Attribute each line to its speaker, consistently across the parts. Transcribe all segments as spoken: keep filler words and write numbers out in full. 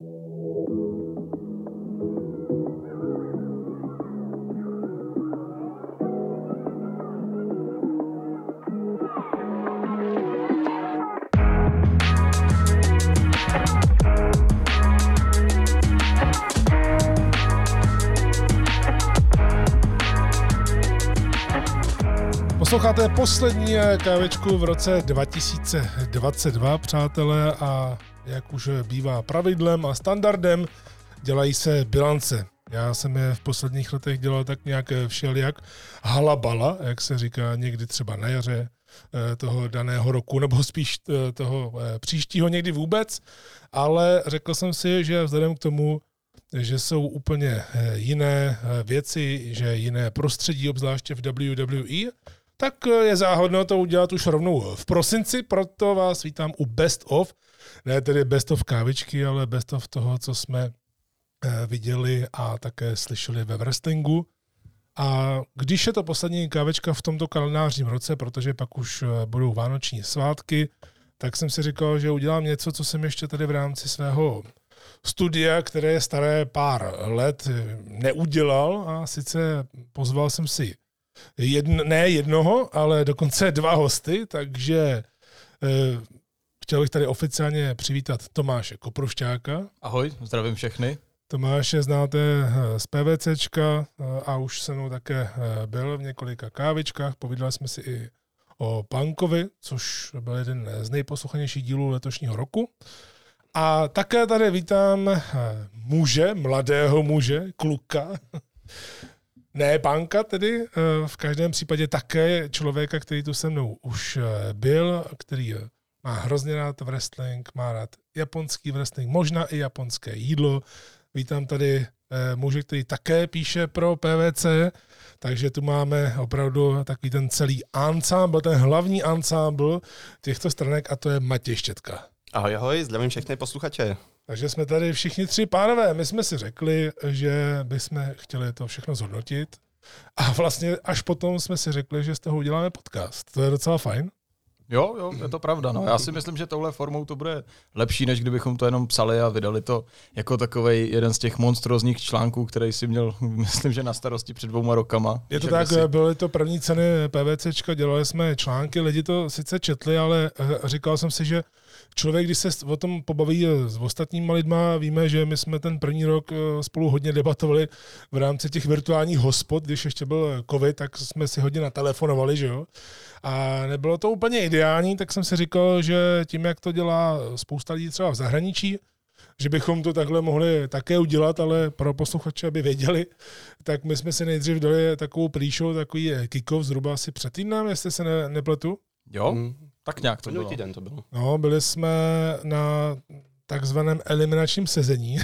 Speaker 1: Posloucháte poslední kávečku v roce dva tisíce dvacet dva, přátelé, a jak už bývá pravidlem a standardem, dělají se bilance. Já jsem je v posledních letech dělal tak nějak všelijak halabala, jak se říká někdy třeba na jaře toho daného roku, nebo spíš toho příštího někdy vůbec, ale řekl jsem si, že vzhledem k tomu, že jsou úplně jiné věci, že jiné prostředí, obzvláště v W W E, tak je záhodno to udělat už rovnou v prosinci, proto vás vítám u Best of, ne tedy Best of kávičky, ale Best of toho, co jsme viděli a také slyšeli ve wrestlingu. A když je to poslední kávečka v tomto kalendářním roce, protože pak už budou vánoční svátky, tak jsem si říkal, že udělám něco, co jsem ještě tady v rámci svého studia, které je staré pár let, neudělal, a sice pozval jsem si Jedn, ne jednoho, ale dokonce dva hosty, takže e, chtěl bych tady oficiálně přivítat Tomáše Koprušťáka.
Speaker 2: Ahoj, zdravím všechny.
Speaker 1: Tomáše znáte z PVCčka a už se mnou také byl v několika kávičkách. Povídali jsme si i o Punkovi, což byl jeden z nejposlouchanějších dílů letošního roku. A také tady vítám muže, mladého muže, kluka, ne Panka tedy, v každém případě také člověka, který tu se mnou už byl, který má hrozně rád wrestling, má rád japonský wrestling, možná i japonské jídlo. Vítám tady muže, který také píše pro P V C, takže tu máme opravdu takový ten celý ansámbl, ten hlavní ansámbl těchto stranek, a to je Matěj Štětka.
Speaker 3: Ahoj, ahoj, zdravím všechny posluchače.
Speaker 1: Takže jsme tady všichni tři pánové. My jsme si řekli, že bychom chtěli to všechno zhodnotit, a vlastně až potom jsme si řekli, že z toho uděláme podcast. To je docela fajn.
Speaker 2: Jo, jo, je to pravda. No. Já si myslím, že touhle formou to bude lepší, než kdybychom to jenom psali a vydali to jako takovej jeden z těch monstrózních článků, který si měl, myslím, že na starosti před dvouma rokama.
Speaker 1: Je to tak, si... byly to první ceny PVCčka, dělali jsme články, lidi to sice četli, ale říkal jsem si, že člověk, když se o tom pobaví s ostatníma lidma, víme, že my jsme ten první rok spolu hodně debatovali v rámci těch virtuálních hospod, když ještě byl covid, tak jsme si hodně natelefonovali, že jo. A nebylo to úplně ideální, tak jsem si říkal, že tím, jak to dělá spousta lidí třeba v zahraničí, že bychom to takhle mohli také udělat, ale pro posluchače, aby věděli, tak my jsme si nejdřív dali takovou pre-show, takový kick-off zhruba asi před týdnem, jestli se ne, nepletu.
Speaker 2: Jo, hmm. tak nějak to bylo.
Speaker 3: Týden to bylo.
Speaker 1: No, byli jsme na takzvaném eliminačním sezení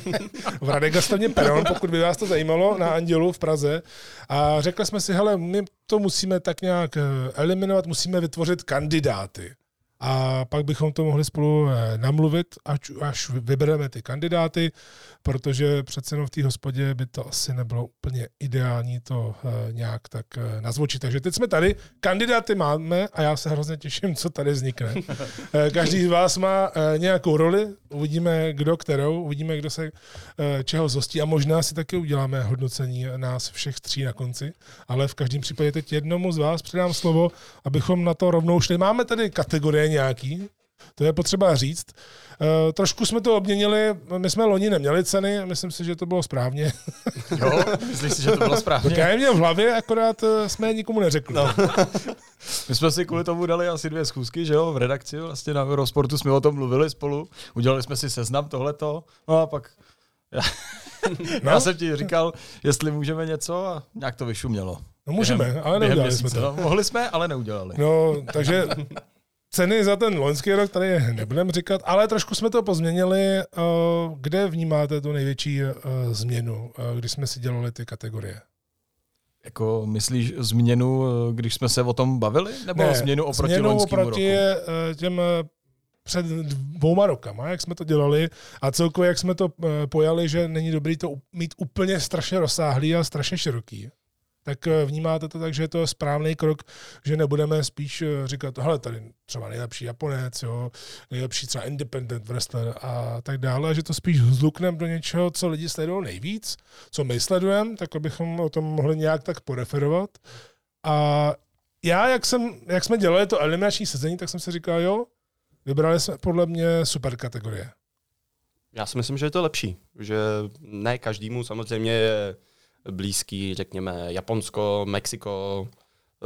Speaker 1: v Radegastevně Peron, pokud by vás to zajímalo, na Andělu v Praze. A řekli jsme si, hele, my to musíme tak nějak eliminovat, musíme vytvořit kandidáty. A pak bychom to mohli spolu namluvit, až, až vybereme ty kandidáty, protože přece jenom v té hospodě by to asi nebylo úplně ideální to nějak tak nazvočit. Takže teď jsme tady, kandidáty máme a já se hrozně těším, co tady vznikne. Každý z vás má nějakou roli, uvidíme kdo kterou, uvidíme kdo se čeho zhostí a možná si taky uděláme hodnocení nás všech tří na konci, ale v každém případě teď jednomu z vás předám slovo, abychom na to rovnou šli. Máme tady kategorie nějaký, to je potřeba říct. Uh, trošku jsme to obměnili, my jsme loni neměli ceny, myslím si, že to bylo správně.
Speaker 2: Jo, myslíš si, že to bylo správně?
Speaker 1: Tak já je měl v hlavě, akorát jsme nikomu neřekli. No.
Speaker 2: My jsme si kvůli tomu dali asi dvě schůzky, že jo, v redakci, vlastně na Eurosportu jsme o tom mluvili spolu, udělali jsme si seznam tohleto, no a pak já, no? já jsem ti říkal, jestli můžeme něco a nějak to vyšumělo.
Speaker 1: No můžeme, během, ale neudělali jsme to.
Speaker 2: No, mohli jsme, ale neudělali.
Speaker 1: No, takže ceny za ten loňský rok tady nebudeme říkat, ale trošku jsme to pozměnili. Kde vnímáte tu největší změnu, když jsme si dělali ty kategorie?
Speaker 2: Jako myslíš změnu, když jsme se o tom bavili? Nebo
Speaker 1: ne,
Speaker 2: změnu oproti
Speaker 1: změnu
Speaker 2: loňskému
Speaker 1: oproti
Speaker 2: roku?
Speaker 1: těm před dvouma rokama, jak jsme to dělali a celkově, jak jsme to pojali, že není dobrý to mít úplně strašně rozsáhlý a strašně široký. tak vnímáte to tak, že je to správný krok, že nebudeme spíš říkat, hele, tady třeba nejlepší Japonec, jo, nejlepší třeba independent wrestler a tak dále, že to spíš zlukneme do něčeho, co lidi sledují nejvíc, co my sledujeme, tak abychom o tom mohli nějak tak poreferovat. A já, jak, jsem, jak jsme dělali to eliminační sezení, tak jsem si říkal, jo, vybrali jsme podle mě super kategorie.
Speaker 3: Já si myslím, že je to lepší, že ne každému samozřejmě je blízký, řekněme, Japonsko, Mexiko, uh,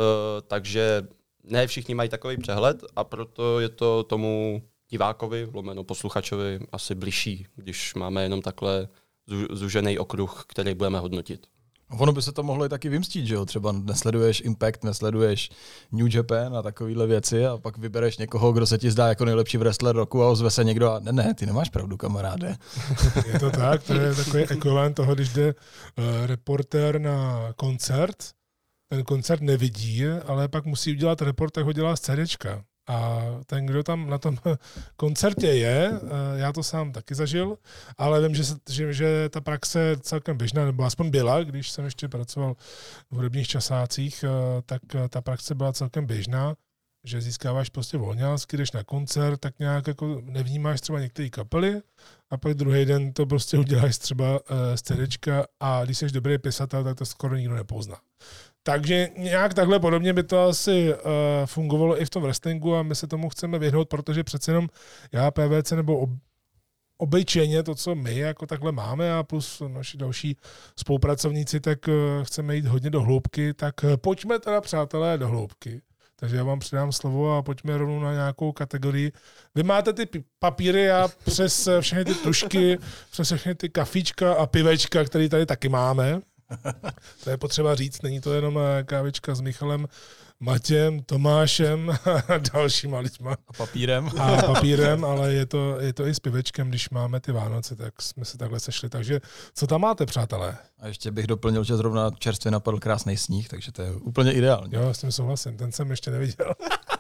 Speaker 3: takže ne všichni mají takový přehled a proto je to tomu divákovi, lomeno posluchačovi asi bližší, když máme jenom takhle zúžený okruh, který budeme hodnotit.
Speaker 2: Ono by se to mohlo i taky vymstít, že jo? Třeba nesleduješ Impact, nesleduješ New Japan a takovýhle věci a pak vybereš někoho, kdo se ti zdá jako nejlepší wrestler roku a ozve se někdo a ne, ne, ty nemáš pravdu, kamaráde.
Speaker 1: Je to tak, to je takový ekvivalent toho, když jde uh, reportér na koncert, ten koncert nevidí, ale pak musí udělat report, tak ho dělá z CDčka. A ten, kdo tam na tom koncertě je, já to sám taky zažil, ale vím, že, se, že, že ta praxe je celkem běžná, nebo aspoň byla, když jsem ještě pracoval v hudebních časácích, tak ta praxe byla celkem běžná, že získáváš prostě volňásky, jdeš na koncert, tak nějak jako nevnímáš třeba některé kapely a pak druhý den to prostě uděláš třeba z CDčka a když jsi dobrý pisatel, tak to skoro nikdo nepozná. Takže nějak takhle podobně by to asi uh, fungovalo i v tom wrestlingu a my se tomu chceme vyhnout, protože přece jenom já, P V C nebo ob, obyčejně to, co my jako takhle máme a plus naši další spolupracovníci, tak uh, chceme jít hodně do hloubky, tak uh, pojďme teda, přátelé, do hloubky. Takže já vám předám slovo a pojďme rovnou na nějakou kategorii. Vy máte ty papíry a přes všechny ty tušky, přes všechny ty kafíčka a pivečka, které tady taky máme. To je potřeba říct, není to jenom kávička s Michalem, Matějem, Tomášem a dalšíma lidma.
Speaker 2: A papírem.
Speaker 1: A papírem, ale je to, je to i s pivečkem, když máme ty Vánoce, tak jsme se takhle sešli. Takže co tam máte, přátelé?
Speaker 2: A ještě bych doplnil, že zrovna čerstvě napadl krásný sníh, takže to je úplně ideální.
Speaker 1: Jo, s tím souhlasím, ten jsem ještě neviděl.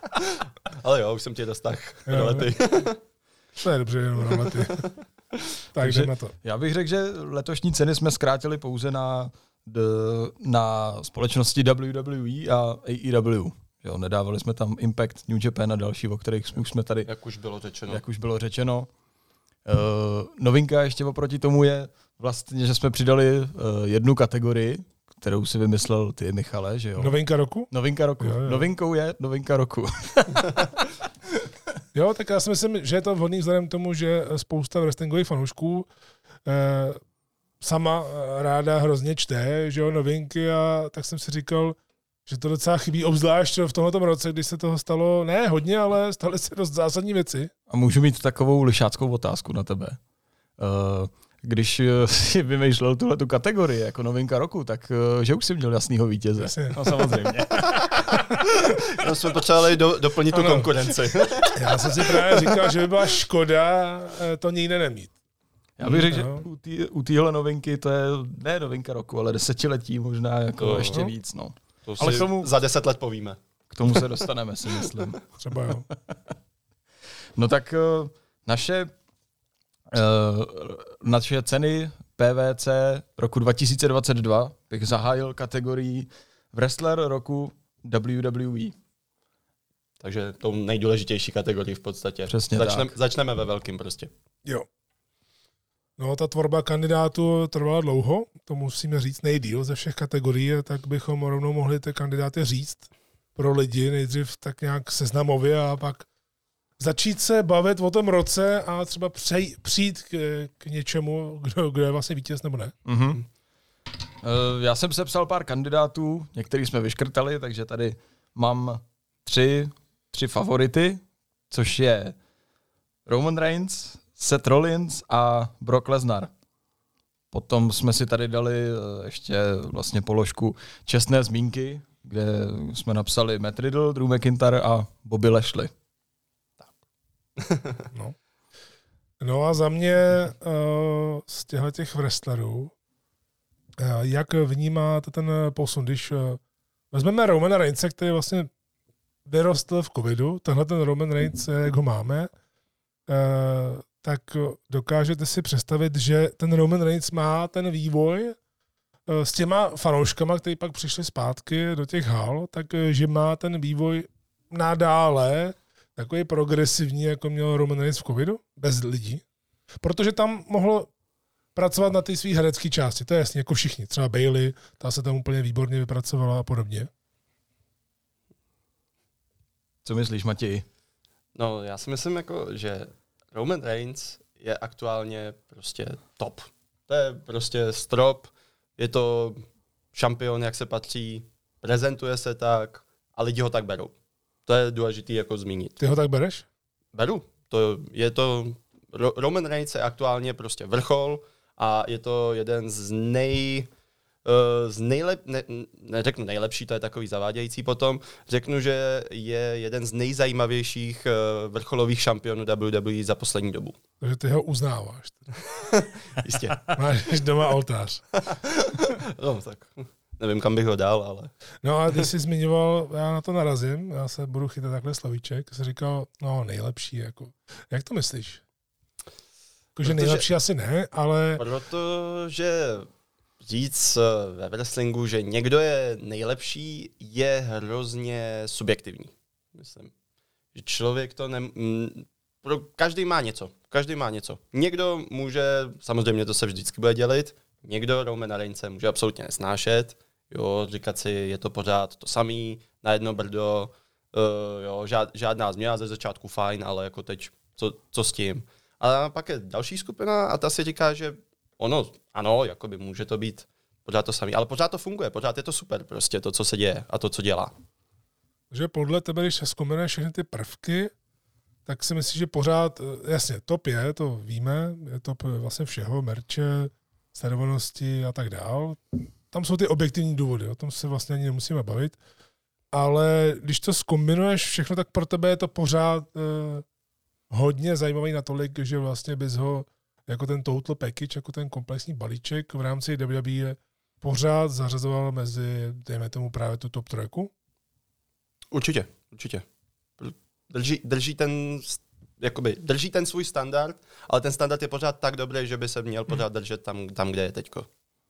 Speaker 3: Ale jo, už jsem tě dostal do lety.
Speaker 1: To je dobře, jenom na lety. Tak jdem na to.
Speaker 2: Já bych řekl, že letošní ceny jsme zkrátili pouze na, na společnosti W W E a A E W. Jo, nedávali jsme tam Impact, New Japan a další, o kterých jsme, už jsme tady...
Speaker 3: Jak už bylo řečeno.
Speaker 2: Jak už bylo řečeno. Uh, novinka ještě oproti tomu je vlastně, že jsme přidali uh, jednu kategorii, kterou si vymyslel ty, Michale, že jo?
Speaker 1: Novinka roku?
Speaker 2: Novinka roku. Jo, jo. Novinkou je novinka roku.
Speaker 1: Jo, tak já si myslím, že je to vhodný vzhledem k tomu, že spousta wrestlingových fanoušků eh, sama ráda hrozně čte, že jo, novinky a tak jsem si říkal, že to docela chybí, obzvlášť v tomto roce, kdy se toho stalo, ne hodně, ale staly se dost zásadní věci.
Speaker 2: A můžu mít takovou lišáckou otázku na tebe. Uh, když si vymýšlel tuhletu kategorii jako novinka roku, tak uh, že už jsi měl jasnýho vítěze.
Speaker 1: Jasně.
Speaker 2: No samozřejmě.
Speaker 3: No, jsme potřebovali do, doplnit ano. tu konkurenci.
Speaker 1: Já jsem si právě říkal, že by byla škoda to nikde nemít.
Speaker 2: Já bych řekl, že u téhle novinky to je ne novinka roku, ale desetiletí možná jako no, ještě no. víc. No.
Speaker 3: To ale k tomu, za deset let povíme.
Speaker 2: K tomu se dostaneme, si myslím.
Speaker 1: Třeba jo.
Speaker 2: No tak uh, naše, uh, naše ceny P V C roku dva tisíce dvacet dva bych zahájil kategorii Wrestler roku W W E.
Speaker 3: Takže tou nejdůležitější kategorii v podstatě.
Speaker 2: Přesně
Speaker 3: Začnem,
Speaker 2: tak.
Speaker 3: Začneme ve velkým prostě.
Speaker 1: Jo. No, ta tvorba kandidátů trvala dlouho, to musíme říct nejdýl ze všech kategorií, tak bychom rovnou mohli ty kandidáty říct pro lidi, nejdřív tak nějak seznamově a pak začít se bavit o tom roce a třeba přej, přijít k, k něčemu, kdo, kdo je vlastně vítěz nebo ne.
Speaker 2: Mm-hmm. Uh, já jsem sepsal pár kandidátů, některý jsme vyškrtali, takže tady mám tři, tři favority, což je Roman Reigns, Seth Rollins a Brock Lesnar. Potom jsme si tady dali ještě vlastně položku čestné zmínky, kde jsme napsali Matt Riddle, Drew McIntyre a Bobby Lashley.
Speaker 1: No. no a za mě uh, z těchto těch wrestlerů, uh, jak vnímáte ten posun, když uh, vezmeme Romana Reignse, který vlastně vyrostl v covidu, tenhle ten Roman Reigns, jak ho máme, uh, tak dokážete si představit, že ten Roman Reigns má ten vývoj s těma fanouškama, kteří pak přišli zpátky do těch hal, tak že má ten vývoj nadále takový progresivní, jako měl Roman Reigns v covidu, bez lidí. Protože tam mohlo pracovat na té svý herecké části, to je jasně, jako všichni. Třeba Bayley, ta se tam úplně výborně vypracovala a podobně.
Speaker 2: Co myslíš, Matěj?
Speaker 3: No, já si myslím, jako, že Roman Reigns je aktuálně prostě top. To je prostě strop, je to šampion, jak se patří, prezentuje se tak a lidi ho tak berou. To je důležité jako zmínit.
Speaker 1: Ty ho tak bereš?
Speaker 3: Beru. To je to, Roman Reigns je aktuálně prostě vrchol a je to jeden z nej... z nejlep, ne, neřeknu nejlepší, to je takový zavádějící potom, řeknu, že je jeden z nejzajímavějších vrcholových šampionů W W E za poslední dobu.
Speaker 1: Takže ty ho uznáváš.
Speaker 3: Jistě.
Speaker 1: Máš doma oltář.
Speaker 3: No tak, nevím, kam bych ho dal, ale...
Speaker 1: No a ty jsi zmiňoval, já na to narazím, já se budu chytat takhle slovíček, jsi říkal, no nejlepší, jako. Jak to myslíš? Jakože nejlepší asi ne, ale...
Speaker 3: Protože říct ve wrestlingu, že někdo je nejlepší, je hrozně subjektivní. Myslím, že člověk to ne... Pro... Každý má něco. Každý má něco. Někdo může, samozřejmě to se vždycky bude dělit, někdo Romana Reignse může absolutně nesnášet, jo, říkat si, je to pořád to samý, na jedno brdo, uh, jo, žád, žádná změna, ze začátku fajn, ale jako teď, co, co s tím. A pak je další skupina a ta si říká, že ono, ano, jakoby může to být pořád to samé, ale pořád to funguje, pořád je to super, prostě to, co se děje a to, co dělá.
Speaker 1: Že podle tebe, když se zkombinuješ všechny ty prvky, tak si myslíš, že pořád, jasně, top je, to víme, je top vlastně všeho, merče, sledovanosti a tak dál. Tam jsou ty objektivní důvody, o tom se vlastně ani nemusíme bavit, ale když to zkombinuješ všechno, tak pro tebe je to pořád eh, hodně zajímavý natolik, že vlastně bys ho jako ten total package, jako ten komplexní balíček v rámci W W E pořád zařazoval mezi, dejme tomu, právě tu top trojku?
Speaker 3: Určitě, určitě. Drží, drží, ten, jakoby, drží ten svůj standard, ale ten standard je pořád tak dobrý, že by se měl pořád držet tam, tam kde je teďko.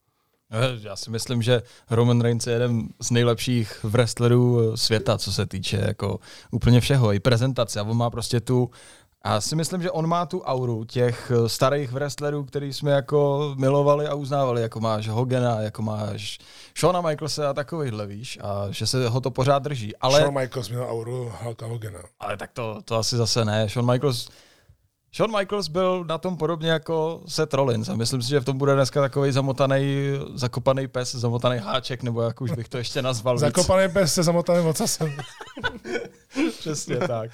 Speaker 2: Já si myslím, že Roman Reigns je jeden z nejlepších wrestlerů světa, co se týče jako úplně všeho, i prezentace. A on má prostě tu, a já si myslím, že on má tu auru těch starých wrestlerů, který jsme jako milovali a uznávali, jako máš Hogana, jako máš Shawna Michaelse a takovýhle, víš, a že se ho to pořád drží. Ale...
Speaker 1: Shawn Michaels měl auru Hulka Hogana.
Speaker 2: Ale tak to, to asi zase ne. Shawn Michaels... Shawn Michaels byl na tom podobně jako Seth Rollins a myslím si, že v tom bude dneska takový zamotaný, zakopaný pes, zamotaný háček, nebo jak už bych to ještě nazval.
Speaker 1: Zakopaný pes se zamotaným ocasem.
Speaker 2: Přesně tak.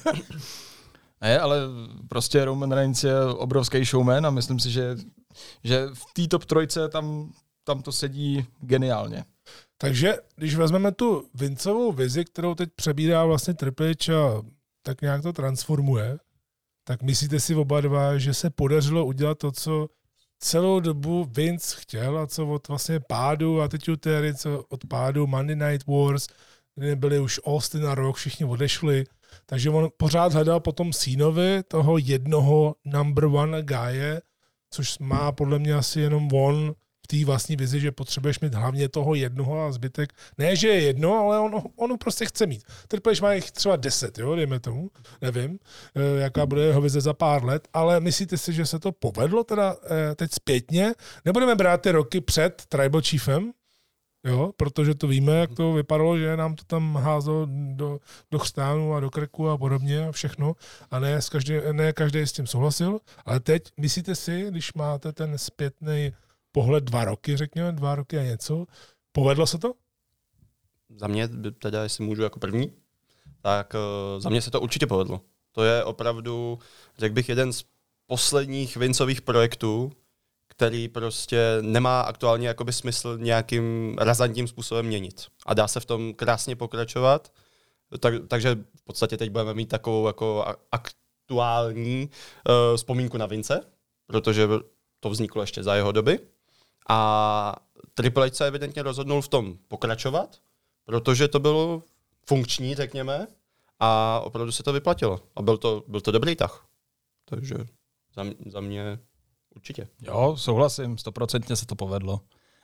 Speaker 2: Ne, ale prostě Roman Reigns je obrovský showman a myslím si, že, že v té top trojce tam, tam to sedí geniálně.
Speaker 1: Takže když vezmeme tu Vinceovou vizi, kterou teď přebírá vlastně Triple H a tak nějak to transformuje, tak myslíte si oba dva, že se podařilo udělat to, co celou dobu Vince chtěl a co od vlastně pádu a teď utéry, co od pádu Monday Night Wars, kdy byli už Austin a Rock, všichni odešli, takže on pořád hledal potom Ceenovi toho jednoho number one guye, což má podle mě asi jenom on v té vlastní vizi, že potřebuješ mít hlavně toho jednoho a zbytek. Ne, že je jedno, ale on, on prostě chce mít. Triple H má jich třeba deset, jo, dejme tomu, nevím, jaká bude jeho vize za pár let, ale myslíte si, že se to povedlo teda teď zpětně? Nebudeme brát ty roky před Tribal Chiefem, jo, protože to víme, jak to vypadalo, že nám to tam házelo do, do chstánu a do krku a podobně a všechno. A ne, každý, ne každý s tím souhlasil. Ale teď myslíte si, když máte ten zpětný pohled dva roky, řekněme, dva roky a něco, povedlo se to?
Speaker 3: Za mě, teda jestli můžu jako první, tak uh, za mě se to určitě povedlo. To je opravdu, řekl bych, jeden z posledních Vinceových projektů, který prostě nemá aktuálně jakoby smysl nějakým razantním způsobem měnit. A dá se v tom krásně pokračovat. Tak, takže v podstatě teď budeme mít takovou jako aktuální uh, vzpomínku na Vince, protože to vzniklo ještě za jeho doby. A Triple H se evidentně rozhodnul v tom pokračovat, protože to bylo funkční, řekněme, a opravdu se to vyplatilo. A byl to, byl to dobrý tah. Takže za, za mě určitě.
Speaker 2: Jo, souhlasím, stoprocentně se to povedlo.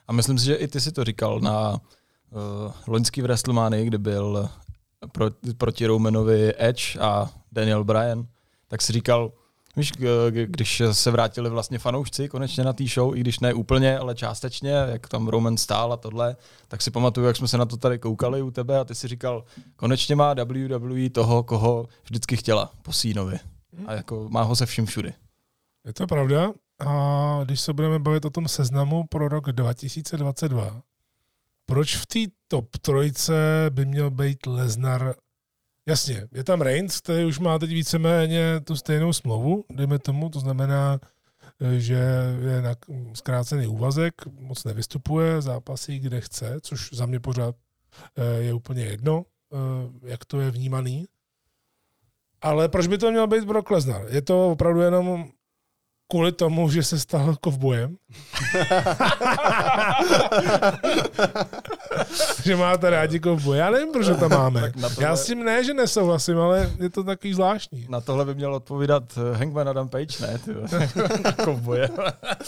Speaker 2: A myslím si, že i ty si to říkal na uh, loňský v WrestleManii, kdy byl pro, proti Romanovi Edge a Daniel Bryan, tak si říkal, víš, když se vrátili vlastně fanoušci konečně na té show, i když ne úplně, ale částečně, jak tam Roman stál a tohle, tak si pamatuju, jak jsme se na to tady koukali u tebe a ty si říkal, konečně má W W E toho, koho vždycky chtěla po Ceenovi. A jako má ho se vším všudy.
Speaker 1: Je to pravda. A když se budeme bavit o tom seznamu pro rok dva tisíce dvacet dva, proč v té top trojce by měl být Lesnar? Jasně, je tam Reigns, který už má teď víceméně tu stejnou smlouvu, dejme tomu, to znamená, že je na zkrácený úvazek, moc nevystupuje, zápasí kde chce, což za mě pořád je úplně jedno, jak to je vnímaný. Ale proč by to měl být Brock Lesnar? Je to opravdu jenom kvůli tomu, že se stal kovbojem? Že máte rádi kovboje. Já nevím, proč to máme. Tohle... Já s tím ne, že nesouhlasím, ale je to takový zvláštní.
Speaker 2: Na tohle by měl odpovídat Hangman Adam Page, ne? Kovboje. uh,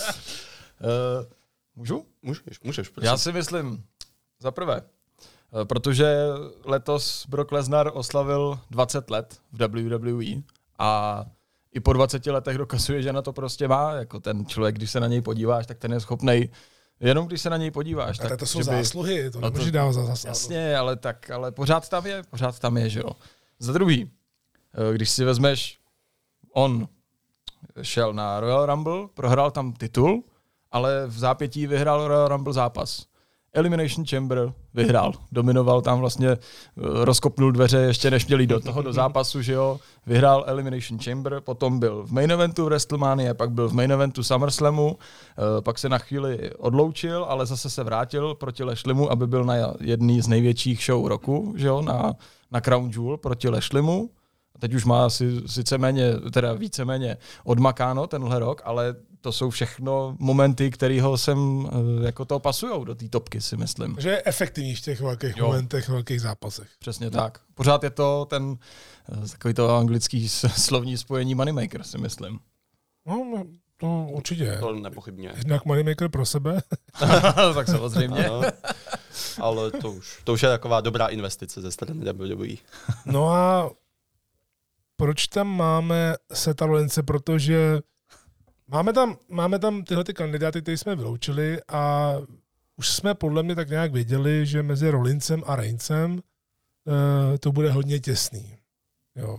Speaker 2: můžu?
Speaker 3: Můžeš, můžeš.
Speaker 2: Prosím. Já si myslím, za prvé, protože letos Brock Lesnar oslavil dvacet let v W W E a i po dvaceti letech dokazuje, že na to prostě má. Jako ten člověk, když se na něj podíváš, tak ten je schopnej, jenom když se na něj podíváš.
Speaker 1: Ale
Speaker 2: tak,
Speaker 1: to jsou
Speaker 2: by,
Speaker 1: zásluhy, to
Speaker 2: no
Speaker 1: nemůže dávat za zásluhy.
Speaker 2: Jasně, ale, tak, ale pořád tam je, pořád tam je, že jo. Za druhý, když si vezmeš, on šel na Royal Rumble, prohrál tam titul, ale v zápětí vyhrál Royal Rumble zápas. Elimination Chamber vyhrál. Dominoval tam vlastně, rozkopnul dveře ještě než měli do toho, do zápasu, že jo. Vyhrál Elimination Chamber, potom byl v main eventu WrestleMania, pak byl v main eventu SummerSlamu, pak se na chvíli odloučil, ale zase se vrátil proti Lashleymu, aby byl na jedný z největších show roku, že jo, na, na Crown Jewel proti Lashleymu. Teď už má asi sice méně, teda víceméně odmakáno tenhle rok, ale to jsou všechno momenty, které ho sem jako to pasujou do té topky, si myslím.
Speaker 1: Že je efektivní v těch velkých jo. momentech, velkých zápasech.
Speaker 2: Přesně tak. Pořád je to ten takový to anglický slovní spojení moneymaker, si myslím.
Speaker 1: No, to určitě je.
Speaker 3: To nepochybně.
Speaker 1: Jednak moneymaker pro sebe.
Speaker 2: Tak samozřejmě.
Speaker 3: Ano. Ale to už, to už je taková dobrá investice ze strany W W E.
Speaker 1: No a proč tam máme Setha Rollinse? Protože máme tam, máme tam tyhle ty kandidáty, které jsme vyloučili a už jsme podle mě tak nějak věděli, že mezi Rollinsem a Reignsem uh, to bude hodně těsný. Jo.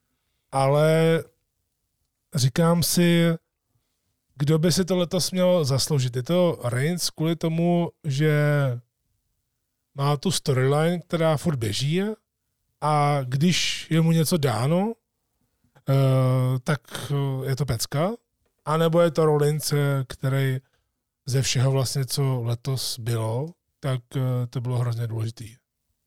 Speaker 1: Ale říkám si, kdo by si to letos měl zasloužit. Je to Reigns kvůli tomu, že má tu storyline, která furt běží a když je mu něco dáno, Uh, tak uh, je to pecka, anebo je to Rollins, který ze všeho vlastně, co letos bylo, tak uh, to bylo hrozně důležitý.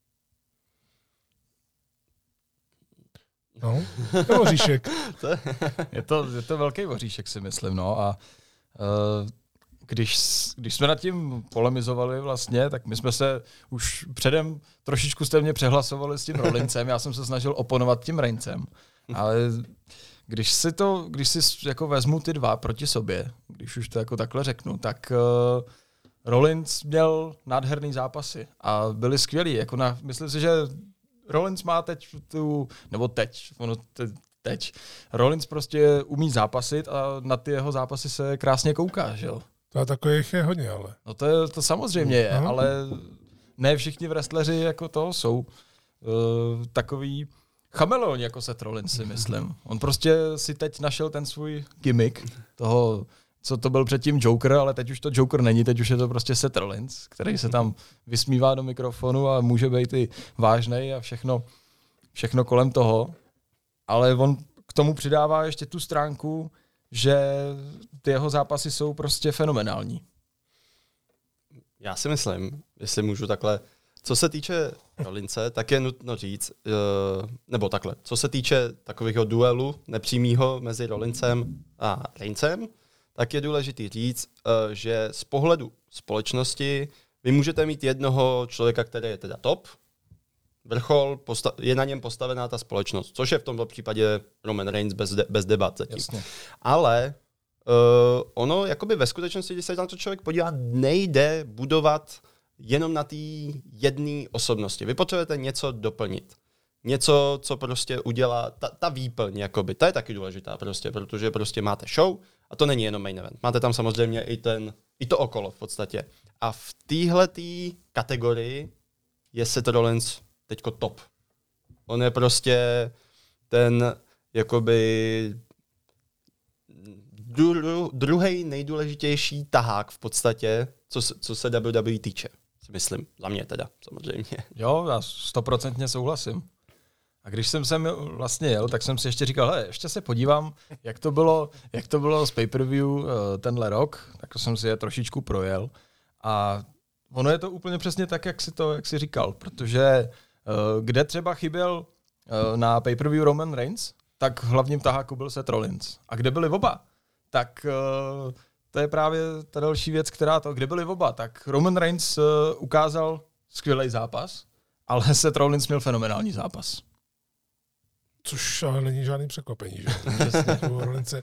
Speaker 1: No, to je oříšek.
Speaker 2: je, to, je to velký oříšek, si myslím, no a uh, když, když jsme nad tím polemizovali vlastně, tak my jsme se už předem trošičku jste mě přehlasovali s tím Rollinsem, já jsem se snažil oponovat tím Reignsem. Ale když si to, když si jako vezmu ty dva proti sobě, když už to jako takhle řeknu, tak uh, Rollins měl nádherný zápasy a byly skvělý. Jako na, myslím si, že Rollins má teď tu, nebo teď, ono te, teď. Rollins prostě umí zápasit a na ty jeho zápasy se krásně kouká, že jo?
Speaker 1: To a takových je hodně, ale.
Speaker 2: No to, je, to samozřejmě je, Aha. ale ne všichni wrestleri jako to jsou uh, takový chameleon, jako Seth Rollins, si myslím. On prostě si teď našel ten svůj gimmick toho, co to byl předtím Joker, ale teď už to Joker není, teď už je to prostě Seth Rollins, který se tam vysmívá do mikrofonu a může být i vážnej a všechno, všechno kolem toho. Ale on k tomu přidává ještě tu stránku, že ty jeho zápasy jsou prostě fenomenální.
Speaker 3: Já si myslím, jestli můžu takhle. Co se týče Rollinse, tak je nutno říct, nebo takhle, co se týče takového duelu nepřímého mezi Rollinsem a Reignsem, tak je důležitý říct, že z pohledu společnosti vy můžete mít jednoho člověka, který je teda top, vrchol, posta- je na něm postavená ta společnost, což je v tomto případě Roman Reigns bez, de- bez debat zatím. Jasně. Ale Uh, ono jakoby ve skutečnosti, když se na to člověk podívá, nejde budovat jenom na té jedné osobnosti. Vy potřebujete něco doplnit. Něco, co prostě udělá, ta, ta výplň, jakoby, ta je taky důležitá prostě, protože prostě máte show a to není jenom main event. Máte tam samozřejmě i, ten, i to okolo v podstatě. A v téhletý kategorii je Seth Rollins teďko top. On je prostě ten, jakoby, dru, druhý nejdůležitější tahák v podstatě, co, co se W W E týče. Myslím, za mě teda, samozřejmě.
Speaker 2: Jo, já stoprocentně souhlasím. A když jsem sem vlastně jel, tak jsem si ještě říkal, hele, ještě se podívám, jak to bylo, jak to bylo z pay-per-view tenhle rok, tak jsem si je trošičku projel. A ono je to úplně přesně tak, jak si to, jak si říkal, protože kde třeba chyběl na pay-per-view Roman Reigns, tak hlavním taháku byl Seth Rollins. A kde byli oba, tak to je právě ta další věc, která to, kde byli oba, tak Roman Reigns ukázal skvělý zápas, ale Seth Rollins měl fenomenální zápas.
Speaker 1: Což ale není žádný překvapení, že?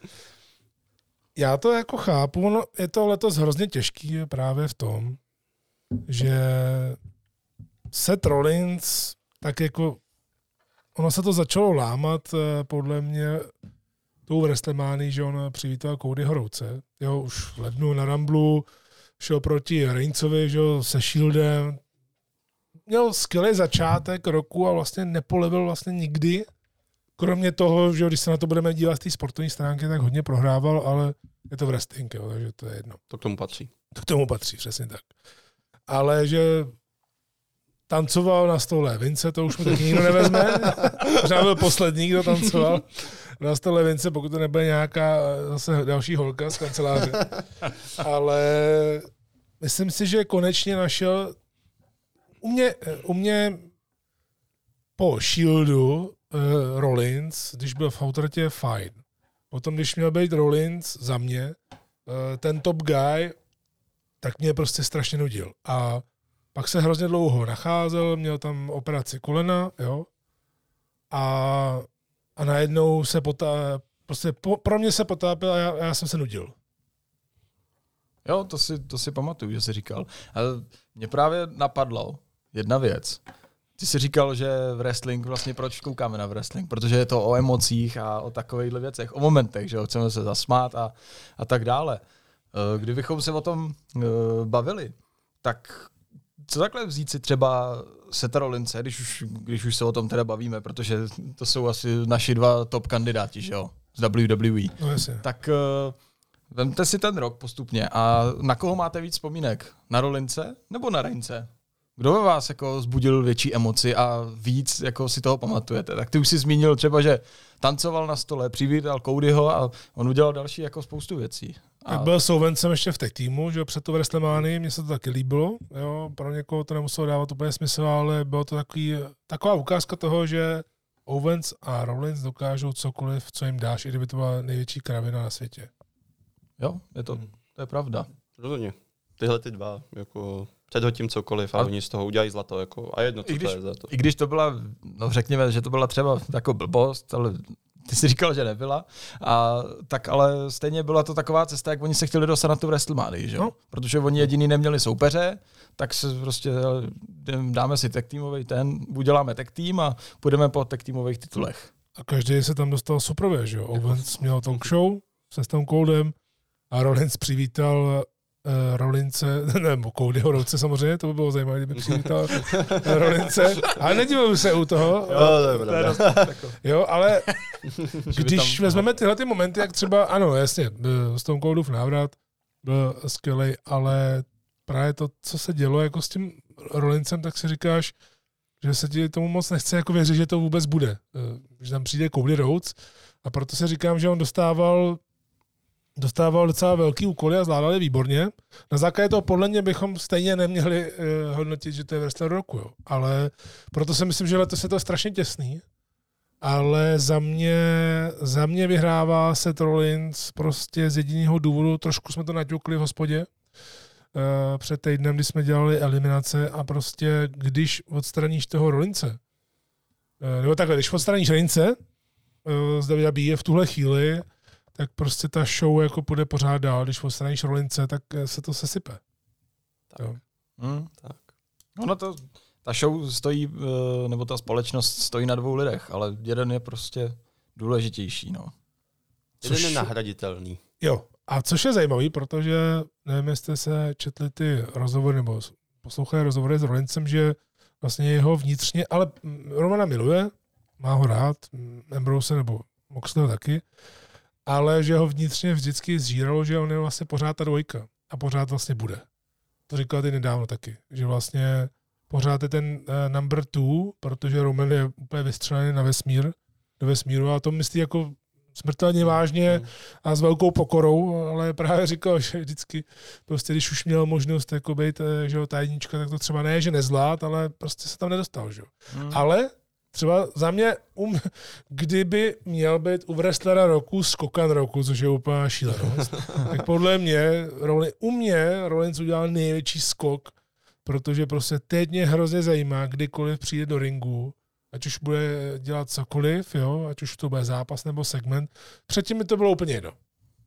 Speaker 1: Já to jako chápu, no, je to letos hrozně těžký právě v tom, že Seth Rollins, tak jako ono se to začalo lámat podle mě tou WrestleManii, že on přivítal Codyho Rhodese. Jo, už v lednu na Rumblu šel proti Reignsovi, že jo, se Shieldem. Měl skvělý začátek roku a vlastně nepolevil vlastně nikdy. Kromě toho, že když se na to budeme dívat z té sportovní stránky, tak hodně prohrával, ale je to wrestling, jo, takže to je jedno.
Speaker 3: To k tomu patří.
Speaker 1: To k tomu patří, přesně tak. Ale že tancoval na stole Vince, to už mu taky nikdo nevezme. Možná byl poslední, kdo tancoval na stole Vince, pokud to nebude nějaká zase další holka z kanceláře. Ale myslím si, že konečně našel u mě, u mě po Shieldu uh, Rollins, když byl v autoritě, je fajn. Potom, když měl být Rollins za mě, uh, ten top guy, tak mě prostě strašně nudil. A pak se hrozně dlouho nacházel, měl tam operaci kolena, jo. A, a najednou se potá, prostě po, pro mě se potápil a já, já jsem se nudil.
Speaker 2: Jo, to si, to si pamatuju, že jsi říkal. Ale mě právě napadlo jedna věc. Ty jsi říkal, že v wrestling, vlastně proč koukáme na wrestling? Protože je to o emocích a o takovýchhle věcech, o momentech, že jo, chceme se zasmát a, a tak dále. Kdybychom se o tom uh, bavili, tak co takhle vzít si třeba Setha Rollinse, když už, když už se o tom teda bavíme, protože to jsou asi naši dva top kandidáti, že jo, z W W E.
Speaker 1: No jasně.
Speaker 2: Tak uh, vemte si ten rok postupně a na koho máte víc vzpomínek? Na Rollinse nebo na Reignse? Kdo ve vás jako zbudil větší emoci a víc jako si toho pamatujete? Tak ty už si zmínil třeba, že tancoval na stole, přivítal Codyho a on udělal další jako spoustu věcí. A...
Speaker 1: Tak byl souvencem ještě v tech týmu, že před to WrestleManii, mně se to taky líbilo. Jo, pro někoho to nemuselo dávat úplně smysl, ale bylo to takový, taková ukázka toho, že Owens a Rollins dokážou cokoliv, co jim dáš, i kdyby to byla největší kravina na světě.
Speaker 2: Jo, je to, to je pravda.
Speaker 3: Rozhodně. Tyhle ty dva, jako předhodím cokoliv a, a oni z toho udělají zlato, jako a jedno, co
Speaker 2: když,
Speaker 3: to je za to.
Speaker 2: I když to byla, no řekněme, že to byla třeba jako blbost, ale ty jsi říkal, že nebyla, a tak ale stejně byla to taková cesta, jak oni se chtěli dostat na tu WrestleManii, že jo? No. Protože oni jediný neměli soupeře, tak se prostě dáme si tag teamový ten, uděláme tag team a půjdeme po tag teamových titulech.
Speaker 1: A každý se tam dostal suprově, že jo? Owens měl talk show se Stone Coldem a Rollins přivítal Uh, Rollinse, nebo Codyho Rhodese samozřejmě, to by bylo zajímavé, kdyby přivítal Rollinse, ale nedívám by se u toho.
Speaker 3: Jo, to je
Speaker 1: jo, ale když vezmeme tyhle ty momenty, jak třeba, ano, jasně, Stone Coldův návrat byl skvělej, ale právě to, co se dělo jako s tím Rollinsem, tak si říkáš, že se ti tomu moc nechce jako věřit, že to vůbec bude. Že tam přijde Cody Rhodes a proto se říkám, že on dostával dostával docela velký úkoly a zvládal je výborně. Na základě toho podle mě bychom stejně neměli uh, hodnotit, že to je wrestler roku, jo. Ale proto si myslím, že letos je to strašně těsný. Ale za mě, za mě vyhrává Seth Rollins prostě z jediného důvodu, trošku jsme to naťukli v hospodě uh, před týdnem, kdy jsme dělali eliminace a prostě když odstraníš toho Rollinse, uh, nebo takhle, když odstraníš Reignse uh, z W W E v tuhle chvíli, tak prostě ta show jako půjde pořád dál. Když odstraníš Rollinse, tak se to sesype.
Speaker 3: Tak.
Speaker 2: Hmm, tak. Ono to, ta show stojí, nebo ta společnost stojí na dvou lidech, ale jeden je prostě důležitější. No.
Speaker 3: Jeden je nahraditelný.
Speaker 1: Jo, a což je zajímavý, protože nevím, jestli se četli ty rozhovory, nebo poslouchali rozhovory s Rollinsem, že vlastně jeho vnitřně, ale Romana miluje, má ho rád, Ambrose nebo Moxleyho taky, ale že ho vnitřně vždycky zžíralo, že on je vlastně pořád ta dvojka a pořád vlastně bude. To říkal ty nedávno taky, že vlastně pořád je ten uh, number two, protože Roman je úplně vystřelený na vesmír, do vesmíru a to myslí jako smrtelně vážně a s velkou pokorou, ale právě říkal, že vždycky prostě, když už měl možnost jako být, že jo, tajnička, tak to třeba ne, že nezvlád, ale prostě se tam nedostal, že jo. Hmm. Ale třeba za mě, um, kdyby měl být u wrestlera roku skokan roku, což je úplná šílenost, tak podle mě, u mě Rollins udělal největší skok, protože prostě teď mě hrozně zajímá, kdykoliv přijde do ringu, ať už bude dělat cokoliv, jo, ať už to bude zápas nebo segment. Předtím mi to bylo úplně jedno.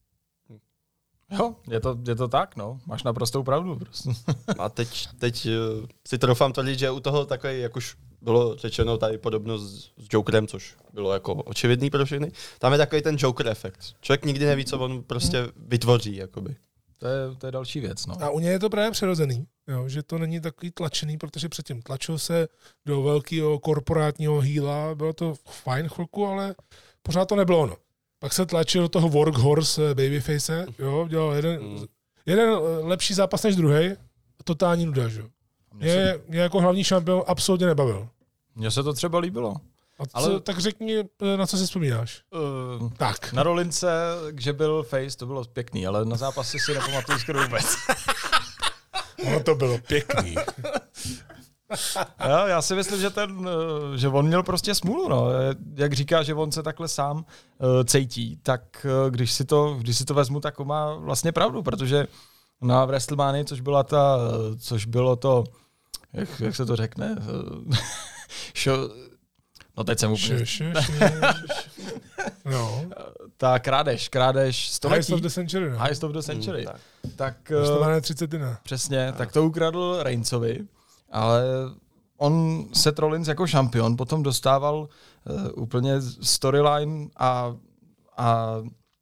Speaker 2: Jo, je to, je to tak, no. Máš naprostou pravdu. Prostě.
Speaker 3: A teď, teď si troufám tvrdit, že u toho takový, jak už bylo řečeno tady podobnost s Jokerem, což bylo jako očividný pro všechny, tam je takový ten Joker efekt. Člověk nikdy neví, co on prostě vytvoří, jakoby.
Speaker 2: To je, to je další věc, no.
Speaker 1: A u něj je to právě přirozený, jo, že to není takový tlačený, protože předtím tlačil se do velkého korporátního hýla, bylo to fajn chvilku, ale pořád to nebylo ono. Pak se tlačil do toho workhorse babyface, jo, dělal jeden, mm. jeden lepší zápas než druhý, totální nuda, že jo. Mě, se... mě jako hlavní šampion absolutně nebavil.
Speaker 2: Mně se to třeba líbilo.
Speaker 1: A co, ale... tak řekni, na co si vzpomínáš?
Speaker 2: Uh,
Speaker 1: tak.
Speaker 2: Na Rollinse, že byl face, to bylo pěkný, ale na zápasy si nepamatuju skoro vůbec.
Speaker 1: No to bylo pěkný.
Speaker 2: Já, já si myslím, že, ten, že on měl prostě smůlu. No. Jak říká, že on se takhle sám uh, cejtí, tak uh, když, si to, když si to vezmu, tak on má vlastně pravdu, protože na WrestleManii, což byla ta, což bylo to, jak, jak se to řekne, show, no teď jsem úplně...
Speaker 1: No.
Speaker 2: Ta krádež, krádež století.
Speaker 1: Heist of the Century. No.
Speaker 2: Heist of the Century. Mm, tak. tak
Speaker 1: WrestleMania třicet jedna.
Speaker 2: Přesně, no. Tak to ukradl Reignsovi, ale on Seth Rollins jako šampion potom dostával uh, úplně storyline a, a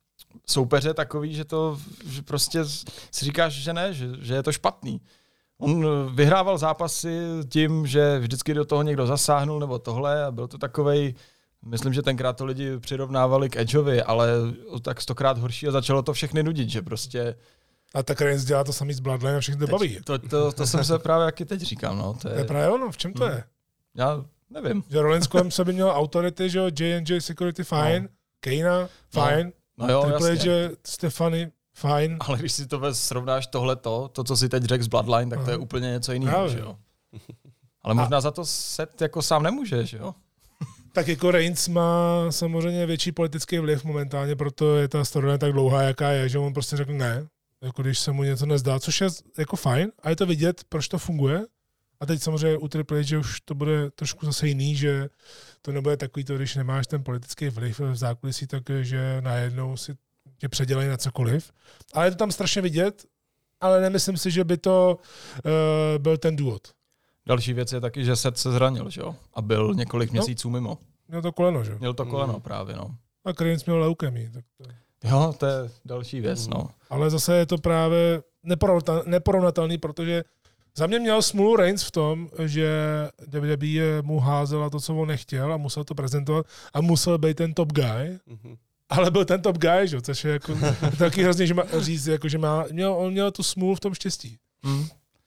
Speaker 2: soupeře takový, že to že prostě si říkáš, že ne, že, že je to špatný. On vyhrával zápasy tím, že vždycky do toho někdo zasáhnul nebo tohle a byl to takovej, myslím, že tenkrát to lidi přirovnávali k Edgeovi, ale tak stokrát horší a začalo to všechny nudit, že prostě...
Speaker 1: A tak Reigns dělá to samý z Bloodline a všechny to baví.
Speaker 2: To, to, to jsem se právě jaký teď říkal, no. To je,
Speaker 1: to je právě ono, v čem to hmm. je?
Speaker 2: Já nevím.
Speaker 1: Že Rollins kolem sebe měl autority, že jo, J and J Security, fajn, no. Kejna, fajn,
Speaker 2: no. No jo,
Speaker 1: Triple H, Stephanie, fajn.
Speaker 2: Ale když si to srovnáš tohleto, to, co si teď řekl z Bloodline, tak to je úplně něco jiného, že jo. Ale možná a... za to Seth jako sám nemůže, že jo.
Speaker 1: Tak jako Reigns má samozřejmě větší politický vliv momentálně, proto je ta storyline tak dlouhá, jaká je, že on prostě řekl ne, jako když se mu něco nezdá, což je jako fajn a je to vidět, proč to funguje. A teď samozřejmě u Triple H už to bude trošku zase jiný, že to nebude takový to, když nemáš ten politický vliv v zákulisí, tak že najednou si tě předělají na cokoliv. Ale je to tam strašně vidět, ale nemyslím si, že by to uh, byl ten důvod.
Speaker 2: Další věc je taky, že Seth se zranil, že jo? A byl několik měsíců no, mimo.
Speaker 1: Měl to koleno, že jo?
Speaker 2: Měl to koleno mm. právě, no.
Speaker 1: A Reigns měl leukemii. Tak to...
Speaker 2: Jo, to je další věc, mm. no.
Speaker 1: Ale zase je to právě neporovnatelný, protože za mě měl smůlu Reigns v tom, že W W E mu házela to, co on nechtěl a musel to prezentovat a musel být ten top guy. Mm-hmm. Ale byl ten top guy, že? Což je jako taky hrozně že má, říct, jako, že má, měl, on měl tu smůlu v tom štěstí. Mm.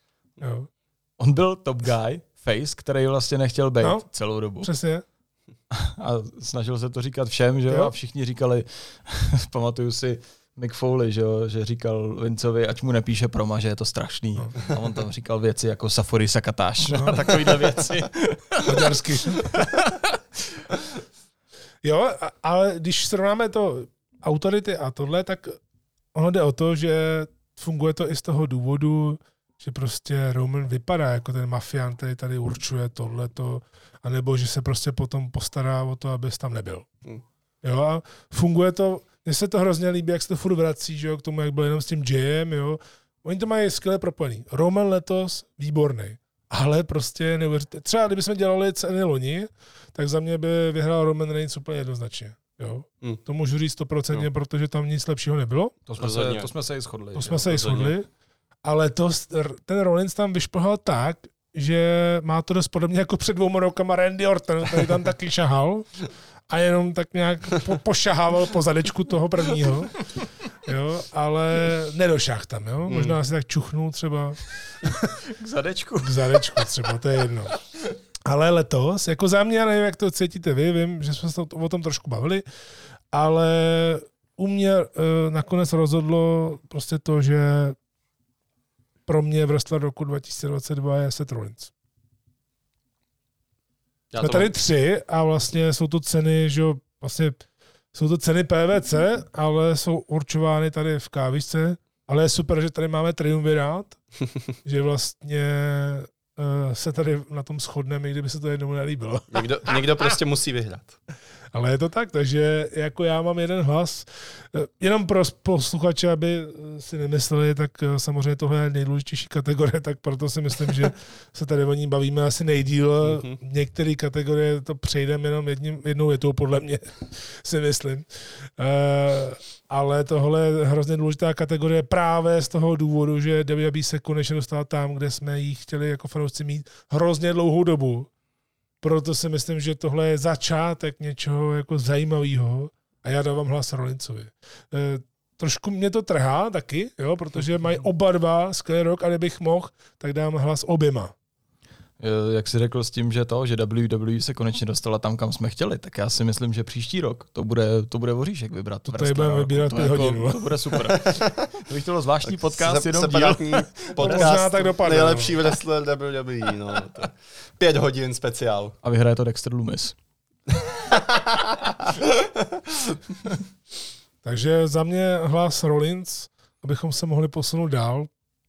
Speaker 1: Jo.
Speaker 2: On byl top guy, face, který vlastně nechtěl být no, celou dobu.
Speaker 1: Přesně.
Speaker 2: A snažil se to říkat všem, že jo? A všichni říkali, pamatuju si Mick Foley, že, jo? Že říkal Vincovi, ať mu nepíše proma, že je to strašný. No. A on tam říkal věci jako Safori Sakatáš no. a takovýhle věci.
Speaker 1: Maďarsky. Jo, ale když srovnáme to autority a tohle, tak ono jde o to, že funguje to i z toho důvodu, že prostě Roman vypadá jako ten mafián, který tady určuje tohleto, anebo že se prostě potom postará o to, abys tam nebyl. Hmm. Jo, a funguje to, mně se to hrozně líbí, jak se to furt vrací, že jo, k tomu, jak byl jenom s tím Jayem, jo. Oni to mají skvěle propojený. Roman letos výborný, ale prostě neuvěřitelný. Třeba kdybychom dělali ceny loni, tak za mě by vyhrál Roman Reigns úplně jednoznačně. Jo. Hmm. To můžu říct stoprocentně, no. Protože tam nic lepšího nebylo.
Speaker 2: To jsme, se, to jsme se i shodli.
Speaker 1: To jsme jo, se i shodli. Ale to, ten Rollins tam vyšplhal tak, že má to dost podobně jako před dvouma rokama Randy Orton, který tam taky šahal a jenom tak nějak po, pošahával po zadečku toho prvního. Jo, ale nedošah tam, jo. Možná hmm. si tak čuchnul třeba.
Speaker 2: K zadečku.
Speaker 1: K zadečku třeba, to je jedno. Ale letos, jako za mě, já nevím, jak to cítíte vy, vím, že jsme se o tom trošku bavili, ale u mě e, nakonec rozhodlo prostě to, že pro mě wrestler roku dva tisíce dvacet dva je Seth Rollins. Jsme tady tři a vlastně jsou to ceny, že vlastně jsou to ceny P V C, ale jsou určovány tady v kávičce, ale je super, že tady máme triumvirát, že vlastně uh, se tady na tom shodneme, i kdyby se to jednomu nelíbilo.
Speaker 3: Někdo, někdo prostě musí vyhrát.
Speaker 1: Ale je to tak, takže jako já mám jeden hlas. Jenom pro posluchače, aby si nemysleli, tak samozřejmě tohle je nejdůležitější kategorie, tak proto si myslím, že se tady o ní bavíme asi nejdýl. Mm-hmm. Některé kategorie to přejdeme jenom jedním, jednou větou, podle mě, si myslím. Uh, ale tohle je hrozně důležitá kategorie právě z toho důvodu, že W W E se konečně dostala tam, kde jsme ji chtěli jako fanoušci mít hrozně dlouhou dobu. Proto si myslím, že tohle je začátek něčeho jako zajímavého a já dávám hlas Rollinsovi. E, trošku mě to trhá taky, jo, protože mají oba dva skvělý rok a kdybych mohl, tak dám hlas oběma.
Speaker 2: Jak jsi řekl s tím, že to, že W W E se konečně dostala tam, kam jsme chtěli, tak já si myslím, že příští rok to bude, to bude voříšek vybrat.
Speaker 1: To tady budeme vybírat pět hodin.
Speaker 2: Jako, to bude super. To bych chtěl zvláštní tak podcast, se, jenom
Speaker 3: separátní podcast,
Speaker 1: tak dopadne,
Speaker 3: nejlepší no. wrestler W W E. No, to pět hodin speciál.
Speaker 2: A vyhraje to Dexter Lumis.
Speaker 1: Takže za mě hlas Rollins, abychom se mohli posunout dál.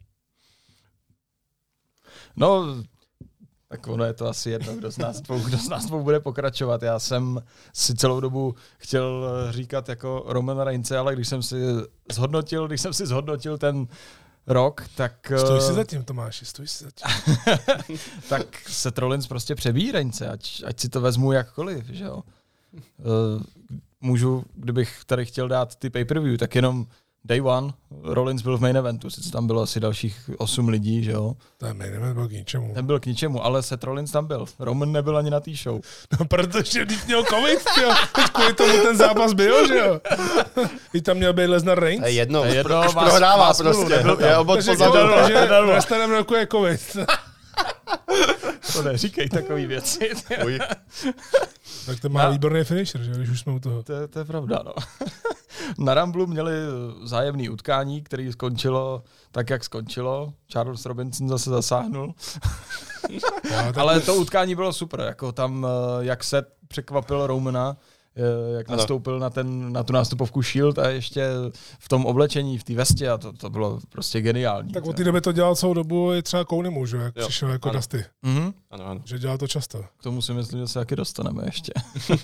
Speaker 2: No, tak ono je to asi jedno, kdo z nás dvou, kdo z nás dvou bude pokračovat. Já jsem si celou dobu chtěl říkat jako Roman Reigns, ale když jsem si zhodnotil, když jsem si zhodnotil ten rok, tak...
Speaker 1: Stoj si za tím, Tomáši, stoj si za tím.
Speaker 2: Tak Seth Rollins prostě přebíjí Reignse, ať, ať si to vezmu jakkoliv, že jo. Můžu, kdybych tady chtěl dát ty pay-per-view, tak jenom Day One, Rollins byl v main eventu, sice tam bylo asi dalších osm lidí, že jo.
Speaker 1: Ten main event byl k ničemu.
Speaker 2: Ten byl k ničemu, ale Seth Rollins tam byl. Roman nebyl ani na té show.
Speaker 1: No protože když měl covid, jo. Teď kvůli tomu ten zápas byl, že jo. Teď tam měl být Lesnar Reigns.
Speaker 3: Je jedno,
Speaker 2: je jedno
Speaker 3: už prohrává prostě. Je obod pozadu.
Speaker 1: Takže ve starém roku je covid.
Speaker 2: To neříkej takový věci.
Speaker 1: Tak to má na... výborný finisher, že? Když už jsme u toho.
Speaker 2: To, to je pravda, no. Na Rumblu měli vzájemné utkání, které skončilo tak, jak skončilo. Charles Robinson zase zasáhnul. No, ale to utkání bylo super. Jako tam, jak se překvapil Romana, jak ano. nastoupil na, ten, na tu nástupovku Shield a ještě v tom oblečení, v té vestě a to, to bylo prostě geniální.
Speaker 1: Tak od té doby to dělal celou dobu i třeba Kouny že jak jo. přišel jako ano. Dusty.
Speaker 2: Mm-hmm.
Speaker 3: Ano, ano.
Speaker 1: Že dělal to často.
Speaker 2: K tomu si myslím, že se taky dostaneme ještě.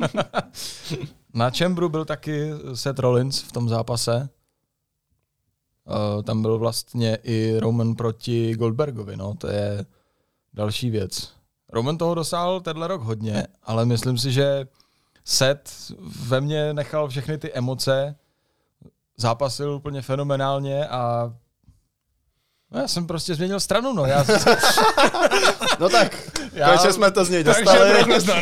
Speaker 2: Na Chambru byl taky Seth Rollins v tom zápase. Uh, tam byl vlastně i Roman proti Goldbergovi, no, to je další věc. Roman toho dosáhl tenhle rok hodně, ale myslím si, že Seth ve mně nechal všechny ty emoce, zápasil úplně fenomenálně a no, já jsem prostě změnil stranu, no. Já...
Speaker 3: no tak, já... jsme to z něj dostali.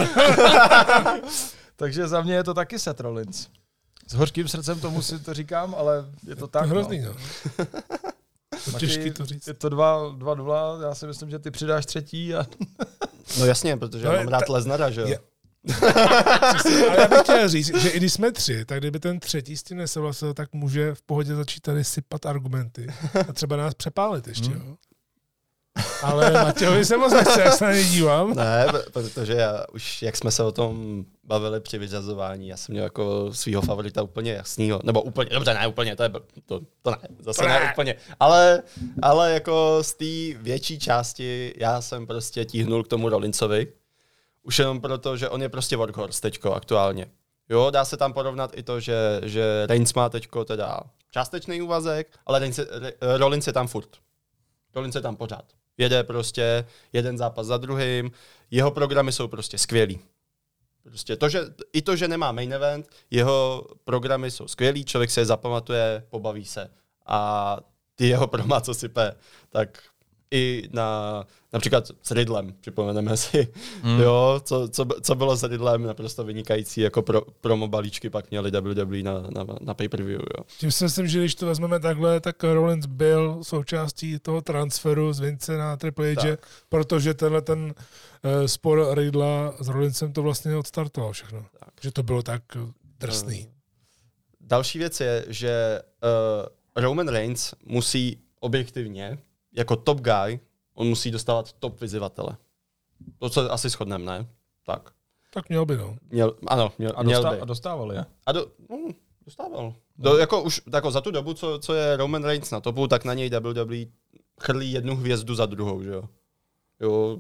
Speaker 2: Takže za mě je to taky Seth Rollins. S hořkým srdcem tomu si to říkám, ale je to tak.
Speaker 1: To hrozný,
Speaker 2: no.
Speaker 1: To těžký to říct.
Speaker 2: Je to dva, dva nula, já si myslím, že ty přidáš třetí. A...
Speaker 3: no jasně, protože no, já mám rád ta... Lesnara, že jo. Je...
Speaker 1: Ale já bych chtěl říct, že i když jsme tři, tak kdyby ten třetí s tím nesouhlasil, tak může v pohodě začít tady sypat argumenty a třeba nás přepálit ještě, hmm. jo. Ale Matějovi se moc nechce, jak se na něj dívám.
Speaker 3: Ne, protože já už, jak jsme se o tom bavili při vyřazování, já jsem měl jako svýho favorita úplně jasnýho, nebo úplně, dobře, ne úplně, to je, to, to ne, zase ne, ne úplně, ale, ale jako z té větší části já jsem prostě tíhnul k tomu Rollinsovi, už jenom proto, že on je prostě workhorse teďko aktuálně. Jo, dá se tam porovnat i to, že, že Reigns má teďko teda částečný úvazek, ale Reigns je, Rollins je tam furt. Rollins je tam pořád. Jede prostě jeden zápas za druhým, jeho programy jsou prostě skvělý. Prostě to, že, i to, že nemá main event, jeho programy jsou skvělý, člověk se je zapamatuje, pobaví se. A ty jeho proma, co sype, tak i na, například s Riddlem, připomeneme si, hmm. jo, co, co, co bylo s Riddlem, naprosto vynikající, jako pro, promo balíčky pak měli W W E na, na, na pay-per-view, jo.
Speaker 1: Tím si myslím, že když to vezmeme takhle, tak Rollins byl součástí toho transferu z Vince na Triple H, protože tenhle ten uh, spor Riddla s Rollinsem to vlastně odstartoval všechno. Tak. Že to bylo tak drsný.
Speaker 3: Další věc je, že uh, Roman Reigns musí objektivně jako top guy, on musí dostávat top vyzývatele. To, co asi shodneme, ne? Tak.
Speaker 1: Tak měl by, no.
Speaker 3: Měl, ano, měl,
Speaker 2: a,
Speaker 3: měl
Speaker 2: dostá,
Speaker 3: by.
Speaker 2: A dostával je?
Speaker 3: A do, no, dostával. Do, jako už jako za tu dobu, co, co je Roman Reigns na topu, tak na něj W W E chrlí jednu hvězdu za druhou, že jo. Jo,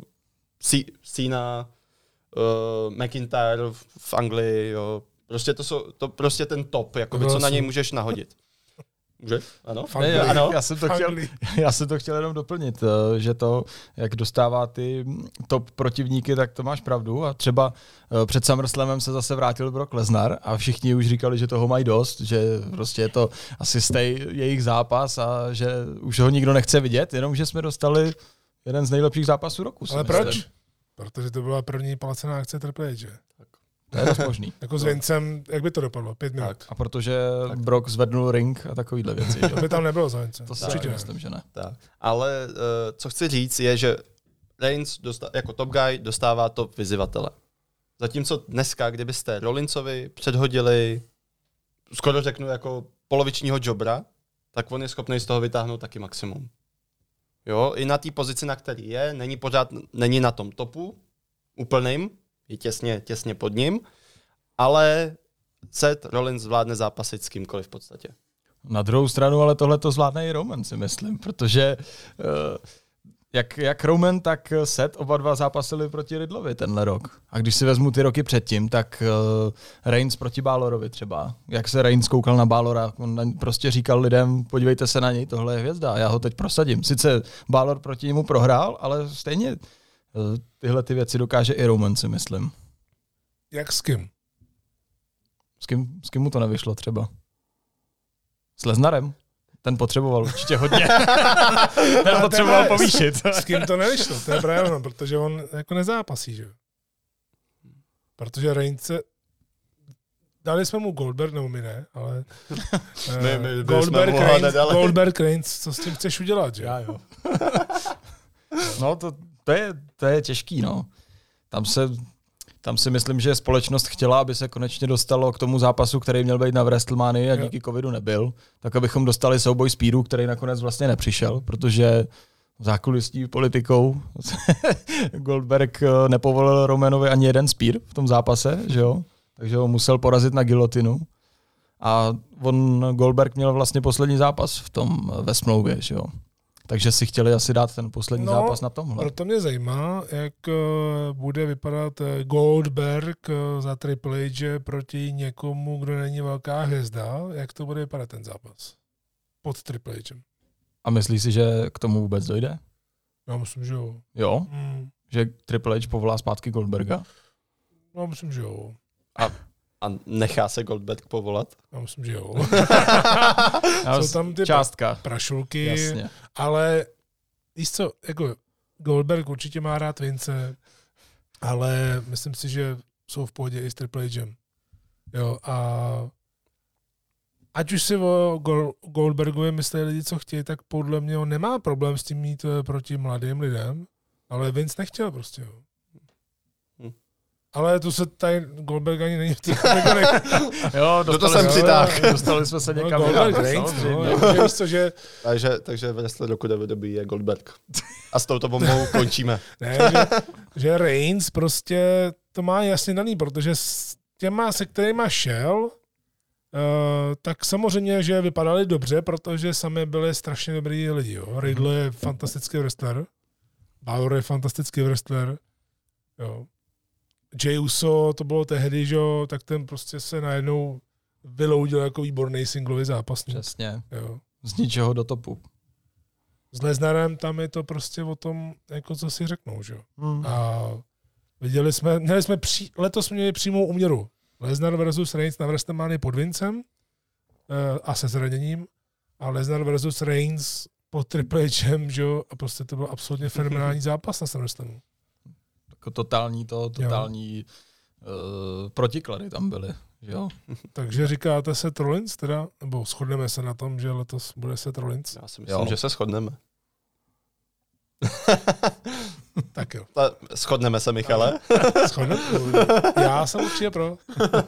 Speaker 3: Cena, uh, McIntyre v Anglii, jo. Prostě to jsou, to prostě ten top, jakoby, co na něj můžeš nahodit. Může? Ano?
Speaker 2: Ne, ano? Já, jsem to chtěl, já jsem to chtěl jenom doplnit, že to, jak dostává ty top protivníky, tak to máš pravdu. A třeba před SummerSlamem se zase vrátil Brock Lesnar a všichni už říkali, že toho mají dost, že prostě je to asi stej jejich zápas a že už ho nikdo nechce vidět, jenomže jsme dostali jeden z nejlepších zápasů roku.
Speaker 1: Ale proč? Protože to byla první placená akce Triple H.
Speaker 2: To je dost možný.
Speaker 1: Jako s Vincem, jak by to dopadlo? Pět minut.
Speaker 2: Tak. A protože tak. Brock zvednul ring a takovýhle věci.
Speaker 1: To by tam nebylo za Vincem.
Speaker 2: To si určitě myslím, že ne.
Speaker 3: Tak. Ale uh, co chci říct je, že Reigns dostá, jako top guy dostává top vyzývatele. Zatímco dneska, kdybyste Rollinsovi předhodili, skoro řeknu jako polovičního jobra, tak on je schopný z toho vytáhnout taky maximum. Jo, i na té pozici, na který je, není pořád, není na tom topu úplným, je těsně, těsně pod ním, ale Seth Rollins zvládne zápasit s kýmkoliv v podstatě.
Speaker 2: Na druhou stranu, ale tohle to zvládne i Roman, si myslím, protože uh, jak, jak Roman, tak Seth oba dva zápasili proti Riddlovi tenhle rok. A když si vezmu ty roky předtím, tak uh, Reigns proti Balorovi třeba. Jak se Reigns koukal na Balora, on prostě říkal lidem, podívejte se na něj, tohle je hvězda, já ho teď prosadím. Sice Balor proti němu prohrál, ale stejně tyhle ty věci dokáže i Roman, si myslím.
Speaker 1: Jak s kým?
Speaker 2: S kým, s kým mu to nevyšlo třeba? S Lesnarem? Ten potřeboval určitě hodně. Ten potřeboval ne, povýšit.
Speaker 1: S, s kým to nevyšlo? To je právě ono, protože on jako nezápasí, že jo? Protože Reigns dali jsme mu Goldberg, nebo my ne, ale
Speaker 3: my, my,
Speaker 1: Goldberg, Reigns, Goldberg, Reigns, co s tím chceš udělat, že?
Speaker 2: Já jo. No to, to, je, to je těžký, no. Tam se, tam si myslím, že společnost chtěla, aby se konečně dostalo k tomu zápasu, který měl být na WrestleManii a díky covidu nebyl, tak abychom dostali souboj Speedů, který nakonec vlastně nepřišel, protože zákulisní politikou Goldberg nepovolil Romanovi ani jeden Spear v tom zápase, že jo? Takže ho musel porazit na gilotinu. A on, Goldberg, měl vlastně poslední zápas v tom ve smlouvě, že jo? Takže si chtěli asi dát ten poslední no, zápas na tomhle.
Speaker 1: Proto mě zajímá, jak bude vypadat Goldberg za Triple H proti někomu, kdo není velká hvězda. Jak to bude vypadat ten zápas pod Triple H?
Speaker 2: A myslíš si, že k tomu vůbec dojde?
Speaker 1: Já myslím, že jo.
Speaker 2: Jo?
Speaker 1: Mm.
Speaker 2: Že Triple H povolá zpátky Goldberga?
Speaker 1: Já myslím, že jo.
Speaker 3: A, a nechá se Goldberg povolat?
Speaker 1: Já myslím, že jo. Jsou tam ty
Speaker 2: částka.
Speaker 1: prašulky,
Speaker 2: Jasně.
Speaker 1: Ale víš co, jako Goldberg určitě má rád Vince, ale myslím si, že jsou v pohodě i s Triple H. Jo, a ať už si o Goldbergovi myslí lidi, co chtějí, tak podle mě on nemá problém s tím mít proti mladým lidem, ale Vince nechtěl prostě, jo. Ale to se tady Goldberg ani není v těch kategoriích.
Speaker 2: Jo,
Speaker 3: to jsem přitáhl.
Speaker 2: Dostali jsme se někam.
Speaker 1: No, Goldberg Reigns, no, co, že...
Speaker 3: Takže, takže wrestler roku W W E je Goldberg. A s touto bombou končíme.
Speaker 1: Ne, že, že Reigns prostě to má jasně daný, protože s těma, se kterýma šel, uh, tak samozřejmě, že vypadali dobře, protože sami byli strašně dobrý lidi. Jo. Riddle je fantastický wrestler, Balor je fantastický wrestler, jo. Jey Uso, to bylo tehdy, že jo, tak ten prostě se najednou vyloudil jako výborný singlový zápasník.
Speaker 2: Přesně.
Speaker 1: Jo.
Speaker 2: Z ničeho do topu.
Speaker 1: S Lesnarem tam je to prostě o tom, jako co si řeknou, že jo.
Speaker 2: Hmm.
Speaker 1: A viděli jsme, měli jsme pří, letos jsme měli přímou úměru. Lesnar versus Reigns na WrestleMania pod Vincem uh, a se zraněním. A Lesnar versus Reigns pod Triple H'em, že jo, a prostě to byl absolutně fenomenální zápas na SummerSlamu.
Speaker 2: Jako totální to, totální uh, protiklady tam byly, že jo.
Speaker 1: Takže říkáte se Rollins teda, nebo shodneme se na tom, že letos bude se Rollins?
Speaker 3: Já si myslím, jo. že se shodneme.
Speaker 1: Tak jo.
Speaker 3: Ta, shodneme se, Michale?
Speaker 1: Shodneme? Já jsem určitě pro.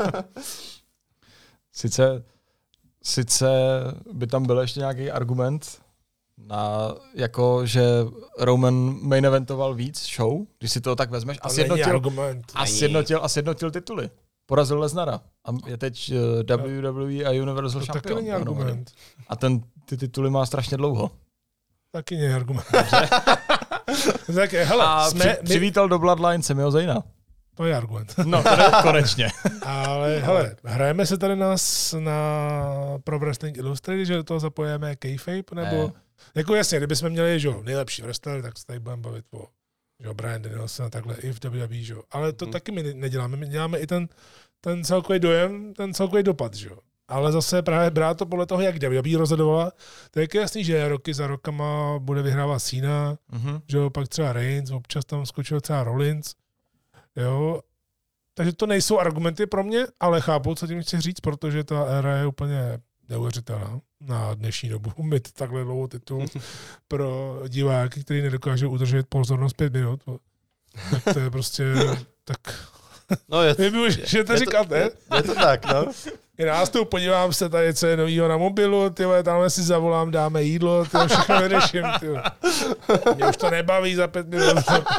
Speaker 2: Sice, sice by tam byl ještě nějaký argument, na, jako, že Roman main eventoval víc show, když si to tak vezmeš, a sjednotil, a, sjednotil, a sjednotil tituly. Porazil Lesnara. A je teď uh, W W E a Universal
Speaker 1: to
Speaker 2: Champion.
Speaker 1: To taky není argument.
Speaker 2: A ten ty tituly má strašně dlouho.
Speaker 1: Taky není argument. tak, hele,
Speaker 2: a
Speaker 1: jsme,
Speaker 2: při,
Speaker 1: my...
Speaker 2: přivítal do Bloodline Samiho Zayna.
Speaker 1: To je argument.
Speaker 2: No, konečně.
Speaker 1: Ale hele, hrajeme se tady na, na Pro Wrestling Illustrated, že do toho zapojíme kayfabe, nebo... Ne. Jako jasně, kdybychom měli, že nejlepší wrestler, tak se tady budeme bavit o že Bryan Danielson a takhle i v W W E, že ale to hmm. taky my neděláme. My děláme i ten, ten celkový dojem, ten celkový dopad, že ale zase právě brát to podle toho, jak W W E rozhodovala, to je jasný, že roky za rokama bude vyhrávat Cena, mm-hmm. že jo, pak třeba Reigns, občas tam skočil třeba Rollins, jo. Takže to nejsou argumenty pro mě, ale chápu, co tím chci říct, protože ta éra je úplně neuvěřitelná na dnešní dobu. Mít takhle dlouhou titul pro diváky, kteří nedokážou udržet pozornost pět minut. Tak to je prostě tak...
Speaker 3: No je,
Speaker 1: Vy můžete říkat, ne?
Speaker 3: Je, je to tak, no.
Speaker 1: I nástup, podívám se tady, co je novýho na mobilu, tyhle, tamhle si zavolám, dáme jídlo, tyhle, všechno vyřeším, tyhle. Mě už to nebaví za pět minut.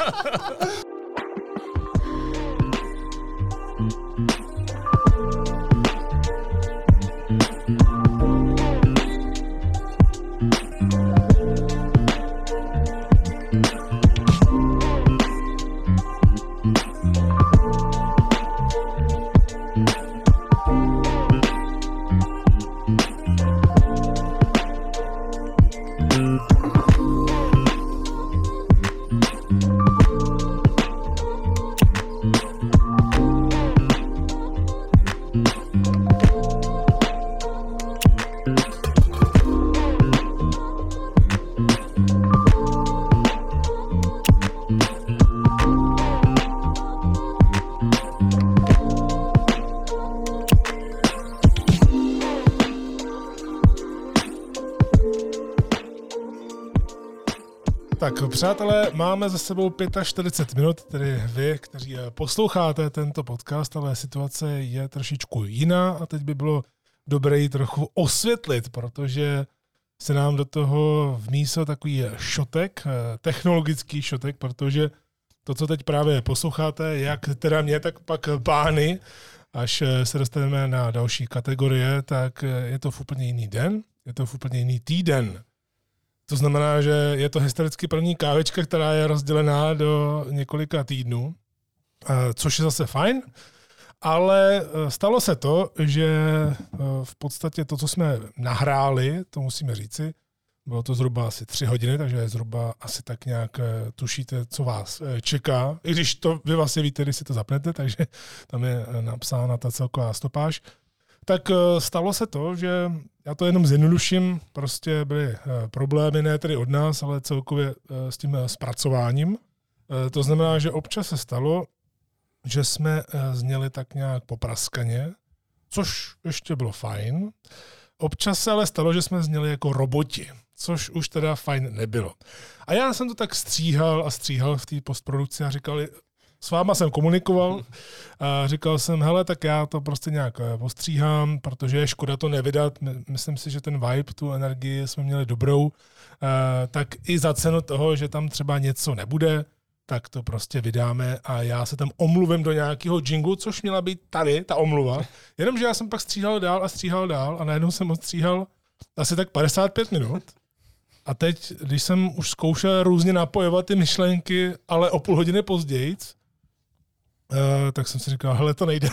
Speaker 1: Tak přátelé, máme za sebou čtyřicet pět minut, tedy vy, kteří posloucháte tento podcast, ale situace je trošičku jiná a teď by bylo dobré ji trochu osvětlit, protože se nám do toho vmísil takový šotek, technologický šotek, protože to, co teď právě posloucháte, jak teda mě, tak pak pány, až se dostaneme na další kategorie, tak je to v úplně jiný den, je to v úplně jiný týden. To znamená, že je to historicky první kávečka, která je rozdělená do několika týdnů, což je zase fajn, ale stalo se to, že v podstatě to, co jsme nahráli, to musíme říci, bylo to zhruba asi tři hodiny, takže zhruba asi tak nějak tušíte, co vás čeká, i když to vy vlastně víte, když si to zapnete, takže tam je napsána ta celková stopáž. Tak stalo se to, že já to jenom zjednoduším, prostě byly problémy, ne tedy od nás, ale celkově s tím zpracováním. To znamená, že občas se stalo, že jsme zněli tak nějak popraskaně, což ještě bylo fajn. Občas se ale stalo, že jsme zněli jako roboti, což už teda fajn nebylo. A já jsem to tak stříhal a stříhal v té postprodukci a říkal, s váma jsem komunikoval a říkal jsem, hele, tak já to prostě nějak postříhám, protože je škoda to nevydat. Myslím si, že ten vibe, tu energii jsme měli dobrou, tak i za cenu toho, že tam třeba něco nebude, tak to prostě vydáme a já se tam omluvím do nějakého jinglu, což měla být tady, ta omluva. Jenomže já jsem pak stříhal dál a stříhal dál a najednou jsem odstříhal asi tak padesát pět minut. A teď, když jsem už zkoušel různě napojovat ty myšlenky, ale o půl hodiny později, Uh, tak jsem si říkal, hele, to nejde.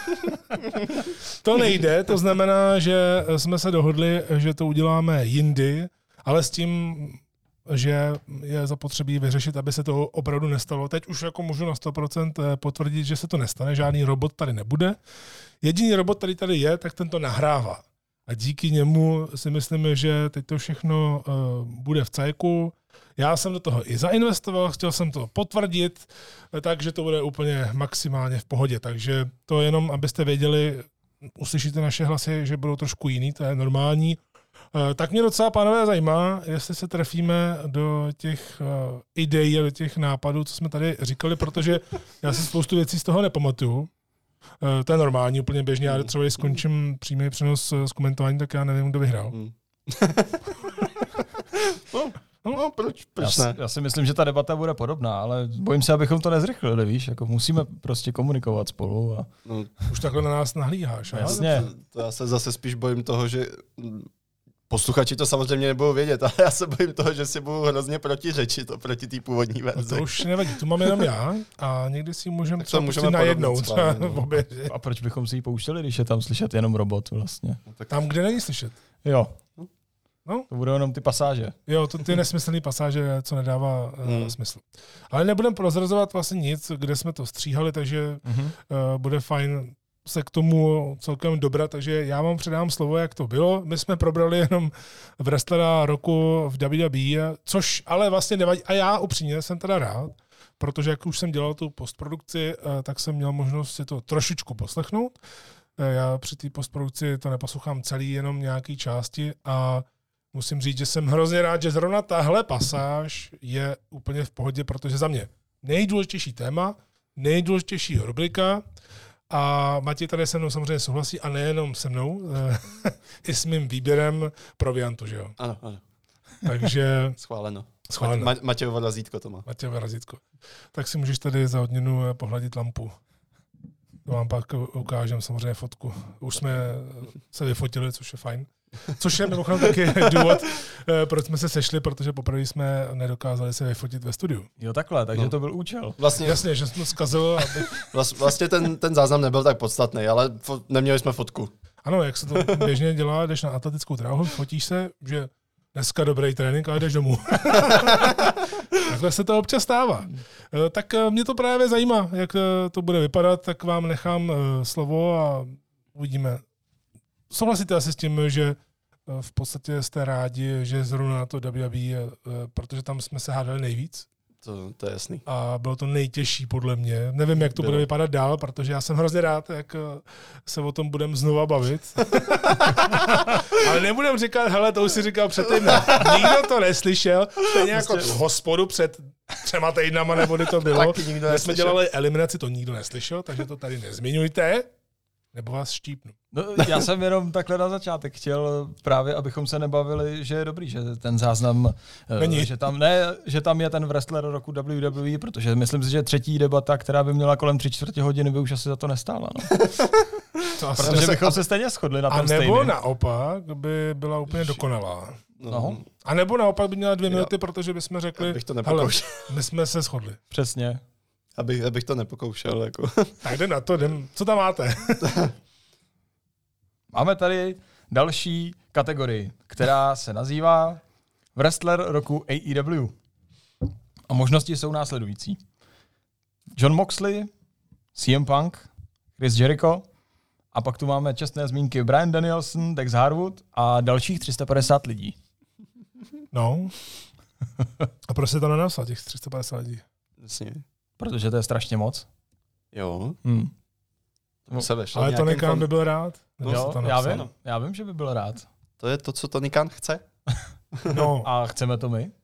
Speaker 1: To nejde, to znamená, že jsme se dohodli, že to uděláme jindy, ale s tím, že je zapotřebí vyřešit, aby se to opravdu nestalo. Teď už jako můžu na sto procent potvrdit, že se to nestane, žádný robot tady nebude. Jediný robot, který tady je, tak ten to nahrává. A díky němu si myslíme, že teď to všechno uh, bude v cajku. Já jsem do toho i zainvestoval, chtěl jsem to potvrdit, takže to bude úplně maximálně v pohodě. Takže to jenom, abyste věděli, uslyšíte naše hlasy, že budou trošku jiný, to je normální. Tak mě docela, pánové, zajímá, jestli se trefíme do těch ideí a do těch nápadů, co jsme tady říkali, protože já si spoustu věcí z toho nepamatuju. To je normální, úplně běžně. Já třeba, když skončím přímý přenos z komentování, tak já nevím, kdo vyhrál.
Speaker 3: no, no, proč, proč
Speaker 2: já,
Speaker 3: ne?
Speaker 2: Já si myslím, že ta debata bude podobná, ale bojím se, abychom to nezrychlili, víš, jako musíme prostě komunikovat spolu. A...
Speaker 3: No,
Speaker 1: už takhle na nás nahlíháš.
Speaker 2: Jasně.
Speaker 3: To, to já se zase spíš bojím toho, že posluchači to samozřejmě nebudou vědět, ale já se bojím toho, že si budu hrozně protiřečit oproti té původní verzi.
Speaker 1: To už nevadí, tu mám jenom já a někdy si můžeme
Speaker 3: třeba
Speaker 1: pustit najednou.
Speaker 3: No.
Speaker 2: A proč bychom si ji pouštěli, když je tam slyšet jenom robot vlastně?
Speaker 3: No, tak...
Speaker 1: Tam, kde není slyšet.
Speaker 2: Jo.
Speaker 1: No?
Speaker 2: To budou jenom ty pasáže.
Speaker 1: Jo, to ty nesmyslný pasáže, co nedává hmm. uh, smysl. Ale nebudeme prozrazovat vlastně nic, kde jsme to stříhali, takže mm-hmm. uh, bude fajn se k tomu celkem dobrat, takže já vám předám slovo, jak to bylo. My jsme probrali jenom wrestlera roku v W W E, což ale vlastně nevadí. A já upřímně jsem teda rád, protože jak už jsem dělal tu postprodukci, tak jsem měl možnost si to trošičku poslechnout. Já při té postprodukci to neposlouchám celý, jenom nějaký části a musím říct, že jsem hrozně rád, že zrovna tahle pasáž je úplně v pohodě, protože za mě nejdůležitější téma, nejdůležitější rubrika. A Matěj tady se mnou samozřejmě souhlasí a nejenom se mnou, i s mým výběrem proviantu, že jo?
Speaker 3: Ano, ano.
Speaker 1: Takže...
Speaker 3: Schváleno.
Speaker 1: Schváleno.
Speaker 3: Ma- Matějovo razítko to má.
Speaker 1: Matějovo razítko. Tak si můžeš tady za odměnu pohladit lampu. To vám pak ukážem samozřejmě fotku. Už jsme se vyfotili, což je fajn. Což je mimochodem taky důvod, proč jsme se sešli, protože poprvé jsme nedokázali se vyfotit ve studiu.
Speaker 2: Jo, takhle, takže
Speaker 3: no.
Speaker 2: To byl účel.
Speaker 3: Vlastně,
Speaker 1: Jasně, že jsme zkazili. Aby...
Speaker 3: Vlastně ten, ten záznam nebyl tak podstatný, ale fo- neměli jsme fotku.
Speaker 1: Ano, jak se to běžně dělá, jdeš na atletickou dráhu, fotíš se, že dneska dobrý trénink a jdeš domů. Takhle se to občas stává. Tak mě to právě zajímá, jak to bude vypadat, tak vám nechám slovo a uvidíme. Souhlasíte asi s tím, že v podstatě jste rádi, že zrovna na to W W E, protože tam jsme se hádali nejvíc.
Speaker 3: To, to je jasný.
Speaker 1: A bylo to nejtěžší podle mě. Nevím, jak to bylo. Bude vypadat dál, protože já jsem hrozně rád, jak se o tom budeme znova bavit. Ale nebudem říkat, hele, to už si říkal před týdnem. Nikdo to neslyšel. Stejně jako tu hospodu před třema týdnama, nebo kdy to bylo. Když jsme dělali eliminaci, to nikdo neslyšel, takže to tady nezmiňujte. Nebo vás štípnu.
Speaker 2: No, já jsem jenom takhle na začátek chtěl právě, abychom se nebavili, že je dobrý, že ten záznam,
Speaker 1: Není.
Speaker 2: že tam, ne, že tam je ten wrestler roku W W E, protože myslím si, že třetí debata, která by měla kolem tři čtvrtě hodiny, by už asi za to nestála. No.
Speaker 1: To
Speaker 2: protože se, bychom se stejně shodli na tom
Speaker 1: A nebo
Speaker 2: stejným.
Speaker 1: naopak by byla úplně dokonalá.
Speaker 2: No.
Speaker 1: A nebo naopak by měla dvě minuty, protože bychom řekli,
Speaker 3: abych to
Speaker 1: hele, my jsme se shodli.
Speaker 2: Přesně.
Speaker 3: Abych, abych to nepokoušel. Jako.
Speaker 1: Tak jdem na to, jdem. Co tam máte?
Speaker 2: Máme tady další kategorii, která se nazývá Wrestler roku A E W. A možnosti jsou následující. John Moxley, C M Punk, Chris Jericho a pak tu máme čestné zmínky Bryan Danielson, Dex Harwood a dalších tři sta padesát lidí.
Speaker 1: No. A proč se to nenapsal, těch tři sta padesát lidí?
Speaker 3: Jasně.
Speaker 2: Protože to je strašně moc.
Speaker 3: Jo.
Speaker 2: Hmm.
Speaker 3: To se vešlo.
Speaker 1: Ale Tony Khan by byl rád.
Speaker 2: No, jo, to já vím, já vím, že by byl rád.
Speaker 3: To je to, co Tony Khan chce.
Speaker 1: No.
Speaker 2: A chceme to my?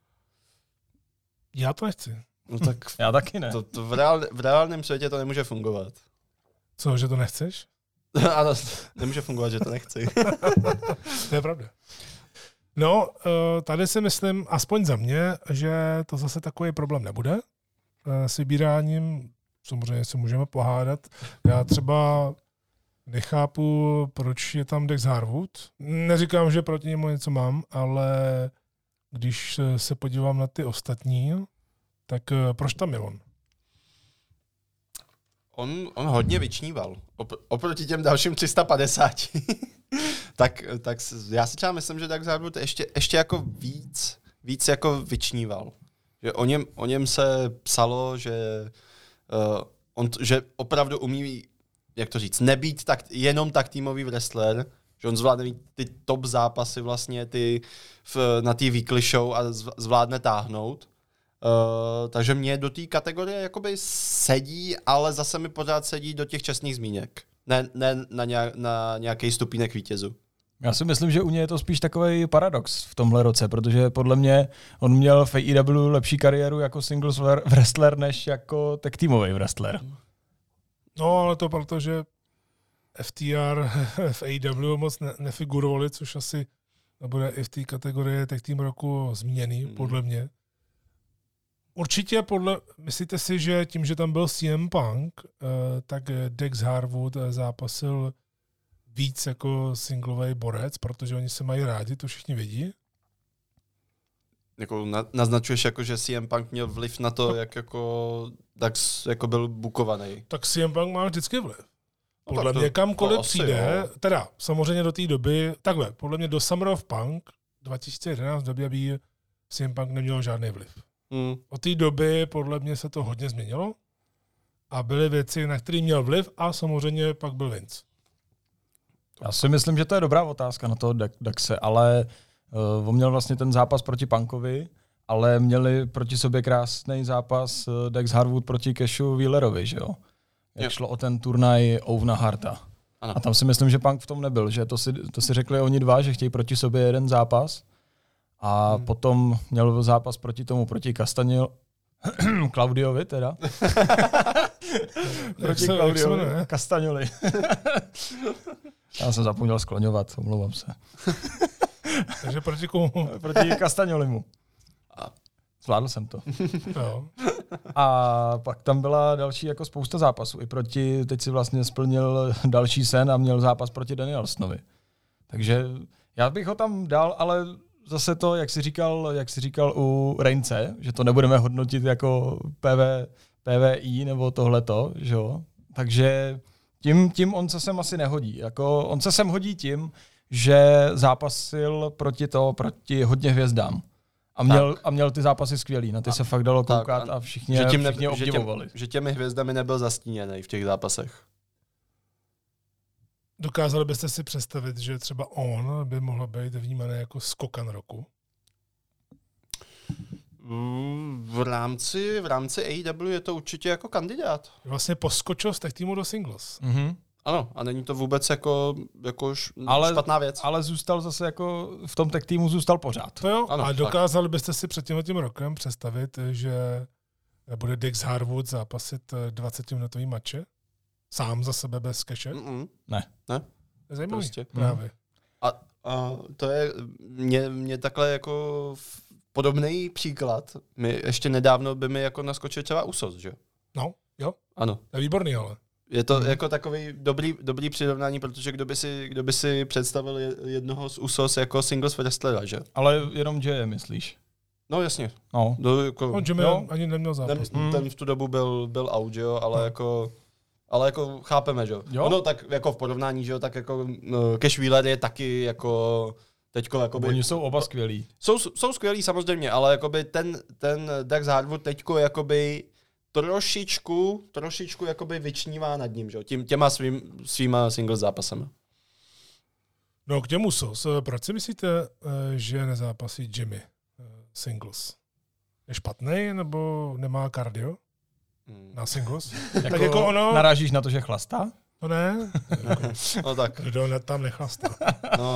Speaker 1: Já to nechci.
Speaker 3: No tak
Speaker 2: já taky ne.
Speaker 3: To, to v, reál, v reálném světě to nemůže fungovat.
Speaker 1: Co, že to nechceš?
Speaker 3: Ano, nemůže fungovat, že to nechci.
Speaker 1: To je pravda. No, tady si myslím, aspoň za mě, že to zase takový problém nebude s vybíráním. Samozřejmě se můžeme pohádat. Já třeba nechápu, proč je tam Dex Harwood. Neříkám, že proti němu něco mám, ale když se podívám na ty ostatní, tak proč tam je on?
Speaker 3: On, on hodně vyčníval. Op- oproti těm dalším tři sta padesáti. tak, tak já si třeba myslím, že Dax Harwood ještě, ještě jako víc, víc jako vyčníval. Že o něm, o něm se psalo, že, uh, on, že opravdu umí, jak to říct, nebýt tak, jenom tak týmový wrestler, že on zvládne mít ty top zápasy vlastně ty v, na té weekly show a zvládne táhnout. Uh, takže mě do té kategorie jakoby sedí, ale zase mi pořád sedí do těch čestných zmínek. Ne, ne na, nějak, na nějaký stupínek vítězu.
Speaker 2: Já si myslím, že u něj je to spíš takový paradox v tomhle roce, protože podle mě on měl v A E W lepší kariéru jako singles wrestler, než jako tag teamový wrestler.
Speaker 1: No, ale to proto, že F T R v A E W moc ne- nefigurovali, což asi bude i v té kategorii tag team roku změněný, mm. podle mě. Určitě podle, myslíte si, že tím, že tam byl C M Punk, tak Dax Harwood zápasil víc jako singlový borec, protože oni se mají rádi, to všichni vidí?
Speaker 3: Jako na, naznačuješ, jako, že C M Punk měl vliv na to, jak jako Dax jako byl bukovaný.
Speaker 1: Tak C M Punk má vždycky vliv. Podle
Speaker 3: no, to,
Speaker 1: mě kamkoliv
Speaker 3: to asi,
Speaker 1: přijde,
Speaker 3: jo.
Speaker 1: teda samozřejmě do té doby, takhle, podle mě do Summer of Punk dva tisíce jedenáct v W W E C M Punk neměl žádný vliv.
Speaker 3: Hmm.
Speaker 1: Od té doby podle mě se to hodně změnilo a byly věci, na které měl vliv a samozřejmě pak byl Vince.
Speaker 2: Já si myslím, že to je dobrá otázka na toho Daxe, ale uh, on měl vlastně ten zápas proti Punkovi, ale měli proti sobě krásný zápas uh, Dax Harwood proti Cashu Wheelerovi, že jo? Jak jo. šlo o ten turnaj Ovna Harta. Ano. A tam si myslím, že Punk v tom nebyl, že to si, to si řekli oni dva, že chtějí proti sobě jeden zápas a hmm. potom měl zápas proti tomu, proti Castagnol, Claudiovi teda. proti Claudiovi, Castagnoli. Já jsem zapomněl skloňovat, omlouvám se.
Speaker 1: Takže proti komu?
Speaker 2: Proti Castagnolimu. Zvládl jsem to.
Speaker 1: Jo.
Speaker 2: A pak tam byla další jako spousta zápasů. I proti, teď si vlastně splnil další sen a měl zápas proti Danielsonovi. Takže já bych ho tam dal, ale zase to, jak jsi říkal, jak jsi říkal u Reince, že to nebudeme hodnotit jako P V, P V I nebo tohleto, že jo. Takže tím, tím on se sem asi nehodí. Jako, on se sem hodí tím, že zápasil proti to, proti hodně hvězdám. A měl, a měl ty zápasy skvělý, na ty a, se fakt dalo koukat tak, a všichni, že tím všichni ne, obdivovali.
Speaker 3: Že, těm, že těmi hvězdami nebyl zastíněný v těch zápasech.
Speaker 1: Dokázali byste si představit, že třeba on by mohl být vnímaný jako skokan roku?
Speaker 3: V rámci, v rámci A E W je to určitě jako kandidát.
Speaker 1: Vlastně poskočil z tech týmu do singles.
Speaker 3: Mm-hmm. Ano, a není to vůbec jako, jako
Speaker 2: ale,
Speaker 3: špatná věc.
Speaker 2: Ale zůstal zase jako v tom tech týmu zůstal pořád.
Speaker 1: To jo, ano, a dokázali tak. byste si před tím rokem představit, že bude Dax Harwood zápasit dvacetiminutový mače? Sám za sebe bez keše?
Speaker 3: Mm-mm.
Speaker 2: Ne.
Speaker 3: Ne?
Speaker 1: Zajímavý,
Speaker 3: prostě.
Speaker 1: Právě. Mm.
Speaker 3: A, a to je, mě, mě takhle jako podobný příklad. My ještě nedávno by mi jako naskočil třeba Usos, že?
Speaker 1: No, jo.
Speaker 3: Ano.
Speaker 1: To je výborný, ale.
Speaker 3: Je to mm. jako takový dobrý, dobrý přirovnání, protože kdo by, si, kdo by si představil jednoho z Usos jako singles wrestlera, že?
Speaker 2: Ale jenom Jay, myslíš?
Speaker 3: No jasně.
Speaker 2: No.
Speaker 3: Do, jako,
Speaker 1: On Jimmy no, ani neměl zápas.
Speaker 3: Ten, mm. ten v tu dobu byl, byl out, že jo, ale no. jako... Ale jako chápeme, že jo? Ono tak jako v porovnání, že jo, tak jako no, Cash Wheeler je taky jako teďko jakoby...
Speaker 2: Oni jsou oba skvělí.
Speaker 3: Jsou, jsou skvělí samozřejmě, ale jakoby ten, ten Dax Harwood teďko jakoby trošičku, trošičku jakoby vyčnívá nad ním, že jo, tím, těma svým, svýma single zápasama.
Speaker 1: No k těmu sos. Proč si myslíte, že nezápasí Jimmy singles? Je špatný nebo nemá kardio? Na singles?
Speaker 2: Jako tak jako ono... Narážíš na to, že chlastá?
Speaker 1: No ne.
Speaker 3: No tak.
Speaker 1: Kdo tam nechlastá?
Speaker 3: No.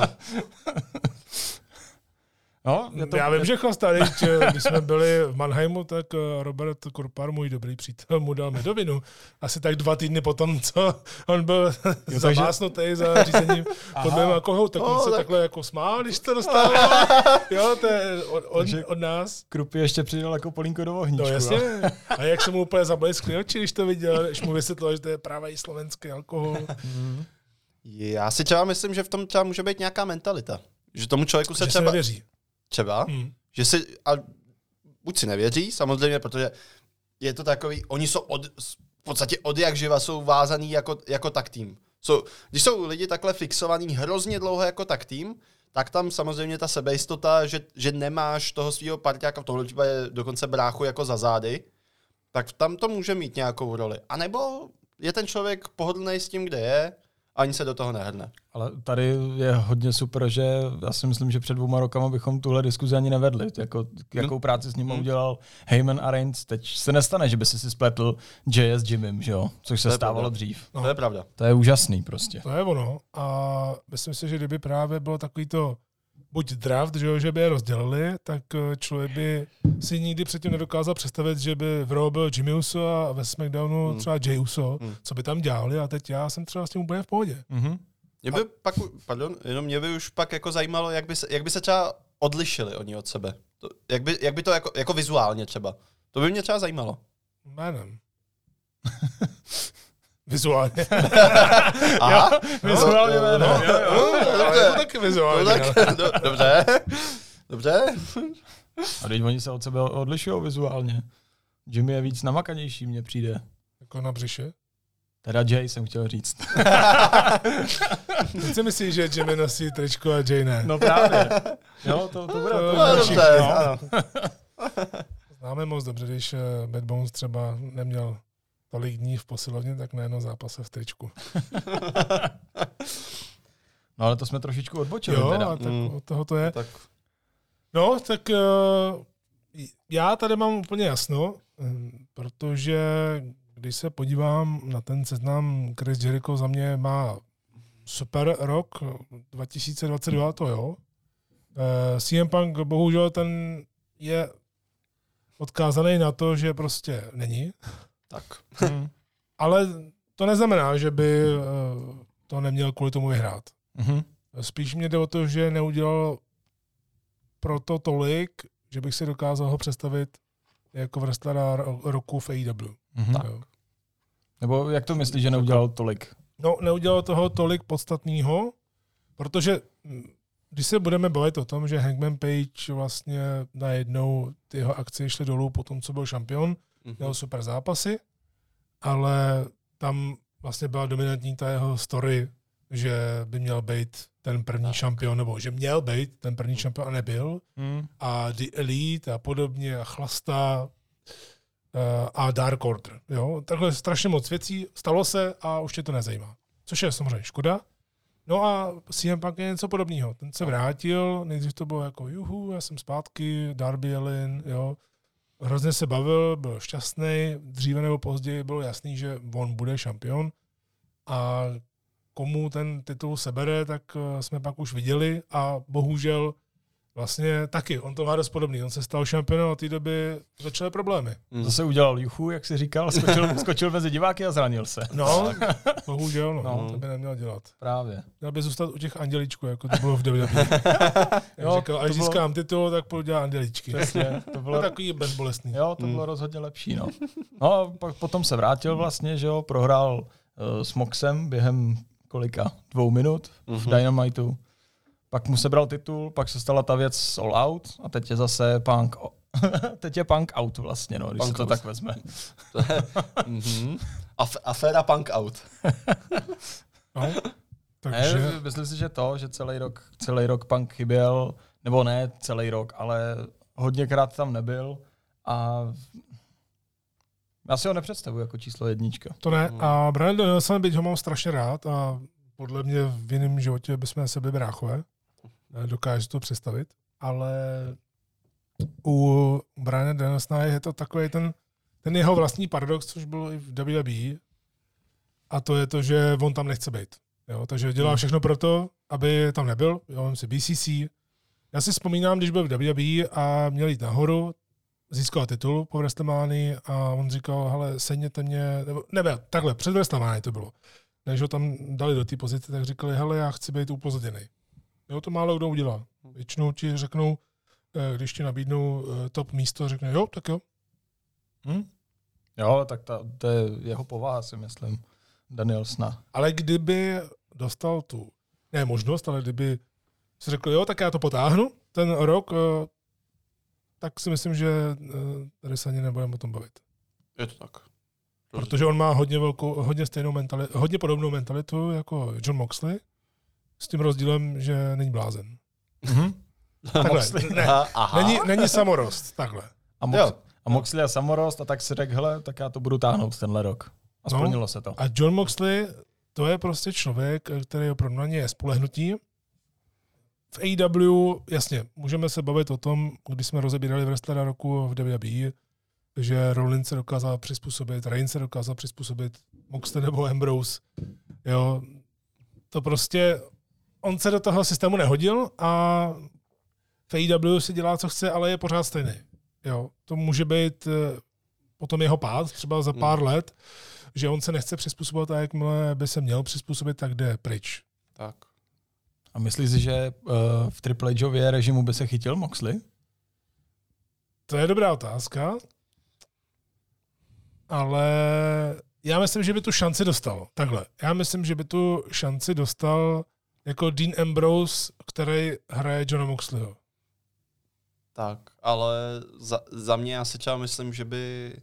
Speaker 2: No, je to,
Speaker 1: já vím, je... že chlastá. Když jsme byli v Mannheimu, tak Robert Kurpar, můj dobrý přítel, mu dal medovinu. Asi tak dva týdny potom, co on byl jo, zamásnutý takže... za řízením pod mým alkoholu, tak on oh, se tak... takhle jako smál, když to dostával. Jo, to je od, od, od nás.
Speaker 2: Krupy ještě přidal jako polínko do ohníčku.
Speaker 1: No jasně. A jak se mu úplně zableskli oči, když to viděl, když mu vysvětlil, že to je pravý slovenský alkohol.
Speaker 3: Já si třeba myslím, že v tom třeba může být nějaká mentalita. Že tomu člověku se
Speaker 1: že
Speaker 3: třeba...
Speaker 1: se nevěří.
Speaker 3: Třeba, hmm. že si, a buď si nevěří, samozřejmě, protože je to takový, oni jsou od, podstatě od jak živa jsou vázaný jako, jako tag team. So, když jsou lidi takhle fixovaný hrozně dlouho jako tag team, tak tam samozřejmě ta sebejistota, že, že nemáš toho svého parťáka, v tomhle případě dokonce bráchu jako za zády, tak tam to může mít nějakou roli. A nebo je ten člověk pohodlný s tím, kde je, ani se do toho nehrne.
Speaker 2: Ale tady je hodně super, že já si myslím, že před dvouma rokama bychom tuhle diskuzi ani nevedli. Jako, jakou práci s ním hmm. udělal Heyman a Reigns. Teď se nestane, že by si si spletl Jay s Jimmym, že jo? Což se stávalo
Speaker 3: pravda.
Speaker 2: dřív.
Speaker 3: No. To je pravda.
Speaker 2: To je úžasný prostě.
Speaker 1: To je ono. A myslím si, že kdyby právě bylo takový to buď draft, že, jo, že by je rozdělili, tak člověk by si nikdy předtím nedokázal představit, že by v Raw byl Jimmy Uso a ve SmackDownu hmm. třeba Jay Uso, hmm. co by tam dělali a teď já jsem třeba s tím úplně v pohodě.
Speaker 2: Mm-hmm.
Speaker 3: Mě by a... pak, pardon, jenom mě by už pak jako zajímalo, jak by se, jak by se třeba odlišili oni od sebe. To, jak, by, jak by to jako, jako vizuálně třeba. To by mě třeba zajímalo.
Speaker 1: Jménem. Vizuálně.
Speaker 3: Aha,
Speaker 2: vizuálně jménem.
Speaker 1: No, no, no, no, je to taky vizuálně.
Speaker 3: No, tak, do, dobře. Dobře.
Speaker 2: A teď oni se od sebe odlišují vizuálně. Jimmy je víc namakanější, mně přijde.
Speaker 1: Jako na břiše?
Speaker 2: Teda Jay jsem chtěl říct.
Speaker 1: Teď si myslíš, že Jimmy nosí tričko a Jay ne?
Speaker 2: No právě. Jo, to, to bude. To,
Speaker 3: no, dobře,
Speaker 1: no.
Speaker 3: ano.
Speaker 1: Známe moc dobře, když Bad Bones třeba neměl tolik dní v posilovně, tak na jedno zápase v tričku.
Speaker 2: No ale to jsme trošičku odbočili.
Speaker 1: Jo,
Speaker 2: teda.
Speaker 1: a tak
Speaker 3: mm.
Speaker 1: od toho to je.
Speaker 3: Tak.
Speaker 1: No, tak uh, já tady mám úplně jasno, protože když se podívám na ten seznam, Chris Jericho za mě má super rok, dva tisíce dvacet dva, to jo. Uh, C M Punk, bohužel ten je odkázaný na to, že prostě není.
Speaker 3: Tak.
Speaker 2: Hmm.
Speaker 1: Ale to neznamená, že by to neměl kvůli tomu vyhrát.
Speaker 2: Mm-hmm.
Speaker 1: Spíš mě jde o to, že neudělal proto tolik, že bych si dokázal ho představit jako wrestlera roku v A E W.
Speaker 2: Mm-hmm.
Speaker 1: Tak.
Speaker 2: Nebo jak to myslíš, že neudělal tolik?
Speaker 1: No, neudělal toho tolik podstatného, protože když se budeme bavit o tom, že Hangman Page vlastně najednou ty jeho akcie šly dolů po tom, co byl šampion, mm-hmm. měl super zápasy, ale tam vlastně byla dominantní ta jeho story, že by měl být ten první tak. šampion, nebo že měl být ten první šampion a nebyl. Mm. A The Elite a podobně, a Chlasta uh, a Dark Order. Jo? Takhle strašně moc věcí stalo se a už tě to nezajímá. Což je samozřejmě škoda. No a C M Punk je něco podobného. Ten se vrátil, nejdřív to bylo jako juhu, já jsem zpátky, Darby Allin, jo. Hrozně se bavil, byl šťastný, dříve nebo později bylo jasný, že on bude šampion a komu ten titul sebere, tak jsme pak už viděli a bohužel vlastně taky, on to má dost podobný, on se stal šampionem a od té doby začaly problémy.
Speaker 2: Mm. Zase udělal juchu, jak jsi říkal, skočil, skočil mezi diváky a zranil se.
Speaker 1: No, bohužel, no,
Speaker 2: no,
Speaker 1: to by neměl dělat.
Speaker 2: Právě.
Speaker 1: Měl by zůstat u těch andělíčků, jako to bylo v W W E. Jo, říkal, až bylo... získám titul, tak půjdu dělat andělíčky.
Speaker 2: Přesně, to bylo
Speaker 1: takový bezbolestný.
Speaker 2: Jo, to bylo mm. rozhodně lepší, no. No a pak potom se vrátil vlastně, že jo, prohrál uh, s Moxem během kolika? Dvou minut mm-hmm. v Dynamitu. Pak mu sebral titul, pak se stala ta věc All Out a teď je zase Punk. Teď je Punk out vlastně, no, když punk se to out. Tak vezme.
Speaker 3: mm-hmm. Af- aféra Punk out.
Speaker 1: No, takže...
Speaker 2: Ne, myslím si, že to, že celý rok, celý rok Punk chyběl, nebo ne celý rok, ale hodněkrát tam nebyl a já si ho nepředstavuji jako číslo jednička.
Speaker 1: To ne. A Bryan Danielson, byť ho mám strašně rád a podle mě v jiném životě bychom se byli bráchové. Dokážu to představit. Ale u Bryana Danielsona je to takový ten, ten jeho vlastní paradox, což bylo i v W W E. A to je to, že on tam nechce být. Jo? Takže dělá všechno pro to, aby tam nebyl. Jo, mám si B C C. Já si vzpomínám, když byl v W W E a měl jít nahoru, získal titul po WrestleManii a on říkal, hele, sedněte mě, nebo ne, takhle, před WrestleManii to bylo. Než ho tam dali do té pozice, tak říkali, hele, já chci být upozaděný. Jo, to málo kdo udělá. Většinou ti řeknou, když ti nabídnou top místo, řekne, jo, tak jo.
Speaker 2: Hm? Jo, tak ta, to je jeho povaha, si myslím, Danielsona.
Speaker 1: Ale kdyby dostal tu, ne možnost, ale kdyby si řekl, jo, tak já to potáhnu, ten rok, tak si myslím, že tady se ani nebudeme o tom bavit.
Speaker 3: Je to tak.
Speaker 1: Protože on má hodně velkou, hodně stejnou mentalitu, hodně podobnou mentalitu jako John Moxley, s tím rozdílem, že není blázen.
Speaker 2: Mm-hmm.
Speaker 1: Takhle, ne, není, není samorost, takhle.
Speaker 2: A, Mox, a Moxley a samorost a tak si řekl, hele, tak já to budu táhnout tenhle rok. A splnilo no, se to.
Speaker 1: A John Moxley, to je prostě člověk, který opravdu na ně je spolehnutí. V A E W, jasně, můžeme se bavit o tom, když jsme rozebírali wrestlera roku v W W E, že Rollins se dokázal přizpůsobit, Reigns se dokázal přizpůsobit, Moxley nebo Ambrose. Jo, to prostě, on se do toho systému nehodil a v A E W si dělá, co chce, ale je pořád stejný. Jo, to může být potom jeho pád, třeba za pár hmm. let, že on se nechce přizpůsobit a jakmile by se měl přizpůsobit, tak jde pryč.
Speaker 3: Tak.
Speaker 2: A myslíš si, že uh, v Triple Hově režimu by se chytil Moxley?
Speaker 1: To je dobrá otázka, ale já myslím, že by tu šanci dostal. Takhle. Já myslím, že by tu šanci dostal jako Dean Ambrose, který hraje Johna Moxleyho.
Speaker 3: Tak, ale za, za mě já si třeba myslím, že by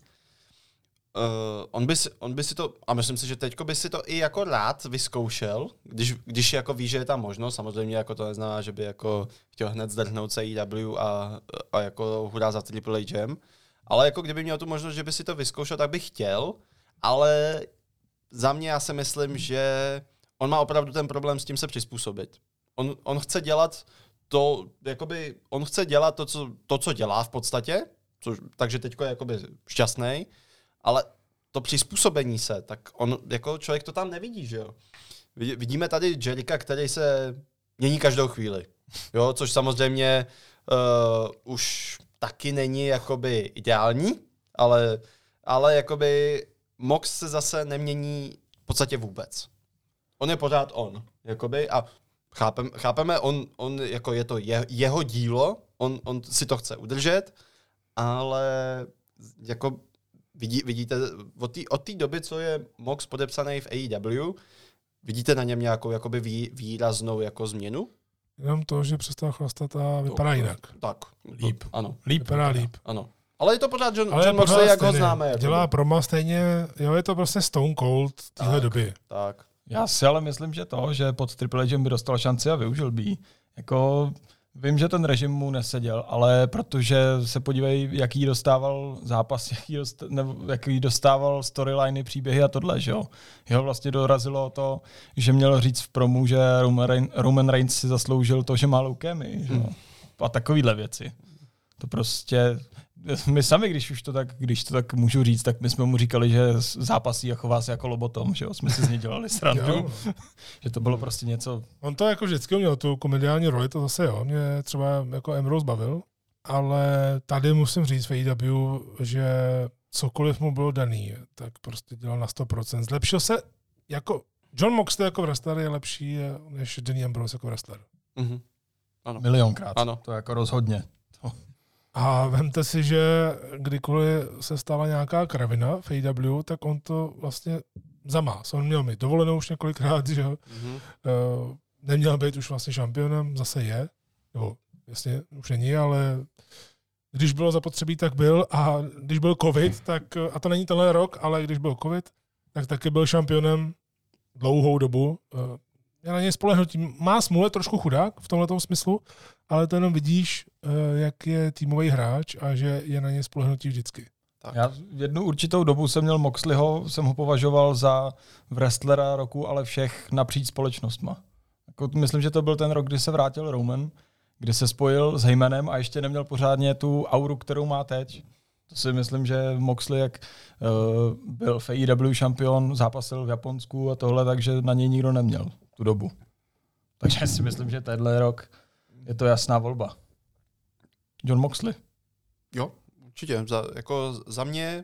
Speaker 3: uh, on, by si, on by si to, a myslím si, že teďko by si to i jako rád vyzkoušel, když, když jako ví, že je tam možnost, samozřejmě jako to neznamená, že by jako chtěl hned zdrhnout se A E W a, a jako hurá za Triple H, ale jako kdyby měl tu možnost, že by si to vyzkoušel, tak bych chtěl, ale za mě já si myslím, že on má opravdu ten problém s tím se přizpůsobit. On, on chce dělat to, jakoby, on chce dělat to, co, to, co dělá v podstatě, což, takže teďko je jakoby šťastný, ale to přizpůsobení se, tak on, jako člověk to tam nevidí, že jo. Vidíme tady Jericha, který se mění každou chvíli, jo, což samozřejmě uh, už taky není jakoby ideální, ale, ale jakoby Mox se zase nemění v podstatě vůbec. On je pořád on, jakoby, a chápem, chápeme, on, on jako je to je, jeho dílo, on, on si to chce udržet, ale jako vidí, vidíte, od té doby, co je Mox podepsaný v A E W, vidíte na něm nějakou jakoby vý, výraznou jako změnu?
Speaker 1: Jenom to, že přestal chlastat a vypadá to, jinak.
Speaker 3: Tak.
Speaker 2: Líp.
Speaker 3: Ano.
Speaker 1: Líp. Vypadá líp.
Speaker 3: Ano. Ale je to pořád John,
Speaker 1: Ale
Speaker 3: John Moxley, jak ho známe.
Speaker 1: Jako dělá promo stejně, jo, je to prostě Stone Cold téhle
Speaker 3: tak,
Speaker 1: doby.
Speaker 3: Tak.
Speaker 2: Já si ale myslím, že to, že pod Triple Hom by dostal šanci a využil by. Jako, vím, že ten režim mu neseděl, ale protože se podívej, jaký dostával zápas, jaký, dost, nebo jaký dostával storyliny, příběhy a tohle, že jo. Jeho vlastně dorazilo to, že měl říct v promu, že Roman, Reign, Roman Reigns si zasloužil to, že má leukémii, že jo. Hmm. A takovýhle věci. To prostě... My sami, když už to tak, když to tak můžu říct, tak my jsme mu říkali, že zápasí a chová se jako lobotom, že jo, jsme si z něj dělali srandu, že to bylo prostě něco.
Speaker 1: On to jako vždycky měl tu komediální roli, to zase jo, mě třeba jako Ambrose bavil, ale tady musím říct v A E W, že cokoliv mu bylo daný, tak prostě dělal na sto procent. Zlepšil se, jako John Moxley jako wrestler je lepší než Dean Ambrose jako wrestler.
Speaker 3: Mm-hmm. Ano.
Speaker 2: Milionkrát,
Speaker 3: ano.
Speaker 2: To jako rozhodně.
Speaker 1: A vemte si, že kdykoliv se stala nějaká kravina v A E W, tak on to vlastně zamás. On měl mít dovolenou už několikrát, že jo. Mm-hmm. Uh, neměl být už vlastně šampionem, zase je. Jo, jasně, už není, ale když bylo zapotřebí, tak byl. A když byl covid, tak, a to není tenhle rok, ale když byl covid, tak taky byl šampionem dlouhou dobu. Uh, já na něj spolehnutí. Má smůle, trošku chudák v tomhletom smyslu, ale to jenom vidíš, jak je týmový hráč a že je na něj spolehnutí vždycky.
Speaker 2: Tak. Já v jednu určitou dobu jsem měl Moxleyho, jsem ho považoval za wrestlera roku, ale všech napříč společnostma. Jako, myslím, že to byl ten rok, kdy se vrátil Roman, kdy se spojil s Heymanem a ještě neměl pořádně tu auru, kterou má teď. To si myslím, že Moxley, jak uh, byl v A E W šampion, zápasil v Japonsku a tohle, takže na něj nikdo neměl tu dobu. Takže si myslím, že tenhle rok je to jasná volba. John Moxley.
Speaker 3: Jo, určitě. Za, jako za mě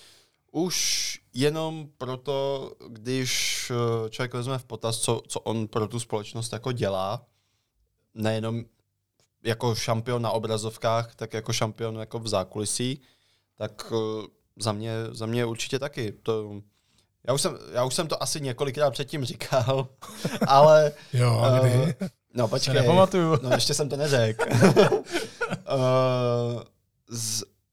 Speaker 3: už jenom proto, když člověk vezme v potaz, co, co on pro tu společnost jako dělá, nejenom jako šampion na obrazovkách, tak jako šampion jako v zákulisí, tak za mě, za mě určitě taky. To, já, už jsem, já už jsem to asi několikrát předtím říkal, ale...
Speaker 1: jo, a kdy? Uh,
Speaker 3: no počkej,
Speaker 2: nepamatuju.
Speaker 3: No ještě jsem to neřekl. uh, z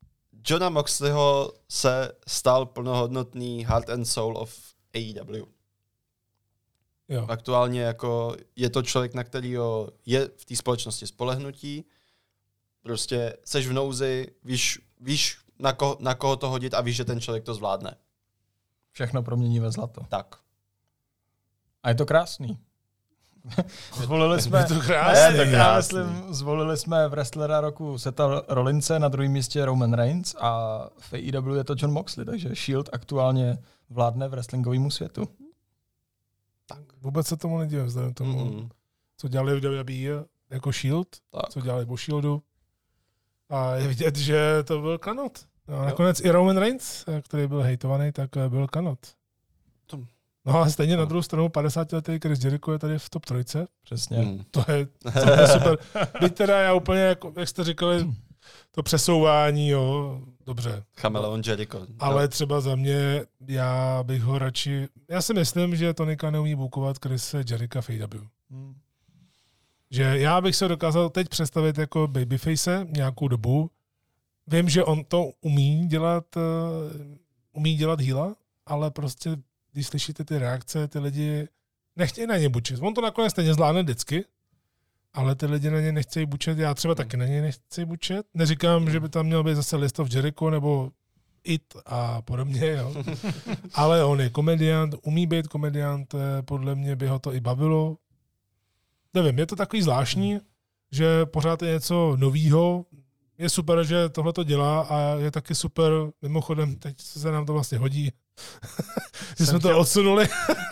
Speaker 3: Johna Moxleyho se stal plnohodnotný heart and soul of A E W.
Speaker 1: Jo.
Speaker 3: Aktuálně jako je to člověk, na kterýho je v té společnosti spolehnutí. Prostě seš v nouzi, víš, víš na, ko, na koho to hodit a víš, že ten člověk to zvládne.
Speaker 2: Všechno promění ve zlato.
Speaker 3: Tak.
Speaker 2: A je to krásný. Zvolili jsme,
Speaker 1: je to krásný.
Speaker 2: Ne, tak já myslím, zvolili jsme wrestlera roku Seta Rollinse, na druhém místě Roman Reigns a v A E W je to Jon Moxley, takže Shield aktuálně vládne v wrestlingovému světu.
Speaker 3: Tak.
Speaker 1: Vůbec se tomu nedívám, vzhledem tomu, mm-hmm. co dělali v W W E jako Shield, tak. co dělali po Shieldu. A je vidět, že to byl kanot. No, nakonec i Roman Reigns, který byl hejtovaný, tak byl kanot. To... No a stejně no. na druhou stranu padesátiletý Chris Jericho je tady v top trojce.
Speaker 2: Přesně.
Speaker 1: Mm. To je, to je super. Byť teda já úplně, jako, jak jste říkali, to přesouvání, jo, dobře.
Speaker 3: Chameleon Jericho.
Speaker 1: Ale
Speaker 3: no.
Speaker 1: třeba za mě, já bych ho radši... Já si myslím, že Tonika neumí bukovat Chris Jericha v A E W. Hmm. Že já bych se dokázal teď představit jako babyface nějakou dobu. Vím, že on to umí dělat, uh, umí dělat heala, ale prostě, když slyšíte ty reakce, ty lidi nechtějí na ně bučit. On to nakonec stejně zvládne vždycky, ale ty lidi na ně nechtějí bučet. Já třeba taky na ně nechci bučet. Neříkám, že by tam měl být zase List of Jericho nebo It a podobně, jo. Ale on je komediant, umí být komediant, podle mě by ho to i bavilo. Nevím, je to takový zvláštní, že pořád je něco novýho. Je super, že tohle to dělá a je taky super, mimochodem, teď se nám to vlastně hodí, že jsme to odsunuli.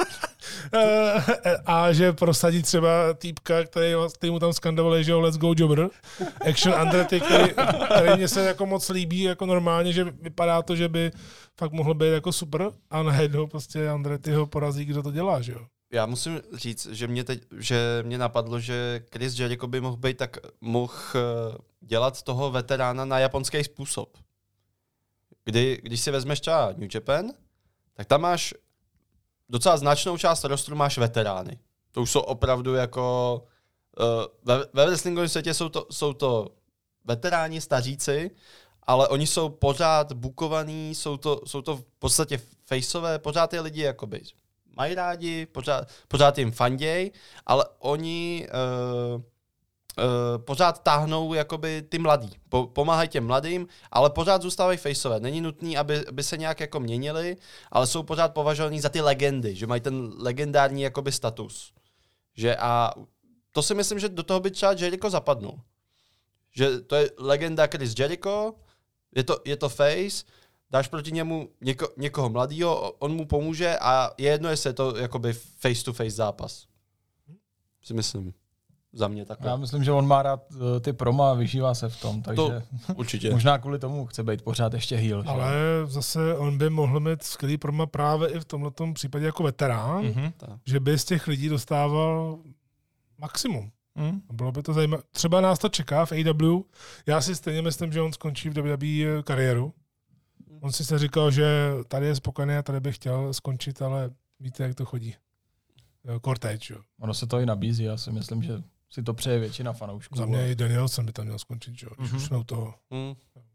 Speaker 1: A že prosadí třeba týpka, který, který mu tam skandovali, že jo, Let's Go Jobber, Action Andretti, který, který mě se jako moc líbí, jako normálně, že vypadá to, že by fakt mohl být jako super a najednou prostě Andretti ho porazí, kdo to dělá, že jo.
Speaker 3: Já musím říct, že mě teď, že mě napadlo, že Chris Jericho by mohl být tak, mohl dělat toho veterána na japonský způsob. Kdy, když si vezmeš třeba New Japan, tak tam máš docela značnou část rostru máš veterány. To už jsou opravdu jako... Uh, ve, ve wrestlingovém světě jsou to, jsou to veteráni, staříci, ale oni jsou pořád bukovaní, jsou to, jsou to v podstatě faceové, pořád ty lidi jakoby mají rádi, pořád, pořád jim fanděj, ale oni uh, uh, pořád táhnou jakoby ty mladí. Po, pomáhají těm mladým, ale pořád zůstávají faceové. Není nutný, aby, aby se nějak jako měnili, ale jsou pořád považovaní za ty legendy, že mají ten legendární jakoby status. Že a to si myslím, že do toho by třeba Jericho zapadnul. Že to je legenda Chris Jericho, je to, je to face, dáš proti němu něko, někoho mladýho, on mu pomůže a je jedno, jestli je to jakoby face-to-face zápas. Si myslím. Za mě takhle.
Speaker 2: Já myslím, že on má rád ty proma a vyžívá se v tom, takže
Speaker 3: to určitě.
Speaker 2: Možná kvůli tomu chce být pořád ještě heel.
Speaker 1: Ale že? Zase on by mohl mít skvělý proma právě i v tomhletom případě jako veterán, mm-hmm. že by z těch lidí dostával maximum. Mm. Bylo by to zajímavé. Třeba nás to čeká v A E W. Já si stejně myslím, že on skončí v W W E kariéru. On si se říkal, že tady je spokojený a tady by chtěl skončit, ale víte, jak to chodí. Cortage, jo.
Speaker 2: Ono se to i nabízí, já si myslím, že si to přeje většina fanoušků.
Speaker 1: Za mě i Danielson by tam měl skončit, jo, když mm-hmm. už jsme u toho. Mm.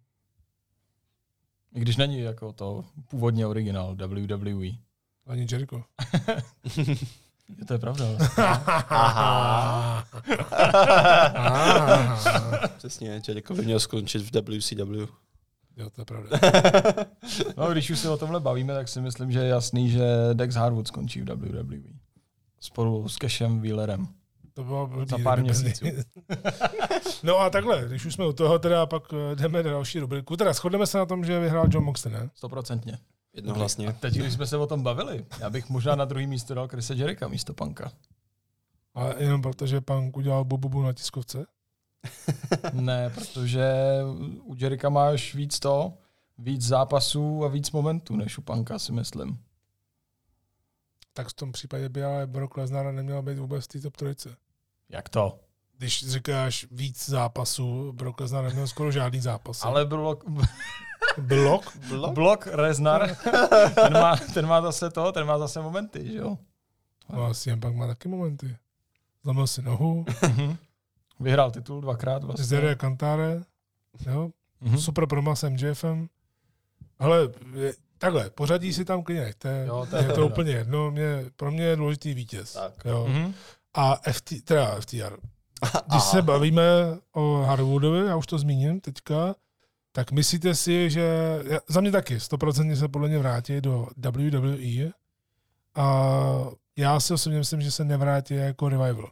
Speaker 2: I když není jako to původně originál W W E.
Speaker 1: Ani Jericho.
Speaker 2: Je to je pravda.
Speaker 3: Aha. Přesně, Jericho by měl skončit v W C W.
Speaker 1: Jo, to je pravda.
Speaker 2: No, když už se o tomhle bavíme, tak si myslím, že je jasný, že Dex Harwood skončí v W W E. Spolu s Cashem Wheelerem.
Speaker 1: To bylo blbý,
Speaker 2: za pár měsíců.
Speaker 1: No a takhle, když už jsme u toho, teda pak jdeme do další rubriku. Teda shodneme se na tom, že vyhrál Jon Moxley, ne?
Speaker 2: Stoprocentně.
Speaker 3: Jednohlasně.
Speaker 2: A teď, když jsme se o tom bavili, já bych možná na druhý místo dal Chrisa Jericha místo Punka.
Speaker 1: Ale jenom protože že Punk udělal bububu na tiskovce?
Speaker 2: Ne, protože u Jericha máš víc to, víc zápasů a víc momentů než u Punka, si myslím.
Speaker 1: Tak v tom případě by ale Brock Lesnar neměl být vůbec v té top trojce.
Speaker 2: Jak to?
Speaker 1: Když říkáš víc zápasů, Brock Lesnar neměl skoro žádný zápas.
Speaker 2: Ale Brock...
Speaker 1: Blok?
Speaker 2: Blok? Blok Lesnar, ten má, ten má zase to, ten má zase momenty, že jo?
Speaker 1: No a C M Punk má taky momenty. Zlomil si nohu.
Speaker 2: Vyhrál titul dvakrát vlastně.
Speaker 1: Zere Kantare. Jo? mm-hmm. super promo s M J Fem. Ale takhle, pořadí si tam klidně nechte, jo, to je, je to úplně jedno, mě, pro mě je důležitý vítěz. Tak. Jo. Mm-hmm. A F T, teda F T R. Když se bavíme o Hardwoodovi, já už to zmíním teďka, tak myslíte si, že za mě taky sto procent se podle mě vrátí do W W E a já si osobně myslím, že se nevrátí jako Revival.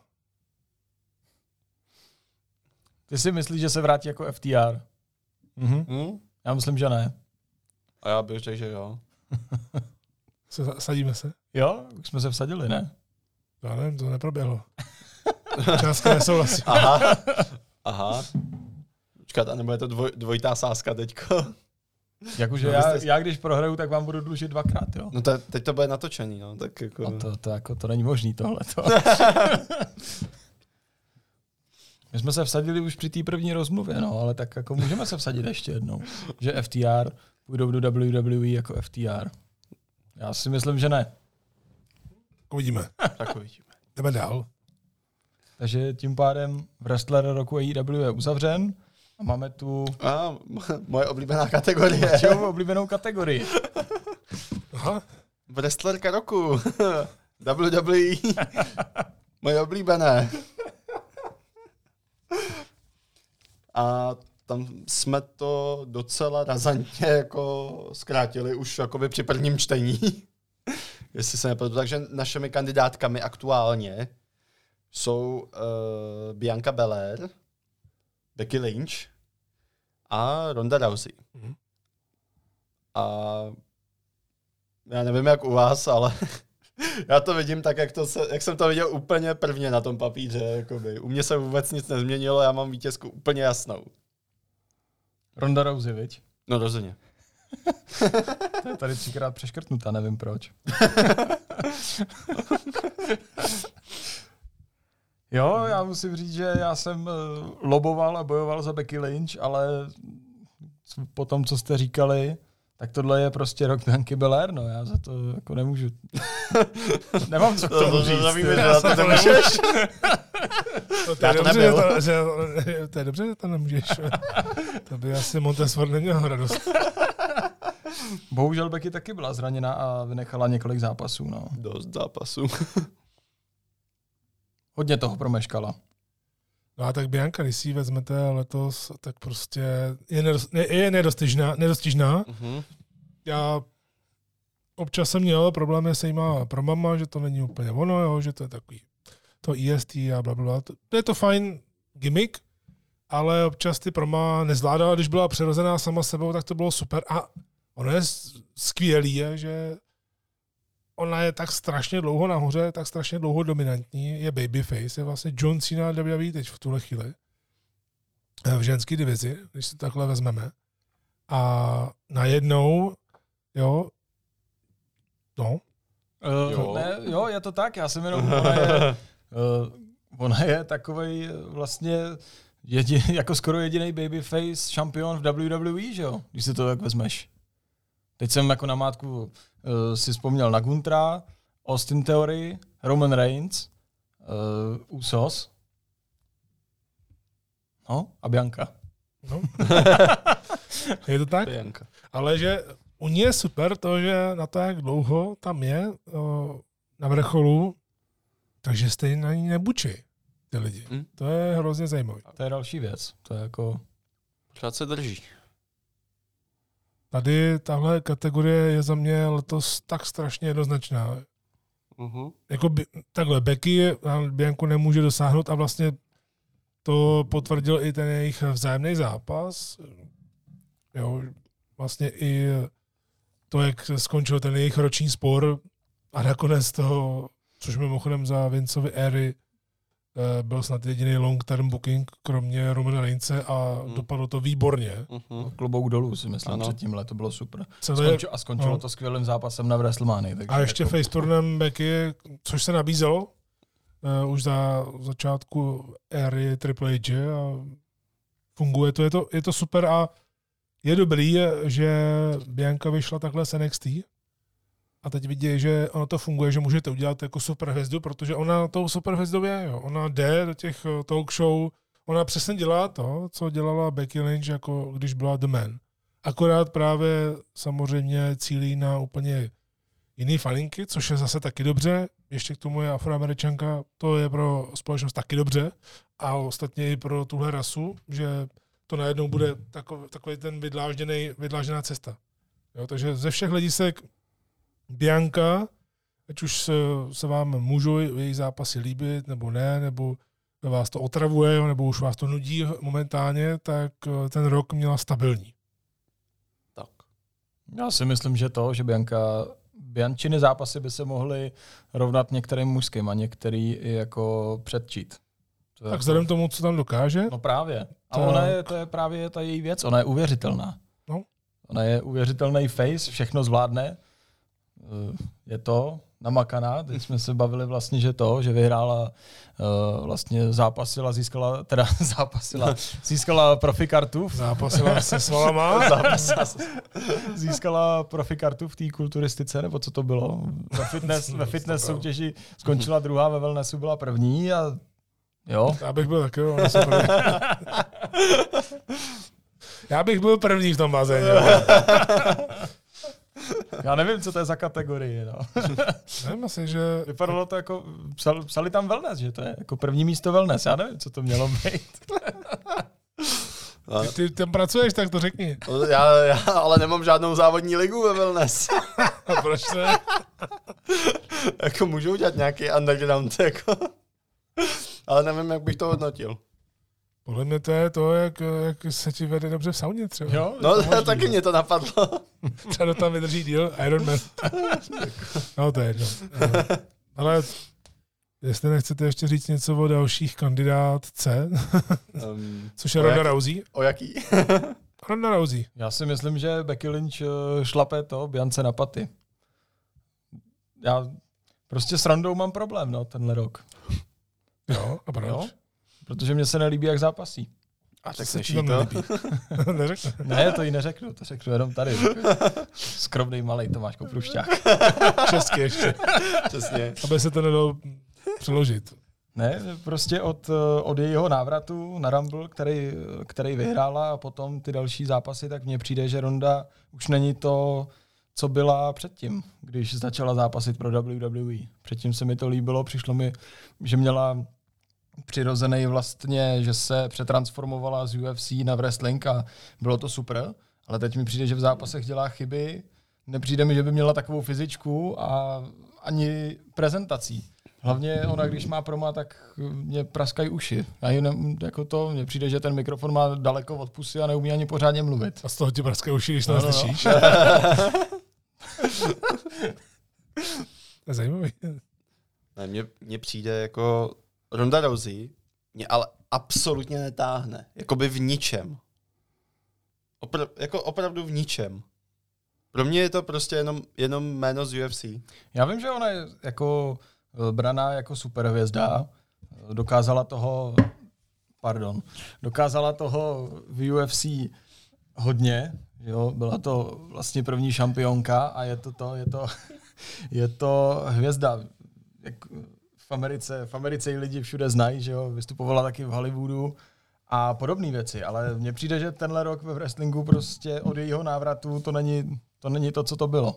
Speaker 2: Ty si myslíš, že se vrátí jako F T R?
Speaker 3: Mhm. Mm?
Speaker 2: Já myslím, že ne.
Speaker 3: A já bych řekl, že jo.
Speaker 1: Se, sadíme se?
Speaker 2: Jo, už jsme se vsadili, ne?
Speaker 1: Já nevím, to neproběhlo. Částka nesouhlasí.
Speaker 3: Aha. Aha. Počkat, a nebo je to dvoj, dvojitá sázka teďko?
Speaker 2: Jakože no, já, jste... já, když prohraju, tak vám budu dlužit dvakrát, jo?
Speaker 3: No to, teď to bude natočený, no. Tak jako...
Speaker 2: No to, to, jako, to není možný tohleto. My jsme se vsadili už při té první rozmluvě, no, ale tak jako můžeme se vsadit ještě jednou, že F T R půjdou do W W E jako F T R. Já si myslím, že ne.
Speaker 1: Uvidíme.
Speaker 3: Tak uvidíme.
Speaker 1: Jdeme dál.
Speaker 2: Takže tím pádem Wrestler roku A E W je uzavřen a máme tu...
Speaker 3: A, moje oblíbená kategorie.
Speaker 2: Matějovu oblíbenou kategorii.
Speaker 1: Aha.
Speaker 3: Wrestlerka roku. W W E. Moje oblíbené. A tam jsme to docela razantně jako zkrátili už jakoby při prvním čtení. Jestli se nepletu. Takže našimi kandidátkami aktuálně jsou uh, Bianca Belair, Becky Lynch a Ronda Rousey. Mm-hmm. A já nevím, jak u vás, ale já to vidím tak, jak, to se, jak jsem to viděl úplně prvně na tom papíře. Jakoby. U mě se vůbec nic nezměnilo, já mám vítězku úplně jasnou.
Speaker 2: Ronda Rousey, viď?
Speaker 3: No rozhodně.
Speaker 2: To je tady třikrát přeškrtnutá, nevím proč. Jo, já musím říct, že já jsem loboval a bojoval za Becky Lynch, ale po tom, co jste říkali, tak tohle je prostě rok Bianky Belair, no já za to jako nemůžu. Nemám co k tomu říct. To,
Speaker 3: že za to nemůžeš.
Speaker 1: To je dobře, že to, že, to je dobře, že to nemůžeš. To by asi Montesfort neměl radost.
Speaker 2: Bohužel Becky taky byla zraněná a vynechala několik zápasů. No.
Speaker 3: Dost zápasů.
Speaker 2: Hodně toho promeškala.
Speaker 1: No a tak Bianca, když si ji vezmete letos, tak prostě je, nedost, ne, je nedostižná. nedostižná. Uh-huh. Já občas jsem měl problémy se jíma promama, že to není úplně ono, jo, že to je takový to E S T a blablabla. To je to fajn gimmick, ale občas ty proma nezvládala, když byla přirozená sama sebou, tak to bylo super. A ono je skvělý, je, že ona je tak strašně dlouho nahoře, tak strašně dlouho dominantní, je babyface, je vlastně John Cena W W E teď v tuhle chvíli v ženské divizi, když si takhle vezmeme. A najednou, jo, no.
Speaker 2: Uh, jo. Ne, jo, je to tak, já jsem jenom, ona je, uh, ona je takovej vlastně jedin, jako skoro jediný babyface šampion v W W E, že jo, když si to tak vezmeš. Teď jsem jako na mátku uh, si vzpomněl na Guntra, Austin Theory, Roman Reigns, uh, Usos, no a Bianca.
Speaker 1: No. Je to tak?
Speaker 3: Bianca.
Speaker 1: Ale že u ní je super to, že na to, jak dlouho tam je uh, na vrcholu, takže stejně na ní nebučí ty lidi. Hmm. To je hrozně zajímavé.
Speaker 2: To je další věc. To je jako...
Speaker 3: Pořád se drží.
Speaker 1: Tady tahle kategorie je za mě letos tak strašně jednoznačná. Uh-huh. Jako by, takhle, Becky Bianku nemůže dosáhnout a vlastně to potvrdil i ten jejich vzájemný zápas. Jo, vlastně i to, jak skončil ten jejich roční spor a nakonec toho, což mimochodem za Vinceovy éry byl snad jediný long-term booking, kromě Romana Reince a hmm. dopadlo to výborně.
Speaker 2: Uh-huh. Klobouk dolů si myslím, ano. Před tímhle to bylo super.
Speaker 1: Celé,
Speaker 2: Skončilo, a skončilo no. to skvělým zápasem na WrestleManii.
Speaker 1: A ještě jako... face turnem Becky, což se nabízelo uh, už za začátku éry Triple H a funguje to, je to, je to super a je dobrý, že Bianca vyšla takhle z N X T a teď vidí, že ono to funguje, že můžete udělat jako superhvězdu, protože ona tou superhvězdou je. Jo. Ona jde do těch talk show, ona přesně dělá to, co dělala Becky Lynch, jako když byla The Man. Akorát právě samozřejmě cílí na úplně jiný faninky, což je zase taky dobře. Ještě k tomu je Afroameričanka, to je pro společnost taky dobře. A ostatně i pro tuhle rasu, že to najednou bude takový, takový ten vydlážděný, vydlážděná cesta. Jo, takže ze všech hledisek Bianca, ať už se, se vám můžou její zápasy líbit, nebo ne, nebo vás to otravuje, nebo už vás to nudí momentálně, tak ten rok měla stabilní.
Speaker 3: Tak.
Speaker 2: Já si myslím, že to, že Bianca, Biančiny zápasy by se mohly rovnat některým mužským a některý i jako předčít. To
Speaker 1: tak vzhledem tomu, co tam dokáže.
Speaker 2: No právě. A
Speaker 1: tak.
Speaker 2: ona je, to je právě ta její věc, ona je uvěřitelná.
Speaker 1: No.
Speaker 2: Ona je uvěřitelný face, všechno zvládne. Je to namakaná. Teď jsme se bavili vlastně, že to, že vyhrála, vlastně zápasila, získala, teda zápasila, získala profikartu.
Speaker 1: Zápasila se svalama.
Speaker 2: Zápasila, získala profikartu v té kulturistice, nebo co to bylo? Ve fitness, ve fitness soutěži skončila druhá, ve wellnessu byla první a jo.
Speaker 1: Já bych byl taky, jo. Já bych byl první v tom bazéně.
Speaker 2: Já nevím, co to je za kategorii. No.
Speaker 1: Nevím asi, že...
Speaker 2: Vypadalo to jako, psali, psali tam wellness, že to je jako první místo wellness. Já nevím, co to mělo být.
Speaker 1: Ty, ty tam pracuješ, tak to řekni.
Speaker 3: Já, já ale nemám žádnou závodní ligu ve wellness.
Speaker 1: A proč ne?
Speaker 3: Jako můžu udělat nějaký underground, jako. Ale nevím, jak bych to hodnotil.
Speaker 1: Podle mě to je to, jak, jak se ti vede dobře v sauně třeba.
Speaker 2: Jo,
Speaker 3: no,
Speaker 2: to možný,
Speaker 3: taky mě to napadlo.
Speaker 1: Třeba to tam vydrží díl, Iron Man. No to je jedno. Ale jestli nechcete ještě říct něco o dalších kandidátce, um, což je Ronda Rousey.
Speaker 3: O jaký?
Speaker 1: Ronda Rousey.
Speaker 2: Já si myslím, že Becky Lynch šlape to Biance na paty. Já prostě s Rondou mám problém, no, tenhle rok.
Speaker 1: Jo, a proč?
Speaker 2: Jo? Protože mě se nelíbí, jak zápasí.
Speaker 3: A tak
Speaker 1: se ti tam nelíbí. Neřekne.
Speaker 2: Ne, to jí neřeknu, to řeknu jenom tady. Skromnej malej Tomáš Koprušťák.
Speaker 1: Česky ještě.
Speaker 3: Přesně.
Speaker 1: Aby se to nedalo přeložit.
Speaker 2: Ne, prostě od, od jejího návratu na Rumble, který, který vyhrála a potom ty další zápasy, tak mně přijde, že Ronda už není to, co byla předtím, když začala zápasit pro W W E. Předtím se mi to líbilo, přišlo mi, že měla přirozený vlastně, že se přetransformovala z U F C na wrestling a bylo to super, ale teď mi přijde, že v zápasech dělá chyby, nepřijde mi, že by měla takovou fyzičku a ani prezentací. Hlavně ona, když má proma, tak mě praskají uši. Já ji ne, jako to, mně přijde, že ten mikrofon má daleko od pusy a neumí ani pořádně mluvit.
Speaker 1: A z toho ti praskají uši, když to no, neslyšíš? No, no. To je zajímavý.
Speaker 3: Ne, mně, mně přijde jako Ronda Rousey, mě ale absolutně netáhne. Jakoby v ničem. Opra- jako opravdu v ničem. Pro mě je to prostě jenom, jenom jméno z U F C.
Speaker 2: Já vím, že ona je jako braná jako superhvězda. Dokázala toho, pardon, dokázala toho v U F C hodně. Jo, byla to vlastně první šampionka a je to to, je to, je to hvězda. Jak v Americe, v Americe ji lidi všude znají, že jo, vystupovala taky v Hollywoodu a podobné věci, ale mně přijde, že tenhle rok ve wrestlingu prostě od jejího návratu to není to, není to co to bylo.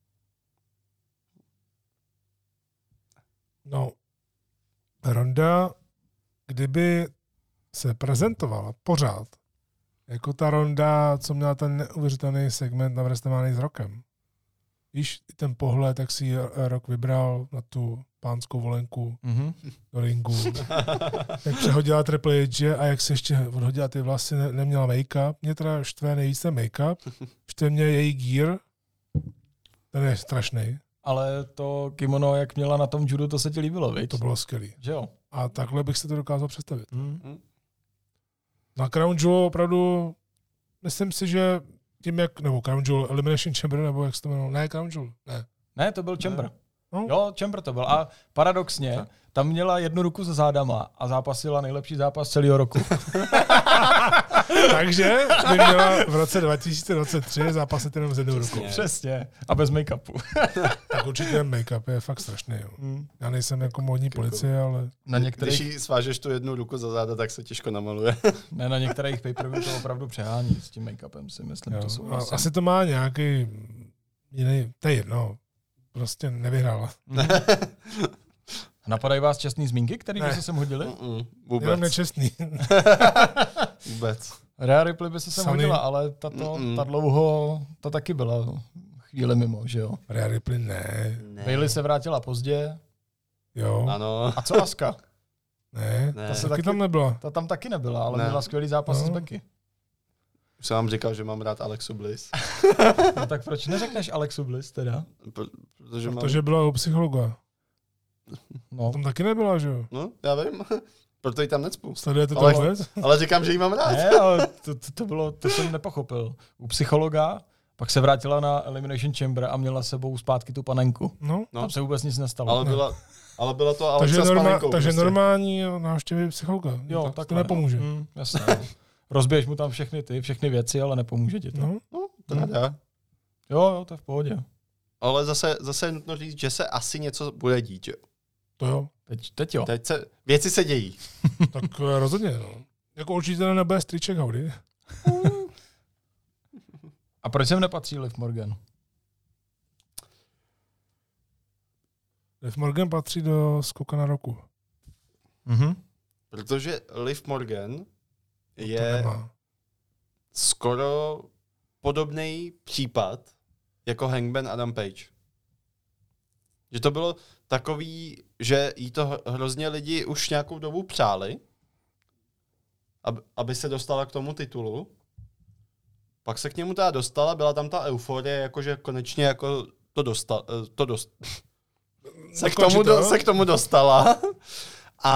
Speaker 1: No, Ronda, kdyby se prezentovala pořád jako ta Ronda, co měla ten neuvěřitelný segment na WrestleMania s Rockem. Víš, ten pohled, tak si Rock vybral na tu pánskou volenku mm-hmm. do ringu. Jak přehodila Triple H a jak se ještě odhodila ty vlasy, ne, neměla make-up. Mě teda štve nejvíc ten make-up. Štve mě její gear. Ten je strašný.
Speaker 2: Ale to kimono, jak měla na tom judu, to se ti líbilo, viď?
Speaker 1: To bylo skvělý.
Speaker 2: Že jo?
Speaker 1: A takhle bych se to dokázal představit.
Speaker 2: Mm.
Speaker 1: Na Crown Jewel opravdu, myslím si, že tím jak, nebo Crown Jewel, Elimination Chamber, nebo jak se to jmenovalo, ne Crown Jewel, ne.
Speaker 2: Ne, to byl Chamber.
Speaker 1: No.
Speaker 2: Jo, Chamber to byl. A paradoxně, tak. Tam měla jednu ruku za zádama a zápasila nejlepší zápas celého roku.
Speaker 1: Takže by měla v roce dva tisíce dvacet tři zápasit jenom s jednou rukou.
Speaker 2: Přesně. A bez make-upu.
Speaker 1: Tak určitě make-up je fakt strašný. Jo. Hmm. Já nejsem jako módní policie, ale...
Speaker 3: Na některých... Když jí svážeš tu jednu ruku za záda, tak se těžko namaluje.
Speaker 2: Ne, na některých pay-per-view to opravdu přehání s tím make-upem, si myslím. To jsou
Speaker 1: asi... asi to má nějaký jiný... To je jedno. Prostě nevyhrála.
Speaker 2: Napadají vás čestný zmínky, které by se sem hodily?
Speaker 3: Mm-mm, vůbec.
Speaker 1: Jenom nečestný.
Speaker 3: Vůbec.
Speaker 2: Rhea Ripley by se sem hodila, ale tato, ta dlouho, ta taky byla chvíli mimo, že jo?
Speaker 1: Rhea Ripley ne.
Speaker 2: ne. Bayley se vrátila pozdě.
Speaker 3: Jo. Ano.
Speaker 2: A co Asuka?
Speaker 1: Ne,
Speaker 2: ne.
Speaker 1: Ta se taky tam nebyla.
Speaker 2: Ta tam taky nebyla, ale ne. Měla skvělý zápas no. s Becky.
Speaker 3: Už jsem vám říkal, že mám rád Alexu Bliss.
Speaker 2: No tak proč neřekneš Alexu Bliss teda?
Speaker 3: Pro, protože
Speaker 1: protože mám... byla u psychologa.
Speaker 2: No.
Speaker 1: Tam taky nebyla, že jo?
Speaker 3: No, já vím. Proto ji tam necpu.
Speaker 1: Sledujete to
Speaker 3: ale,
Speaker 1: vůbec?
Speaker 3: Ale říkám, že ji mám rád.
Speaker 2: Ne, ale to, to, to, bylo, to jsem nepochopil. U psychologa, pak se vrátila na Elimination Chamber a měla s sebou zpátky tu panenku.
Speaker 1: No.
Speaker 2: Tam se vůbec nic nestalo.
Speaker 3: Ale byla, ale byla to Alexa
Speaker 1: takže
Speaker 3: s
Speaker 1: norma,
Speaker 3: panenkou.
Speaker 1: Takže
Speaker 3: prostě.
Speaker 1: normální návštěvy psychologa.
Speaker 2: Jo,
Speaker 1: tak
Speaker 2: tak
Speaker 1: to nepomůže.
Speaker 2: Mm, jasně. Rozbiješ mu tam všechny ty, všechny věci, ale nepomůže ti to.
Speaker 1: No,
Speaker 3: no to nedá.
Speaker 2: Jo, jo, to je v pohodě.
Speaker 3: Ale zase, zase je nutno říct, že se asi něco bude dít, jo.
Speaker 1: To jo.
Speaker 2: Teď, teď jo.
Speaker 3: Teď se, věci se dějí.
Speaker 1: Tak rozhodně, no. Jako určitě nebude striček Howdy.
Speaker 2: A proč sem nepatří Liv Morgan?
Speaker 1: Liv Morgan patří do skoka na roku.
Speaker 2: Mhm.
Speaker 3: Protože Liv Morgan je skoro podobný případ jako Hangman Adam Page. Že to bylo takový, že jí to hrozně lidi už nějakou dobu přáli, aby, aby se dostala k tomu titulu. Pak se k němu teda dostala, byla tam ta euforie, jakože konečně jako to dostala, to dost, se, k tomu do, se k tomu dostala. A,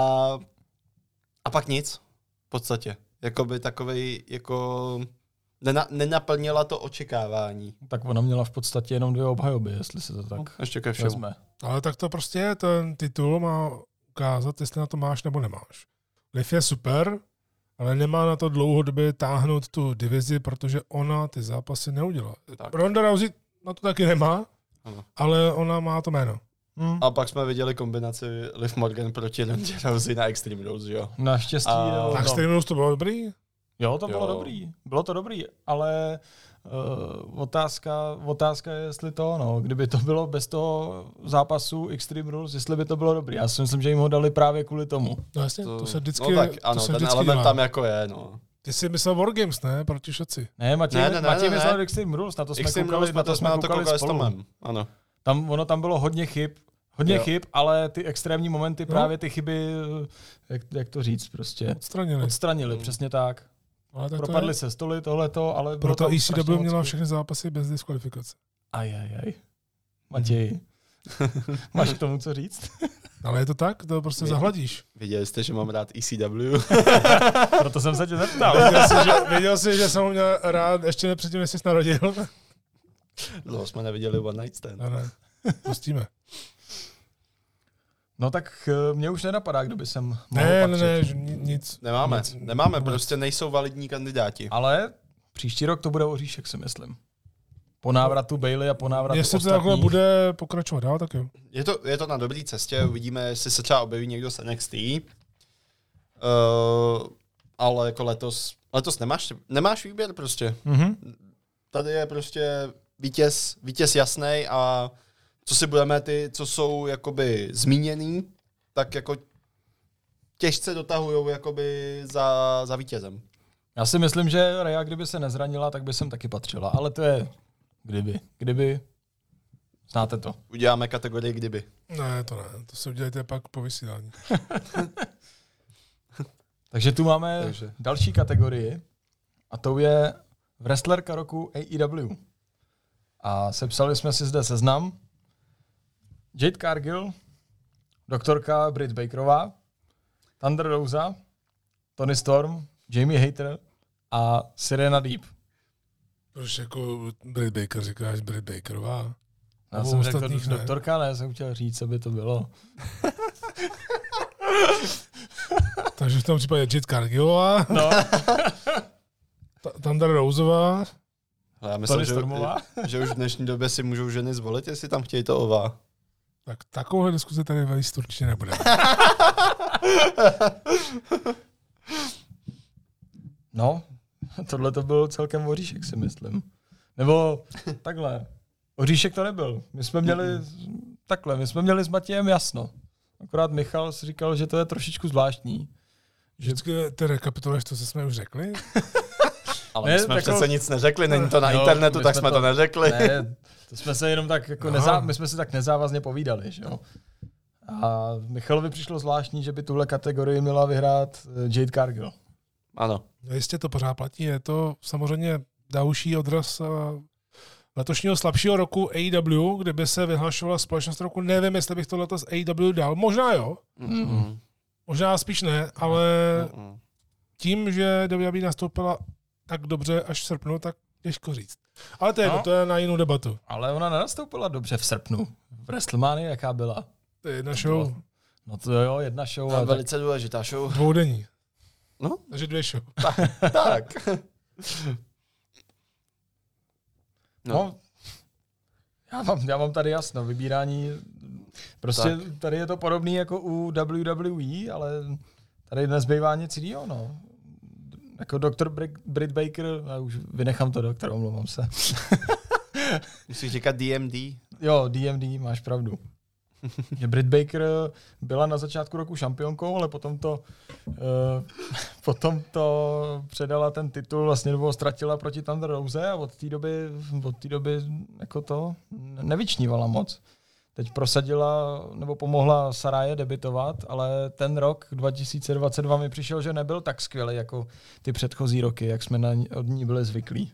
Speaker 3: a pak nic, v podstatě. Jakoby takovej, jako nena, nenaplnila to očekávání.
Speaker 2: Tak ona měla v podstatě jenom dvě obhajoby, jestli se to tak
Speaker 3: no, ještě ke všemu.
Speaker 2: vezme.
Speaker 1: Ale tak to prostě je, ten titul má ukázat, jestli na to máš nebo nemáš. Liv je super, ale nemá na to dlouhodobě táhnout tu divizi, protože ona ty zápasy neudělá. Tak. Ronda Rousey na to taky nemá, ano. Ale ona má to jméno.
Speaker 3: Hmm. A pak jsme viděli kombinaci Liv Morgan proti Ronda Rousey na Extreme Rules, jo?
Speaker 2: Naštěstí. A...
Speaker 1: Jo, na Extreme Rules to bylo dobrý?
Speaker 2: Jo, to bylo jo. dobrý. Bylo to dobrý, ale uh, otázka, otázka je, jestli to, no, kdyby to bylo bez toho zápasu Extreme Rules, jestli by to bylo dobrý. Já si myslím, že jim ho dali právě kvůli tomu.
Speaker 1: No jasně, to, to se vždycky
Speaker 3: no tak ano,
Speaker 1: to se
Speaker 3: ten
Speaker 1: vždycky
Speaker 3: element
Speaker 1: dělá.
Speaker 3: tam jako je, no.
Speaker 1: Ty jsi myslel Wargames, ne? Proti Šoci.
Speaker 2: Ne, Matěj,
Speaker 3: ne, ne, ne,
Speaker 2: Matěj
Speaker 3: ne,
Speaker 2: myslel
Speaker 3: ne.
Speaker 2: Extreme Rules, na to jsme
Speaker 3: Extreme
Speaker 2: koukali,
Speaker 3: Rules,
Speaker 2: na to jsme
Speaker 3: na to
Speaker 2: koukali
Speaker 3: koukali
Speaker 2: spolu.
Speaker 3: S Tomem, ano.
Speaker 2: Tam, ono tam bylo hodně chyb, hodně
Speaker 3: jo.
Speaker 2: chyb, ale ty extrémní momenty, no. právě ty chyby, jak, jak to říct prostě.
Speaker 1: Odstranili.
Speaker 2: Odstranili, hmm. přesně tak.
Speaker 1: Ale tak
Speaker 2: propadly se stoly, tohleto, ale bylo
Speaker 1: proto
Speaker 2: to
Speaker 1: E C W měla všechny zápasy bez diskvalifikace.
Speaker 2: Ajajaj. Matěj, máš k tomu co říct?
Speaker 1: Ale je to tak, to prostě Vy, zahladíš.
Speaker 3: Viděli jste, že mám rád E C W?
Speaker 2: Proto jsem se tě zeptal.
Speaker 1: Viděl jsi, že, viděl jsi, že jsem ho měl rád ještě ne předtím, než jsi narodil?
Speaker 3: No, jsme neviděli One Night Stand.
Speaker 1: Ne, ne. Pustíme.
Speaker 2: No tak mě už nenapadá, kdo by sem mohl
Speaker 1: Ne,
Speaker 2: patřit.
Speaker 1: ne, ne, nic.
Speaker 3: Nemáme,
Speaker 1: nic,
Speaker 3: nemáme,
Speaker 1: vůbec.
Speaker 3: prostě nejsou validní kandidáti.
Speaker 2: Ale příští rok to bude oříšek, si myslím. Po návratu Bayley a po návratu
Speaker 1: Jestli to
Speaker 2: ostatních.
Speaker 1: takhle bude pokračovat dál, tak jo.
Speaker 3: Je to, je to na dobré cestě, uvidíme, jestli se třeba objeví někdo z N X T. Uh, ale jako letos, letos nemáš, nemáš výběr prostě.
Speaker 2: Mm-hmm.
Speaker 3: Tady je prostě vítěz, vítěz jasnej a co si budeme ty, co jsou jakoby zmíněný, tak jako těžce dotahujou jakoby za, za vítězem.
Speaker 2: Já si myslím, že Rhea, kdyby se nezranila, tak by sem taky patřila, ale to je kdyby. Kdyby, znáte to.
Speaker 3: Uděláme kategorii kdyby.
Speaker 1: Ne, to ne, to se udělejte pak po vysílání.
Speaker 2: Takže tu máme
Speaker 3: Takže.
Speaker 2: další kategorii a to je wrestlerka roku A E W. A sepsali jsme si zde seznam. Jade Cargill, doktorka Britt Bakerová, Thunder Rosa, Toni Storm, Jamie Hayter a Serena Deeb.
Speaker 1: Proč jako Britt Baker říkáš Britt Bakerová?
Speaker 2: Já jsem řekl ne. doktorka, ne, jsem chtěl říct, co by to bylo.
Speaker 1: Takže v tom případě Jade Cargillová,
Speaker 2: No,
Speaker 1: Thunder Roseová.
Speaker 3: Já myslím, že,
Speaker 2: Stormová.
Speaker 3: že už v dnešní době si můžou ženy zvolit, jestli tam chtějí to ová.
Speaker 1: Tak takovouhle diskuzi tady vést určitě nebude.
Speaker 2: no, tohle to byl celkem oříšek, si myslím. Nebo takhle. Oříšek to nebyl. My jsme měli takhle, my jsme měli s Matějem jasno. Akorát Michal si říkal, že to je trošičku zvláštní. Že...
Speaker 1: Vždycky ty rekapituluješ to, co jsme už řekli?
Speaker 3: Ale
Speaker 2: Ne,
Speaker 3: my jsme
Speaker 2: tako...
Speaker 3: přece nic neřekli, není to na
Speaker 2: Jo,
Speaker 3: internetu,
Speaker 2: my
Speaker 3: tak
Speaker 2: jsme
Speaker 3: jsme to,
Speaker 2: to
Speaker 3: neřekli.
Speaker 2: Ne, to jsme se jenom tak jako nezá... my jsme si tak nezávazně povídali, že jo. A Michalovi přišlo zvláštní, že by tuhle kategorii měla vyhrát Jade Cargill.
Speaker 3: Ano.
Speaker 1: No jistě to pořád platí, je to samozřejmě další odraz letošního slabšího roku A E W, kde by se vyhlašovala společnost roku. Nevím, jestli bych to letos A E W dal. Možná jo.
Speaker 3: Mm-mm.
Speaker 1: Možná spíš ne, ale
Speaker 3: Mm-mm. tím,
Speaker 1: že W W E nastoupila tak dobře až v srpnu, tak těžko říct. Ale to je,
Speaker 2: No.
Speaker 1: to je na jinou debatu.
Speaker 2: Ale ona nenastoupila dobře v srpnu. V WrestleManii jaká byla?
Speaker 1: To je jedna show.
Speaker 2: No to jo, jedna show.
Speaker 3: No,
Speaker 2: ale
Speaker 3: velice důležitá show.
Speaker 1: Dvoudenní.
Speaker 3: No,
Speaker 1: Takže dvě show.
Speaker 3: tak.
Speaker 2: No. no. Já, mám, já mám tady jasno, vybírání, prostě tak. Tady je to podobný jako u W W E, ale tady nezbývá nic jiného, no. Jako doktor Britt Baker, já už vynechám to doktor, omlouvám se.
Speaker 3: Musíš říkat D M D.
Speaker 2: Jo, D M D, máš pravdu. Že Britt Baker byla na začátku roku šampionkou, ale potom to, uh, potom to předala ten titul, vlastně nebo ztratila proti Thunder Rose a od té doby, od té doby jako to nevyčnívala moc. Teď prosadila, nebo pomohla Saraje debitovat, ale ten rok dva tisíce dvacet dva mi přišel, že nebyl tak skvělý jako ty předchozí roky, jak jsme na ní, od ní byli zvyklí.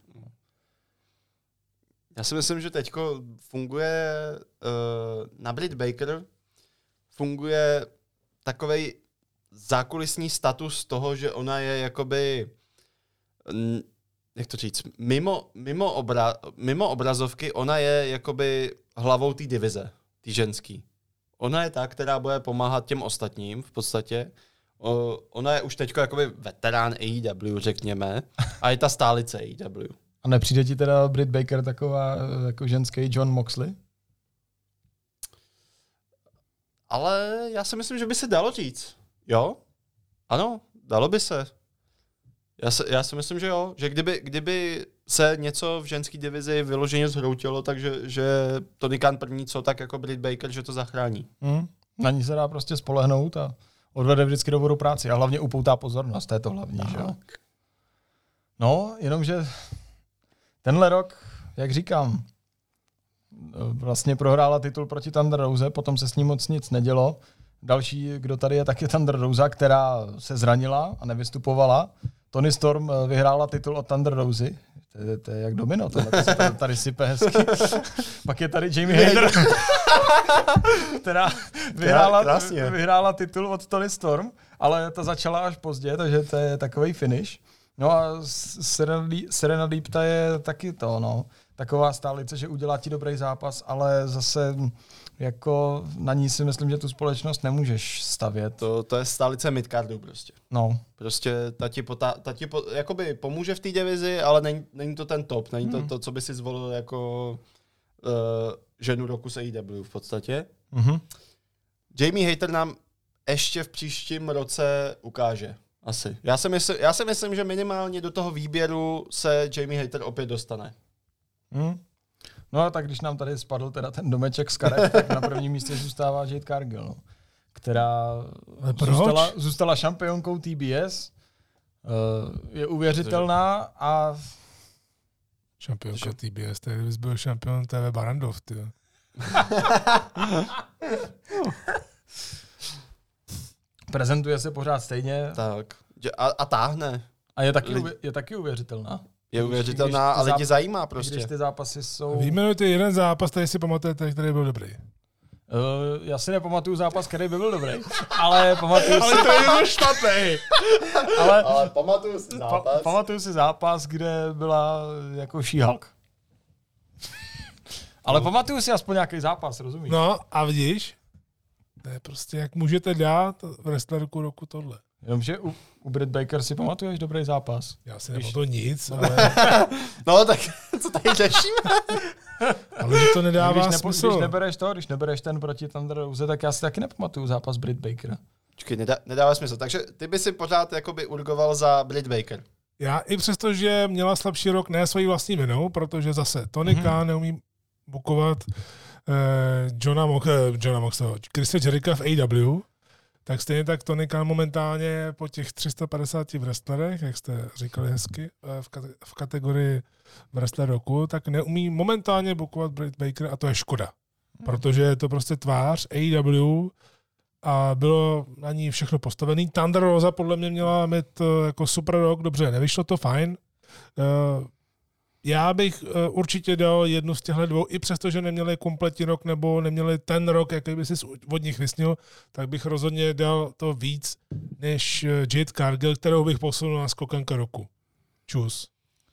Speaker 3: Já si myslím, že teďko funguje uh, na Britt Baker funguje takovej zákulisní status toho, že ona je jakoby n, jak to říct, mimo, mimo, obra, mimo obrazovky ona je jakoby hlavou té divize, té ženský. Ona je ta, která bude pomáhat těm ostatním v podstatě. O, ona je už teďko jakoby veterán A E W, řekněme, a je ta stálice A E W.
Speaker 2: A nepřijde ti teda Britt Baker taková jako ženský John Moxley?
Speaker 3: Ale já si myslím, že by se dalo říct. Jo? Ano, dalo by se. Já si, já si myslím, že jo. Že kdyby, kdyby se něco v ženské divizi vyloženě zhroutilo, takže že Tony Khan první co, tak jako Britt Baker, že to zachrání.
Speaker 2: Hmm. Na ní se dá prostě spolehnout a odvede vždycky dobrou práci. A hlavně upoutá pozornost, to je to hlavní. Že? No, jenomže tenhle rok, jak říkám, vlastně prohrála titul proti Thunder Rose, potom se s ní moc nic nedělo. Další, kdo tady je, tak je Thunder Rosa, která se zranila a nevystupovala. Tony Storm vyhrála titul od Thunder Rose. To je, to je jak domino, tohle to se tady, tady sype hezky. Pak je tady Jamie Hayter, která vyhrála, vyhrála titul od Tony Storm, ale ta začala až pozdě, takže to je takovej finish. No a Serena Deeb, ta je taky to, no. Taková stálice, že udělá ti dobrý zápas, ale zase jako na ní si myslím, že tu společnost nemůžeš stavět.
Speaker 3: To, to je stálice midcardu prostě.
Speaker 2: No.
Speaker 3: Prostě ta ti, pota, ta ti po, jakoby pomůže v té divizi, ale není, není to ten top, není hmm. to to, co by si zvolil jako uh, ženu roku z A E W v podstatě.
Speaker 2: Mm-hmm.
Speaker 3: Jamie Hayter nám ještě v příštím roce ukáže. Asi. Já si, mysl, já si myslím, že minimálně do toho výběru se Jamie Hayter opět dostane.
Speaker 2: Hmm. No a tak když nám tady spadl teda ten domeček z karet, tak na prvním místě zůstává Jade Cargill, no, která zůstala, zůstala šampionkou T B S, uh, je uvěřitelná a...
Speaker 1: Šampionka T B S, tady bys byl šampion T V Barandov, ty.
Speaker 2: Prezentuje se pořád stejně.
Speaker 3: Tak. A, a táhne.
Speaker 2: A je taky, uvě, je taky uvěřitelná.
Speaker 3: Je uvěřitelná a lidi zajímá prostě.
Speaker 2: Když ty zápasy jsou...
Speaker 1: Vyjmenujte jeden zápas, který si pamatujete, který byl dobrý.
Speaker 2: Uh, já si nepamatuju zápas, který by byl dobrý, ale pamatuju si...
Speaker 1: Ale to je to špatný.
Speaker 2: ale,
Speaker 3: ale pamatuju si zápas.
Speaker 2: Pa, pamatuju si zápas, kde byla jako She-Hulk. Ale no. Pamatuju si aspoň nějaký zápas, rozumíš?
Speaker 1: No a vidíš, to je prostě, jak můžete dát wrestlerku roku tohle.
Speaker 2: Jenomže u, u Britt Baker si pamatuješ dobrý zápas?
Speaker 1: Já si nepamatuju nic, ale...
Speaker 3: No tak co tady řešíme?
Speaker 1: Ale že to nedává
Speaker 2: když nepo,
Speaker 1: smysl.
Speaker 2: Když nebereš to, když nebereš ten proti Thunder Rose, tak já si taky nepamatuju zápas Britt Baker.
Speaker 3: Počkej, nedá, nedává smysl. Takže ty by si pořád jakoby urgoval za Britt Baker.
Speaker 1: Já i přesto, že měla slabší rok, ne svojí vlastní vinou, protože zase Tony mm-hmm. Khan neumí bukovat eh, Johna, Mox, eh, Johna Moxleyho, Chrisa Jericha v A E W, tak stejně tak Tony Khan momentálně po těch tři sta padesáti wrestlerech, jak jste říkali hezky, eh, v, kate- v kategorii wrestler roku, tak neumí momentálně bukovat Britt Baker a to je škoda. Mm. Protože je to prostě tvář A E W a bylo na ní všechno postavený. Thunder Rosa podle mě měla mít jako super rok, dobře, nevyšlo to, fajn. Já bych určitě dal jednu z těchto dvou, i přesto, že neměli kompletní rok nebo neměli ten rok, jaký by si od nich vysnil, tak bych rozhodně dal to víc než Jade Cargill, kterou bych posunul na skokanka roku. Čus.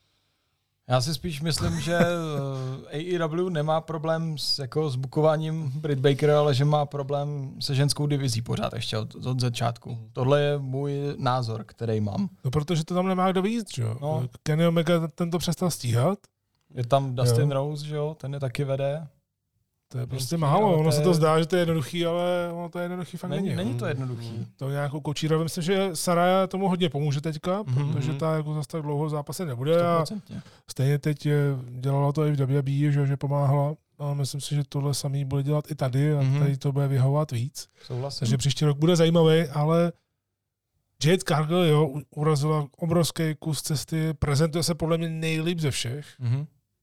Speaker 2: Já si spíš myslím, že A E W nemá problém s, jako, s bukováním Britt Baker, ale že má problém se ženskou divizí pořád ještě od, od začátku. Tohle je můj názor, který mám.
Speaker 1: No protože to tam nemá kdo víc, že jo?
Speaker 2: No.
Speaker 1: Kenny Omega ten to přestal stíhat.
Speaker 2: Je tam Dustin
Speaker 1: jo.
Speaker 2: Rose, že jo? Ten je taky vede.
Speaker 1: To je prostě
Speaker 2: Vždycky,
Speaker 1: málo, ono
Speaker 2: to
Speaker 1: se
Speaker 2: je...
Speaker 1: to zdá, že to je jednoduchý, ale ono to je jednoduchý fakt není.
Speaker 2: Není, není to jednoduchý.
Speaker 1: To nějakou kočíra, myslím, že Saraya tomu hodně pomůže teďka, mm-hmm. protože ta jako zase tak dlouho v zápase nebude a stejně teď dělala to i v W W E, že, že pomáhala a myslím si, že tohle samý bude dělat i tady a mm-hmm. tady to bude vyhovovat víc.
Speaker 2: Souhlasím.
Speaker 1: Takže příští rok bude zajímavý, ale Jade Cargill, jo, urazila obrovský kus cesty, prezentuje se podle mě nejlíp ze všech. Mm-hmm.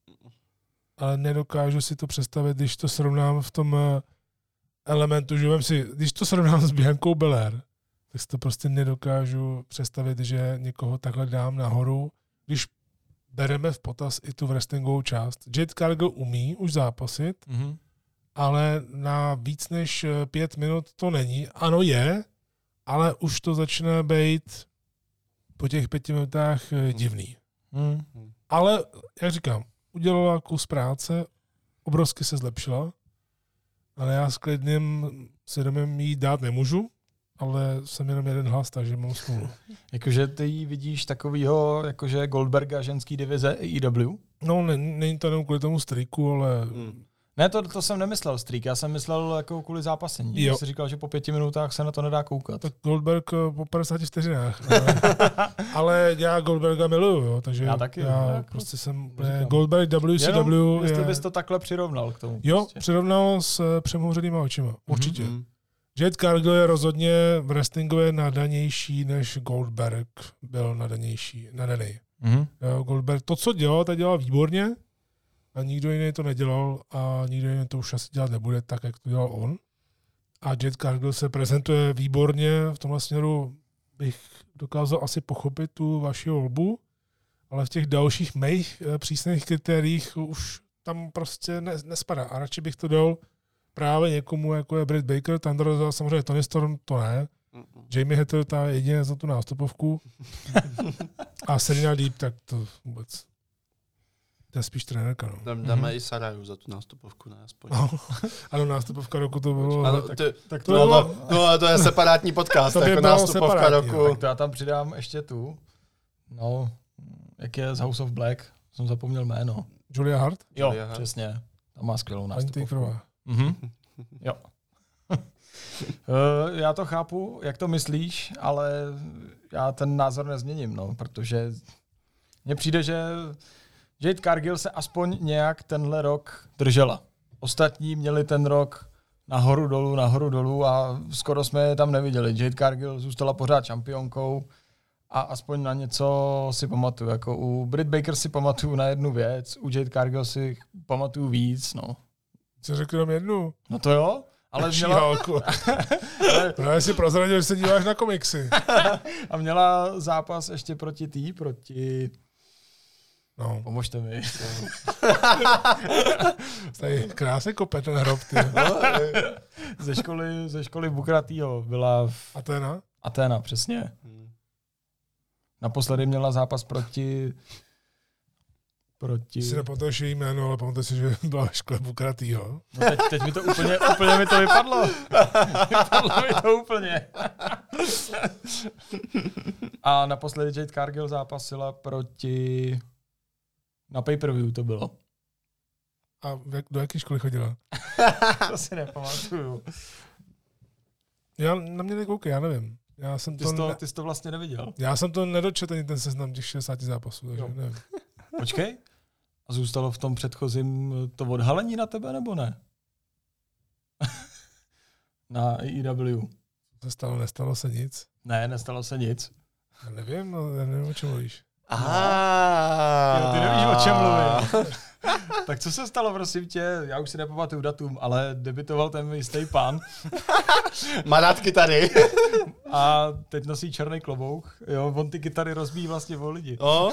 Speaker 1: Ale nedokážu si to představit, když to srovnám v tom elementu, že vem si, když to srovnám s Biankou Belair, tak si to prostě nedokážu představit, že někoho takhle dám nahoru, když bereme v potaz i tu wrestlingovou část. Jade Cargill umí už zápasit, mm-hmm. ale na víc než pět minut to není. Ano je, ale už to začne být po těch pěti minutách divný. Mm. Ale, jak říkám, udělala kus práce, obrovsky se zlepšila, ale já s klidným svědomím jí dát nemůžu, ale jsem jenom jeden hlas, takže mám smůlu.
Speaker 2: Jakože ty jí vidíš takovýho, jakože Goldberga ženský divize A E W?
Speaker 1: No, není to jenom kvůli tomu streaku, ale...
Speaker 2: Hmm. Ne, to, to jsem nemyslel streak, já jsem myslel jako kvůli zápasení. Já jsi říkal, že po pěti minutách se na to nedá koukat.
Speaker 1: Tak Goldberg po padesáti vteřinách. Ale, ale já Goldberga miluju, jo, takže
Speaker 2: já, taky,
Speaker 1: já
Speaker 2: jako,
Speaker 1: prostě jsem Goldberg W C W.
Speaker 2: Jenom, jestli bys to takhle přirovnal k tomu.
Speaker 1: Jo,
Speaker 2: prostě.
Speaker 1: Přirovnal s přemhouřenýma očima, určitě.
Speaker 2: Mm-hmm.
Speaker 1: Jade Cargill je rozhodně v wrestlingově nadanější, než Goldberg byl nadanější, nadaný. Mm-hmm. Jo, Goldberg to, co dělal, tak dělal výborně, a nikdo jiný to nedělal a nikdo jiný to už asi dělat nebude tak, jak to dělal on. A Jade Cargill se prezentuje výborně, v tomhle směru bych dokázal asi pochopit tu vaši volbu, ale v těch dalších mých přísných kritériích už tam prostě ne, nespadá. A radši bych to dal právě někomu, jako je Britt Baker, Thunder Rosa, samozřejmě Tony Storm to ne, Jamie Hatter ta jedině za tu nástupovku a Serena Deeb, tak to vůbec... To je spíš trenérka, no.
Speaker 3: Dáme mm-hmm. i Saraju za tu nástupovku, ne aspoň.
Speaker 1: No, ano, nástupovka roku to bylo...
Speaker 3: Ano,
Speaker 1: tak,
Speaker 3: to,
Speaker 1: tak
Speaker 3: to, to, bylo, no, to je separátní podcast, to jako nástupovka roku.
Speaker 2: Tak to já tam přidám ještě tu. No, jak je z House of Black, jsem zapomněl jméno.
Speaker 1: Julia Hart?
Speaker 2: Jo,
Speaker 3: Julia Hart.
Speaker 2: přesně. Tam má skvělou nástupovku.
Speaker 1: Mm-hmm.
Speaker 2: Jo. Já to chápu, jak to myslíš, ale já ten názor nezměním, no, protože mně přijde, že Jade Cargill se aspoň nějak tenhle rok držela. Ostatní měli ten rok nahoru dolů, nahoru dolů a skoro jsme je tam neviděli. Jade Cargill zůstala pořád šampionkou a aspoň na něco si pamatuju. Jako u Britt Baker si pamatuju na jednu věc, u Jade Cargill si pamatuju víc. No.
Speaker 1: Co řekl jenom jednu?
Speaker 2: No to jo, ale měla...
Speaker 1: ale... Právě si prozradil, že se díváš na komiksy.
Speaker 2: A měla zápas ještě proti tý, proti...
Speaker 1: No.
Speaker 2: Pomožte mi.
Speaker 1: Tady krásně kope ten hrob, ty.
Speaker 2: ze školy, ze školy Bukratýho byla v...
Speaker 1: Aténa?
Speaker 2: Aténa, přesně. Naposledy měla zápas proti... Proti...
Speaker 1: Si nepamatuješ její jméno, ale pamatuji si, že byla ve škole Bukratýho.
Speaker 2: No teď, teď mi to úplně, úplně mi to vypadlo. Vypadlo mi to úplně. A naposledy Jade Cargill zápasila proti... Na pay-per-view to bylo.
Speaker 1: A do jaké školy chodila?
Speaker 2: To si nepamatuju.
Speaker 1: Já na mě nekoukej, já nevím. Já jsem
Speaker 2: ty,
Speaker 1: to
Speaker 2: jsi to,
Speaker 1: ne...
Speaker 2: ty jsi to vlastně neviděl.
Speaker 1: Já jsem to nedočetl ani ten seznam těch šedesáti zápasů, takže jo. nevím.
Speaker 2: Počkej. A zůstalo v tom předchozím to odhalení na tebe, nebo ne? Na A E W.
Speaker 1: Se stalo, nestalo se nic?
Speaker 2: Ne, nestalo se nic.
Speaker 1: Já nevím, no, já nevím, o čem mluvíš.
Speaker 3: Aha.
Speaker 2: Jo, ty nevíš, o čem mluvím. Tak co se stalo, prosím tě? Já už si nepamatuju datum, ale debitoval ten jistý pán.
Speaker 3: Má rád kytary.
Speaker 2: A teď nosí černý klobouk. Jo, on ty kytary rozbíjí vlastně o lidi.
Speaker 3: O?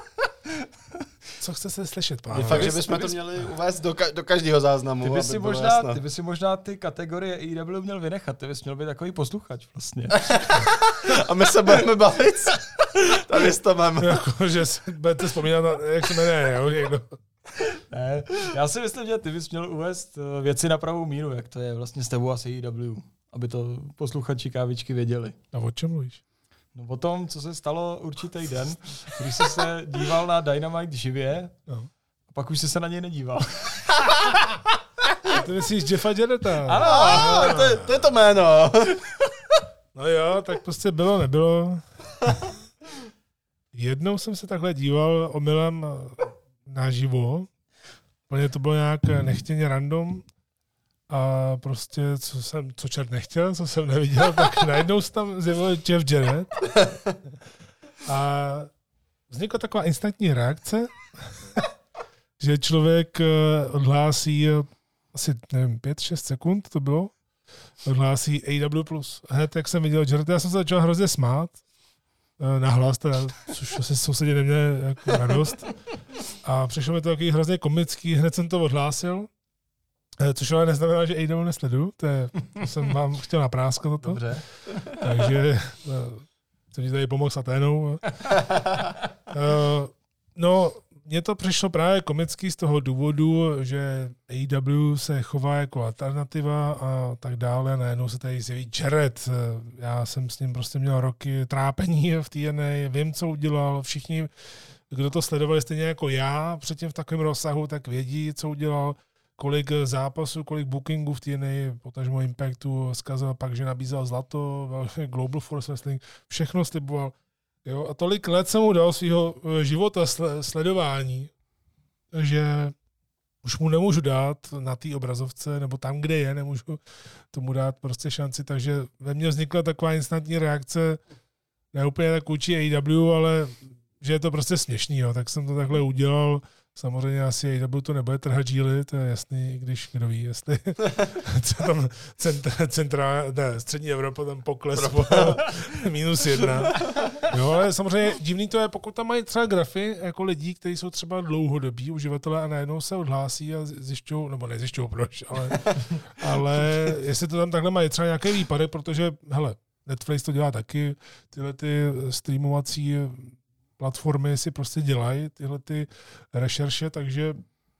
Speaker 1: Co chce se slyšet, pán?
Speaker 3: Je fakt, že bychom to měli uvést do, ka- do každého záznamu.
Speaker 2: Ty by, si možná, ty by si možná ty kategorie A E W měl vynechat. Ty bys měl být takový posluchač vlastně.
Speaker 3: A my se budeme bavit. Tady to máme.
Speaker 1: Jako, že si budete vzpomínat, na, jak se jmenuje, jo? Někdo.
Speaker 2: Ne, já si myslím, že ty bys měl uvést věci na pravou míru, jak to je vlastně s tebou a s A E W, aby to posluchači kávičky věděli.
Speaker 1: A o čem mluvíš?
Speaker 2: No o tom, co se stalo určitý den, když jsi se díval na Dynamite živě,
Speaker 1: no.
Speaker 2: A pak už jsi se na něj nedíval.
Speaker 1: Ty myslíš Jeffa Jarretta?
Speaker 2: Ano,
Speaker 3: ah, to, je, to je to jméno.
Speaker 1: No jo, tak prostě bylo, nebylo. Jednou jsem se takhle díval omylem naživo. Plně to bylo nějak nechtěně random. A prostě, co jsem, co čert nechtěl, co jsem neviděl, tak najednou se tam zjevil Jeff Jarrett. A vznikla taková instantní reakce, že člověk odhlásí asi, nevím, pět šest sekund to bylo, odhlásí A E W plus. Hned, jak jsem viděl Jarretta, já jsem se začal hrozně smát, nahlas, teda, což asi sousedě neměli jako radost. A přišlo mi to takový hrozně komický, hned jsem to odhlásil, což ale neznamená, že A E W nesledu, to, je, to jsem vám chtěl napráskat toto.
Speaker 2: Dobře.
Speaker 1: Takže jsem ti tady pomohl s Aténou. No, mně to přišlo právě komický z toho důvodu, že A E W se chová jako alternativa a tak dále. Najednou se tady zjeví Jarrett. Já jsem s ním prostě měl roky trápení v T N A, vím, co udělal. Všichni, kdo to sledovali stejně jako já, předtím v takovém rozsahu, tak vědí, co udělal. Kolik zápasů, kolik bookingů v T N A, potažmo Impactu, zkazil pak, že nabízel zlato, Global Force Wrestling, všechno sliboval. Jo? A tolik let jsem mu dal svého života sledování, že už mu nemůžu dát na té obrazovce, nebo tam, kde je, nemůžu tomu dát prostě šanci. Takže ve mně vznikla taková instantní reakce, ne úplně tak vůči A E W, ale že je to prostě směšný. Jo? Tak jsem to takhle udělal. Samozřejmě asi A E W to nebude trhat žíly, to je jasný, když kdo ví, jestli co tam centra, centra, ne, střední Evropa tam pokles po minus jedna. Jo, ale samozřejmě divný to je, pokud tam mají třeba grafy jako lidí, kteří jsou třeba dlouhodobí uživatelé a najednou se odhlásí a zjišťují, nebo nezjišťují proč, ale, ale jestli to tam takhle mají třeba nějaké výpady, protože hele, Netflix to dělá taky, tyhle ty streamovací platformy si prostě dělají tyhle ty rešerše, takže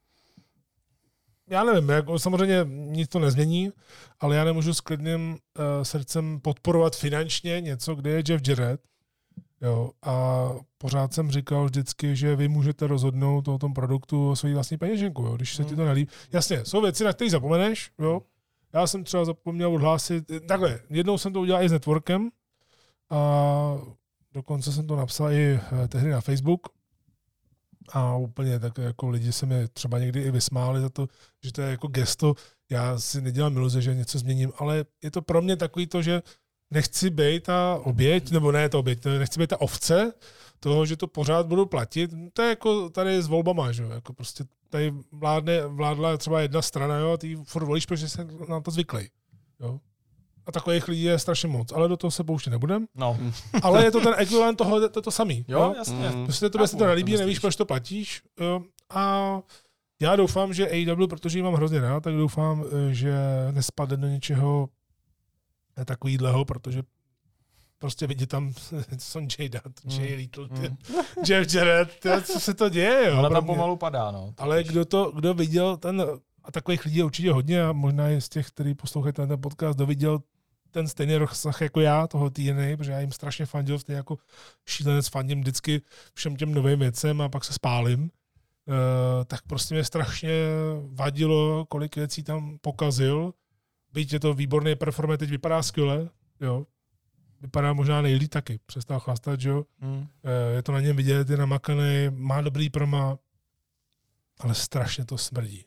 Speaker 1: já nevím, jak, samozřejmě nic to nezmění, ale já nemůžu s klidným uh, srdcem podporovat finančně něco, kde je Jeff Jarrett. Jo, a pořád jsem říkal vždycky, že vy můžete rozhodnout o tom produktu o svojí vlastní peněženku, jo, když se ti to nelíbí. Jasně, jsou věci, na které zapomeneš, jo. Já jsem třeba zapomněl odhlásit, takhle, jednou jsem to udělal i s networkem a dokonce jsem to napsal i tehdy na Facebook a úplně tak jako lidi se mi třeba někdy i vysmáli za to, že to je jako gesto. Já si nedělám iluze, že něco změním, ale je to pro mě takový to, že nechci být ta oběť, nebo ne ta oběť, nechci být ta ovce toho, že to pořád budu platit. To je jako tady s volbama, že jo, jako prostě tady vládne, vládla třeba jedna strana, jo, a ty furt volíš, protože jsi na to zvyklý, jo. A takových lidí je strašně moc, ale do toho se pouštět nebudem.
Speaker 2: No.
Speaker 1: Ale je to ten ekvivalent toho, to, to samý.
Speaker 2: Jo, jo? Jasně.
Speaker 3: Mm.
Speaker 1: Prostě to se to nelíbí, nevíš, proč to platíš. Jo. A já doufám, že A E W, protože ji mám hrozně rád, tak doufám, že nespadne do něčeho takovýhleho, protože prostě vidět tam Sonjay Dutt, Jay Little, ty, Jeff Jarrett, ty, co se to děje. Jo,
Speaker 2: ale tam pomalu padá, no.
Speaker 1: Ale kdo to, kdo viděl ten, a takových lidí je určitě hodně, a možná i z těch, kteří poslouchají ten podcast, kdo viděl ten stejný rozsah jako já, toho T N A, protože já jim strašně fandil, stejně jako šílenec fandím vždycky všem těm novým věcem a pak se spálím, uh, tak prostě mě strašně vadilo, kolik věcí tam pokazil. Byť je to výborný performer, teď vypadá skvěle, jo. Vypadá možná nejlíp taky, přestal chlastat, jo. Hmm. Uh, je to na něm vidět, je namakaný, má dobrý proma, ale strašně to smrdí.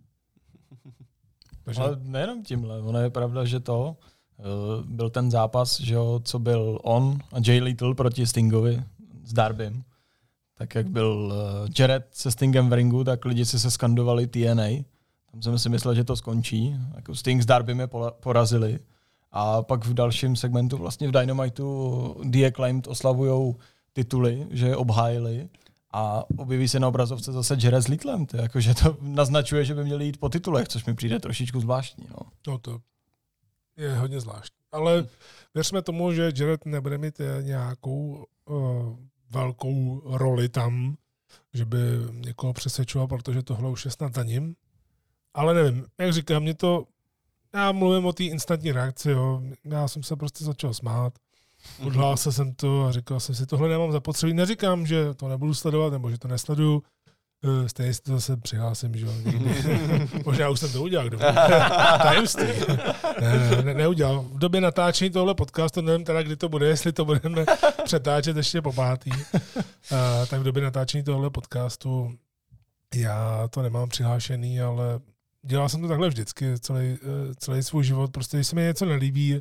Speaker 2: Takže... Ale nejenom tímhle, ono je pravda, že to uh, byl ten zápas, že jo, co byl on a Jay Lethal proti Stingovi s Darbym. Tak jak byl uh, Jarrett se Stingem v ringu, tak lidi si se skandovali T N A. Tam jsem si myslel, že to skončí. Jako Sting s Darbym je porazili. A pak v dalším segmentu vlastně v Dynamitu The Acclaimed oslavujou tituly, že je obhájili. A objeví se na obrazovce zase Jarrett s Littlem, to, jako, že to naznačuje, že by měli jít po titulech, což mi přijde trošičku zvláštní. No,
Speaker 1: no to je hodně zvláštní. Ale věřme tomu, že Jarrett nebude mít nějakou uh, velkou roli tam, že by někoho přesvědčoval, protože tohle už je snad za ním. Ale nevím, jak říkám, mě to, já mluvím o té instantní reakci, jo. Já jsem se prostě začal smát. Odhlásil jsem to a říkal jsem si, tohle nemám zapotřebí. Neříkám, že to nebudu sledovat, nebo že to nesleduju. Stejně si to zase přihlásím, že jo. Možná už jsem to udělal, kdo tajemství. Ne, ne, ne, neudělal. V době natáčení tohle podcastu, nevím teda, kdy to bude, jestli to budeme přetáčet ještě po pátý. A, tak v době natáčení tohle podcastu já to nemám přihlášený, ale dělal jsem to takhle vždycky, celý, celý svůj život. Prostě, když se mi něco nelíbí,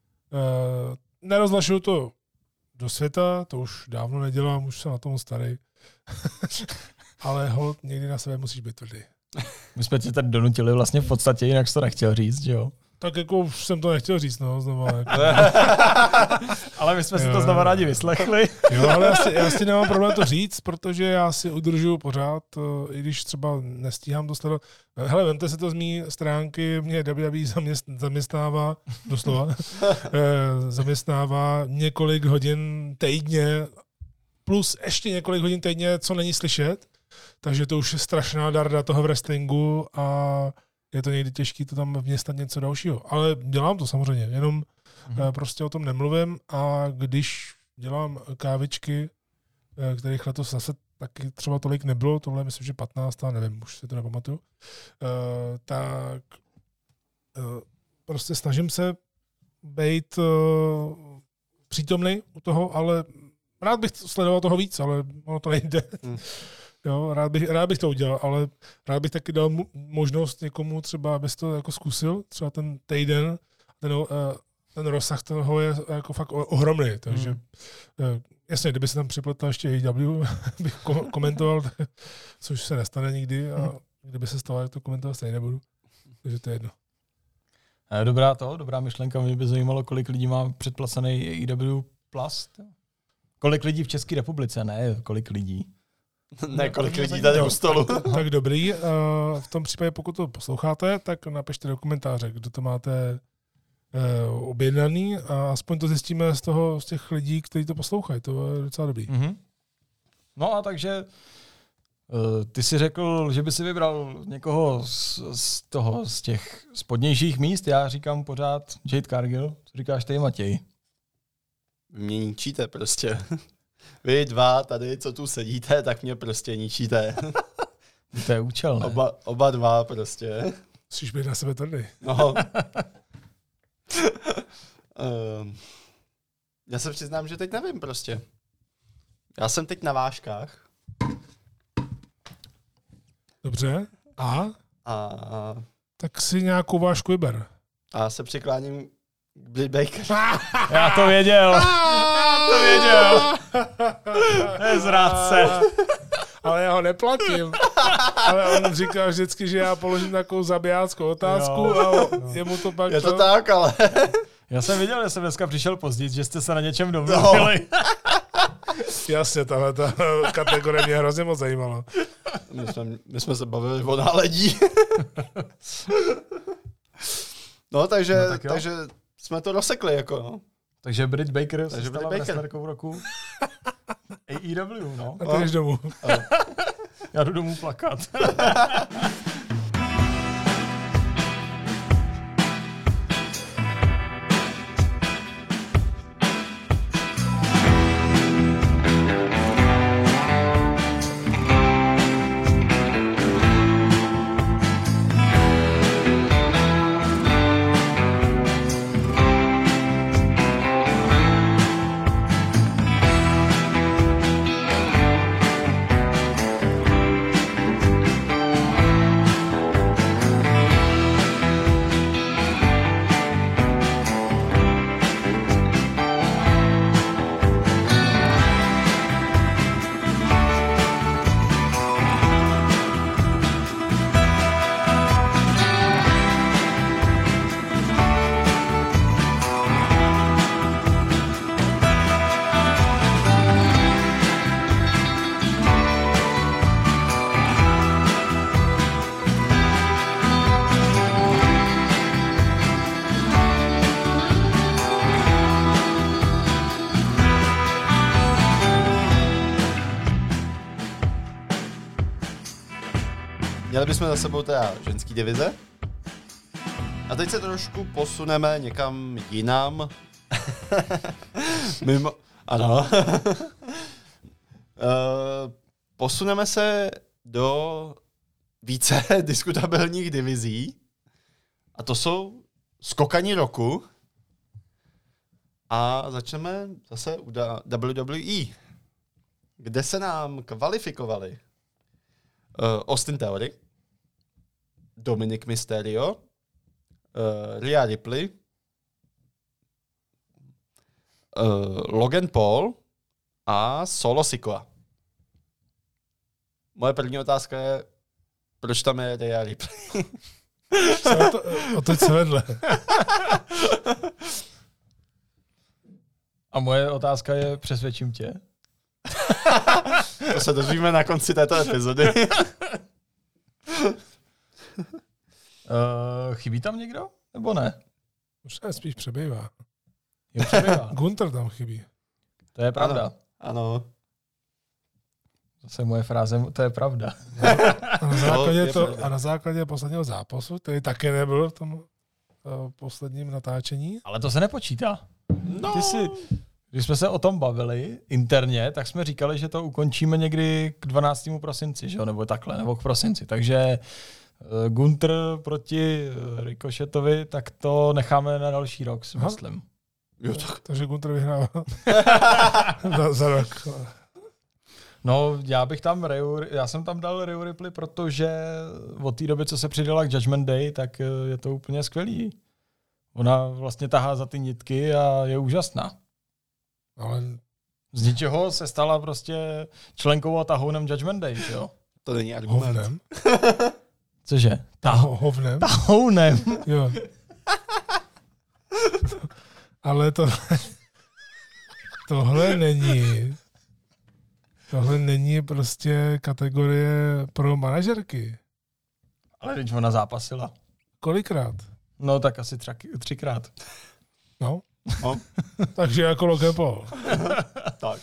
Speaker 1: nerozlašuju to do světa, to už dávno nedělám, už jsem na tom starý. Ale holt, někdy na sebe musíš být tvrdý.
Speaker 2: My jsme tě tady donutili vlastně v podstatě, jinak jsi to nechtěl říct, že jo?
Speaker 1: Tak jako už jsem to nechtěl říct, no, znova. Jako.
Speaker 2: Ale my jsme si to znova rádi vyslechli.
Speaker 1: Jo, ale já si, já si nemám problém to říct, protože já si udržuju pořád, i když třeba nestíhám to sledovat. Hele, vemte si to z mý stránky, mě W W E zaměst, zaměstnává, doslova, zaměstnává několik hodin týdně, plus ještě několik hodin týdně, co není slyšet, takže to už je strašná darda toho wrestlingu a je to někdy těžké to tam vměstat něco dalšího. Ale dělám to samozřejmě, jenom mm-hmm. prostě o tom nemluvím a když dělám kávičky, kterých letos zase taky třeba tolik nebylo, tohle myslím, že patnáct, nevím, už si to nepamatuju, tak prostě snažím se být přítomný u toho, ale rád bych sledoval toho víc, ale ono to nejde. Mm. Jo, rád bych, rád bych to udělal, ale rád bych taky dal možnost někomu třeba, abys to jako zkusil, třeba ten týden, ten, ten rozsah toho je jako fakt ohromný, takže mm. jasně, kdyby se tam připletla ještě A E W, bych komentoval, což se nestane nikdy a kdyby se stalo, jak to komentovat, stejně nebudu, takže to je jedno.
Speaker 2: Dobrá to, dobrá myšlenka, mě by zajímalo, kolik lidí má předplacený A E W Plus. Kolik lidí v České republice, ne kolik lidí.
Speaker 3: Ne, kolik lidí tady u stolu.
Speaker 1: Tak dobrý. V tom případě, pokud to posloucháte, tak napište do komentáře, kdo to máte objednaný a aspoň to zjistíme z toho, z těch lidí, kteří to poslouchají. To je docela dobrý.
Speaker 2: Mm-hmm. No a takže ty si řekl, že by si vybral někoho z, z toho, z těch spodnějších míst. Já říkám pořád Jade Cargill. Co říkáš ty, Matěj?
Speaker 3: Mě ničíte prostě. Vy dva tady, co tu sedíte, tak mě prostě ničíte.
Speaker 2: To je účel, ne?
Speaker 3: Oba, oba dva prostě.
Speaker 1: Musíš být na sebe tvrdý.
Speaker 3: No. um, já se přiznám, že teď nevím prostě. Já jsem teď na vážkách.
Speaker 1: Dobře. A?
Speaker 3: A, a
Speaker 1: tak si nějakou vážku vyber.
Speaker 3: A se přikláním k Britt Baker.
Speaker 2: Já to věděl. Já to věděl. Nezrádce.
Speaker 1: Ale já ho neplatím. Ale on říkal vždycky, že já položím takovou zabijáckou otázku jo. A jemu to pak...
Speaker 3: Je to, to tak, ale...
Speaker 2: Já jsem viděl, že jsem dneska přišel později, že jste se na něčem domluvili. No.
Speaker 1: Jasně, tahle ta kategorie mě hrozně moc zajímala.
Speaker 3: My jsme, my jsme se bavili o náledí. No, takže, no, tak takže jsme to rozsekli, jako no.
Speaker 2: Takže Britt Baker se stala wrestlerkou roku. A E W, no.
Speaker 1: A ty jdeš domů.
Speaker 2: Já jdu domů plakat.
Speaker 3: Měli bychom za sebou teda ženský divize. A teď se trošku posuneme někam jinam. Mimo... Ano. uh, posuneme se do více diskutabilních divizí. A to jsou skokani roku. A začneme zase u W W E, kde se nám kvalifikovali uh, Austin Theory, Dominic Mysterio, uh, Rhea Ripley, uh, Logan Paul a Solo Sikoa. Moje první otázka je, proč tam je Rhea Ripley?
Speaker 1: to, o to co vedle.
Speaker 2: A moje otázka je, přesvědčím tě?
Speaker 3: To se dozvíme na konci této epizody.
Speaker 2: uh, chybí tam někdo? Nebo ne?
Speaker 1: Už se spíš přebývá.
Speaker 2: Jo, přebývá.
Speaker 1: Gunter tam chybí.
Speaker 2: To je pravda.
Speaker 3: Ano. ano.
Speaker 2: Zase moje fráze, to je pravda.
Speaker 1: A na základě, to, a na základě posledního zápasu, který také nebyl v tom uh, posledním natáčení.
Speaker 2: Ale to se nepočítá.
Speaker 3: No.
Speaker 2: Ty si, když jsme se o tom bavili interně, tak jsme říkali, že to ukončíme někdy k dvanáctému prosinci, že jo? Nebo takhle, nebo k prosinci. Takže uh, Gunter proti uh, Ricochettovi, tak to necháme na další rok, si myslím.
Speaker 3: Jo, tak.
Speaker 1: Takže Gunter vyhrál za, za rok.
Speaker 2: No, já bych tam Rhea, já jsem tam dal Rhea Ripley, protože od té doby, co se přidala k Judgment Day, tak je to úplně skvělý. Ona vlastně tahá za ty nitky a je úžasná.
Speaker 1: Ale
Speaker 2: z ničeho se stala prostě členkou a tahounem Judgment Day, jo?
Speaker 3: To není argument.
Speaker 1: Hovnem.
Speaker 2: Cože?
Speaker 1: Taho, hovnem.
Speaker 2: Tahounem.
Speaker 1: Jo. Ale to... tohle není... Tohle není prostě kategorie pro manažerky.
Speaker 2: Ale když ona zápasila.
Speaker 1: Kolikrát?
Speaker 2: No tak asi tři, třikrát.
Speaker 1: No.
Speaker 3: no.
Speaker 1: Takže jako Logan Paul.
Speaker 3: Tak.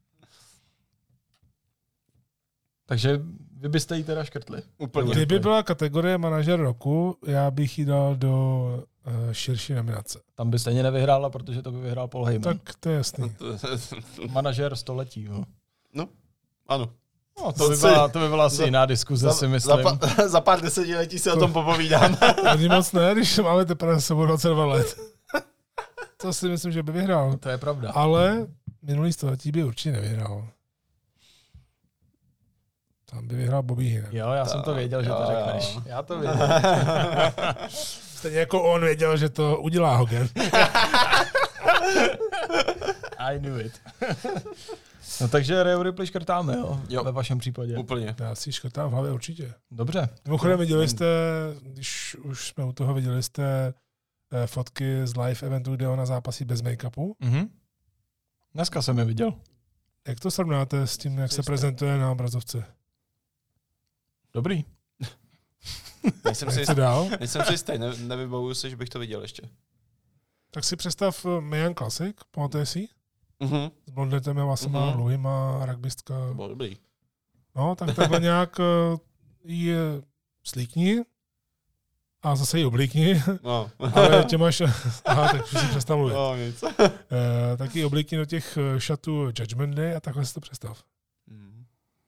Speaker 2: Takže vy byste jí teda škrtli.
Speaker 3: Úplně.
Speaker 1: Kdyby byla kategorie manažer roku, já bych ji dal do uh, širší nominace.
Speaker 2: Tam by stejně nevyhrála, protože to by vyhrál Paul Heyman.
Speaker 1: Tak to je jasný.
Speaker 2: Manažer století. Jo.
Speaker 3: No, ano.
Speaker 2: No, to, by byla, to by byla asi za, jiná diskuze,
Speaker 3: za,
Speaker 2: si myslím.
Speaker 3: Za, pa, za pár desetiletí si to, o tom popovídáme.
Speaker 1: Ani moc ne, když máme teprve sebou dvacet dva let. To si myslím, že by vyhrál.
Speaker 2: To je pravda.
Speaker 1: Ale minulý století by určitě nevyhrál. Tam by vyhrál Bobby Heenan.
Speaker 2: Jo, já
Speaker 3: Ta,
Speaker 2: jsem to věděl, že
Speaker 3: jo,
Speaker 2: to řekneš.
Speaker 3: Jo.
Speaker 2: Já to věděl.
Speaker 1: Stejně jako on věděl, že to udělá Hogan.
Speaker 2: I knew it. No takže Rhea Ripley škrtáme, jo?
Speaker 3: jo?
Speaker 2: Ve vašem případě.
Speaker 3: Úplně.
Speaker 1: Já si škrtám v hlavě určitě.
Speaker 2: Dobře.
Speaker 1: Mimochodem viděli jste, když už jsme u toho, viděli jste eh, fotky z live eventu, kde ona zápasí bez make-upu.
Speaker 2: Mhm. Dneska jsem je viděl.
Speaker 1: Jak to srovnáte s tím, jak se prezentuje na obrazovce?
Speaker 2: Dobrý.
Speaker 3: Nejsem si
Speaker 1: jistý,
Speaker 3: nejsem si jistý, ne, nevybavuju si, že bych to viděl ještě.
Speaker 1: Tak si představ Mayan Classic, pamatuje si?
Speaker 3: Mhm.
Speaker 1: S blondetem a vlasama,
Speaker 3: Mhm.
Speaker 1: dlouhýma, rugbystka.
Speaker 3: To bylo dobrý.
Speaker 1: No, tak takhle nějak ji slíkni a zase ji oblíkni.
Speaker 3: No.
Speaker 1: Ale tě máš... Aha, tak už si přestav mluvit.
Speaker 3: No, nic.
Speaker 1: Uh, tak ji oblíkni do těch šatů Judgment Day a takhle si to představ.
Speaker 3: Mhm.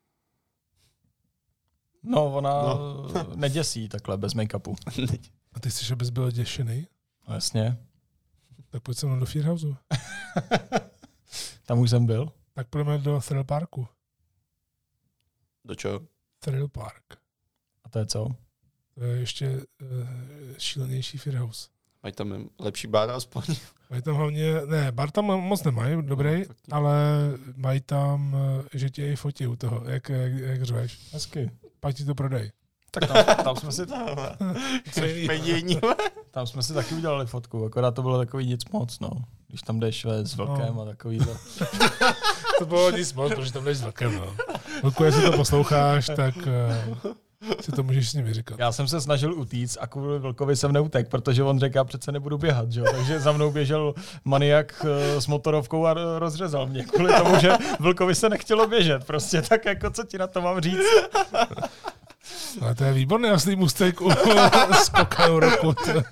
Speaker 2: No, ona
Speaker 3: No.
Speaker 2: neděsí takhle bez make-upu.
Speaker 1: A ty jsi, abys byl děšený?
Speaker 2: No, jasně.
Speaker 1: Tak pojď se mnou do Fearhouse.
Speaker 2: Tam už jsem byl.
Speaker 1: Tak půjdeme do Thrill Parku.
Speaker 3: Do čeho?
Speaker 1: Thrill Park.
Speaker 2: A to je co?
Speaker 1: To je ještě uh, šílenější Fearhouse.
Speaker 3: Mají tam lepší bar aspoň.
Speaker 1: Mají tam hlavně, ne, bar tam moc nemají, dobrý,
Speaker 3: No,
Speaker 1: ale mají tam, uh, že tě i fotí u toho, jak, jak, jak řveš.
Speaker 2: Hezky.
Speaker 1: Pak ti to prodej.
Speaker 2: Tak tam, tam, jsme si,
Speaker 3: Špejdění.
Speaker 2: tam jsme si taky udělali fotku, akorát to bylo takový nic moc, no. Když tam jdeš s vlkem
Speaker 1: No.
Speaker 2: a takovýhle.
Speaker 1: To bylo nic moc, protože tam jdeš s vlkem, no. Vlku, jestli to posloucháš, tak uh, si to můžeš s ním vyříkat.
Speaker 2: Já jsem se snažil utíct a kvůli vlkovi jsem neutek, protože on řekl, já přece nebudu běhat, že jo? Takže za mnou běžel maniak uh, s motorovkou a rozřezal mě. Kvůli tomu, že vlkovi se nechtělo běžet. Prostě tak jako, co ti na to mám říct?
Speaker 1: Ale to je výborný jaslý můstek u skokanou roku.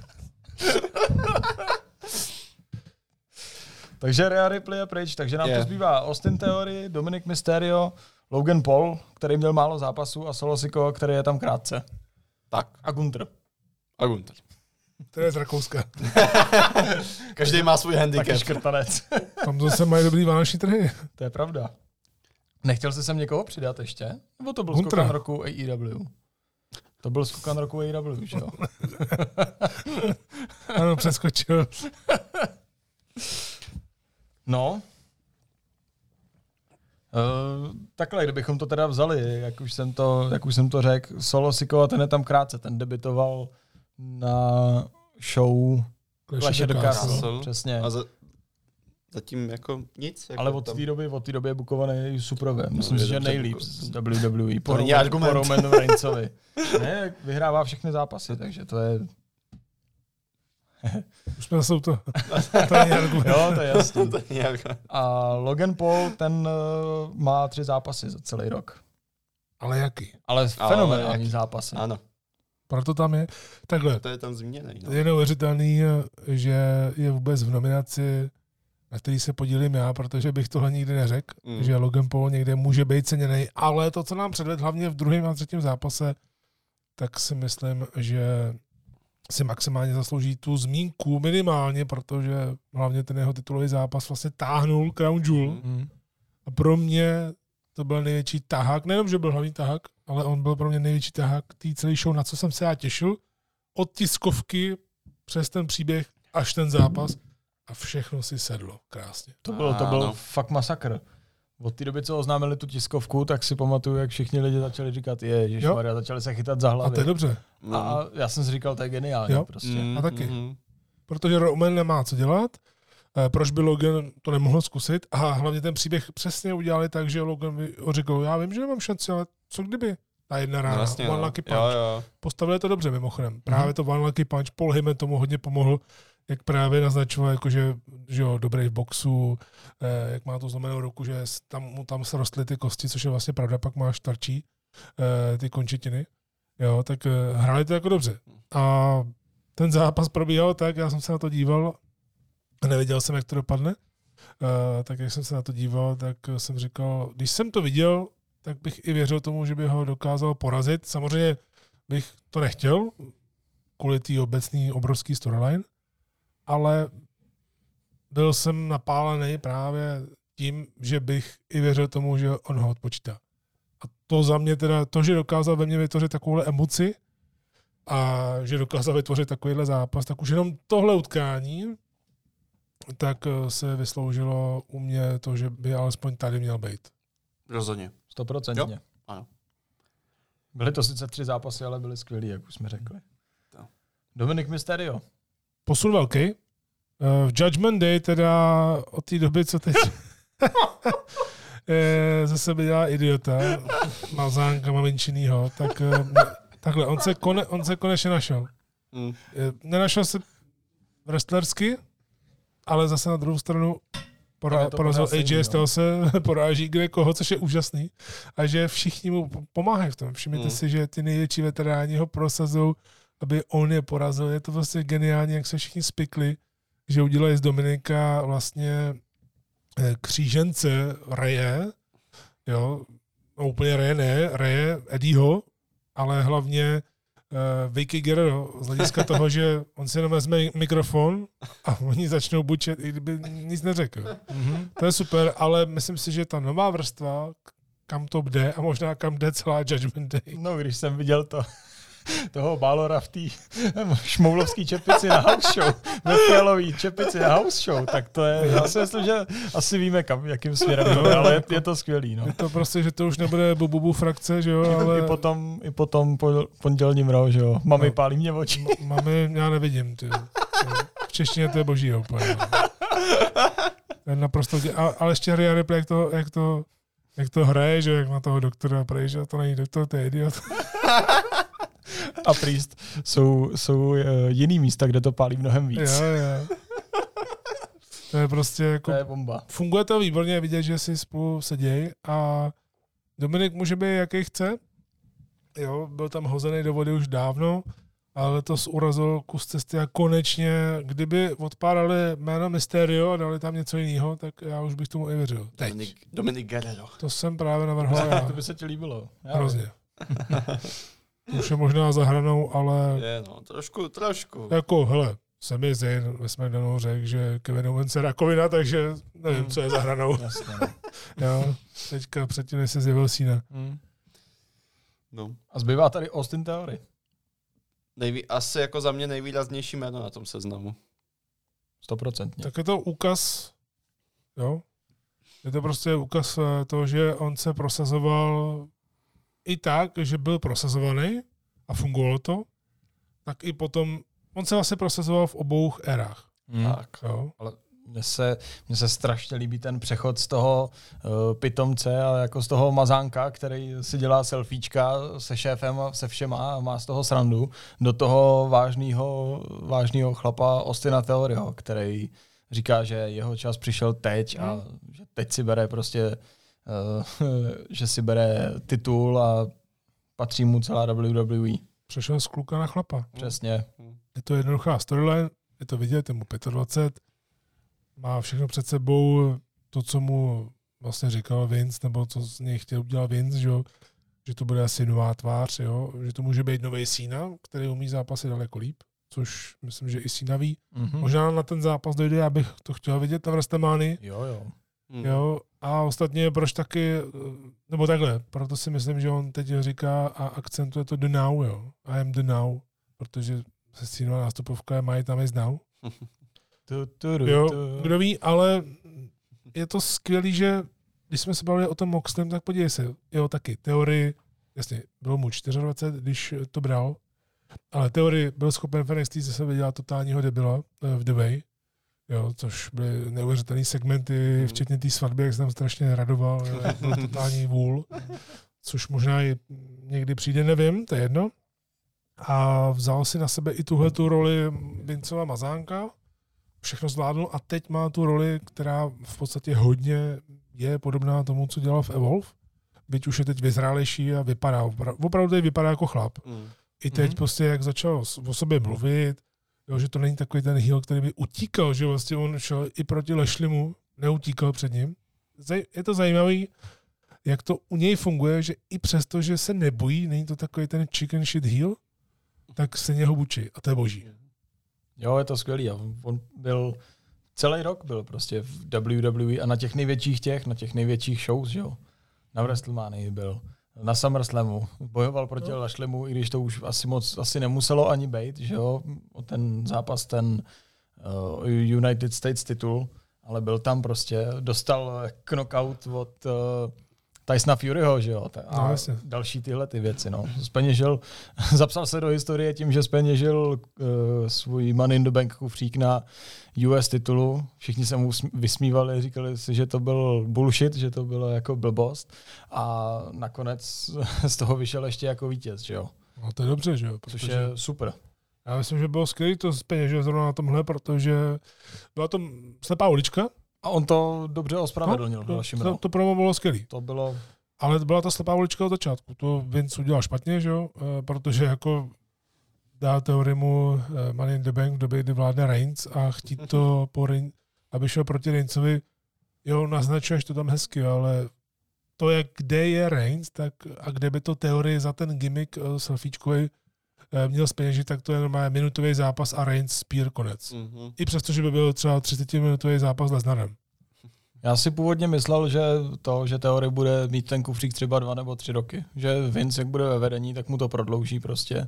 Speaker 2: Takže Rhea Ripley je pryč, takže nám
Speaker 3: Je.
Speaker 2: to zbývá Austin Theory, Dominic Mysterio, Logan Paul, který měl málo zápasů, a Solo Sikoa, který je tam krátce.
Speaker 3: Tak.
Speaker 2: A Gunther.
Speaker 3: A Gunther.
Speaker 1: To je z Rakouska.
Speaker 3: Každý má svůj handicap.
Speaker 2: Taky škrtanec.
Speaker 1: Tam zase mají dobrý vánoční trhy.
Speaker 2: To je pravda. Nechtěl jsi sem někoho přidat ještě? Nebo to byl
Speaker 1: Guntra.
Speaker 2: skokan roku A E W? To byl skokan roku A E W, že jo?
Speaker 1: Ano, přeskočil.
Speaker 2: No. Uh, takhle, kdybychom to teda vzali, jak už jsem to, jak už jsem to řekl, Solo Sikoa, ten je tam krátce, ten debitoval na show Clash of the Castle, přesně.
Speaker 3: A za, zatím jako nic. Jako
Speaker 2: Ale od
Speaker 3: tam...
Speaker 2: té doby, od té doby je bukovaný suprově. Myslím si, že nejlíp z W W E. Po,
Speaker 3: není
Speaker 2: Roman,
Speaker 3: argument.
Speaker 2: po Romanu Reignsovi. Ne, vyhrává všechny zápasy, takže to je...
Speaker 1: Už jsme zase u toho. To není argument.
Speaker 2: Jo, to je jasný.
Speaker 3: to není argument.
Speaker 2: A Logan Paul, ten uh, má tři zápasy za celý rok.
Speaker 1: Ale jaký?
Speaker 2: Ale
Speaker 3: Ale
Speaker 2: fenomenální
Speaker 3: jaký?
Speaker 2: zápasy.
Speaker 3: Ano,
Speaker 1: Proto tam je. Takhle,
Speaker 3: to je tam zmíněný. No.
Speaker 1: je neuvěřitelný, že je vůbec v nominaci, na který se podílím já, protože bych tohle nikdy neřekl,
Speaker 3: Mm.
Speaker 1: že Logan Paul někde může být ceněný, ale to, co nám předvedl hlavně v druhém a třetím zápase, tak si myslím, že si maximálně zaslouží tu zmínku minimálně, protože hlavně ten jeho titulový zápas vlastně táhnul Crown Jewel.
Speaker 2: Mm.
Speaker 1: A pro mě to byl největší tahák, nejenom, že byl hlavní tahák, ale on byl pro mě největší tahák té celé show, na co jsem se já těšil. Od tiskovky přes ten příběh až ten zápas a všechno si sedlo krásně.
Speaker 2: To byl, to byl
Speaker 3: Ano.
Speaker 2: fakt masakr. Od té doby, co oznámili tu tiskovku, tak si pamatuju, jak všichni lidi začali říkat, ježišmarja, začali se chytat za
Speaker 1: A
Speaker 2: hlavy.
Speaker 1: to je dobře,
Speaker 3: No.
Speaker 2: A já jsem si říkal, to je geniální
Speaker 1: Jo.
Speaker 2: prostě.
Speaker 3: Mm,
Speaker 1: A taky.
Speaker 3: mm,
Speaker 1: protože Roman nemá co dělat, eh, proč by Logan to nemohl zkusit a hlavně ten příběh přesně udělali tak, že Logan by řekl, já vím, že nemám šanci, ale co kdyby? Ta jedna
Speaker 3: no,
Speaker 1: rána,
Speaker 3: vlastně,
Speaker 1: one
Speaker 3: no.
Speaker 1: lucky punch.
Speaker 3: Jo, jo.
Speaker 1: Postavili to dobře mimochodem. Právě to one lucky punch, Paul Heyman tomu hodně pomohl, jak právě naznačoval, jakože, že jo, dobrý v boxu, eh, jak má tu zlomenou ruku, že s- tam, mu tam se rostly ty kosti, což je vlastně pravda, pak máš tarčí eh, ty končetiny. Jo, tak eh, hráli to jako dobře. A ten zápas probíhal tak, já jsem se na to díval a nevěděl jsem, jak to dopadne. Uh, tak jak jsem se na to díval, tak jsem říkal, když jsem to viděl, tak bych i věřil tomu, že by ho dokázal porazit. Samozřejmě bych to nechtěl, kvůli té obecný obrovský storyline, ale byl jsem napálený právě tím, že bych i věřil tomu, že on ho odpočítá. A to za mě teda, to, že dokázal ve mně vytvořit takovouhle emoci a že dokázal vytvořit takovýhle zápas, tak už jenom tohle utkání tak eh, se vysloužilo u mě to, že by alespoň tady měl být.
Speaker 3: Rozhodně.
Speaker 2: Stoprocentně.
Speaker 3: Jo. Ano.
Speaker 2: Byly to sice tři zápasy, ale byly skvělý, jak už jsme řekli.
Speaker 3: To.
Speaker 2: Dominic Mysterio.
Speaker 1: Posun velký. Eh, V Judgment Day teda od té doby, co teď eh, ze sebe dělá idiota, mazánka maminčinýho, tak eh, takhle, on se, kone, on se konečně našel.
Speaker 3: Mm.
Speaker 1: Eh, Nenašel se wrestlersky, ale zase na druhou stranu
Speaker 2: Ale
Speaker 1: pora,
Speaker 2: to
Speaker 1: porazil
Speaker 2: pořád
Speaker 1: A J
Speaker 2: stejný,
Speaker 1: Styles se poráží kde koho, což je úžasný. A že všichni mu pomáhají v tom. Všimněte
Speaker 3: Mm.
Speaker 1: si, že ty největší veteráni ho prosazují, aby on je porazil. Je to vlastně geniální, jak se všichni spikli, že udělali z Dominika vlastně eh, křížence Reje, jo, no úplně Reje ne, Reje Eddieho, ale hlavně uh, Vicky Guerrero z hlediska toho, že on si jenom vezme mikrofon a oni začnou bučet, i kdyby nic neřekl.
Speaker 2: Mm-hmm.
Speaker 1: To je super, ale myslím si, že ta nová vrstva, kam to jde a možná kam jde celá Judgment Day.
Speaker 2: No, když jsem viděl to, toho Balora v té šmoulovský čepici na house show, ve fialový čepici na house show, tak to je, já si myslím, že asi víme, kam, jakým směrem to je, ale je, je to skvělý, no.
Speaker 1: Je to prostě, že to už nebude bububu frakce, že jo, ale...
Speaker 2: I potom, i potom po pondělním raw, že jo. Mami,
Speaker 1: No.
Speaker 2: pálí mě oči.
Speaker 1: M- Mami, já nevidím, ty. V češtině to je boží úplně. To je naprosto, dě- a, ale ještě Rhea Ripley, jak to, jak to, jak to hraje, že jak na toho doktora prej, že to není doktor, to je idiot.
Speaker 2: A Priest jsou, jsou uh, jiný místa, kde to pálí mnohem víc.
Speaker 1: Jo, jo. To je prostě jako...
Speaker 2: To je bomba.
Speaker 1: Funguje to výborně, vidět, že si spolu sedějí a Dominik může být, jaký chce, Jo, byl tam hozený do vody už dávno, ale letos urazil kus cesty a konečně, kdyby odpárali jméno Mysterio a dali tam něco jiného, tak já už bych tomu i věřil. Teď.
Speaker 3: Dominik, Dominik Guerrero.
Speaker 1: To jsem právě navrhl já.
Speaker 2: To by se ti líbilo. Já
Speaker 1: Hrozně. Už je možná za hranou, ale...
Speaker 3: Je, no, trošku, trošku.
Speaker 1: Jako, hele, Sami Zayn ve SmackDownu řekl, že Kevin Owens je rakovina, takže nevím, hmm. co je za hranou.
Speaker 2: Jasně, no.
Speaker 1: Jo, teďka předtím, než se zjevil Cena.
Speaker 2: Hmm.
Speaker 3: No.
Speaker 2: A zbývá tady Austin Theory.
Speaker 3: Nejví, asi jako za mě nejvýraznější jméno na tom seznamu.
Speaker 2: Stoprocentně.
Speaker 1: Tak je to úkaz, jo, je to prostě úkaz toho, že on se prosazoval i tak, že byl prosazovaný a fungovalo to, tak i potom, on se vlastně prosazoval v obou érách.
Speaker 2: Hmm.
Speaker 3: Tak.
Speaker 1: Jo.
Speaker 2: Ale mně se, mně se strašně líbí ten přechod z toho uh, pitomce a jako z toho mazánka, který si dělá selfiečka se šéfem a se všema a má z toho srandu, do toho vážného vážného chlapa Austina Theoryho, který říká, že jeho čas přišel teď a hmm. že teď si bere prostě, uh, že si bere titul a patří mu celá W W E.
Speaker 1: Přešel z kluka na chlapa.
Speaker 2: Přesně.
Speaker 1: Je to jednoduchá storyline, je to vidět, je mu dvacet pět, má všechno před sebou, to, co mu vlastně říkal Vince, nebo co z něj chtěl udělat Vince, že, že to bude asi nová tvář, jo? Že to může být nový Cena, který umí zápasy daleko líp, což myslím, že i Cena ví. Mm-hmm. Možná na ten zápas dojde, já bych to chtěl vidět na WrestleManii.
Speaker 2: Jo, jo.
Speaker 1: Mm. Jo, a ostatně proč taky, nebo takhle, proto si myslím, že on teď říká a akcentuje to the now, jo. I am the now, protože se Cenová nástupovka mají tam is now.
Speaker 2: Tu, tu, tu,
Speaker 1: jo,
Speaker 2: tu.
Speaker 1: kdo ví, ale je to skvělý, že když jsme se bavili o tom Moxlem, tak podívej se, jo, taky teorii, jasně, bylo mu dvacet čtyři, když to bral, ale teorii byl schopen v N X T ze sebe dělat totálního debila v The Way, jo, což byly neuvěřitelné segmenty, mm. včetně té svatby, jak se tam strašně radoval, jo, byl totální vůl, což možná i někdy přijde, nevím, to je jedno. A vzal si na sebe i tuhle tu roli Vincova mazánka, všechno zvládnul a teď má tu roli, která v podstatě hodně je podobná tomu, co dělal v Evolve, byť už je teď vyzrálejší a vypadá, opravdu teď vypadá jako chlap. Mm. I teď mm. prostě, jak začal o sobě mluvit, jo, že to není takový ten heel, který by utíkal, že vlastně on šel i proti Lashleymu, neutíkal před ním. Je to zajímavý, jak to u něj funguje, že i přesto, že se nebojí, není to takový ten chicken shit heel, tak se něho bučí a to je boží.
Speaker 2: Jo, je to skvělý. On byl, celý rok byl prostě v W W E a na těch největších těch, na těch největších shows, jo. Na WrestleManii byl, na SummerSlamu, bojoval proti no. Lashleymu, i když to už asi moc, asi nemuselo ani být, že jo, o ten zápas, ten uh, United States titul, ale byl tam prostě, dostal knockout od uh, Tysona Furyho, že jo, a no, další tyhle ty věci, no. Zpeněžil, zapsal se do historie tím, že zpeněžil uh, svůj Money in the Bank kufřík na U S titulu. Všichni se mu vysmívali, říkali si, že to byl bullshit, že to bylo jako blbost a nakonec z toho vyšel ještě jako vítěz, že jo.
Speaker 1: No to je dobře, že jo.
Speaker 2: Což je super.
Speaker 1: Já myslím, že bylo skvělé to zpeněžil zrovna na tomhle, protože byla to slepá ulička.
Speaker 2: A on to dobře ospravedlnil.
Speaker 1: No, to, to, to promo bylo skvělý.
Speaker 2: To bylo...
Speaker 1: Ale byla ta slepá ulička od začátku. To Vince udělal špatně, že jo? E, protože jako dá teorimu e, Money in the Bank v době, kdy vládne Reigns a chtít to, po Reign, aby šel proti Reignsovi, jo, naznačuješ to tam hezky, ale to, jak kde je Reigns, tak a kde by to teorie za ten gimmick e, selfiečkový e, měl zpeněžit, tak to je normálně minutový zápas a Reigns Spear konec. Mm-hmm. I přesto, že by byl třeba třicetiminutový zápas s Lesnarem.
Speaker 2: Já si původně myslel, že to, že teorie bude mít ten kufřík třeba dva nebo tři roky. Že Vince, jak bude ve vedení, tak mu to prodlouží prostě.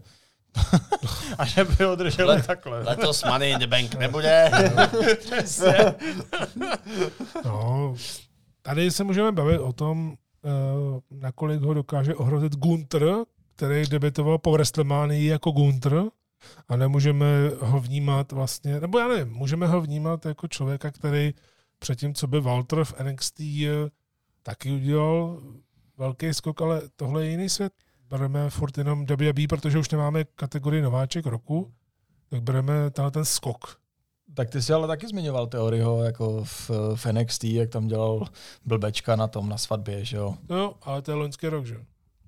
Speaker 2: A že by ho drželi Let, takhle.
Speaker 3: Letos Money in the Bank nebude.
Speaker 1: No, tady se můžeme bavit o tom, uh, nakolik ho dokáže ohrozit Gunther, který debitoval po WrestleManii jako Gunther a nemůžeme ho vnímat vlastně, nebo já nevím, můžeme ho vnímat jako člověka, který předtím, co by Walter v N X T taky udělal velký skok, ale tohle je jiný svět. Bereme furt jenom W W E, protože už nemáme kategorii nováček roku, tak bereme tenhle ten skok.
Speaker 2: Tak ty jsi ale taky zmiňoval Theoryho jako v, v N X T, jak tam dělal blbečka na tom, na svatbě, že jo?
Speaker 1: No, ale to je loňský rok, že jo?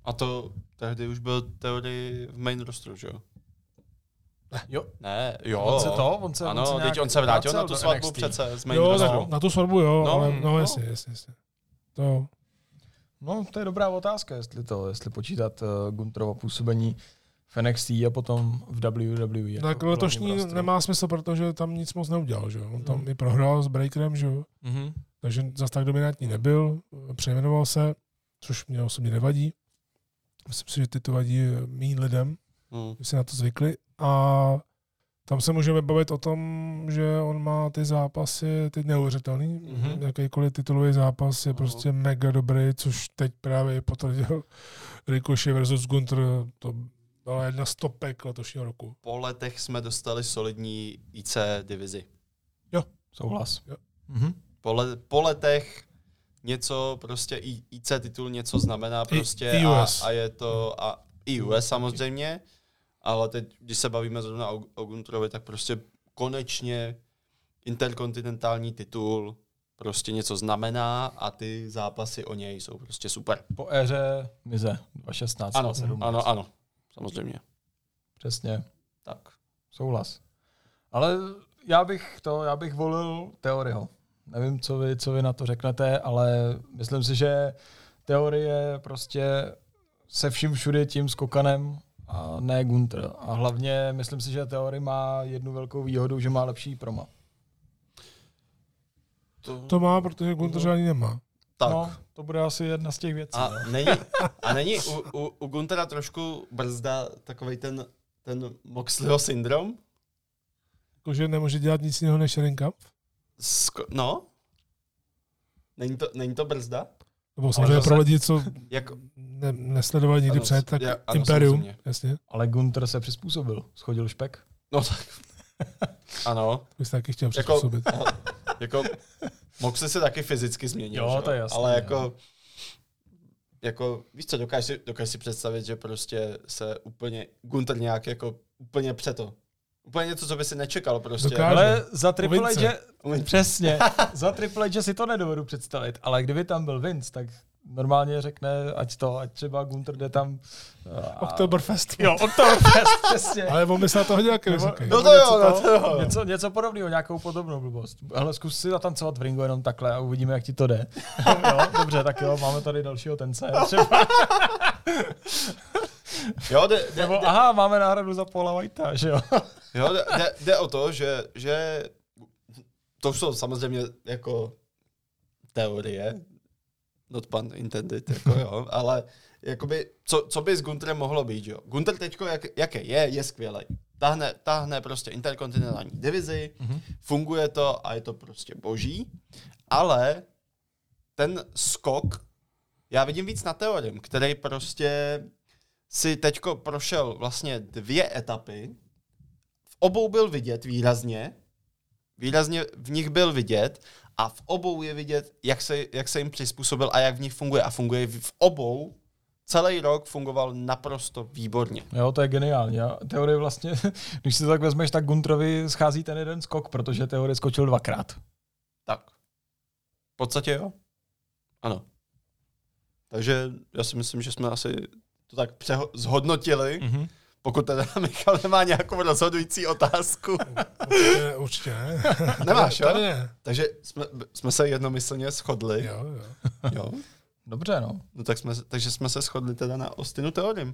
Speaker 3: A to tehdy už byl teorii v main rosteru, že jo?
Speaker 2: Ne. Jo.
Speaker 3: Ne, jo.
Speaker 2: On se to, on se,
Speaker 3: ano,
Speaker 2: on se
Speaker 3: teď on se vrátil na tu svatbu
Speaker 2: N X T.
Speaker 3: přece z main
Speaker 1: Jo,
Speaker 3: rosteru.
Speaker 1: tak na tu svatbu, jo,
Speaker 3: No,
Speaker 1: ale no,
Speaker 3: no.
Speaker 1: jasně, jasně, jasně. To...
Speaker 2: No, to je dobrá otázka, jestli to, jestli počítat uh, Gunterovo působení v N X T a potom v W W E.
Speaker 1: Tak
Speaker 2: jako
Speaker 1: letošní nemá smysl, protože tam nic moc neudělal, že jo. On tam
Speaker 2: Mm.
Speaker 1: i prohrál s Breakerem, že jo.
Speaker 2: Mm-hmm.
Speaker 1: Takže zase tak dominantní nebyl, přejmenoval se, což mě osobně nevadí. Myslím si, že ty to vadí méně lidem,
Speaker 3: Hmm.
Speaker 1: že si na to zvykli. A tam se můžeme bavit o tom, že on má ty zápasy, ty neuvěřitelný.
Speaker 2: Mhm.
Speaker 1: Jakýkoliv titulový zápas je
Speaker 3: Aha.
Speaker 1: prostě mega dobrý, což teď právě potvrdil Ricochet versus Gunter. To byla jedna z topek letošního roku.
Speaker 3: Po letech jsme dostali solidní I C divizi.
Speaker 2: Souhlas.
Speaker 1: Jo.
Speaker 2: Mm-hmm.
Speaker 3: Po, le, po letech něco prostě I, I C titul něco znamená prostě
Speaker 1: I,
Speaker 3: a,
Speaker 1: US.
Speaker 3: a je to a i U S samozřejmě, ale teď, když se bavíme zrovna o, o Gunterovi, tak prostě konečně interkontinentální titul prostě něco znamená a ty zápasy o něj jsou prostě super.
Speaker 2: Po éře Mize dva tisíce šestnáct.
Speaker 3: Ano,
Speaker 2: dva tisíce sedmnáct.
Speaker 3: ano, ano, samozřejmě.
Speaker 2: Přesně.
Speaker 3: Tak.
Speaker 2: Souhlas. Ale já bych to, já bych volil Theoryho. Nevím, co vy, co vy na to řeknete, ale myslím si, že Theorie prostě se vším všude tím skokanem a ne Gunter. A hlavně myslím si, že Theory má jednu velkou výhodu, že má lepší promo.
Speaker 3: To,
Speaker 1: To má, protože Gunter žádný nemá.
Speaker 3: tak.
Speaker 2: No, to bude asi jedna z těch věcí.
Speaker 3: A
Speaker 2: no.
Speaker 3: není, a není u, u, u Guntera trošku brzda takovej ten, ten Moxleyho syndrom?
Speaker 1: Jakože nemůže dělat nic jiného než ring up.
Speaker 3: Sko- no? Není to, není to brzda?
Speaker 1: Nebo samozřejmě
Speaker 3: zase-
Speaker 1: pro lidi, co
Speaker 3: Jako,
Speaker 1: ne, nesledovali nikdy
Speaker 3: Ano,
Speaker 1: před, tak
Speaker 3: já- ano,
Speaker 1: Imperium,
Speaker 3: samozřejmě.
Speaker 1: jasně.
Speaker 2: Ale Gunter se přizpůsobil. Schodil špek.
Speaker 3: no tak. Ano.
Speaker 1: Bych se taky chtěl
Speaker 3: Jako,
Speaker 1: přizpůsobit.
Speaker 3: jako Moxley se taky fyzicky změnil.
Speaker 2: Jo,
Speaker 3: že?
Speaker 2: to je jasný,
Speaker 3: Ale
Speaker 2: jo.
Speaker 3: jako, jako, víš co, dokážeš si, dokážeš si představit, že prostě se úplně, Gunter nějak jako úplně přeto. Úplně něco, co by si nečekal prostě.
Speaker 1: Dokáže.
Speaker 2: Ale za Triple
Speaker 1: Vince.
Speaker 2: H, přesně, za Triple H si to nedovedu představit, ale kdyby tam byl Vince, tak normálně řekne, ať to, ať třeba Gunter jde tam... A...
Speaker 1: Oktoberfest.
Speaker 2: Jo, Oktoberfest, přesně.
Speaker 1: Ale on by se na to hodil jaký
Speaker 2: Nebo-
Speaker 1: vysoký.
Speaker 3: No
Speaker 2: nebo
Speaker 3: to jo,
Speaker 2: něco
Speaker 3: no to jo.
Speaker 2: Něco, něco podobného, nějakou podobnou blbost. Hele, zkus si zatancovat v ringu jenom takhle a uvidíme, jak ti to jde. Jo, dobře, tak jo, máme tady dalšího tence. Třeba.
Speaker 3: Jo, jde, jde,
Speaker 2: Nebo
Speaker 3: jde,
Speaker 2: aha, máme náhradu za Paula Whitea, že jo.
Speaker 3: jo, jde, jde, jde o to, že, že to jsou samozřejmě jako teorie, not pun intended, jako jo, ale jakoby, co, co by s Gunterem mohlo být, jo? Gunter teďko, jak, jaký je, je skvělej. Tahne, tahne prostě interkontinentální divizi,
Speaker 2: Mhm.
Speaker 3: funguje to a je to prostě boží, ale ten skok, já vidím víc na Theorem, který prostě si teďko prošel vlastně dvě etapy, v obou byl vidět výrazně, výrazně v nich byl vidět a v obou je vidět, jak se, jak se jim přizpůsobil a jak v nich funguje. A funguje v obou, celý rok fungoval naprosto výborně.
Speaker 2: Jo, to je geniální. A Theory vlastně, když si to tak vezmeš, tak Gunterovi schází ten jeden skok, protože Theory skočil dvakrát.
Speaker 3: Tak. V podstatě jo. Ano. Takže já si myslím, že jsme asi to tak přeho- zhodnotili,
Speaker 2: Mhm.
Speaker 3: pokud teda Michal nemá nějakou rozhodující otázku.
Speaker 1: Určitě, určitě ne.
Speaker 3: Nemáš, jo?
Speaker 1: Tady ne.
Speaker 3: Takže jsme, jsme se jednomyslně shodli.
Speaker 1: Jo, jo.
Speaker 3: Jo.
Speaker 2: Dobře, no.
Speaker 3: No tak jsme, takže jsme se shodli teda na Austinu Theorem.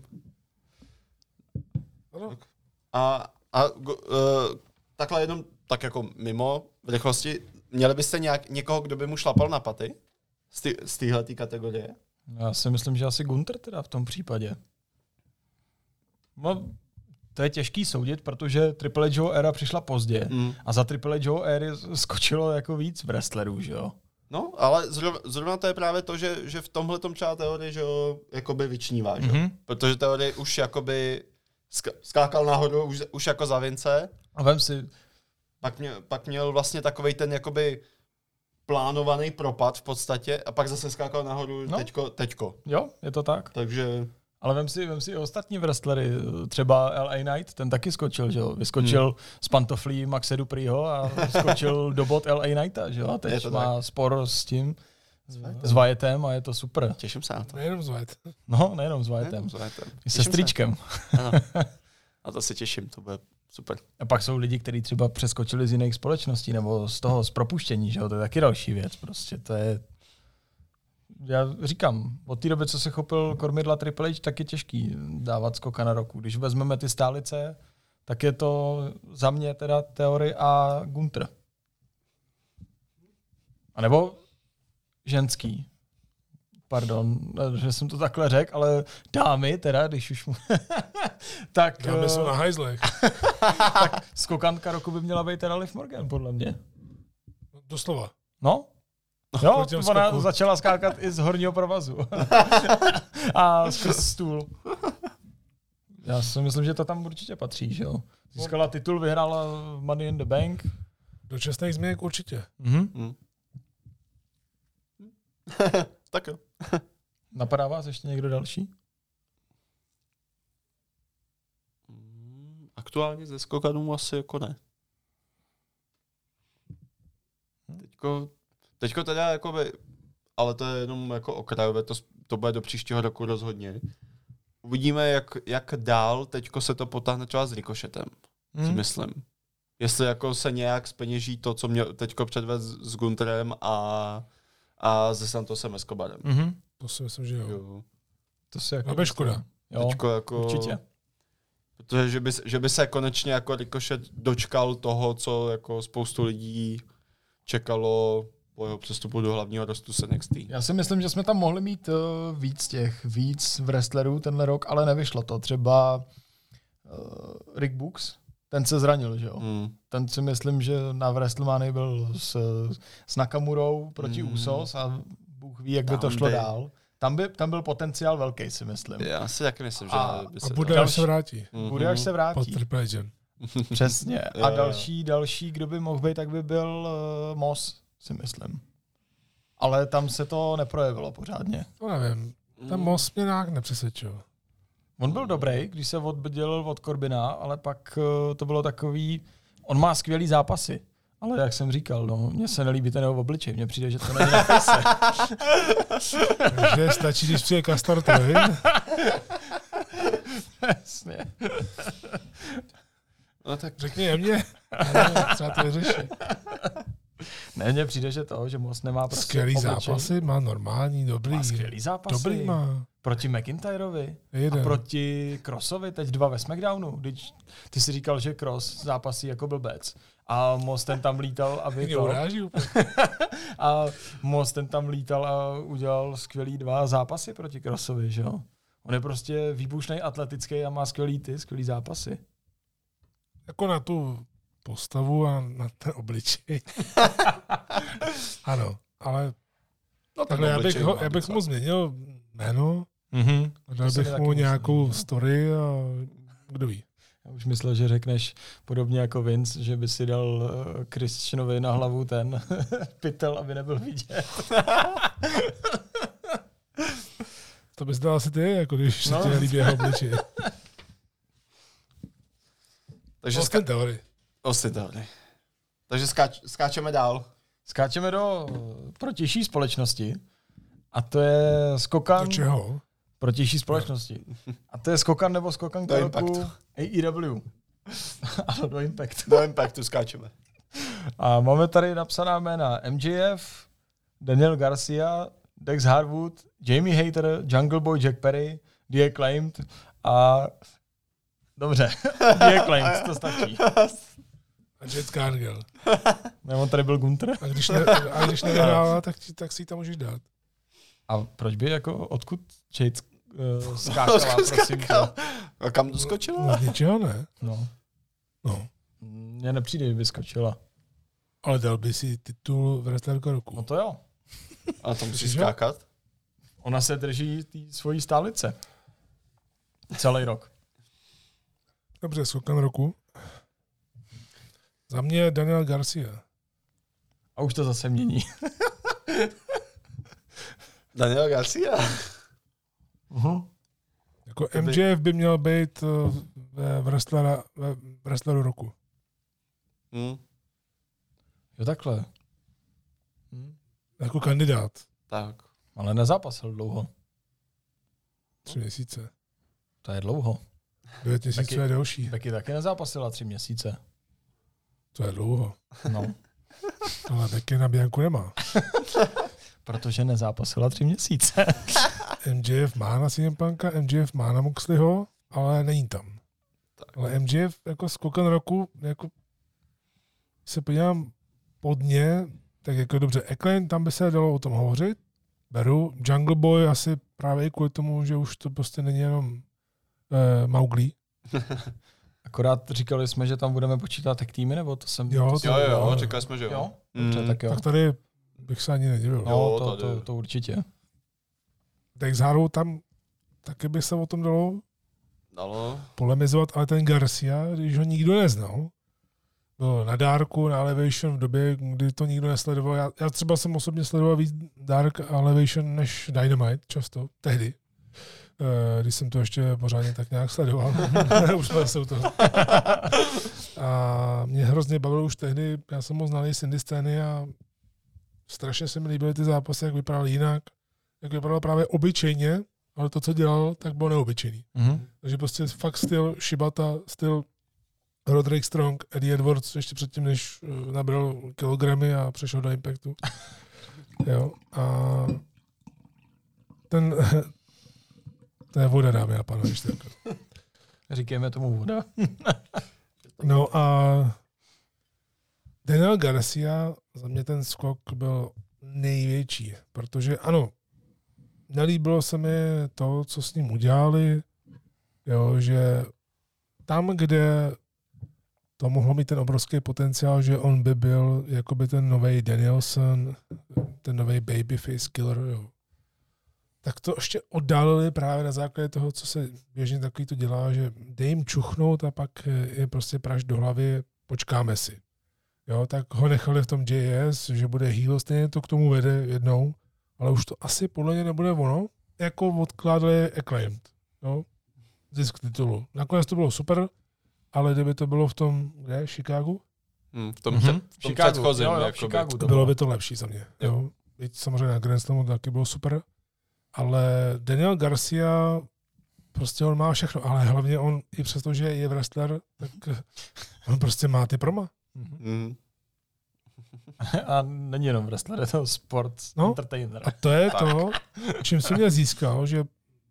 Speaker 1: Ano.
Speaker 3: A, a uh, takhle jenom tak jako mimo v rychlosti, měli byste nějak, někoho, kdo by mu šlapal na paty z, ty, z téhletý kategorie?
Speaker 2: Já si myslím, že asi Gunter teda v tom případě. No, to je těžký soudit, protože Triple H'ho éra přišla pozdě
Speaker 3: Mm.
Speaker 2: a za Triple H'ho éry skočilo jako víc wrestlerů, že jo?
Speaker 3: No, ale zrovna, zrovna to je právě to, že, že v tomhletom třeba teorie, že jo, jakoby vyčnívá, že jo?
Speaker 2: Mhm.
Speaker 3: Protože teorie už jakoby sk- skákal nahoru už, už jako za Vince,
Speaker 2: A vem si,
Speaker 3: pak, mě, pak měl vlastně takovej ten jakoby plánovaný propad v podstatě a pak zase skákal nahoru
Speaker 2: No.
Speaker 3: teďko, teďko.
Speaker 2: jo, je to tak.
Speaker 3: Takže
Speaker 2: Ale vem si, vem si i ostatní wrestlery, třeba L A Knight, ten taky skočil, že jo? Vyskočil hmm. z pantoflí Maxe Duprýho a skočil do bot L A Knighta, že jo? A
Speaker 3: Je
Speaker 2: teď
Speaker 3: to
Speaker 2: má
Speaker 3: tak.
Speaker 2: spor s tím, s Vajetem a je to super.
Speaker 3: Těším se na to.
Speaker 1: Nejenom s Vajetem.
Speaker 2: No, nejenom s Vajetem. I se Stričkem.
Speaker 3: Ano. A to se těším, to bude super.
Speaker 2: A pak jsou lidi, kteří třeba přeskočili z jiných společností nebo z toho z propuštění, že jo, to je taky další věc. Prostě to je... Já říkám, od té doby, co se chopil kormidla Triple H, tak je těžký dávat skoka na roku. Když vezmeme ty stálice, tak je to za mě teda Theory a Gunther. A nebo ženský. Pardon, že jsem to takhle řekl, ale dámy teda, když už mu... tak...
Speaker 1: Dámy jsou na hajzlech.
Speaker 2: tak skokanka roku by měla být teda Liv Morgan, podle mě.
Speaker 1: Doslova.
Speaker 2: No? Jo, ona
Speaker 1: skoku.
Speaker 2: začala skákat i z horního provazu. a skrz stůl. Já si myslím, že to tam určitě patří, že jo. Získala titul, vyhrála Money in the Bank.
Speaker 1: Do čestných změnek určitě.
Speaker 2: Mhm.
Speaker 3: Mm. tak jo.
Speaker 2: Napadá vás ještě někdo další?
Speaker 3: Aktuálně ze skokanů asi jako ne. Teďko, teďko teda jakoby, ale to je jenom jako okrajové, to, to bude do příštího roku rozhodně. Uvidíme, jak, jak dál teďko se to potáhne třeba s Rikošetem, hmm. si myslím. Jestli jako se nějak zpeněží to, co mě teďko předvez s Gunterem a, a se Santosem Escobarem.
Speaker 2: Mm-hmm.
Speaker 1: To si myslím, že jo. jo.
Speaker 2: To si jako...
Speaker 1: Aby škoda.
Speaker 2: Jo,
Speaker 3: teďko jako...
Speaker 2: určitě.
Speaker 3: Protože že by, že by se konečně jako Rikošet dočkal toho, co jako spoustu lidí čekalo po jeho přestupu do hlavního rostu z N X T.
Speaker 2: Já si myslím, že jsme tam mohli mít uh, víc těch, víc wrestlerů tenhle rok, ale nevyšlo to. Třeba uh, Rick Books, ten se zranil, že jo? Hmm. Ten si myslím, že na WrestleManii byl s, s Nakamurou proti hmm. Usos a Bůh ví, jak by tam to šlo by... dál. Tam, by, tam byl potenciál velký, si myslím.
Speaker 3: Já si taky myslím, že
Speaker 1: a,
Speaker 3: by se...
Speaker 1: A bude, až se vrátí.
Speaker 2: Mm-hmm. Bude, až se vrátí.
Speaker 1: Pod Triple H'em.
Speaker 2: Přesně. A další, další, kdo by mohl být, tak by byl uh, Moss, si myslím. Ale tam se to neprojevilo pořádně.
Speaker 1: No nevím. Tam Moss mě nějak nepřesvědčil.
Speaker 2: On byl dobrý, když se oddělil od Corbina, ale pak uh, to bylo takový... On má skvělý zápasy. Ale jak jsem říkal, no, mně se nelíbí ten jeho obličej. Mně přijde, že to není na face.
Speaker 1: Takže stačí, když přijde Castor Troy.
Speaker 2: Jasně.
Speaker 3: No tak
Speaker 1: řekni mě. Třeba to vyřeší.
Speaker 2: Ne, mně přijde, že to, že Moss nemá prostě
Speaker 1: skvělý
Speaker 2: obličej.
Speaker 1: zápasy, má normální, dobrý.
Speaker 2: Má skvělý zápasy.
Speaker 1: Dobrý má.
Speaker 2: Proti McIntyrovi
Speaker 1: Jeden.
Speaker 2: a proti Crossovi, teď dva ve SmackDownu. Když ty si říkal, že Cross zápasí jako blbec. A Moss ten tam lítal, aby to... a Moss ten tam lítal a udělal skvělý dva zápasy proti Crossovi, že jo? On je prostě výbušnej, atletický a má skvělý ty, skvělý zápasy.
Speaker 1: Jako na tu postavu a na ten obličej. Ano, ale no, takhle já bych, ho, já bych mu změnil jméno,
Speaker 2: mm-hmm.
Speaker 1: dal bych mu nějakou myslím. story a kdo ví.
Speaker 2: Já už myslel, že řekneš podobně jako Vince, že by si dal uh, Christianovi na hlavu ten pytel, aby nebyl vidět.
Speaker 1: To bys dal asi ty, jako když no. se ti nelíbí jeho obličej.
Speaker 3: Takže
Speaker 1: Austin Theory.
Speaker 3: Austin Theory. Takže skáč, skáčeme dál.
Speaker 2: Skáčeme do protější společnosti. A to je skokan...
Speaker 1: Do čeho?
Speaker 2: Protější společnosti. A to je skokan nebo skokan do roku A E W. Ano, do Impactu.
Speaker 3: Do Impactu skáčeme.
Speaker 2: A máme tady napsaná jména M J F, Daniel Garcia, Dex Harwood, Jamie Hayter, Jungle Boy Jack Perry, The Acclaimed a... Dobře, The Acclaimed, to stačí.
Speaker 1: A Jet Cargill.
Speaker 2: Ne, on tady byl Gunther.
Speaker 1: A když, ne, a když nevyhrává, tak, tak si ji tam můžeš dát.
Speaker 2: A proč by jako, odkud Jade uh, skákala, prosím tě?
Speaker 3: A kam to skočila?
Speaker 1: No, z ničeho ne.
Speaker 2: No.
Speaker 1: No.
Speaker 2: Mně nepřijde, že by skočila.
Speaker 1: Ale dal by si titul wrestlerka roku.
Speaker 2: No to jo.
Speaker 3: A to musí skákat?
Speaker 2: Ona se drží tý svojí stálice. Celý rok.
Speaker 1: Dobře, skokan roku. Za mě Daniel Garcia.
Speaker 2: A už to zase mění.
Speaker 3: Daniel Garcia?
Speaker 2: Uh-huh.
Speaker 1: Jako M J F by měl být uh, ve, wrestlera, ve wrestleru roku.
Speaker 3: Hmm.
Speaker 2: Jo, takhle. Hmm.
Speaker 1: Jako kandidát.
Speaker 3: Tak.
Speaker 2: Ale nezápasil dlouho.
Speaker 1: Tři měsíce.
Speaker 2: To je dlouho.
Speaker 1: Devět měsíců je delší.
Speaker 2: Becky taky nezápasila tři měsíce.
Speaker 1: To je dlouho.
Speaker 2: No.
Speaker 1: Ale Becky na Bianku nemá.
Speaker 2: Protože nezápasila tři měsíce.
Speaker 1: M J F má na C M Punka, M J F má na Moxleyho, ale není tam. Tak. Ale M J F jako skokan roku, jako se podívám pod ně, tak jako dobře, Acclaim, tam by se dalo o tom hovořit. Beru. Jungle Boy asi právě kvůli tomu, že už to prostě není jenom eh, Mowgli.
Speaker 2: Akorát říkali jsme, že tam budeme počítat tag týmy, nebo to jsem...
Speaker 1: Jo,
Speaker 3: to, jo, jo, jo, říkali jsme, že jo.
Speaker 2: jo? Dobře, mm. tak jo.
Speaker 1: Tak tady bych se ani nedivil.
Speaker 2: No, jo, to, to, to určitě.
Speaker 1: Tak zároveň tam taky by se o tom dalo
Speaker 3: Dalo.
Speaker 1: polemizovat, ale ten Garcia, když ho nikdo neznal, byl na Darku, na Elevation v době, kdy to nikdo nesledoval. Já, já třeba jsem osobně sledoval víc Dark a Elevation než Dynamite často, tehdy. Když jsem to ještě pořádně tak nějak sledoval. Už jsme se u toho. A mě hrozně bavilo už tehdy, já jsem ho znal z indie scény a strašně se mi líbily ty zápasy, jak vypadal jinak, jak vypadal právě obyčejně, ale to, co dělal, tak bylo neobyčejný. Mm-hmm. Takže prostě fakt styl Shibata, styl Roderick Strong, Eddie Edwards, ještě předtím, než nabral kilogramy a přešel do Impactu. Jo. A ten... To je voda, dámy a pánové.
Speaker 2: Říkejme tomu voda.
Speaker 1: No a Daniel Garcia, za mě ten skok byl největší, protože ano, nelíbilo se mi to, co s ním udělali, jo, že tam, kde to mohlo mít ten obrovský potenciál, že on by byl jakoby ten nový Danielson, ten nový babyface killer, jo. Tak to ještě oddálili právě na základě toho, co se běžně takový to dělá, že dej jim čuchnout a pak je prostě praš do hlavy, počkáme si. Jo, tak ho nechali v tom J S, že bude heel, stejně to k tomu vede jednou, ale už to asi podle mě nebude ono, jako odkládali Acclaimed, jo, zisk titulu. Nakonec to bylo super, ale kdyby to bylo v tom, kde, Chicagu?
Speaker 3: Hmm, v tom, mm-hmm. v tom
Speaker 2: Chicagu,
Speaker 3: předchozím.
Speaker 2: Jo, jo,
Speaker 3: jako
Speaker 2: Chicagu
Speaker 1: by.
Speaker 2: to
Speaker 1: Bylo by to lepší za mě. Jo. Jo. Víc samozřejmě na Grand Slamu taky bylo super, ale Daniel Garcia, prostě on má všechno, ale hlavně on, i přesto, že je wrestler, tak on prostě má ty proma.
Speaker 3: Mm-hmm.
Speaker 2: A není jenom wrestler, je to sports no, entertainer.
Speaker 1: A to je to, čím jsem mě získal, že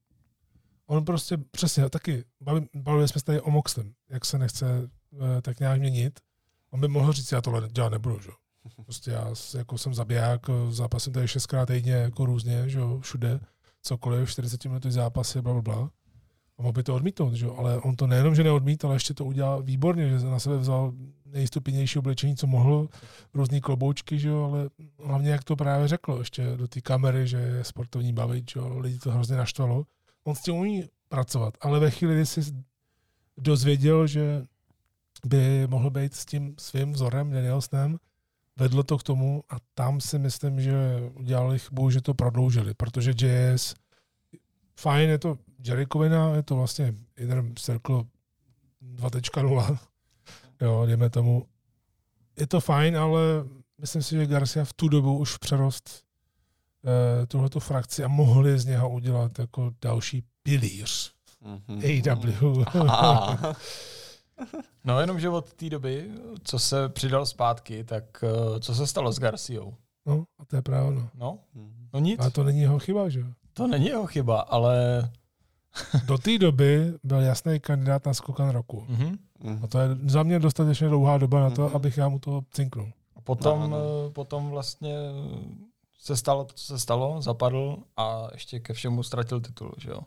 Speaker 1: on prostě přesně taky, bavili jsme se tady o Moxlem, jak se nechce tak nějak měnit. On by mohl říct, já tohle dělat nebudu, že? Prostě já jako jsem zabiják, zápasím tady šestkrát týdně jako různě, že jo, všude, cokoliv, čtyřicet minut zápasy, blablabla. A mohl by to odmítnout, že jo, ale on to nejenom, že neodmít, ale ještě to udělal výborně, že na sebe vzal nejstupidnější oblečení, co mohl, různý kloboučky, že jo, ale hlavně jak to právě řeklo, ještě do té kamery, že je sportovní bavit, že jo, lidi to hrozně naštvalo. On s tím umí pracovat, ale ve chvíli, kdy jsi dozvěděl, že by mohl být s tím svým vzorem, Danielsonem, vedlo to k tomu a tam si myslím, že udělali chybu, že to prodloužili, protože J S, fajn, je to Jerichovina, je to vlastně Inner Circle dva tečka nula, jo, dejme tomu. Je to fajn, ale myslím si, že Garcia v tu dobu už přerost eh, tuhletu frakci a mohli z něho udělat jako další pilíř. Mm-hmm. A W.
Speaker 2: No jenom, že od té doby, co se přidal zpátky, tak co se stalo s Garciou?
Speaker 1: No, a to je pravda.
Speaker 2: No, no nic.
Speaker 1: Ale to není jeho chyba, že jo?
Speaker 2: To není jeho chyba, ale...
Speaker 1: Do té doby byl jasný kandidát na skokan roku. Mm-hmm. A to je za mě dostatečně dlouhá doba na to, mm-hmm. abych já mu to cinknul.
Speaker 2: Potom, no, no. potom vlastně se stalo to, co se stalo, zapadl a ještě ke všemu ztratil titul, že jo?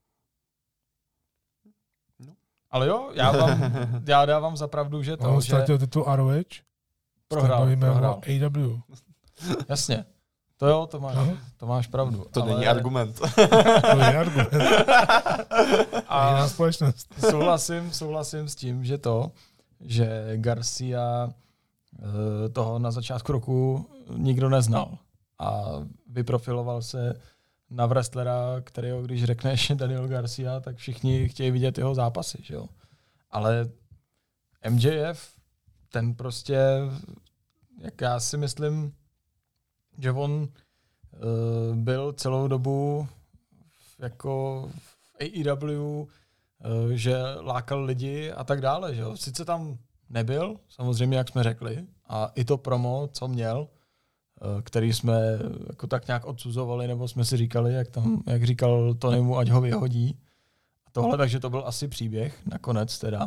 Speaker 2: Ale jo, já, vám, já dávám za pravdu, že to,
Speaker 1: on
Speaker 2: že...
Speaker 1: ztratil titul R O H,
Speaker 2: prohrál, prohrál.
Speaker 1: A W.
Speaker 2: Jasně. To jo, to máš, to máš pravdu.
Speaker 3: To ale... není argument.
Speaker 1: To je argument. A jiná společnost.
Speaker 2: Souhlasím, souhlasím s tím, že to, že Garcia toho na začátku roku nikdo neznal. A vyprofiloval se na wrestlera, kterého, když řekneš Daniel Garcia, tak všichni chtějí vidět jeho zápasy, že jo. Ale M J F, ten prostě, jak já si myslím, že on uh, byl celou dobu jako v A E W, uh, že lákal lidi a tak dále. Že jo? Sice tam nebyl, samozřejmě, jak jsme řekli, a i to promo, co měl, uh, který jsme jako tak nějak odsuzovali, nebo jsme si říkali, jak, tam, jak říkal Tonymu, ať ho vyhodí. A tohle, takže to byl asi příběh, nakonec teda.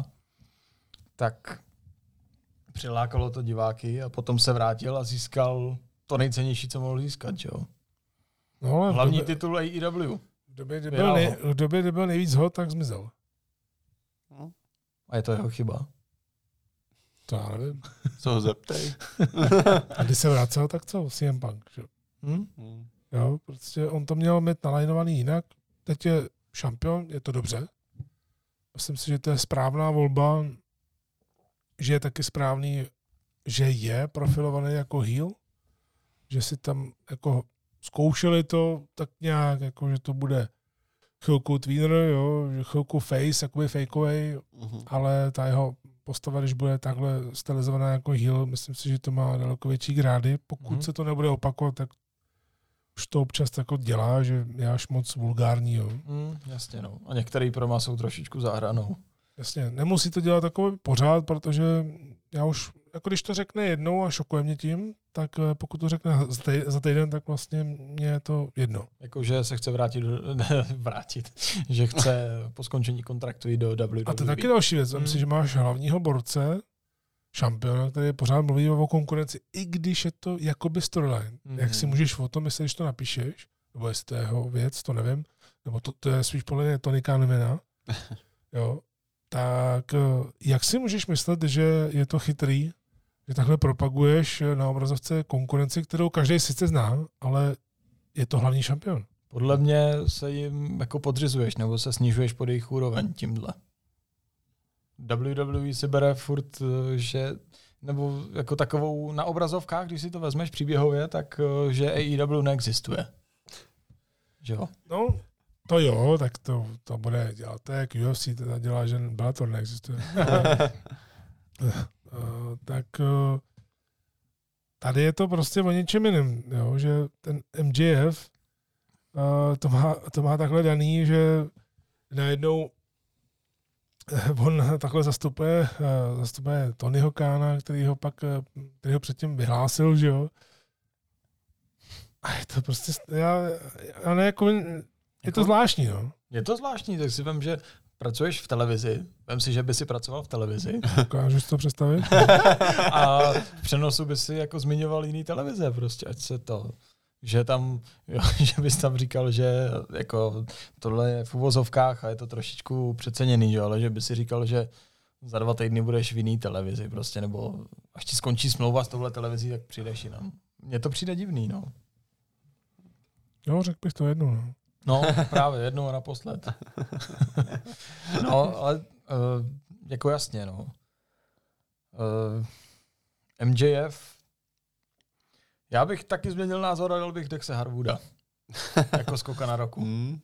Speaker 2: Tak přilákalo to diváky a potom se vrátil a získal to nejcennější, co mohl získat, jo.
Speaker 1: No,
Speaker 2: hlavní
Speaker 1: době,
Speaker 2: titul A E W.
Speaker 1: V době, kdy byl, nej, v době, kdy byl nejvíc hod, tak zmizel.
Speaker 2: No. A je to jeho chyba?
Speaker 1: To já nevím.
Speaker 3: Co ho zeptej.
Speaker 1: A když se vracel, tak co? C M Punk, že?
Speaker 2: Hmm?
Speaker 3: Hmm.
Speaker 1: Jo, prostě on to měl mít nalajnovaný jinak. Teď je šampion, je to dobře. Myslím si, že to je správná volba, že je taky správný, že je profilovaný jako heel, že si tam jako zkoušeli to tak nějak, jako že to bude chvilku tweener, jo, že chvilku face, jakoby fakeovej, uh-huh. ale ta jeho postava, když bude takhle stylizovaná jako heel, myslím si, že to má daleko větší grády. Pokud uh-huh. se to nebude opakovat, tak už to občas jako dělá, že je až moc vulgární. Jo.
Speaker 2: Mm, jasně, no. A některý proma jsou trošičku za hranou.
Speaker 1: Jasně, nemusí to dělat takový pořád, protože já už, jako když to řekne jednou a šokuje mě tím, tak pokud to řekne za týden, tak vlastně mě je to jedno.
Speaker 2: Jakože se chce vrátit, ne, vrátit, že chce po skončení kontraktu jít do W W E.
Speaker 1: A to je taky další věc. Mm. Myslím, že máš hlavního borce, šampiona, který pořád mluví o konkurenci, i když je to jakoby storyline. Mm. Jak si můžeš o tom myslet, když to napíšeš, nebo jestli to je jeho věc, to nevím, nebo to, to je spíš podle mě Tony Khan, jo, tak jak si můžeš myslet, že je to chytrý, že takhle propaguješ na obrazovce konkurenci, kterou každý sice zná, ale je to hlavní šampion.
Speaker 2: Podle mě se jim jako podřizuješ, nebo se snižuješ pod jejich úroveň tímhle. W W E si bere furt, že nebo jako takovou na obrazovkách, když si to vezmeš příběhově, tak že A E W neexistuje. Že jo?
Speaker 1: No, to jo, tak to, to bude dělat. To je jak U F C teda dělá, že Bellator neexistuje. uh, tak uh, tady je to prostě o něčem jiném, jo, že ten M J F uh, to, má, to má takhle daný, že najednou on takhle zastupuje, uh, zastupuje Tonyho Khana, který ho pak, uh, který ho předtím vyhlásil, že jo. A je to prostě, já, já ne, jako, je to zvláštní, no.
Speaker 2: Je to zvláštní, tak si vem, že pracuješ v televizi, vem si, že by si pracoval v televizi.
Speaker 1: Dokážu si to představit?
Speaker 2: A v přenosu by si jako zmiňoval jiný televize, prostě, ať se to, že tam, jo, že bys tam říkal, že jako tohle je v uvozovkách a je to trošičku přeceněný, jo, ale že by si říkal, že za dva týdny budeš v jiný televizi, prostě, nebo až ti skončí smlouva s touhle televizí, tak přijdeš jinam. Mně to přijde divný, no.
Speaker 1: Jo, řekl bych to jednou, no.
Speaker 2: No, právě jednou a naposled. No, ale uh, jako jasně, no. Uh, M J F, já bych taky změnil názor a dal bych Dexe Harwooda. Jako skoka na roku. Mm.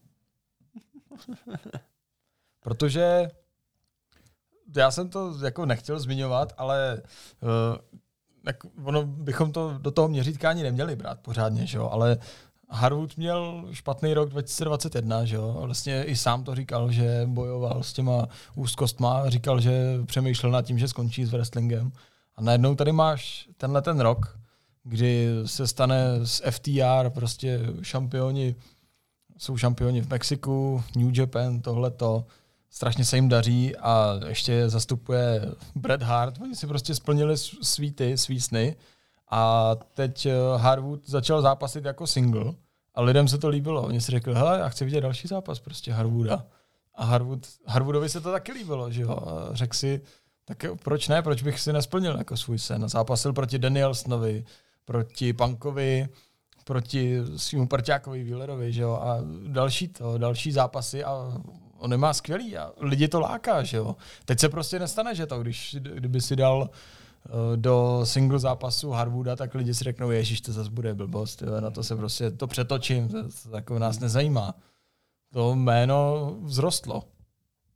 Speaker 2: Protože já jsem to jako nechtěl zmiňovat, ale uh, tak ono bychom to do toho měřítka ani neměli brát pořádně, že jo, ale Harwood měl špatný rok dva tisíce dvacet jedna, že jo? Vlastně i sám to říkal, že bojoval s těma úzkostma, říkal, že přemýšlel nad tím, že skončí s wrestlingem. A najednou tady máš tenhle ten rok, kdy se stane z F T R prostě šampioni, jsou šampioni v Mexiku, New Japan, tohleto. Strašně se jim daří a ještě zastupuje Bret Hart. Oni si prostě splnili svý ty, svý sny. A teď Harwood začal zápasit jako single a lidem se to líbilo. Oni si řekli, hele, já chci vidět další zápas prostě Harwooda. A Harwood, Harwoodovi se to taky líbilo, že jo. A řekl si, tak proč ne, proč bych si nesplnil jako svůj sen. Zápasil proti Danielsonovi, proti Punkovi, proti svýmu parťákovi Wheelerovi, že jo. A další to, další zápasy a on nemá skvělý a lidi to láká, že jo. Teď se prostě nestane, že to, když, kdyby si dal do single zápasu Harwooda, tak lidi si řeknou, ježiš, to zase bude blbost, jo, na to se prostě to přetočím, to, to jako nás nezajímá. To jméno vzrostlo.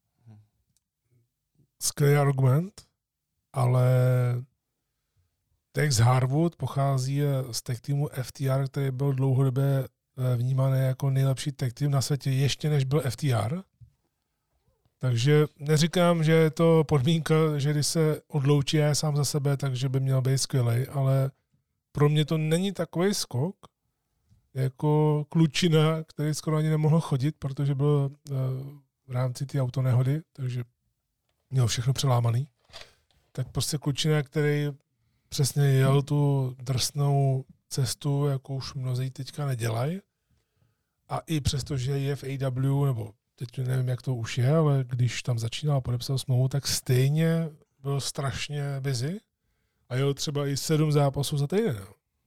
Speaker 1: Skvělý argument, ale Tex Harwood pochází z tag týmu F T R, který byl dlouhodobě vnímaný jako nejlepší tag tým na světě, ještě než byl F T R. Takže neříkám, že je to podmínka, že když se odloučí já sám za sebe, takže by měl být skvělej, ale pro mě to není takový skok, jako klučina, který skoro ani nemohl chodit, protože byl v rámci té autonehody, takže měl všechno přelámaný. Tak prostě klučina, který přesně jel tu drsnou cestu, jako už mnozí teďka nedělají. A i přesto, že je v A W, nebo teď nevím, jak to už je, ale když tam začínal a podepsal smlouvu, tak stejně byl strašně busy a jel třeba i sedm zápasů za týden.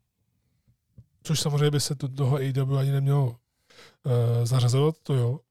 Speaker 1: Což samozřejmě by se do toho A W ani nemělo uh, zařazovat, to jo.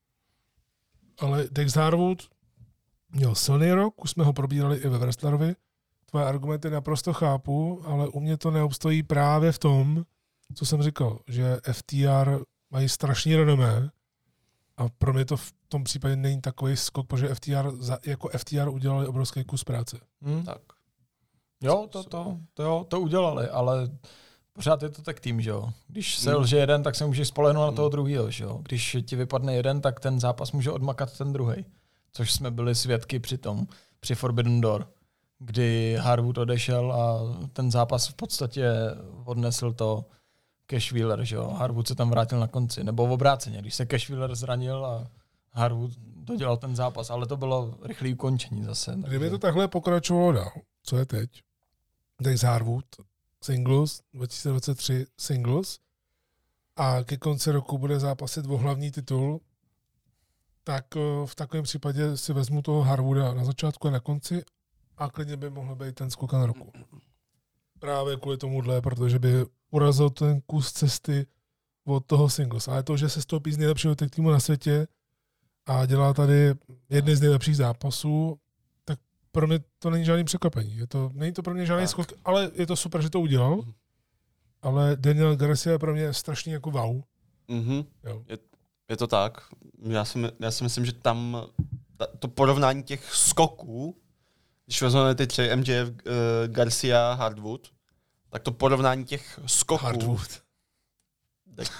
Speaker 1: Ale Dex Harwood měl silný rok, už jsme ho probírali i ve Wrestlerovi. Tvoje argumenty naprosto chápu, ale u mě to neobstojí právě v tom, co jsem říkal, že F T R mají strašný renomé a pro mě to v tom případě není takový skok, protože F T R za, jako F T R udělali obrovský kus práce.
Speaker 2: Hmm. Tak. Jo, to, to, to, jo, to udělali, ale pořád je to tak tým, že jo. Když se hmm. lže jeden, tak se můžeš spolehnout hmm. na toho druhého, že jo. Když ti vypadne jeden, tak ten zápas může odmakat ten druhý. Což jsme byli svědky při tom, při Forbidden Door, kdy Harwood odešel a ten zápas v podstatě odnesl to Cash Wheeler, že jo. Harwood se tam vrátil na konci, nebo v obráceně, když se Cash Wheeler zranil a Harwood dodělal ten zápas, ale to bylo rychlé ukončení zase. Takže...
Speaker 1: Kdyby to takhle pokračovalo dál, co je teď? Dex Harwood, singles, dva tisíce dvacet tři singles a ke konci roku bude zápasit dvouhlavní titul, tak v takovém případě si vezmu toho Harwooda na začátku a na konci a klidně by mohl být ten skokan roku. Právě kvůli tomuhle, protože by urazil ten kus cesty od toho singles. Ale to, že se stoupí z nejlepšího tag týmu na světě a dělá tady jedny z nejlepších zápasů, tak pro mě to není žádný překvapení. Je to, není to pro mě žádný tak. skok, ale je to super, že to udělal. Ale Daniel Garcia je pro mě strašný jako wow.
Speaker 3: Mm-hmm. Jo. Je, je to tak. Já si, já si myslím, že tam ta, to porovnání těch skoků, když vezmeme ty tři M J F, uh, Garcia, Harwood, tak to porovnání těch skoků...
Speaker 1: Harwood.
Speaker 3: Tak...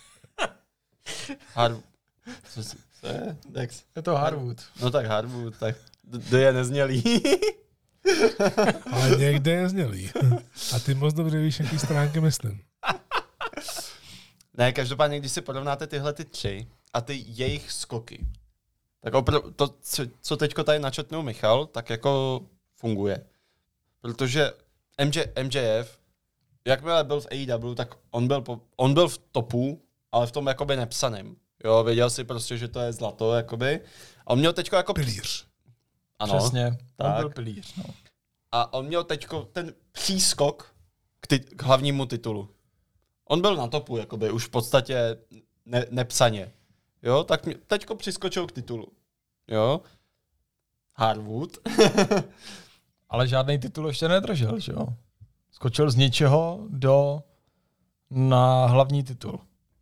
Speaker 3: Har... Co, co je? Dex?
Speaker 2: Je to Harwood.
Speaker 3: No tak Harwood, tak to je neznělý.
Speaker 1: Ale někde je znělý. A ty moc dobře víš, jaký stránky myslím.
Speaker 3: Ne, každopádně, když si porovnáte tyhle ty tři a ty jejich skoky, tak opravdu to, co teďko tady načetnul Michal, tak jako funguje. Protože M J, M J F, jakmile byl v A E W, tak on byl, po, on byl v topu, ale v tom jakoby nepsaným. Jo, věděl si prostě, že to je zlato, jakoby. A on měl teďko jako...
Speaker 1: Pilíř.
Speaker 2: Ano. Přesně, on byl pilíř, no.
Speaker 3: A on měl teďko ten přískok k, ty, k hlavnímu titulu. On byl na topu, jakoby, už v podstatě ne, nepsaně. Jo, tak mě, teďko přiskočil k titulu. Jo. Harwood.
Speaker 2: Ale žádný titul ještě nedržel, že jo? Skočil z ničeho do na hlavní titul.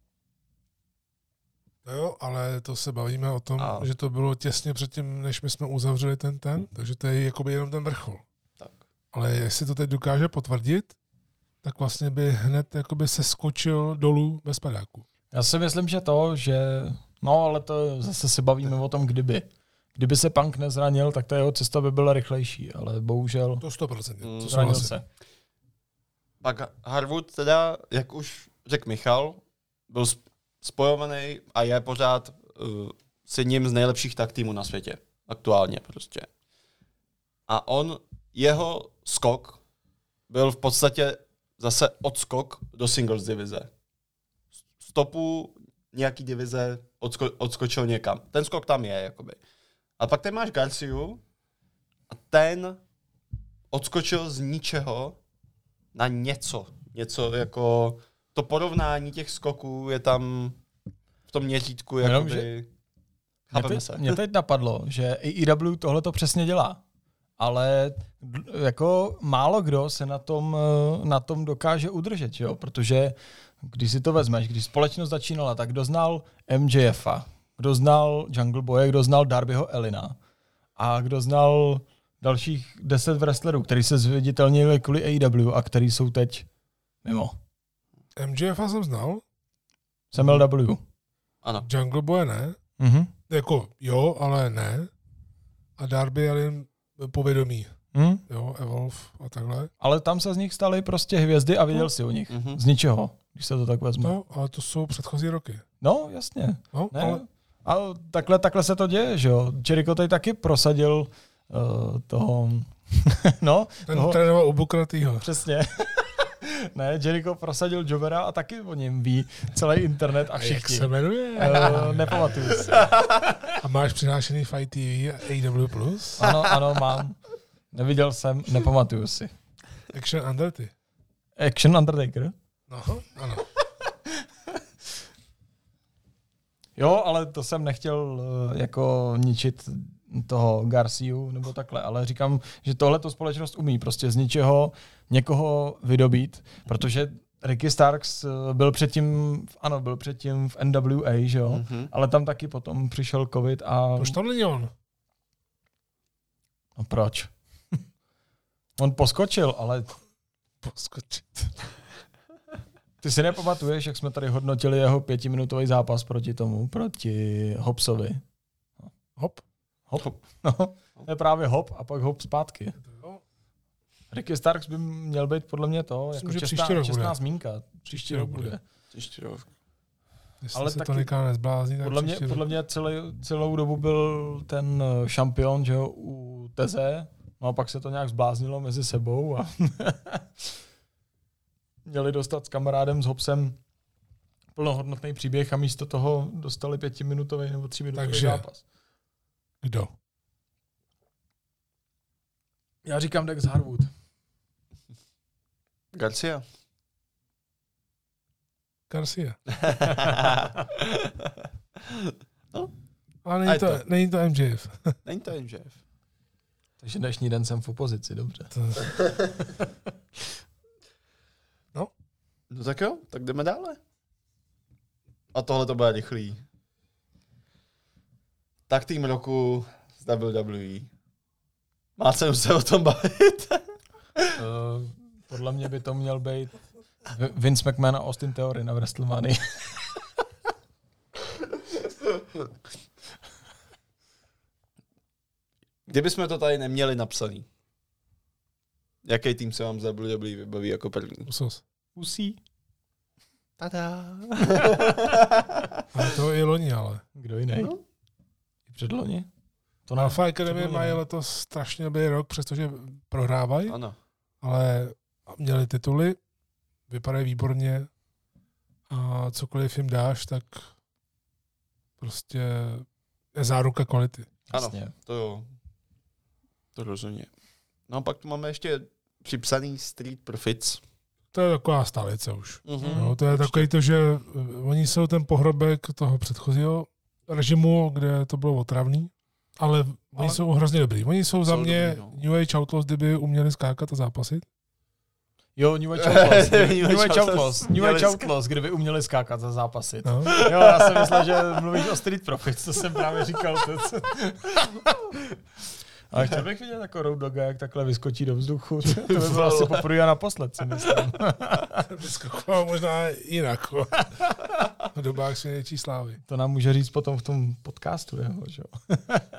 Speaker 1: No jo, ale to se bavíme o tom,
Speaker 3: a...
Speaker 1: že to bylo těsně předtím, než my jsme uzavřeli ten ten, takže to je jakoby jenom ten vrchol.
Speaker 3: Tak.
Speaker 1: Ale jestli to teď dokáže potvrdit, tak vlastně by hned jakoby se skočil dolů bez padáku.
Speaker 2: Já si myslím, že to, že... No, ale to zase se bavíme o tom, kdyby. Kdyby se Punk nezranil, tak ta jeho cesta by byla rychlejší, ale bohužel...
Speaker 1: To sto procent.
Speaker 3: Mm,
Speaker 1: to
Speaker 2: zranil se.
Speaker 3: Pak Harwood teda, jak už řekl Michal, byl spojovaný a je pořád uh, s jedním z nejlepších tag týmů na světě. Aktuálně prostě. A on, jeho skok byl v podstatě zase odskok do singles divize. Z topu nějaký divize odsko- odskočil někam. Ten skok tam je, jakoby. A pak ten máš Garciu a ten odskočil z ničeho na něco. Něco jako... To porovnání těch skoků je tam v tom měřítku, jakoby... Že...
Speaker 2: Chápeme se. Mě teď napadlo, že A E W tohle to přesně dělá. Ale jako málo kdo se na tom, na tom dokáže udržet, jo? Protože když si to vezmeš, když společnost začínala, tak kdo znal M J F a, kdo znal Jungle Boye, kdo znal Darbyho Allina a kdo znal dalších deset wrestlerů, kteří se zviditelnili kvůli A E W a kteří jsou teď mimo.
Speaker 1: M J F jsem znal.
Speaker 2: Jsem L W.
Speaker 3: Ano.
Speaker 1: Jungle Boy ne.
Speaker 2: Mhm.
Speaker 1: Jako jo, ale ne. A Darby Allin povědomí.
Speaker 2: Mhm.
Speaker 1: Jo, Evolve a takhle.
Speaker 2: Ale tam se z nich staly prostě hvězdy a viděl si o nich.
Speaker 3: Mhm.
Speaker 2: Z ničeho, když se to tak vezme.
Speaker 1: No, ale to jsou předchozí roky.
Speaker 2: No, jasně.
Speaker 1: No,
Speaker 2: Ne,
Speaker 1: ale
Speaker 2: a takhle, takhle se to děje, že jo. Jericho tady taky prosadil uh, toho, no.
Speaker 1: ten
Speaker 2: toho,
Speaker 1: trénoval u Bukratýho.
Speaker 2: přesně. Ne, Jericho prosadil Jobera a taky o něm ví celý internet a
Speaker 1: Jak
Speaker 2: všichni.
Speaker 1: se jmenuje?
Speaker 2: Uh, nepamatuju si.
Speaker 1: A máš přihlášený Fight T V a A E W plus?
Speaker 2: Ano, ano, mám. Neviděl jsem, nepamatuju si.
Speaker 1: Action Underty.
Speaker 2: Action Undertaker?
Speaker 1: No, ano.
Speaker 2: Jo, ale to jsem nechtěl uh, jako ničit toho Garciu nebo takhle, ale říkám, že tohle to společnost umí prostě z ničeho někoho vydobít, protože Ricky Starks byl předtím, ano, byl předtím v N W A, že jo, mm-hmm. ale tam taky potom přišel covid a...
Speaker 1: Proč tam není on?
Speaker 2: No proč? On poskočil, ale...
Speaker 1: Poskočil.
Speaker 2: Ty si nepamatuješ, jak jsme tady hodnotili jeho pětiminutový zápas proti tomu, proti Hopsovi?
Speaker 1: Hop?
Speaker 2: Hop. No, to je právě hop a pak hop zpátky. Ricky Starks by měl být podle mě to,
Speaker 1: Myslím,
Speaker 2: jako
Speaker 1: že
Speaker 2: čestná,
Speaker 1: příští rok
Speaker 2: čestná
Speaker 1: bude.
Speaker 2: zmínka. Příští,
Speaker 1: Příští
Speaker 2: rok
Speaker 1: rok
Speaker 2: bude.
Speaker 1: bude.
Speaker 3: Příští rok.
Speaker 1: Jestli
Speaker 2: Ale
Speaker 1: se
Speaker 2: taky-
Speaker 1: to Niká nezblázní, tak
Speaker 2: Podle mě,
Speaker 1: příští
Speaker 2: podle
Speaker 1: rok.
Speaker 2: mě celý, celou dobu byl ten šampion, že jo, u Teze, no a pak se to nějak zbláznilo mezi sebou a měli dostat s kamarádem s Hopsem plnohodnotný příběh a místo toho dostali pětiminutový nebo tříminutový
Speaker 1: Takže-
Speaker 2: zápas.
Speaker 1: Kdo?
Speaker 2: Já říkám Dex Harwood.
Speaker 3: Garcia.
Speaker 1: Garcia.
Speaker 3: No,
Speaker 1: Ale
Speaker 3: A
Speaker 1: není
Speaker 3: je
Speaker 1: to,
Speaker 3: to.
Speaker 1: není to M J F.
Speaker 3: není to M J F.
Speaker 2: Takže dnešní den jsem v opozici, dobře.
Speaker 1: To,
Speaker 3: No tak jo, tak jdeme dále. A tohle to bude rychlý. Tak tým roku z W W E. Má cenu se o tom bavit?
Speaker 2: Uh, podle mě by to měl být V- Vince McMahon a Austin Theory na WrestleMania.
Speaker 3: Kdybychom to tady neměli napsaný, jaký tým se vám z W W E vybaví jako první?
Speaker 1: Usos.
Speaker 2: Usí.
Speaker 3: Tada!
Speaker 2: No.
Speaker 1: Ale to je i loni, ale.
Speaker 2: Kdo jiný?
Speaker 3: No.
Speaker 2: I předloni? To
Speaker 1: Alpha Academy
Speaker 2: předloni,
Speaker 1: mají
Speaker 2: ne.
Speaker 1: letos strašně dobrý rok, přestože prohrávají,
Speaker 3: Ano.
Speaker 1: ale měli tituly, vypadají výborně a cokoliv jim dáš, tak prostě je záruka kvality.
Speaker 3: Ano,
Speaker 2: Jasně.
Speaker 3: to jo. To rozumím. No a pak tu máme ještě připsaný Street Profits.
Speaker 1: To je taková stálice už.
Speaker 3: Mhm.
Speaker 1: No, to je takový to, že uh, oni jsou ten pohrobek toho předchozího režimu, kde to bylo otravný, ale oni
Speaker 2: Ale-
Speaker 1: jsou hrozně dobrý. Oni jsou za
Speaker 3: Jsou
Speaker 1: mě
Speaker 3: dobrý, no.
Speaker 1: New Age Outlaws, kdyby uměli skákat a zápasit.
Speaker 2: Jo, New Age Outlaws.
Speaker 3: New
Speaker 2: New
Speaker 3: Age
Speaker 2: Age
Speaker 3: Outlaws.
Speaker 2: Outlaws. New
Speaker 3: Měli
Speaker 2: Age
Speaker 3: ska-
Speaker 2: Outlaws, kdyby uměli skákat za zápasy.
Speaker 1: No.
Speaker 2: Jo, já jsem myslel, že mluvíš o Street Profits, to jsem právě říkal. To, co... Ale chtěl bych vidět jako Road Dogga, jak takhle vyskočí do vzduchu. To by bylo asi poprvé a naposled, si myslím.
Speaker 1: Vyskakoval možná jinak. V dobách světší slávy.
Speaker 2: To nám může říct potom v tom podcastu jeho, že jo.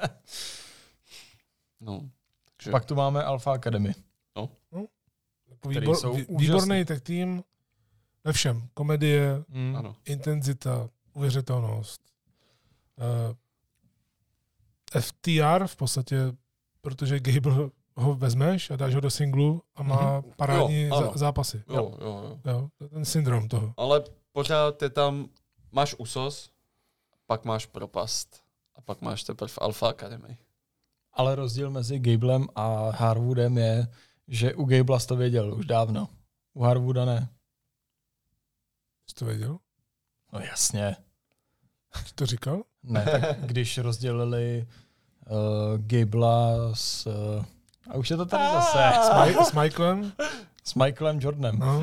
Speaker 3: No. Takže,
Speaker 2: Pak tu máme Alpha Academy. Který
Speaker 1: Výbor,
Speaker 2: jsou
Speaker 1: vý,
Speaker 2: úžasný.
Speaker 1: výborný tag tým ve všem. Komedie,
Speaker 2: Mm.
Speaker 3: ano.
Speaker 1: intenzita, uvěřitelnost. Uh, F T R v podstatě, protože Gable ho vezmeš a dáš ho do singlu a má
Speaker 2: Mhm.
Speaker 1: parádní
Speaker 3: Jo, ano.
Speaker 1: zá, zápasy.
Speaker 3: Jo, jo, jo.
Speaker 1: Jo, to je ten syndrom toho.
Speaker 3: Ale pořád je tam, máš Usos, pak máš Propast a pak máš teprve Alpha Academy.
Speaker 2: Ale rozdíl mezi Gablem a Harwoodem je, že u Gabla jsi to věděl už dávno. U Harwooda ne.
Speaker 1: Jsi to věděl?
Speaker 2: No jasně.
Speaker 1: Jsi to říkal?
Speaker 2: Ne, tak když rozdělili uh, Gabla s... Uh, a už je to tady zase.
Speaker 1: S, Maj- s Michaelem?
Speaker 2: S Michaelem Jordanem.
Speaker 1: No.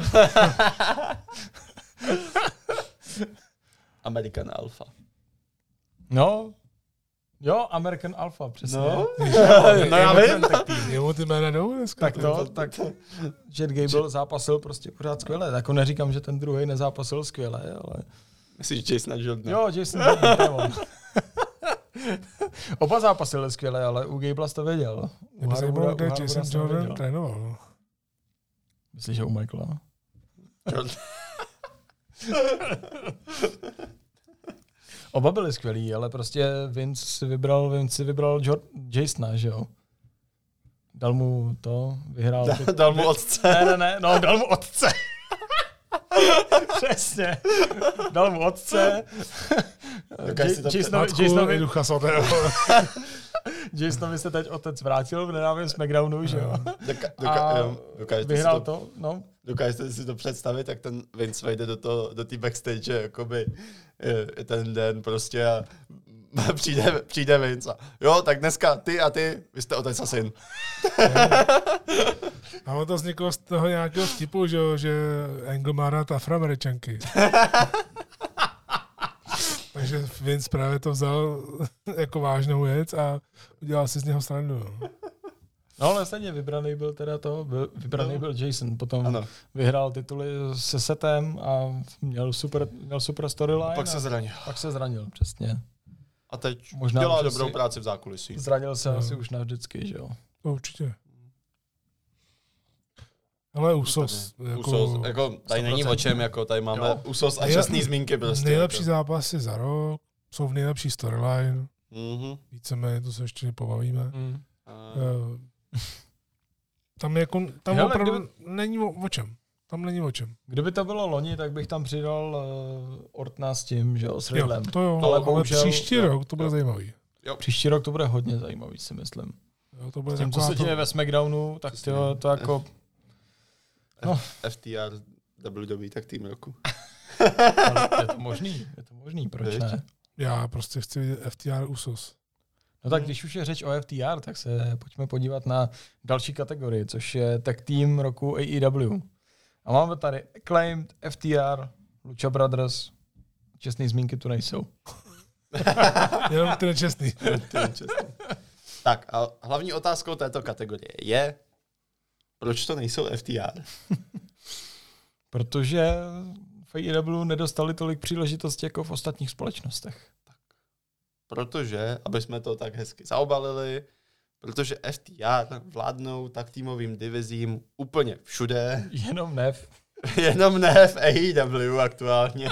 Speaker 3: American Alpha.
Speaker 2: No, Jo, American Alpha, přesně.
Speaker 3: No,
Speaker 1: no já vím. Jemu ty jména jdou dneska.
Speaker 2: Tak to, tak Jet Gable zápasil prostě pořád skvěle. Jako neříkám, že ten druhý nezápasil skvěle, ale...
Speaker 3: Myslíš Jasona Jordana?
Speaker 2: Jo, Jason Jordan, to je on. Oba zápasili skvěle, ale u Gabla to věděl.
Speaker 1: Mě by zajímalo, kde Jason Jordan trénoval. No.
Speaker 2: Myslíš, že u Michaela? Oba byli skvělí, ale prostě Vince si vybral, Vince si vybral Jor- Jasona, že jo? Dal mu to, vyhrál...
Speaker 3: Da,
Speaker 2: ty,
Speaker 3: dal mu otce.
Speaker 2: Ne, ne, ne, no, dal mu otce. Přesně. Dal mu otce.
Speaker 1: Jasonovi ducha svatého.
Speaker 2: Jasonovi se teď otec vrátil v nedávném SmackDownu, že jo?
Speaker 3: Doka, doka,
Speaker 2: a
Speaker 3: jo,
Speaker 2: vyhrál
Speaker 3: to,
Speaker 2: to, no.
Speaker 3: Dokážete si to představit, jak ten Vince vejde do té do backstage, jakoby ten den prostě a přijde, přijde Vince a jo, tak dneska ty a ty, vy jste otec a syn.
Speaker 1: A on to vzniklo z toho nějakého vtipu, že, že Angle má rád Afroameričanky. Takže Vince právě to vzal jako vážnou věc a udělal si z něho srandu.
Speaker 2: No ale stejně vybraný byl teda to, byl, vybraný no. byl Jason, potom ano. vyhrál tituly se Setem a měl super, měl super storyline.
Speaker 3: A pak se zranil.
Speaker 2: Pak se zranil, přesně.
Speaker 3: A teď
Speaker 2: možná
Speaker 3: dělá dobrou práci v zákulisí.
Speaker 2: Zranil se no. asi už navždycky, že jo?
Speaker 1: No, určitě. Ale Usos.
Speaker 3: Jako, Usos, jako tady sto procent není o čem, jako tady máme jo. Usos a čestný zmínky prostě.
Speaker 1: Nejlepší
Speaker 3: jako.
Speaker 1: zápasy za rok, jsou v nejlepší storyline.
Speaker 3: Mm-hmm.
Speaker 1: Víceméně, to se ještě pobavíme.
Speaker 2: Mm.
Speaker 1: Uh, tam jako, tam Hele, opravdu kdyby... není o, o čem. Tam není o čem.
Speaker 2: Kdyby to bylo loni, tak bych tam přidal uh, Ortona s tím, že jo, s Riddlem.
Speaker 1: Jo, to jo, ale, ale příští jo. rok to bude jo. zajímavý.
Speaker 2: Jo. Příští rok to bude hodně zajímavý, si myslím.
Speaker 1: Jo, to bude
Speaker 2: s tím, co se děje to... ve SmackDownu, tak to, to jako...
Speaker 3: No. F T R W W E tak tým roku.
Speaker 2: Je to možný, je to možný, proč Víš? ne?
Speaker 1: Já prostě chci F T R Usos.
Speaker 2: No tak když už je řeč o F T R, tak se pojďme podívat na další kategorii, což je tag team roku A E W. A máme tady Acclaimed, F T R, Lucha Brothers. Čestný zmínky tu nejsou.
Speaker 1: Jenom ty nečestný.
Speaker 3: Tak a hlavní otázkou této kategorie je, proč to nejsou F T R?
Speaker 2: Protože v A E W nedostali tolik příležitostí jako v ostatních společnostech.
Speaker 3: Tak. Protože, aby jsme to tak hezky zaobalili, protože F T R vládnou tak týmovým divizím úplně všude.
Speaker 2: Jenom ne v...
Speaker 3: Jenom ne v A E W aktuálně.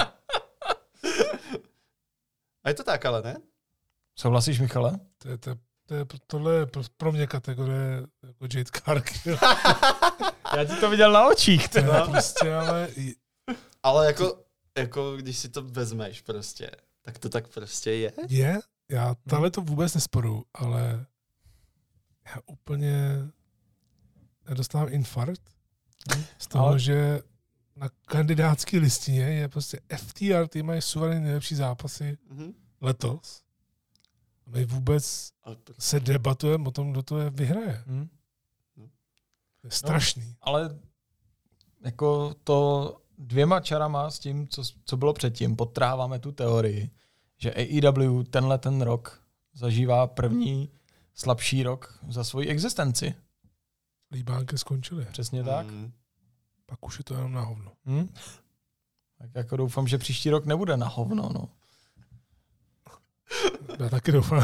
Speaker 3: A je to tak, ale ne?
Speaker 2: Souhlasíš, Michale?
Speaker 1: To je, to, to je, tohle je pro mě kategorie jako Jade Cargill.
Speaker 2: Já ti to viděl na očích.
Speaker 1: To je prostě, ale...
Speaker 3: Ale jako, jako, když si to vezmeš prostě, tak to tak prostě je.
Speaker 1: Je? Já tahle to vůbec nesporu, ale já úplně nedostávám infarkt z toho, ale... že na kandidátské listině je prostě F T R, ty mají suverénně nejlepší zápasy mm-hmm. letos. A my vůbec se debatujeme o tom, kdo to je vyhraje. Mm. To je strašný.
Speaker 2: No, ale jako to dvěma čarama s tím, co, co bylo předtím, podtráváme tu teorii, že A E W tenhle ten rok zažívá první slabší rok za svoji existenci.
Speaker 1: Líbánky skončily.
Speaker 2: Přesně tak.
Speaker 3: Mm.
Speaker 1: Pak už je to jenom na hovno.
Speaker 2: Hmm? Tak jako doufám, že příští rok nebude na hovno, no.
Speaker 1: Já taky doufám.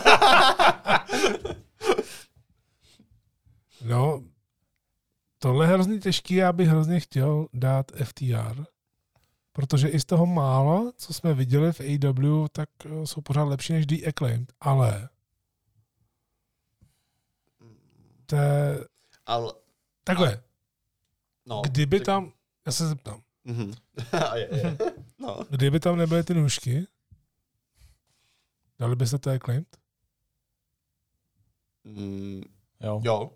Speaker 1: No, tohle je hrozně těžký, já bych hrozně chtěl dát F T R, protože i z toho mála, co jsme viděli v A E W, tak jsou pořád lepší než The Acclaimed, ale to je...
Speaker 3: Ale...
Speaker 1: Takhle.
Speaker 3: No,
Speaker 1: kdyby
Speaker 3: tak...
Speaker 1: tam, já se zeptám,
Speaker 3: mm-hmm. je, je. No.
Speaker 1: Kdyby tam nebyly ty nůžky, dali byste to Acclaimed?
Speaker 3: Mm,
Speaker 2: jo.
Speaker 3: Jo.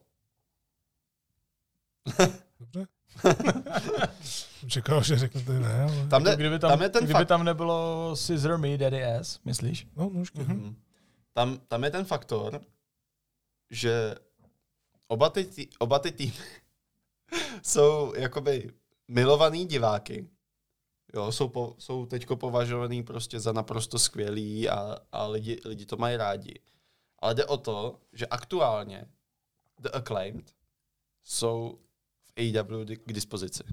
Speaker 1: Dobře. Čekal, že řeknete ne, ale...
Speaker 2: Tam, ne, kdyby tam, tam, je ten kdyby fakt... tam nebylo Scissor Me, Daddy Ass, myslíš?
Speaker 1: No, nůžky.
Speaker 3: Mm-hmm. Tam, tam je ten faktor, že oba ty, tý, oba ty týmy jsou jakoby milovaný diváky. Jo, jsou, po, jsou teďko považovaný prostě za naprosto skvělý a, a lidi, lidi to mají rádi. Ale jde o to, že aktuálně The Acclaimed jsou v A E W k dispozici.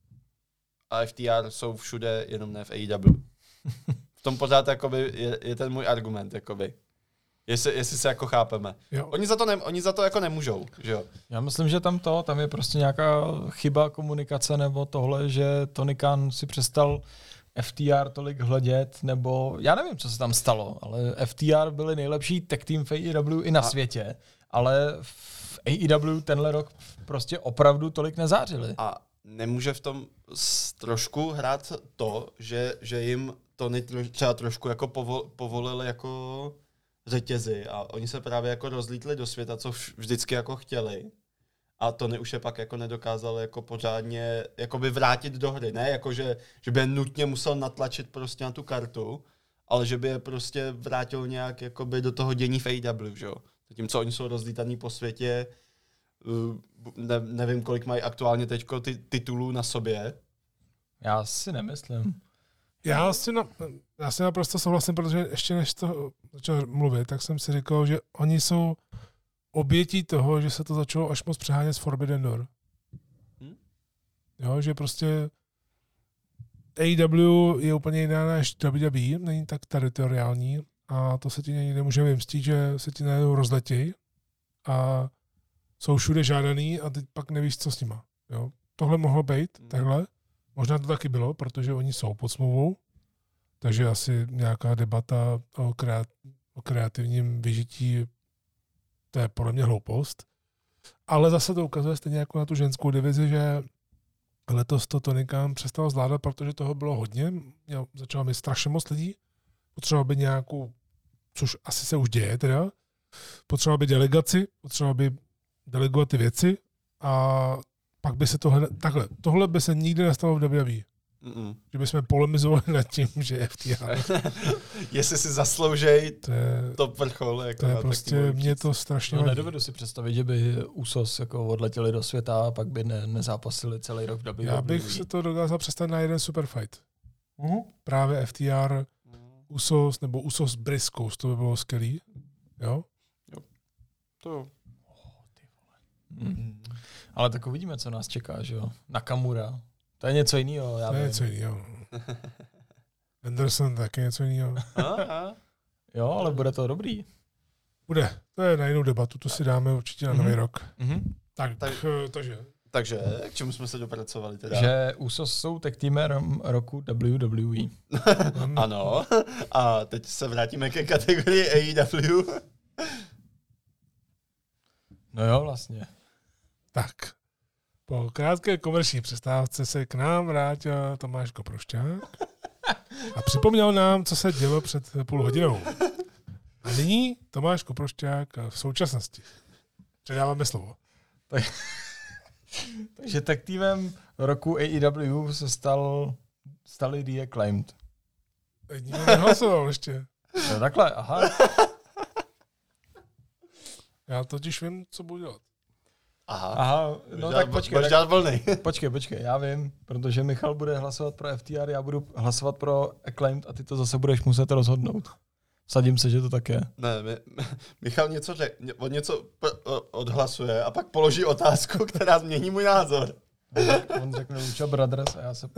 Speaker 3: A F T R jsou všude, jenom ne v A E W. V tom pořád jakoby, je, je ten můj argument. Jakoby. Jestli, jestli se jako chápeme. Oni za, to ne, oni za to jako nemůžou. Že jo?
Speaker 2: Já myslím, že tam to, tam je prostě nějaká chyba komunikace nebo tohle, že Tony Khan si přestal F T R tolik hledět, nebo já nevím, co se tam stalo, ale F T R byli nejlepší tag team v A E W i na a... světě, ale v A E W tenhle rok prostě opravdu tolik nezářili.
Speaker 3: A nemůže v tom trošku hrát to, že, že jim Tony třeba trošku jako povol, povolili jako řetězy a oni se právě jako rozlítli do světa, co vždycky jako chtěli. A Tony už je pak jako nedokázal jako pořádně jakoby vrátit do hry. Ne jako, že, že by je nutně musel natlačit prostě na tu kartu, ale že by je prostě vrátil nějak jakoby do toho dění v A E W, že jo. Zatímco oni jsou rozlítaný po světě, ne, nevím, kolik mají aktuálně teďko ty titulů na sobě.
Speaker 2: Já si nemyslím.
Speaker 1: Já si, na, já si naprosto souhlasím, protože ještě než to začal mluvit, tak jsem si říkal, že oni jsou obětí toho, že se to začalo až moc přehánět s Forbidden Door. Hmm? Jo, že prostě A E W je úplně jiná než W W E, není tak teritoriální a to se ti někdy nemůže vymstít, že se ti najednou rozletí a jsou všude žádaný a teď pak nevíš, co s nima. Jo? Tohle mohlo být hmm. takhle. Možná to taky bylo, protože oni jsou pod smlouvou, takže asi nějaká debata o, kreat, o kreativním vyžití, to je podle mě hloupost. Ale zase to ukazuje stejně jako na tu ženskou divizi, že letos to Tony Khan přestal zvládat, protože toho bylo hodně. Začalo mít strašně moc lidí. Potřeboval by nějakou, což asi se už děje teda, potřeboval by delegaci, potřeboval by delegovat ty věci a pak by se tohle, takhle, tohle by se nikdy nestalo v W W E. Mm-mm. Že bychom polemizovali nad tím, že F T R.
Speaker 3: Jestli si zasloužej
Speaker 1: to, je,
Speaker 3: to vrchol. Jako
Speaker 1: to je prostě, mě to strašně
Speaker 2: no, nedovedu si představit, že by Usos jako odletěli do světa a pak by ne, nezápasili celý rok v W W E.
Speaker 1: Já bych se to dokázal představit na jeden superfight. Mm-hmm. Právě F T R, Usos nebo Usos Briscoes, to by bylo skvělý. Jo?
Speaker 3: Jo. To jo.
Speaker 2: Mm. Ale tak uvidíme, co nás čeká, že jo. Nakamura. To je něco jiného.
Speaker 1: To je něco jiného. Anderson taky něco jiného.
Speaker 2: Jo, ale bude to dobrý.
Speaker 1: Bude. To je na jinou debatu, to si dáme určitě na mm-hmm. nový rok. Mm-hmm. Tak, tak, takže.
Speaker 3: Takže, k čemu jsme se dopracovali teda?
Speaker 2: Že Usos jsou tag teamerem roku W W E.
Speaker 3: Ano. A teď se vrátíme ke kategorii A E W.
Speaker 2: No jo, vlastně.
Speaker 1: Tak. Po krátké komerční přestávce se k nám vrátil Tomáš Koprošťák a připomněl nám, co se dělo před půl hodinou. A nyní Tomáš Koprošťák v současnosti. Předáváme slovo.
Speaker 2: Tak, takže tag týmem roku A E W se stal stali The Acclaimed.
Speaker 1: Nikdo nehlasoval ještě.
Speaker 2: No takhle, aha.
Speaker 1: Já totiž vím, co budu dělat.
Speaker 3: Aha,
Speaker 2: Aha no
Speaker 3: Bož
Speaker 2: tak
Speaker 3: dělat,
Speaker 2: počkej.
Speaker 3: Tak, volnej.
Speaker 2: počkej, počkej, já vím, protože Michal bude hlasovat pro F T R, já budu hlasovat pro Acclaimed a ty to zase budeš muset rozhodnout. Sadím se, že to tak je.
Speaker 3: Ne, mi, Michal něco řek, on něco odhlasuje a pak položí otázku, která změní můj názor.
Speaker 2: On řekne Lucha Brothers a já se...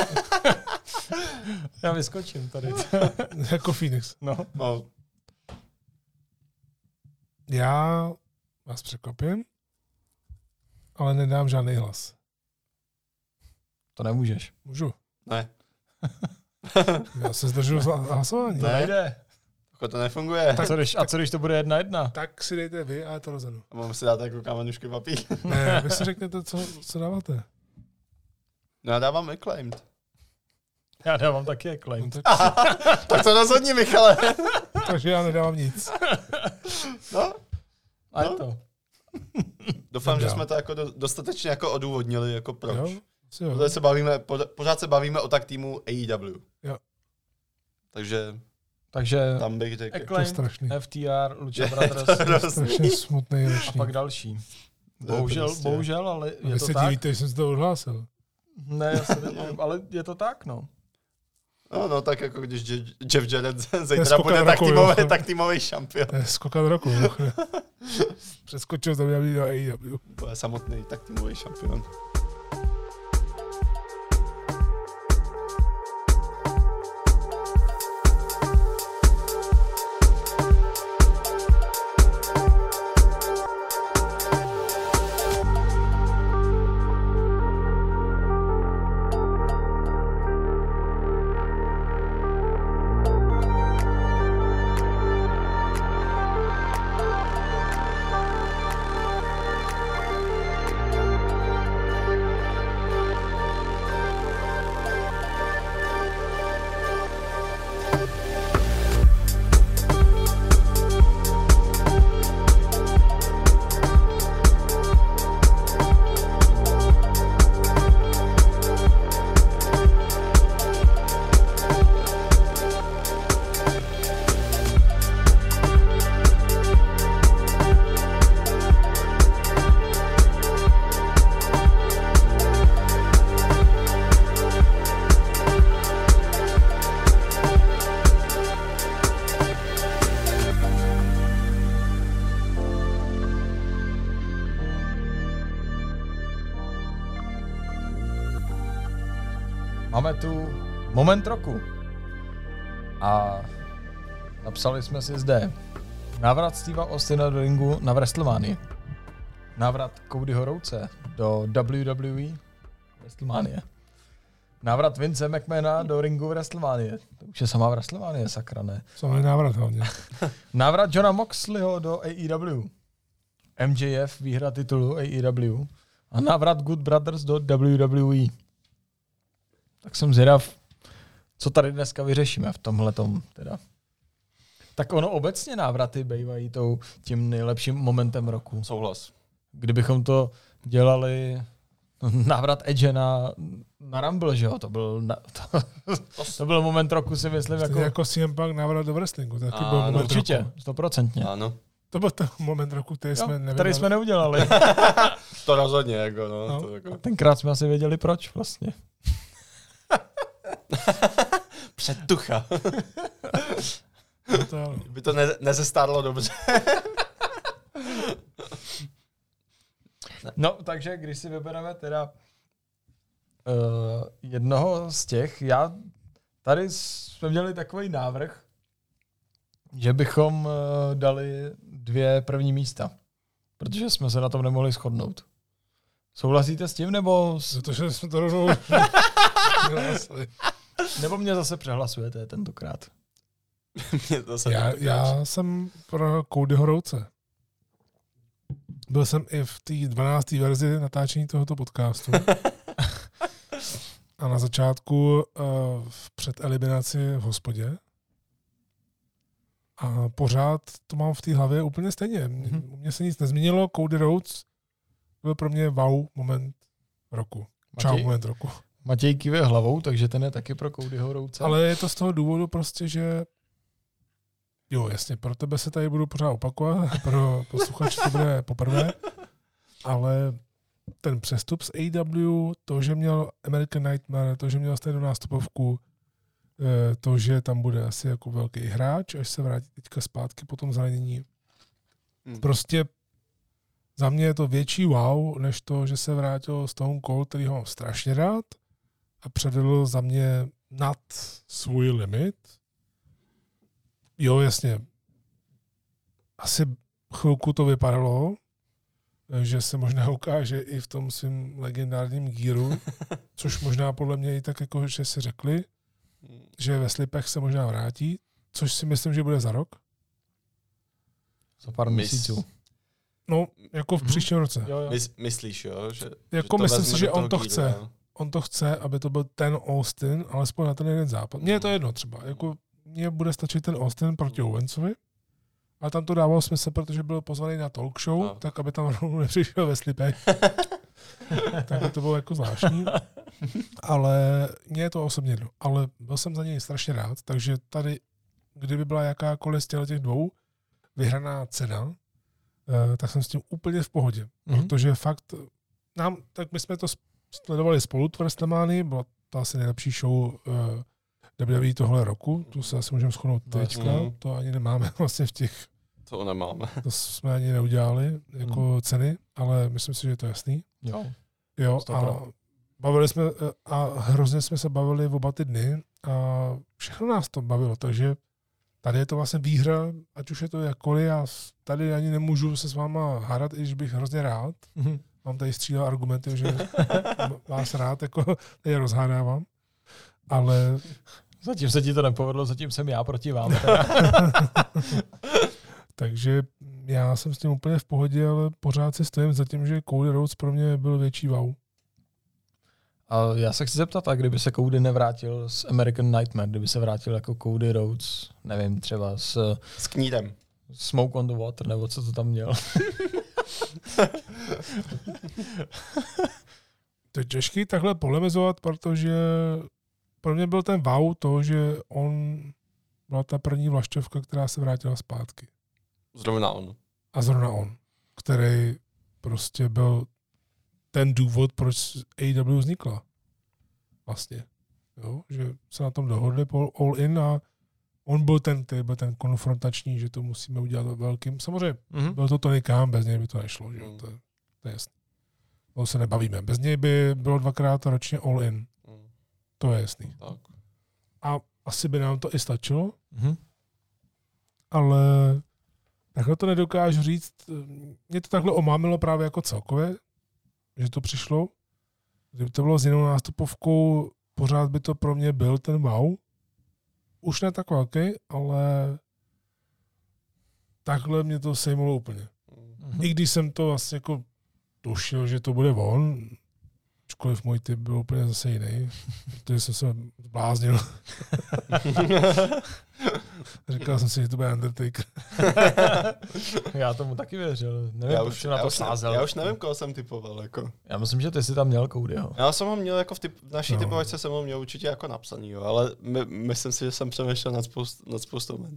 Speaker 2: já vyskočím tady.
Speaker 1: Jako Phoenix.
Speaker 2: No.
Speaker 3: no.
Speaker 1: Já vás překvapím, ale nedám žádný hlas.
Speaker 2: To nemůžeš.
Speaker 1: Můžu.
Speaker 3: Ne.
Speaker 1: Já se zdržu hlasování.
Speaker 2: To nejde.
Speaker 3: To nefunguje.
Speaker 2: Tak co když, a co když to bude jedna jedna?
Speaker 1: Tak si dejte vy a já to rozhodnu.
Speaker 3: A mám si dát jako kamenušky papír.
Speaker 1: Ne, vy si řeknete, co, co dáváte.
Speaker 3: No já dávám Acclaimed.
Speaker 2: Já dávám taky Acclaimed.
Speaker 1: No, tak,
Speaker 3: tak to rozhodni, Michale.
Speaker 1: Takže já nedávám nic.
Speaker 3: No.
Speaker 2: A je
Speaker 3: no.
Speaker 2: to.
Speaker 3: Doufám,
Speaker 1: Dobrá.
Speaker 3: že jsme to jako do, dostatečně jako odůvodnili, jako proč.
Speaker 1: Jo? Jo.
Speaker 3: Protože se bavíme, pořád se bavíme o tak týmu A E W.
Speaker 1: Jo.
Speaker 3: Takže,
Speaker 2: Takže
Speaker 3: tam bych řekl.
Speaker 2: Acclaimed, F T R, Lucha
Speaker 3: Je
Speaker 2: Brothers.
Speaker 3: to hrozný.
Speaker 1: Strašně smutný
Speaker 2: A
Speaker 1: ročník.
Speaker 2: pak další. Bohužel,
Speaker 3: prostě.
Speaker 2: bohužel, ale
Speaker 1: A
Speaker 2: je
Speaker 1: vy
Speaker 2: to
Speaker 1: se
Speaker 2: tak.
Speaker 1: divíte, že jsem si to odhlásil.
Speaker 2: Ne, já se nevím, ale je to tak, no.
Speaker 3: No, no, tak jako když Jeff Jarrett zítra bude tak, týmové, tak týmový šampion.
Speaker 1: To je skokan roku. Přeskočil to měl do A E W.
Speaker 3: To je samotný tak týmový šampion.
Speaker 2: Máme tu moment roku. A napsali jsme si zde návrat Steva Austina do ringu na WrestleManii. Návrat Codyho Rhodese do W W E WrestleManie. Návrat Vince McMahona do ringu WrestleManie. To už je samá WrestleManie, sakra, ne?
Speaker 1: Samý návrat hlavně.
Speaker 2: Návrat Johna Moxleyho do A E W. M J F výhra titulu A E W. A návrat Good Brothers do W W E. Tak jsem zvědav, co tady dneska vyřešíme v tomhletom teda. Tak ono obecně návraty bývají tou tím nejlepším momentem roku.
Speaker 3: Souhlas.
Speaker 2: Kdybychom to dělali návrat Edge na, na Rumble, že jo? To byl, na, to, to byl moment roku, si myslím.
Speaker 1: Jako, jako C M Punk návrat do wrestlingu. Taky byl moment
Speaker 2: určitě,
Speaker 1: roku.
Speaker 2: stoprocentně.
Speaker 3: Ano.
Speaker 1: To byl ten moment roku, který
Speaker 2: jo,
Speaker 1: jsme nevěděli.
Speaker 2: Který jsme neudělali.
Speaker 3: To rozhodně, jako no.
Speaker 1: no.
Speaker 3: To jako...
Speaker 2: Tenkrát jsme asi věděli proč vlastně.
Speaker 3: Předtucha.
Speaker 1: to...
Speaker 3: By to ne- nezestárlo dobře.
Speaker 2: No, takže když si vybereme teda uh, jednoho z těch, já tady jsme měli takový návrh, že bychom uh, dali dvě první místa, protože jsme se na tom nemohli shodnout. Souhlasíte s tím, nebo...
Speaker 1: Protože jsme to rovnou...
Speaker 2: Nebo mě zase přehlasujete tentokrát?
Speaker 3: mě zase
Speaker 1: já, já jsem pro Codyho Rhodese. Byl jsem i v té dvanácté verzi natáčení tohoto podcastu. A na začátku uh, před eliminaci v hospodě. A pořád to mám v té hlavě úplně stejně. Mm-hmm. U mě se nic nezměnilo. Cody Rhodes byl pro mě wow moment roku. Čau moment roku.
Speaker 2: Matěj kýve hlavou, takže ten je taky pro Codyho Rhodese.
Speaker 1: Ale je to z toho důvodu prostě, že jo, jasně, pro tebe se tady budu pořád opakovat, pro posluchače to bude poprvé, ale ten přestup z A E W, to, že měl American Nightmare, to, že měl stejnou nástupovku, to, že tam bude asi jako velký hráč, až se vrátí teďka zpátky po tom zranění. Hmm. Prostě za mě je to větší wow, než to, že se vrátil Stone Cold, který ho mám strašně rád a předvedl za mě nad svůj limit. Jo, jasně. Asi chvilku to vypadalo, že se možná ukáže i v tom svým legendárním gíru, což možná podle mě i tak jako, že si řekli, že ve slipech se možná vrátí, což si myslím, že bude za rok.
Speaker 2: Za pár měsíců.
Speaker 1: No, jako v příštím roce.
Speaker 2: Jo, jo.
Speaker 3: Mys, myslíš, jo? Že,
Speaker 1: jako
Speaker 3: že
Speaker 1: myslím si, že on to
Speaker 3: gíru,
Speaker 1: chce.
Speaker 3: Jo.
Speaker 1: On to chce, aby to byl ten Austin, alespoň na ten jeden západ. Mně je to jedno třeba. Jako mně bude stačit ten Austin proti Owensovi. A tam to dávalo smysl, protože byl pozvaný na talk show, no. Tak aby tam rovnou nepřišel ve slipech. Tak by to bylo jako zvláštní. Ale mně je to osobně jedno. Ale byl jsem za něj strašně rád, takže tady, kdyby byla jakákoliv z těch dvou vyhraná cena, tak jsem s tím úplně v pohodě. Mm-hmm. Protože fakt, nám, tak my jsme to sledovali spolu v WrestleManii, byla to asi nejlepší show W W E tohle roku, tu se asi můžeme shodnout teďka,
Speaker 3: Mm.
Speaker 1: to ani nemáme vlastně v těch,
Speaker 3: To nemáme.
Speaker 1: to jsme ani neudělali jako
Speaker 2: Mm.
Speaker 1: ceny, ale myslím si, že je to jasný.
Speaker 2: Jo.
Speaker 1: Jo,
Speaker 2: Sto
Speaker 1: a
Speaker 2: pro.
Speaker 1: bavili jsme, a hrozně jsme se bavili v oba ty dny a všechno nás to bavilo, takže tady je to vlastně výhra, ať už je to jakkoliv, já s- tady ani nemůžu se s váma hádat, i když bych hrozně rád.
Speaker 2: Mhm.
Speaker 1: Mám tady střílel argumenty, že vás rád jako tady rozhádávám, ale
Speaker 2: Zatím se ti to nepovedlo, zatím jsem já proti vám.
Speaker 1: takže já jsem s tím úplně v pohodě, ale pořád si stojím za tím, že Cody Rhodes pro mě byl větší wow.
Speaker 2: A já se chci zeptat, a kdyby se Cody nevrátil z American Nightmare, kdyby se vrátil jako Cody Rhodes, nevím, třeba s
Speaker 3: S knírem.
Speaker 2: Smoke on the Water, nebo co to tam měl.
Speaker 1: To je těžký takhle polemizovat, protože pro mě byl ten wow to, že on byla ta první vlašťovka, která se vrátila zpátky.
Speaker 3: Zrovna on.
Speaker 1: A zrovna on, který prostě byl ten důvod, proč A E W vznikla. Vlastně. Jo? Že se na tom dohodli po All In a on byl ten, který byl ten konfrontační, že to musíme udělat ve velkým. Samozřejmě
Speaker 2: Mhm.
Speaker 1: byl to Tony Khan, bez něj by to nešlo. Že?
Speaker 3: Mm.
Speaker 1: To, je, to je jasný. To se nebavíme. Bez něj by bylo dvakrát ročně All In.
Speaker 3: Mm.
Speaker 1: To je jasný.
Speaker 3: Tak.
Speaker 1: A asi by nám to i stačilo,
Speaker 2: Mhm.
Speaker 1: ale takhle to nedokážu říct. Mě to takhle omámilo právě jako celkově, že to přišlo. Kdyby to bylo s jinou nástupovkou, pořád by to pro mě byl ten wow. Už ne tak velký, ale takhle mě to sejmulo úplně.
Speaker 2: Mhm.
Speaker 1: I když jsem to vlastně jako tušil, že to bude on, ačkoliv můj typ byl úplně zase jiný, protože jsem se zbláznil. Říkal jsem si, že to bude Undertaker.
Speaker 2: Já tomu taky věřil. Nevím,
Speaker 3: Já
Speaker 2: proč
Speaker 3: už,
Speaker 2: jsem na
Speaker 3: já,
Speaker 2: to
Speaker 3: už ne,
Speaker 2: sázel.
Speaker 3: já už nevím, koho jsem typoval. Jako.
Speaker 2: Já myslím, že ty jsi tam měl Codyho.
Speaker 3: Já jsem ho měl jako v, typ, v naší
Speaker 1: No.
Speaker 3: no. typovačce jsem ho měl určitě jako napsaný, jo, ale my, myslím si, že jsem přemýšlel nad, spoust, nad spoustou men.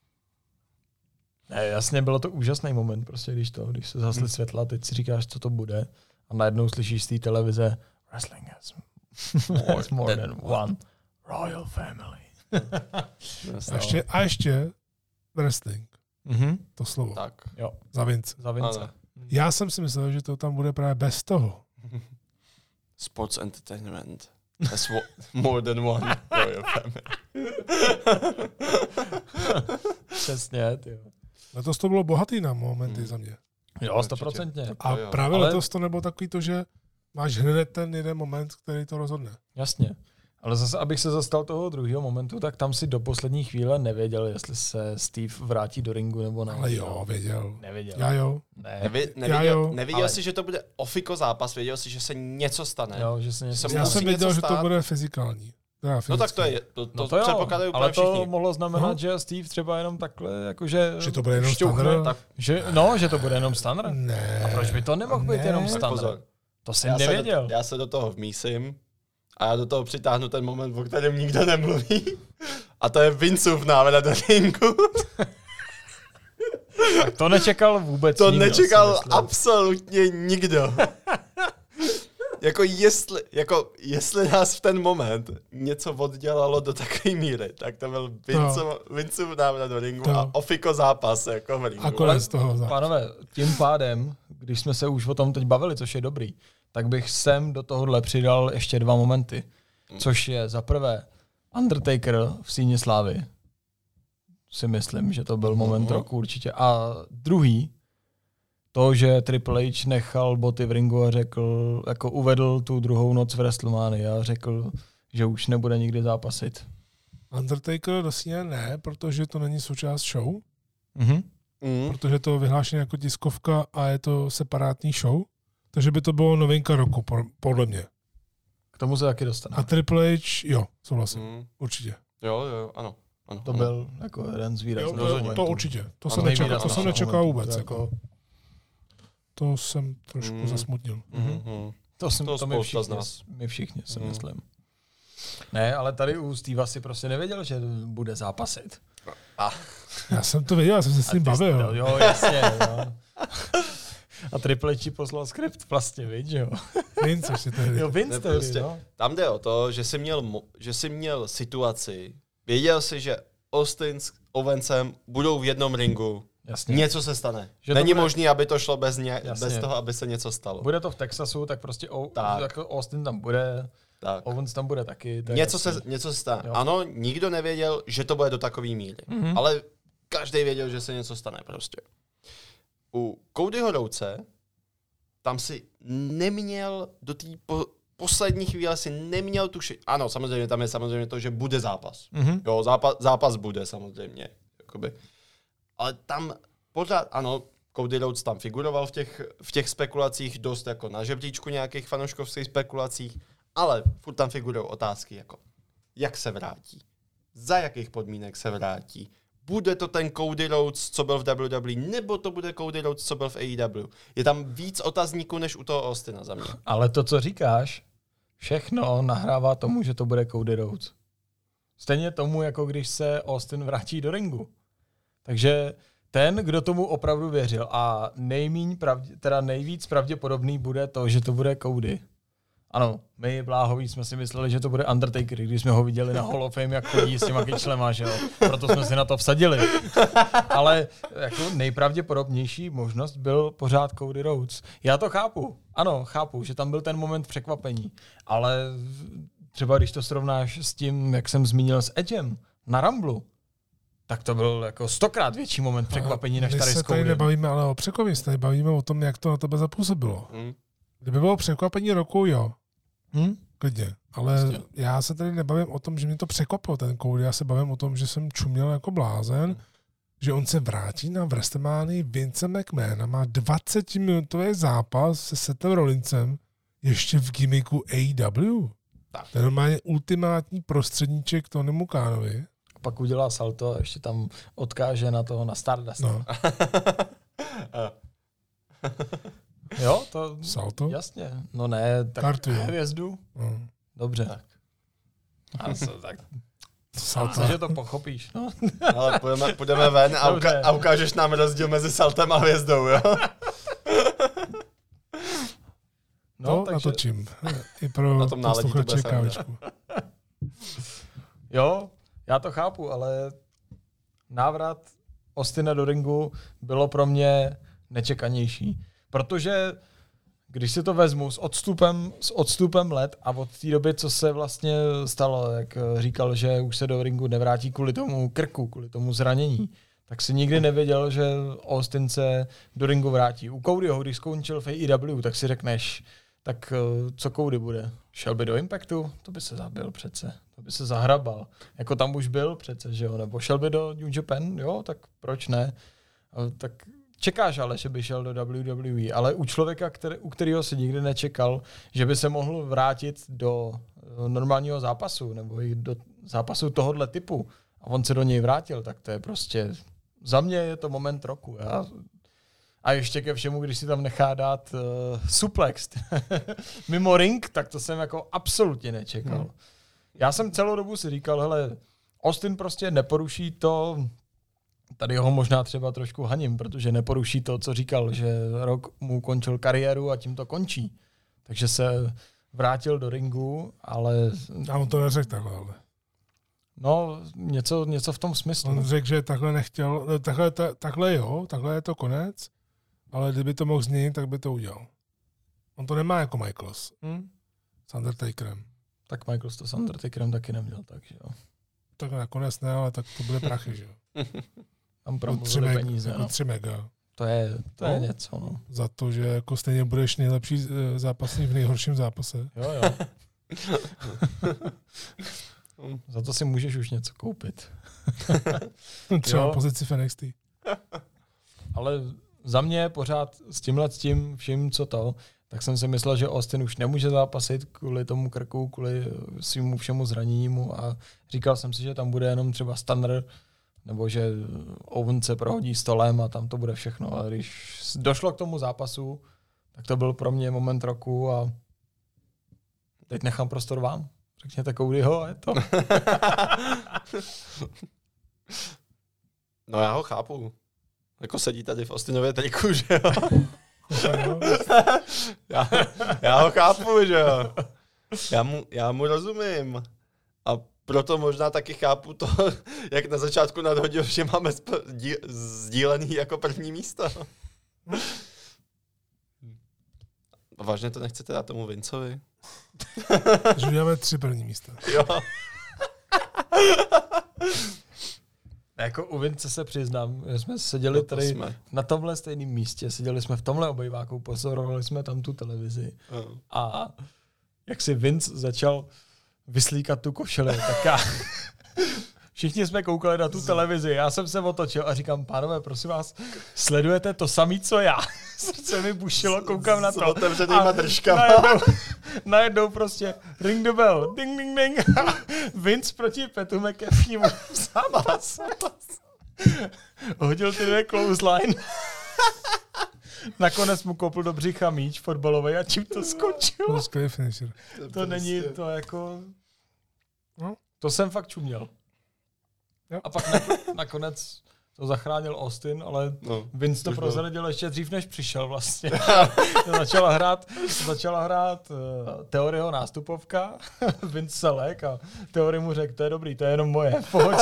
Speaker 2: Ne, jasně, bylo to úžasný moment, prostě, když to, když se zhasly
Speaker 3: Hmm.
Speaker 2: světla, teď si říkáš, co to bude, a najednou slyšíš z té televize Wrestling has more, more than one royal family.
Speaker 1: A ještě, a ještě wrestling,
Speaker 2: Mhm.
Speaker 1: to slovo,
Speaker 3: Tak.
Speaker 2: Jo,
Speaker 1: za Vince.
Speaker 2: za Vince.
Speaker 3: Ano.
Speaker 1: Já jsem si myslel, že to tam bude právě bez toho.
Speaker 3: Sports entertainment. Has wo- more than one royal family.
Speaker 2: Přesně, ty.
Speaker 1: Letos to bylo bohatý na momenty
Speaker 3: Hmm.
Speaker 1: za mě.
Speaker 2: Jo, stoprocentně.
Speaker 1: A
Speaker 3: To jo.
Speaker 1: právě
Speaker 2: Ale-
Speaker 1: letos to nebylo takový to, že máš hned ten jeden moment, který to rozhodne.
Speaker 2: Jasně. Ale zase, abych se zastal toho druhého momentu, tak tam si do poslední chvíle nevěděl, jestli se Steve vrátí do ringu nebo ne.
Speaker 1: Ale jo, věděl.
Speaker 2: Nevěděl.
Speaker 1: Já jo.
Speaker 2: Ne.
Speaker 3: Nevi,
Speaker 1: Já
Speaker 3: neviděl
Speaker 1: jo,
Speaker 3: neviděl
Speaker 2: ale-
Speaker 3: jsi, že to bude ofiko zápas, věděl jsi, že se něco stane.
Speaker 2: Jo, že se něco
Speaker 3: Jsem
Speaker 1: Já
Speaker 3: musí
Speaker 1: jsem věděl,
Speaker 3: něco
Speaker 1: že to
Speaker 3: stát.
Speaker 1: bude fyzikální. Teda
Speaker 3: No tak to je, to, to,
Speaker 2: No to jo,
Speaker 3: předpokládají úplně
Speaker 2: ale to
Speaker 3: všichni.
Speaker 2: mohlo znamenat,
Speaker 1: No.
Speaker 2: že Steve třeba jenom takhle, jakože...
Speaker 1: Že to bude jenom
Speaker 2: šťouchne,
Speaker 1: Stunner?
Speaker 2: tak, že, no, že to bude jenom Stunner.
Speaker 1: Ne.
Speaker 2: A proč by to nemohl být
Speaker 1: Ne.
Speaker 2: jenom
Speaker 3: Tak
Speaker 2: Stunner?
Speaker 3: pozor.
Speaker 2: To jsem
Speaker 3: Já se,
Speaker 2: nevěděl.
Speaker 3: do, já se do toho vmísím a já do toho přitáhnu ten moment, o kterém nikdo nemluví. A to je Vinceův návrat do ringu.
Speaker 2: Tak to nečekal vůbec
Speaker 3: To
Speaker 2: nikdo,
Speaker 3: nečekal
Speaker 2: si myslím.
Speaker 3: absolutně nikdo. jako, jestli, jako jestli nás v ten moment něco oddělalo do takové míry, tak to byl Vinceův, Vinceův návrat do ringu
Speaker 1: To.
Speaker 3: a ofiko zápas jako v ringu.
Speaker 1: A konec toho. za-
Speaker 2: Pánové, tím pádem, když jsme se už o tom teď bavili, což je dobrý, tak bych sem do tohohle přidal ještě dva momenty. Což je za prvé Undertaker v Síni slávy. Si myslím, že to byl moment
Speaker 3: Mhm.
Speaker 2: roku určitě. A druhý, to, že Triple H nechal boty v ringu a řekl, jako uvedl tu druhou noc v WrestleManii a řekl, že už nebude nikdy zápasit.
Speaker 1: Undertaker do síně ne, protože to není součást show,
Speaker 2: Mhm.
Speaker 3: Mm.
Speaker 1: protože to je vyhlášené jako tiskovka a je to separátní show, takže by to bylo novinka roku, po- podle mě.
Speaker 2: K tomu se taky dostane.
Speaker 1: A Triple H, jo, souhlasím,
Speaker 3: Mm.
Speaker 1: určitě.
Speaker 3: Jo, jo, ano. ano
Speaker 2: To
Speaker 3: ano.
Speaker 2: byl jako jeden z
Speaker 1: Jo,
Speaker 2: výrazných
Speaker 1: to,
Speaker 2: momentů.
Speaker 1: to určitě. To
Speaker 3: Ano,
Speaker 1: jsem nečekal,
Speaker 2: nejvýraznější
Speaker 1: to jsem
Speaker 2: moment.
Speaker 1: nečekal vůbec.
Speaker 2: To
Speaker 1: Jako.
Speaker 2: jako-
Speaker 1: To jsem trošku
Speaker 3: Mm.
Speaker 1: zasmutnil.
Speaker 3: Mhm.
Speaker 2: To, jsem,
Speaker 3: To
Speaker 2: to, my,
Speaker 3: spousta z
Speaker 2: všichni,
Speaker 3: nás.
Speaker 2: my všichni si
Speaker 3: Mhm.
Speaker 2: myslím. Ne, ale tady u Steva si prostě nevěděl, že bude zápasit.
Speaker 1: Já jsem to věděl, já jsem se s ním
Speaker 2: A ty jsi-
Speaker 1: bavil.
Speaker 2: Jo, jasně. Jo. A Triple H poslal skript vlastně, víš, jo?
Speaker 1: Vince ještě tehdy.
Speaker 2: Jo, Vince tehdy, prostě, no.
Speaker 3: Tam jde o to, že jsi měl, že jsi měl situaci, věděl jsi, že Austin s Owensem budou v jednom ringu, jasně. Něco se stane. Že Není bude... možné, aby to šlo bez, ně, bez toho, aby se něco stalo.
Speaker 2: Bude to v Texasu, tak prostě o, tak. Jako Austin tam bude, tak. Owens tam bude taky.
Speaker 3: Něco se, něco se stane. Jo. Ano, nikdo nevěděl, že to bude do takový míry, mm-hmm. ale každý věděl, že se něco stane prostě. U Codyho Rhodese tam si neměl do té po, poslední chvíle si neměl tušit. Ano, samozřejmě tam je samozřejmě to, že bude zápas. Mm-hmm. Jo, zápas, zápas bude samozřejmě. Jakoby. Ale tam pořád, ano, Cody Rhodes tam figuroval v těch, v těch spekulacích dost jako na žebříčku nějakých fanouškovských spekulacích, ale furt tam figurují otázky jako jak se vrátí, za jakých podmínek se vrátí, bude to ten Cody Rhodes, co byl v W W E, nebo to bude Cody Rhodes, co byl v A E W. Je tam víc otazníků, než u toho Austina za mě.
Speaker 2: Ale to, co říkáš, všechno nahrává tomu, že to bude Cody Rhodes. Stejně tomu, jako když se Austin vrátí do ringu. Takže ten, kdo tomu opravdu věřil a nejmíň pravdě, teda nejvíc pravděpodobný bude to, že to bude Cody. Ano, my Bláhoví jsme si mysleli, že to bude Undertaker, když jsme ho viděli na Hall of Fame, jak chodí s těma kyčlema, že jo. Proto jsme si na to vsadili. Ale jako nejpravděpodobnější možnost byl pořád Cody Rhodes. Já to chápu. Ano, chápu, že tam byl ten moment překvapení. Ale třeba když to srovnáš s tím, jak jsem zmínil s Edgem na Rumblu, tak to byl jako stokrát větší moment překvapení, než tady s Codym.
Speaker 1: My se tady nebavíme ale o překvapení, tady bavíme o tom, jak to na tebe zapůsobilo. Hmm. Kdyby bylo překvapení roku, jo. Hm? Klidně. Ale Vlastně. já se tady nebavím o tom, že mě to překvapilo ten Cody. Já se bavím o tom, že jsem čuměl jako blázen, hmm. že on se vrátí na WrestleMania Vince McMahon a má dvacetiminutový zápas se Sethem Rollinsem ještě v gimmicku A E W. Tak. To je normálně ultimátní prostředníček Tonymu Khánovi.
Speaker 2: Pak udělá salto a ještě tam odkáže na toho na Stardust. No. Jo, to...
Speaker 1: Salto?
Speaker 2: Jasně. No ne, tak
Speaker 1: Kartu,
Speaker 2: hvězdu. No. Dobře. Tak. A co, tak... Salto. Že to pochopíš, no.
Speaker 3: Ale půjdeme, půjdeme ven a, uka- a ukážeš nám rozdíl mezi saltem a hvězdou, jo?
Speaker 1: No, to takže... natočím. I pro posluchače kávičku.
Speaker 2: Jo, já to chápu, ale návrat Austina do ringu bylo pro mě nečekanější. Protože když si to vezmu s odstupem, s odstupem let a od té doby, co se vlastně stalo, jak říkal, že už se do ringu nevrátí kvůli tomu krku, kvůli tomu zranění, tak si nikdy nevěděl, že Austin se do ringu vrátí. U Codyho, když skončil v A E W, tak si řekneš, tak co Cody bude? Šel by do Impactu? To by se zabil přece. To by se zahrabal. Jako tam už byl přece, že jo? Nebo šel by do New Japan? Jo, tak proč ne? Tak čekáš ale, že by šel do W W E, ale u člověka, který, u kterého si nikdy nečekal, že by se mohl vrátit do normálního zápasu nebo i do zápasu tohohle typu a on se do něj vrátil, tak to je prostě, za mě je to moment roku. Já, a ještě ke všemu, když si tam nechá dát uh, suplex mimo ring, tak to jsem jako absolutně nečekal. Hmm. Já jsem celou dobu si říkal, hele, Austin prostě neporuší to, tady ho možná třeba trošku haním, protože neporuší to, co říkal, že rok mu končil kariéru a tím to končí. Takže se vrátil do ringu, ale...
Speaker 1: A on to neřekl takhle, ale...
Speaker 2: No, něco, něco v tom smyslu.
Speaker 1: On řekl, že takhle nechtěl, takhle, ta, takhle jo, takhle je to konec, ale kdyby to mohl změnit, tak by to udělal. On to nemá jako Michaels. Hmm? S Undertakerem.
Speaker 2: Tak Michaels to s Undertakerem taky neměl, takže jo.
Speaker 1: Tak nakonec ne, ale tak to bude prachy, že jo.
Speaker 2: Tam promluvili peníze.
Speaker 1: Jako
Speaker 2: no.
Speaker 1: tři mega.
Speaker 2: To je, to no, je něco, no.
Speaker 1: Za to, že jako stejně budeš nejlepší zápasník v nejhorším zápase.
Speaker 2: Jo, jo. Za to si můžeš už něco koupit.
Speaker 1: Třeba jo. Pozici v N X T.
Speaker 2: Ale za mě pořád s tímhle s tím vším, co to, tak jsem si myslel, že Austin už nemůže zápasit kvůli tomu krku, kvůli svýmu všemu zraněnímu a říkal jsem si, že tam bude jenom třeba Stunner, nebo že Owen se prohodí stolem a tam to bude všechno. Ale když došlo k tomu zápasu, tak to byl pro mě moment roku a teď nechám prostor vám. Řekněte Codyho a je to.
Speaker 3: No já ho chápu. Jako sedí tady v Austinově triku, že jo? já, já ho chápu, že jo. Já mu, já mu rozumím. A proto možná taky chápu to, jak na začátku nadhodil, že máme sp- dí- sdílený jako první místo. Vážně to nechcete dát tomu Vincovi?
Speaker 1: Že máme tři první místa.
Speaker 3: Jo.
Speaker 2: Jako u Vince se přiznám, že jsme seděli no tady jsme. na tomhle stejném místě, seděli jsme v tomhle obejváku, pozorovali jsme tam tu televizi uh. a jak si Vince začal vyslíkat tu košili, tak já... Všichni jsme koukali na tu televizi, já jsem se otočil a říkám, pánové, prosím vás, sledujete to samý, co já. Srdce mi bušilo, koukám na to. S
Speaker 3: otevřenýma držkama.
Speaker 2: Najednou, najednou prostě ring the bell, ding, ding, ding. Vince proti Petu McAfeemu zápas. Hodil ty dvě clothesline. Nakonec mu kopl do břicha míč fotbalový a čím to skončilo. To, to není to jako... No, to jsem fakt čuměl. Jo. A pak nakonec to zachránil Austin, ale no, Vince to prozradil ještě dřív, než přišel vlastně. začala hrát, začala hrát uh, Theoryho nástupovka, Vince Selek a Theory mu řekl, to je dobrý, to je jenom moje, pojď.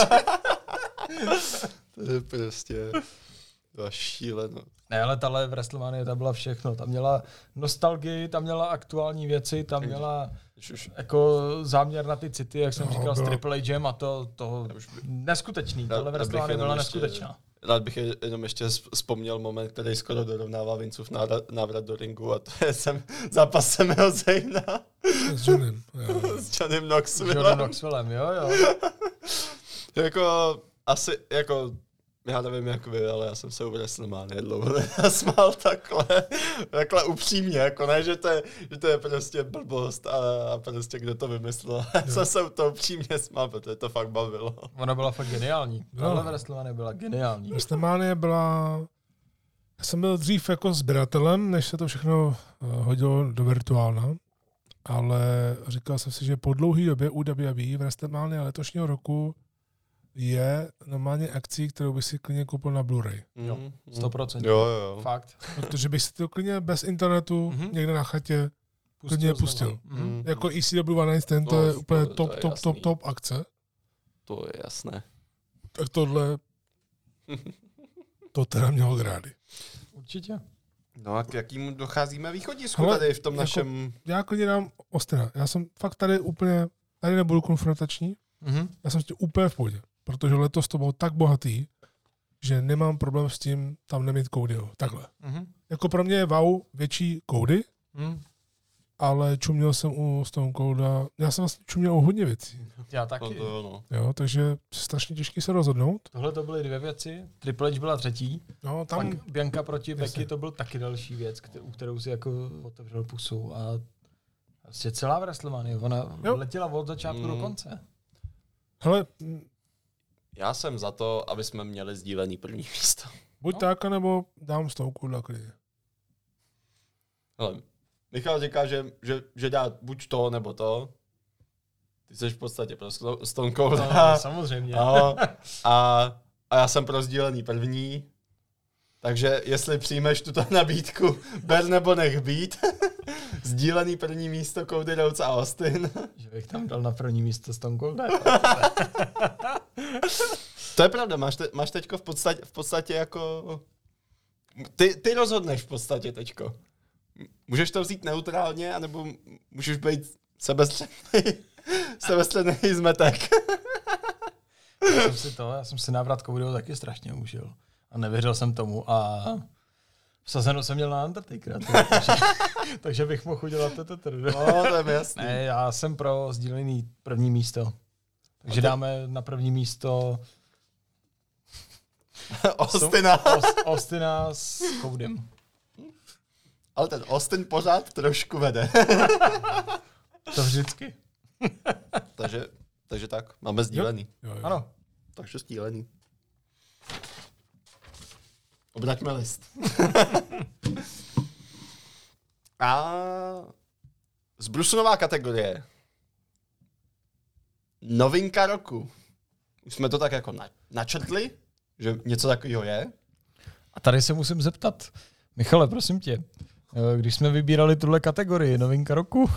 Speaker 3: To je prostě to šíleno.
Speaker 2: Ne, ale tahle v WrestleMania ta byla všechno. Tam měla nostalgii, tam měla aktuální věci, tam měla jako záměr na ty city, jak jsem no, říkal, s Triple H'em a to, to neskutečný. Tahle v WrestleMania byla neskutečná.
Speaker 3: Rád bych jenom ještě vzpomněl moment, který skoro dorovnává Vincův návrat do ringu a to je sem, zápas Samiho Zayna.
Speaker 1: S Johnem.
Speaker 3: S Johnem Knoxvillem.
Speaker 2: Johnem Knoxvillem, jo, jo.
Speaker 3: jako, asi, jako, já nevím jak vy, ale já jsem se u WrestleMania dlouho nenasmál takhle, takhle upřímně, jako ne, že to je, že to je prostě blbost a, a prostě kdo to vymyslel. Já jsem se u toho upřímně smál, protože to fakt bavilo.
Speaker 2: Ona byla fakt geniální. Tahle WrestleMania byla geniální.
Speaker 1: WrestleMania byla... Já jsem byl dřív jako sběratelem, než se to všechno hodilo do virtuálna, ale říkal jsem si, že po dlouhé době U W W E v WrestleMania letošního roku je normálně akcí, kterou bych si klidně koupil na Blu-ray.
Speaker 2: Jo, sto procent.
Speaker 3: Jo, jo.
Speaker 2: Fakt.
Speaker 1: Protože bych si to klidně bez internetu mm-hmm. někde na chatě pustil klidně pustil. Mm-hmm. Jako E C W Night Stand, to je úplně to, top, to je top, top, top akce.
Speaker 3: To je jasné.
Speaker 1: Tak tohle to teda mělo grády.
Speaker 2: Určitě.
Speaker 3: No a k jakým docházíme východisku tady v tom jako, našem...
Speaker 1: Já klidně dám Austina. Já jsem fakt tady úplně, tady nebudu konfrontační. Mm-hmm. Já jsem s tím úplně v pohodě. Protože letos to bylo tak bohatý, že nemám problém s tím tam nemít Codyho. Takhle. Mm-hmm. Jako pro mě je wow větší Cody, mm. ale čuměl jsem u Stone Colda, já jsem vlastně čuměl u hodně věcí.
Speaker 2: Já taky. No
Speaker 3: to, no.
Speaker 1: Jo, takže je strašně těžký se rozhodnout.
Speaker 2: Tohle to byly dvě věci, Triple H byla třetí,
Speaker 1: no, tam...
Speaker 2: pak Bianca proti Becky to byl taky další věc, kterou, kterou si jako otevřel pusu a vlastně celá WrestleMania, ona jo. letěla od začátku mm. do konce.
Speaker 1: Hele,
Speaker 3: já jsem za to, aby jsme měli sdílený první místo.
Speaker 1: Buď no. tak, nebo dám Stone Colda klidně.
Speaker 3: Hele, Michal říká, že, že, že dá buď to, nebo to. Ty jsi v podstatě pro Stone Colda.
Speaker 2: No, samozřejmě.
Speaker 3: A, a, a já jsem pro sdílený první. Takže jestli přijmeš tuto nabídku, ber nebo nech být. Sdílený první místo Cody Rhodes a Austin.
Speaker 2: Že bych tam dal na první místo Stone Colda.
Speaker 3: To je pravda, máš, te, máš teďko v podstatě, v podstatě jako... Ty, ty rozhodneš v podstatě teďko. Můžeš to vzít neutrálně, anebo můžeš být sebestředný, sebestředný zmetek.
Speaker 2: Já jsem si to, já jsem si návrat Codyho taky strašně užil. A nevěřil jsem tomu a vsazeno jsem měl na Undertakera. Takže, takže bych mohl udělat to.
Speaker 3: No, to je jasný.
Speaker 2: Ne, já jsem pro sdílený první místo. Takže dáme na první místo
Speaker 3: Austina.
Speaker 2: Austina s Codym.
Speaker 3: Ale ten Austin pořád trošku vede.
Speaker 2: To vždycky.
Speaker 3: takže, takže tak, máme sdílený.
Speaker 1: Jo, jo.
Speaker 2: Ano.
Speaker 3: Takže sdílený. Obraťme list. A zbrusunová kategorie. Novinka roku. Už jsme to tak jako na, načrtli, že něco takového je.
Speaker 2: A tady se musím zeptat. Michale, prosím tě, když jsme vybírali tuhle kategorii novinka roku,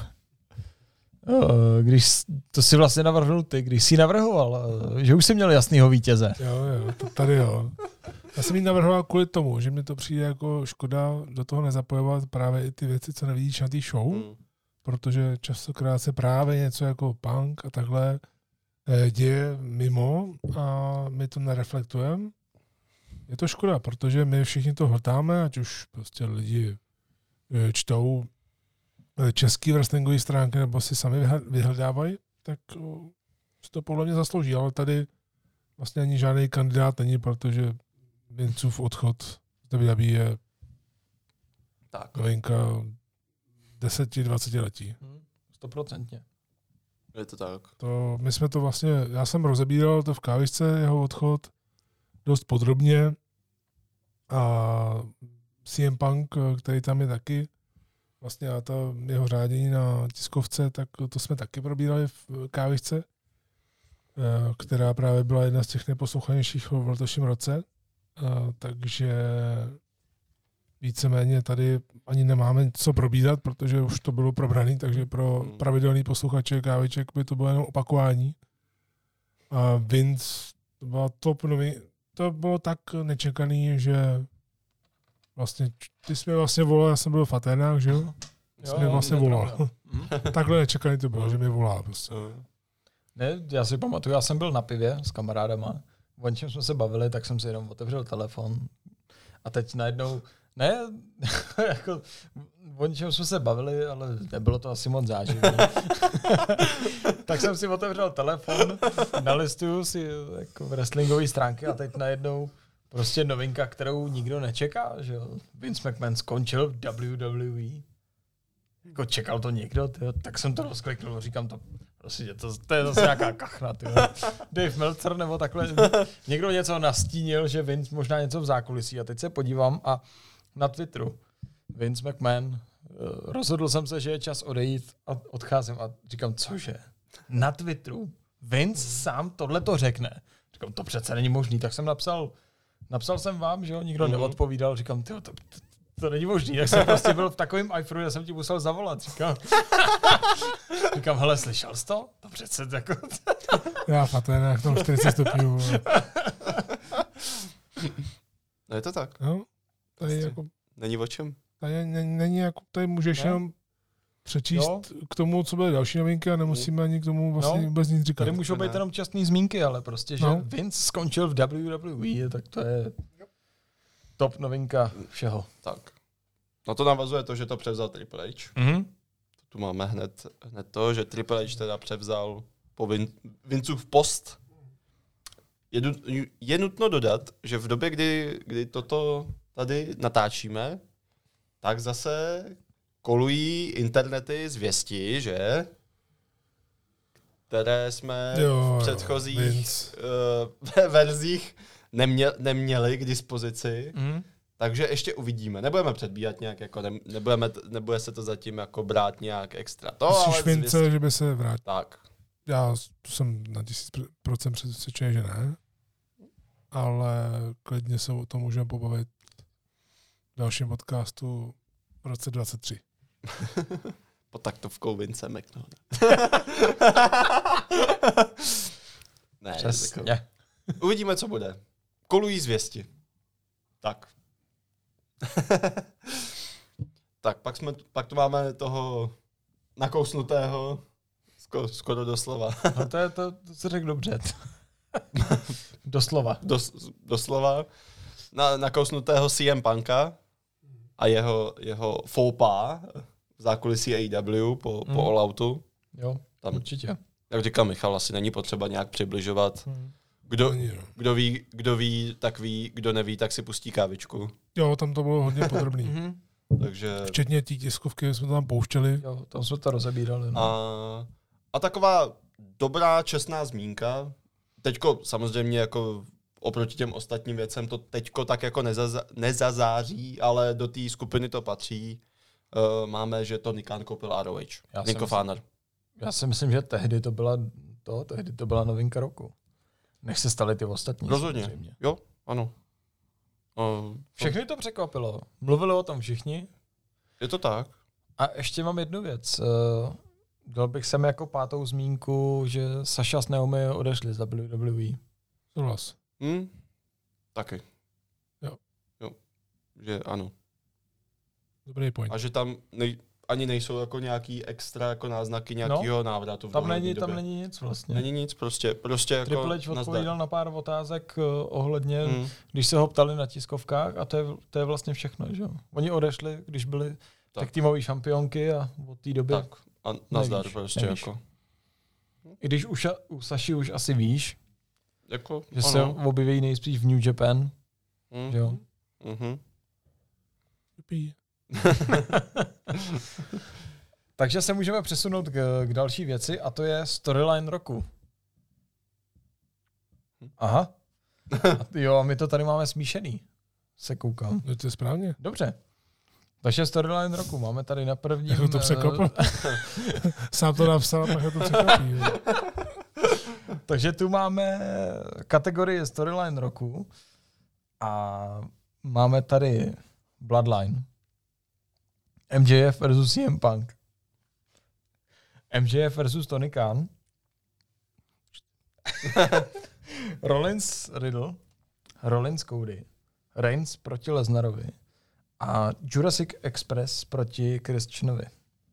Speaker 2: když to si vlastně navrhl ty, když jsi navrhoval, že už jsi měl jasnýho vítěze.
Speaker 1: Jo, jo, to tady jo. Já jsem jí navrhoval kvůli tomu, že mi to přijde jako škoda do toho nezapojovat právě i ty věci, co nevidíš na té show, hmm. protože častokrát se právě něco jako punk a takhle děje mimo a my to nereflektujeme. Je to škoda, protože my všichni to hltáme, ať už prostě lidi čtou český wrestlingové stránky nebo si sami vyhledávají, tak si to podle mě zaslouží, ale tady vlastně ani žádný kandidát není, protože Vincův odchod z W W E je
Speaker 3: tak.
Speaker 1: novinka deset dvacet letí.
Speaker 2: Stoprocentně.
Speaker 3: Je to tak.
Speaker 1: To, my jsme to vlastně, já jsem rozebíral to v kávičce, jeho odchod, dost podrobně a C M Punk, který tam je taky, vlastně a to jeho řádění na tiskovce, tak to jsme taky probírali v kávičce, která právě byla jedna z těch nejposlouchanějších v letošním roce. Takže víceméně tady ani nemáme co probírat, protože už to bylo probraný, takže pro pravidelný posluchače káviček by to bylo jenom opakování. A Vince to byla top nový, to bylo tak nečekaný, že vlastně, ty jsi mě vlastně volal, já jsem byl v Aténách, že jo? Jsi mě vlastně volal. Takhle nečekaný to bylo, že mě volá prostě.
Speaker 2: Ne, já si pamatuju, já jsem byl na pivě s kamarádama, o čem jsme se bavili, tak jsem si jenom otevřel telefon a teď najednou, ne, jako, o čem jsme se bavili, ale nebylo to asi moc záživné. Tak jsem si otevřel telefon, nalistuju si jako wrestlingové stránky a teď najednou prostě novinka, kterou nikdo nečeká, že jo. Vince McMahon skončil v W W E. Jako čekal to někdo, tyjo, tak jsem to rozkliknul, říkám to, prostě to, to je zase nějaká kachna, tyjo. Dave Meltzer nebo takhle, někdo něco nastínil, že Vince možná něco v zákulisí a teď se podívám a na Twitteru Vince McMahon, rozhodl jsem se, že je čas odejít a odcházím a říkám, cože? Na Twitteru Vince sám tohle to řekne. Říkám, to přece není možný, tak jsem napsal, napsal jsem vám, že jo, nikdo neodpovídal, říkám, tyjo, to, to, to není možný, tak jsem prostě byl v takovém iFru, že jsem ti musel zavolat, říkám. Říkám, hele, slyšel jsi to? To přece jako...
Speaker 1: Já v Aténách tam čtyřicet stupňů.
Speaker 3: No je to tak.
Speaker 1: No, tady jako...
Speaker 3: Není o čem.
Speaker 1: Tady není, není jako, tady můžeš ne? jenom přečíst jo. k tomu, co byly další novinky a nemusíme ani k tomu vlastně no. vůbec nic říkat.
Speaker 2: Tady můžou být jenom čestný zmínky, ale prostě, že no. Vince skončil v W W E, tak to je top novinka všeho.
Speaker 3: Tak. No to navazuje to, že to převzal Triple H.
Speaker 2: Mm-hmm.
Speaker 3: Tu máme hned, hned to, že Triple H teda převzal po Vin, Vincův post. Je, je nutno dodat, že v době, kdy, kdy toto tady natáčíme, tak zase kolují internety zvěsti, že? Které jsme jo, v předchozích uh, verzích nemě, neměli k dispozici. Mm. Takže ještě uvidíme. Nebudeme předbíhat nějak, jako ne, nebudeme, nebude se to zatím jako brát nějak extra. To,
Speaker 1: Myslíš Vince, zvěst... že by se vrátil?
Speaker 3: Tak.
Speaker 1: Já jsem na tisíc procent přesvědčený, že ne. Ale klidně se o tom můžeme pobavit v dalším podcastu v roce dvacet tři.
Speaker 3: Pod taktovkou Vince McMahon. Ne,
Speaker 2: přesně.
Speaker 3: Uvidíme, co bude. Kolují zvěsti. Tak. Tak, pak, jsme, pak tu máme toho nakousnutého, skoro, skoro doslova.
Speaker 2: No to je to, to se řekl dobře. Doslova.
Speaker 3: Dos, doslova. Na, nakousnutého C M Punka a jeho, jeho faux pas v zákulisí A E W po, mm. po All Outu.
Speaker 2: Jo, tam určitě.
Speaker 3: Jak říkal Michal, asi není potřeba nějak přibližovat. Mm. Kdo, kdo, ví, kdo ví, tak ví, kdo neví, tak si pustí kávičku.
Speaker 1: Jo, tam to bylo hodně podrobný.
Speaker 3: Takže...
Speaker 1: Včetně té tiskovky jsme to tam pouštěli.
Speaker 2: Jo, tam jsme to rozebírali. No.
Speaker 3: A, a taková dobrá, čestná zmínka. Teďko samozřejmě jako oproti těm ostatním věcem to teďko tak jako nezaza, nezazáří, ale do té skupiny to patří. Uh, máme, že Tony Khan koupil R O H. Ring of Honor.
Speaker 2: Já si myslím, že tehdy to byla to, tehdy to byla novinka roku. Než se staly ty ostatní.
Speaker 3: Rozhodně, samozřejmě. Jo, ano. O,
Speaker 2: Všechny to překvapilo. Mluvili o tom všichni.
Speaker 3: Je to tak.
Speaker 2: A ještě mám jednu věc. Dal bych sem jako pátou zmínku, že Saša s Naomi odešli z W W E.
Speaker 1: Souhlas.
Speaker 3: Hm? Taky.
Speaker 1: Jo.
Speaker 3: Jo. Že ano.
Speaker 1: Dobrý point.
Speaker 3: A že tam nej, ani nejsou jako nějaký extra jako náznaky nějakého no, návratu v
Speaker 2: tam není,
Speaker 3: době.
Speaker 2: Tam není nic vlastně.
Speaker 3: Není nic, prostě, prostě jako
Speaker 2: Triple H odpovídal na pár otázek uh, ohledně, hmm. když se ho ptali na tiskovkách a to je, to je vlastně všechno, že jo. Oni odešli, když byli tak týmové šampionky a od té doby
Speaker 3: tak a nazdar prostě nevíš. Jako.
Speaker 2: I když u, ša, u Saši už asi víš,
Speaker 3: jako,
Speaker 2: že
Speaker 3: ano.
Speaker 2: se objeví nejspíš v New Japan,
Speaker 3: mm.
Speaker 2: že jo.
Speaker 3: Mhm.
Speaker 2: Takže se můžeme přesunout k, k další věci a to je storyline roku. Aha. A jo, a my to tady máme smíšený. Se koukám.
Speaker 1: No to je správně.
Speaker 2: Dobře. Takže storyline roku máme tady na prvním...
Speaker 1: Jak to překvapil? Sám to napsal, tak to překvapí.
Speaker 2: Takže tu máme kategorii storyline roku a máme tady Bloodline. M J F versus C M Punk. M J F versus Tony Khan. Rollins Riddle. Rollins Cody. Reigns proti Lesnarovi. A Jurassic Express proti Christianovi.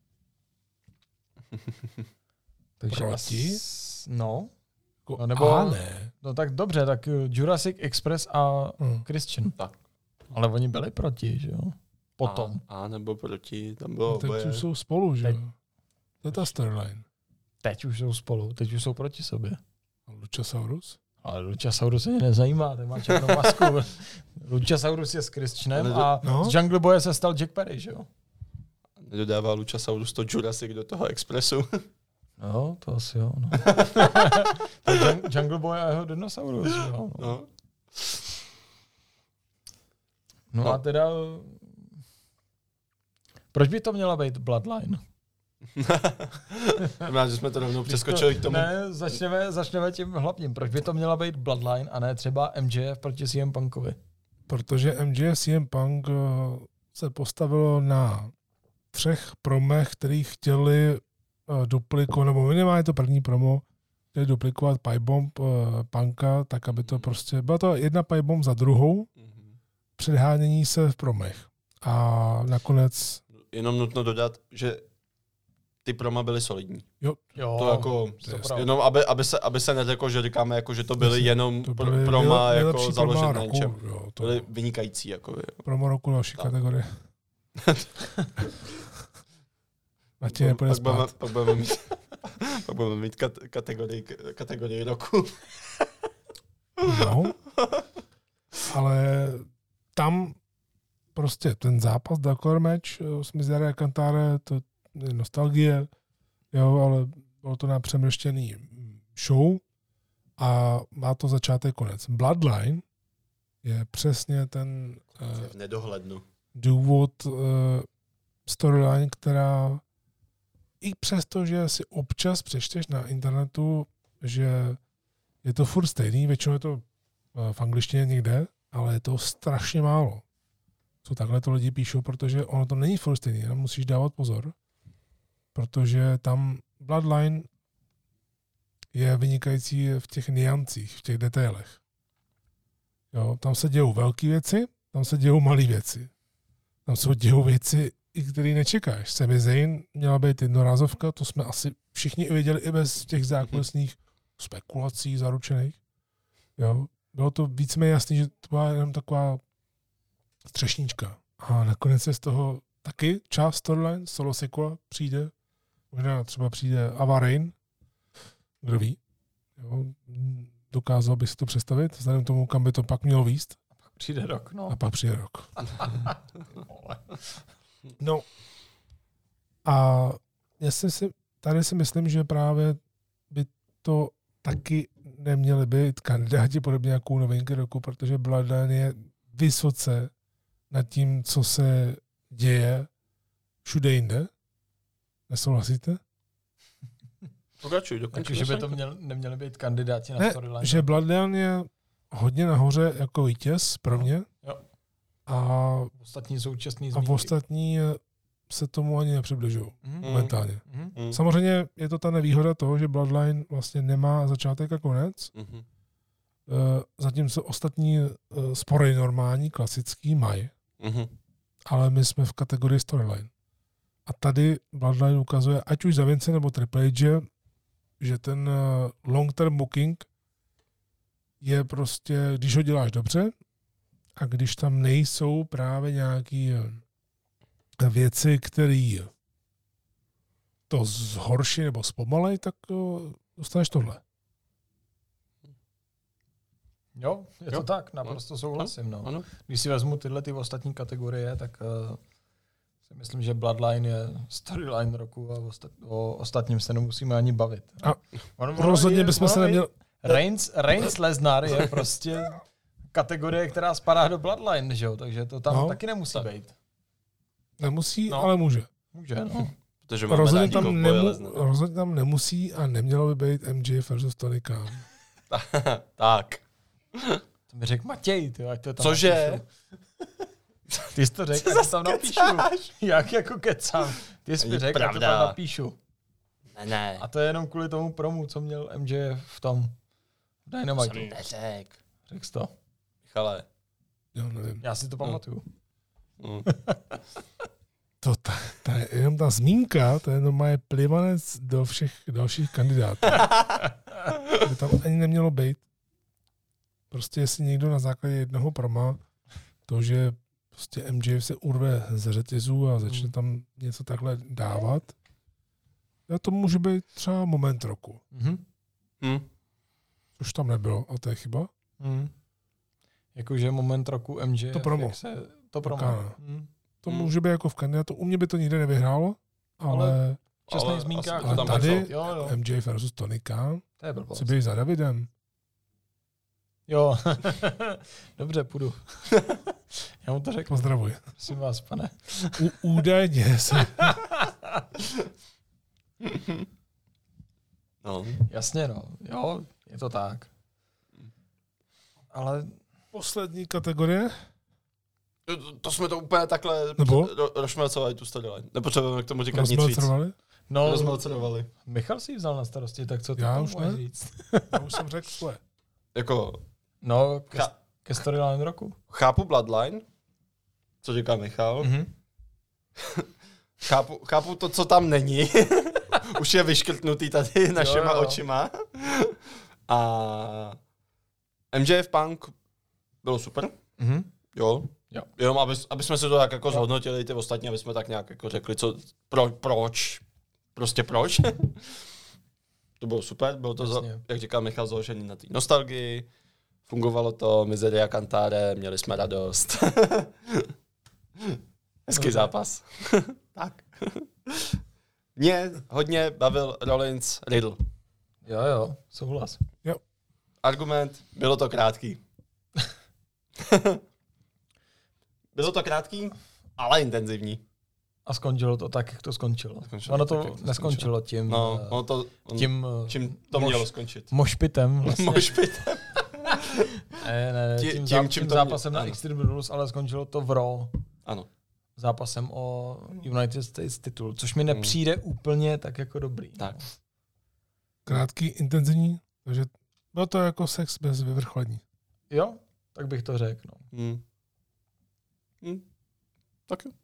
Speaker 1: Takže proti?
Speaker 2: As, no.
Speaker 1: no nebo, a ne.
Speaker 2: No tak dobře, tak Jurassic Express a hmm. Christian.
Speaker 3: Tak.
Speaker 2: Ale oni byli proti, že jo? Potom.
Speaker 3: A, a nebo proti, tam bylo
Speaker 1: no, teď už jsou spolu, že jo? To je ta storyline.
Speaker 2: Teď už jsou spolu, teď už jsou proti sobě.
Speaker 1: A Luchasaurus?
Speaker 2: Ale Luchasaurus se mě nezajímá, ten má černou masku. Luchasaurus je s Christianem a no? z Jungle Boye se stal Jack Perry, že jo?
Speaker 3: Nedodává Luchasaurus to Jurassic do toho Expressu.
Speaker 2: No, to asi jo. No. Jungle Boy a jeho dinosaurus, že jo? No.
Speaker 3: No.
Speaker 2: No, no a teda... Proč by to měla být Bloodline?
Speaker 3: Znamená, že jsme to rovnou přeskočili k tomu.
Speaker 2: Ne, začneme, začneme tím hlavním. Proč by to měla být Bloodline a ne třeba M J F proti C M Punkovi?
Speaker 1: Protože M J F C M Punk se postavilo na třech promech, který chtěli duplikovat, nebo minimálně to první promo, chtěli duplikovat Pipebomb Punka, tak aby to prostě, byla to jedna Pipebomb za druhou, předhánění se v promech. A nakonec...
Speaker 3: Jenom nutno dodat, že ty proma byly solidní.
Speaker 1: Jo.
Speaker 2: jo
Speaker 3: to jako, to jenom aby, aby, se, aby se neřeklo, že říkáme, jako, že to byly jenom
Speaker 1: to byly
Speaker 3: proma
Speaker 1: nejle,
Speaker 3: jako založené na něčem.
Speaker 1: Jo, to
Speaker 3: byly vynikající. Jako, jo.
Speaker 1: Promo roku další tak. Kategorie. Matěj nepůjde spát.
Speaker 3: Pak budeme mít, pak budeme mít kat, kategorii, kategorii roku.
Speaker 1: No, ale tam prostě ten zápas, Dakar match s Mizera a Kantare, to je nostalgie, jo, ale bylo to na přemrštěný show a má to začátek konec. Bloodline je přesně ten
Speaker 3: v nedohlednu.
Speaker 1: důvod uh, storyline, která i přesto, že si občas přečteš na internetu, že je to furt stejný, většinou je to uh, v angličtině někde, ale je to strašně málo. Co takhle to lidi píšou, protože ono to není furt stejný, jenom musíš dávat pozor, protože tam Bloodline je vynikající v těch niancích, v těch detailech. Jo, tam se dějou velké věci, tam se dějou malé věci. Tam se dějou věci, i které nečekáš. Sami Zayn měla být jednorázovka, to jsme asi všichni viděli i bez těch zákulisních spekulací zaručených. Jo, bylo to víceméně jasný, že to byla jenom taková střešníčka. A nakonec je z toho taky část storyline, Solo Sikoa přijde, možná třeba přijde Ava Rain, kdo ví. Jo, dokázal bych si to představit, vzhledem k tomu, kam by to pak mělo výst.
Speaker 2: A pak přijde rok, no.
Speaker 1: A pak přijde rok. No. A já si, tady si myslím, že právě by to taky neměly být kandidáti podobně jako novinky roku, protože Bloodline je vysoce nad tím, co se děje všude jinde. Nesouhlasíte?
Speaker 3: Pokračuj, dokončuj.
Speaker 2: Takže by to měl, neměli být kandidáti na
Speaker 1: ne,
Speaker 2: storyline.
Speaker 1: Že Bloodline je hodně nahoře jako vítěz pro mě.
Speaker 2: Jo.
Speaker 1: a,
Speaker 2: Ostatní současný
Speaker 1: a
Speaker 2: zmínky.
Speaker 1: ostatní se tomu ani nepřibližují
Speaker 2: Mhm.
Speaker 1: momentálně.
Speaker 2: Mhm.
Speaker 3: Mm.
Speaker 1: Samozřejmě je to ta nevýhoda toho, že Bloodline vlastně nemá začátek a konec,
Speaker 3: Mhm.
Speaker 1: eh, zatímco ostatní eh, spory normální, klasický mají,
Speaker 3: Mhm.
Speaker 1: ale my jsme v kategorii storyline. A tady Bloodline ukazuje, ať už za Vince nebo Triple H, že ten eh, long-term booking je prostě, když ho děláš dobře a když tam nejsou právě nějaké věci, které to zhorší nebo zpomalej, tak uh, dostaneš tohle.
Speaker 2: Jo, je
Speaker 3: Jo.
Speaker 2: to tak, naprosto souhlasím. No.
Speaker 3: Ano.
Speaker 2: Když si vezmu tyhle ty ostatní kategorie, tak uh, si myslím, že Bloodline je storyline roku a ostat, o ostatním se nemusíme ani bavit.
Speaker 1: A
Speaker 2: ono, ono
Speaker 1: rozhodně
Speaker 2: je-
Speaker 1: bychom
Speaker 2: ono
Speaker 1: se
Speaker 2: je-
Speaker 1: neměli...
Speaker 2: Reigns, Reigns Lesnar je prostě kategorie, která spadá do Bloodline, že jo? Takže to tam
Speaker 1: No.
Speaker 2: no. taky nemusí být.
Speaker 1: Nemusí,
Speaker 2: No.
Speaker 1: ale může.
Speaker 2: Může, no.
Speaker 3: Protože máme
Speaker 1: Rozhodně
Speaker 3: rádi
Speaker 1: tam,
Speaker 3: kovboje
Speaker 1: nemu,
Speaker 3: Lesnara.
Speaker 1: rozhodně tam nemusí a nemělo by být M J F versus Tony Khan.
Speaker 3: Tak.
Speaker 2: To mi řekl Matěj, ty, ať to tam
Speaker 3: Cože?
Speaker 2: napíšu. Ty jsi to řekl, ať to tam napíšu. Jak jako kecám. Ty jsi mi
Speaker 3: Není
Speaker 2: řekl, ať to
Speaker 3: pravda.
Speaker 2: tam napíšu.
Speaker 3: Ne, ne.
Speaker 2: A to je jenom kvůli tomu promu, co měl M J F v tom
Speaker 3: To jsem
Speaker 2: Dynamite.
Speaker 3: neřekl.
Speaker 2: Řekl jsi to.
Speaker 3: Michale.
Speaker 1: Jo, nevím.
Speaker 2: Já si to pamatuju.
Speaker 3: Mm.
Speaker 1: To ta, ta, jenom ta zmínka, to je normálně plivanec do všech dalších kandidátů. By tam ani nemělo být. Prostě jestli někdo na základě jednoho proma, to, že prostě M J F se urve ze řetězů a začne tam něco takhle dávat, a to může být třeba moment roku.
Speaker 2: Mhm.
Speaker 3: Hm.
Speaker 1: Což tam nebylo, a to je chyba.
Speaker 2: Mhm. Jakože moment roku M J F.
Speaker 1: To promo.
Speaker 2: jak Se, to promo.
Speaker 1: Taká.
Speaker 2: Mhm.
Speaker 1: To
Speaker 3: Hmm.
Speaker 1: může být jako v kandidátu. U mě by to nikdy nevyhrálo, ale,
Speaker 2: Ale v čestných
Speaker 3: Ale
Speaker 2: zmínkách
Speaker 3: asi
Speaker 1: ale
Speaker 3: to tam
Speaker 1: tady
Speaker 3: napsal.
Speaker 2: Jo, jo.
Speaker 1: M J F versus Tony Khan,
Speaker 2: To je blbost.
Speaker 1: si běž za Davidem.
Speaker 2: Jo. Dobře, půjdu. Já mu to řeknu.
Speaker 1: Pozdravuj.
Speaker 2: Prosím vás, pane.
Speaker 1: U, údajně se...
Speaker 3: No.
Speaker 2: Jasně, no. Jo, je to tak. Ale
Speaker 1: Poslední kategorie.
Speaker 3: To, to jsme to úplně takhle
Speaker 1: Nebo?
Speaker 3: ro- rozšmelcovali tu storyline. Nepotřebujeme k tomu říkat nic víc.
Speaker 1: Rozmelcovali.
Speaker 2: no,
Speaker 3: Rozmelcerovali.
Speaker 2: Michal si ji vzal na starosti, tak co ty
Speaker 1: Já
Speaker 2: tam
Speaker 1: už
Speaker 2: můžeš
Speaker 1: ne.
Speaker 2: říct?
Speaker 1: Já už jsem řekl svoje.
Speaker 3: Jako,
Speaker 2: No, ke,
Speaker 3: Cha-
Speaker 2: ke storyline roku.
Speaker 3: chápu Bloodline, co říká Michal.
Speaker 2: Mhm.
Speaker 3: Chápu, chápu to, co tam není. Už je vyškrtnutý tady našima
Speaker 2: Jo, jo.
Speaker 3: očima. A M J F Punk bylo super.
Speaker 2: Mhm.
Speaker 3: Jo.
Speaker 2: Jo.
Speaker 3: Jenom aby, aby jsme si to tak jako zhodnotili, ty ostatní, aby jsme tak nějak jako řekli, co, pro, proč. Prostě proč. To bylo super, bylo to, za,
Speaker 2: Jasně.
Speaker 3: jak říkal Michal, založený na té nostalgii. Fungovalo to, Miseria Cantare, měli jsme radost. Hezký
Speaker 2: Dobře.
Speaker 3: zápas. Tak. Mě hodně bavil Rollins Riddle.
Speaker 2: Jo, jo, souhlas.
Speaker 3: Argument, bylo to krátký. Bylo to krátký, ale intenzivní.
Speaker 2: A skončilo to tak, jak to skončilo.
Speaker 3: Skončilo
Speaker 2: Ono
Speaker 3: tak,
Speaker 2: to
Speaker 3: jak to
Speaker 2: neskončilo tím,
Speaker 3: No,
Speaker 2: eh,
Speaker 3: ono to, on,
Speaker 2: tím eh,
Speaker 3: čím to
Speaker 2: moš-
Speaker 3: mělo skončit.
Speaker 2: mošpitem. Vlastně.
Speaker 3: Mošpit.
Speaker 2: Ne, ne,
Speaker 3: Tí-
Speaker 2: tím,
Speaker 3: tím,
Speaker 2: záp-
Speaker 3: čím
Speaker 2: tím
Speaker 3: to
Speaker 2: zápasem
Speaker 3: mě-
Speaker 2: na
Speaker 3: ano.
Speaker 2: Extreme Rules, ale skončilo to v Raw.
Speaker 3: Ano.
Speaker 2: Zápasem o United States titul, což mi nepřijde hmm. úplně tak jako dobrý.
Speaker 3: Tak.
Speaker 2: No.
Speaker 1: Krátký, intenzivní, takže bylo to jako sex bez vyvrcholení.
Speaker 2: Jo, tak bych to řekl. No.
Speaker 3: Hmm. Hmm. Tak jo.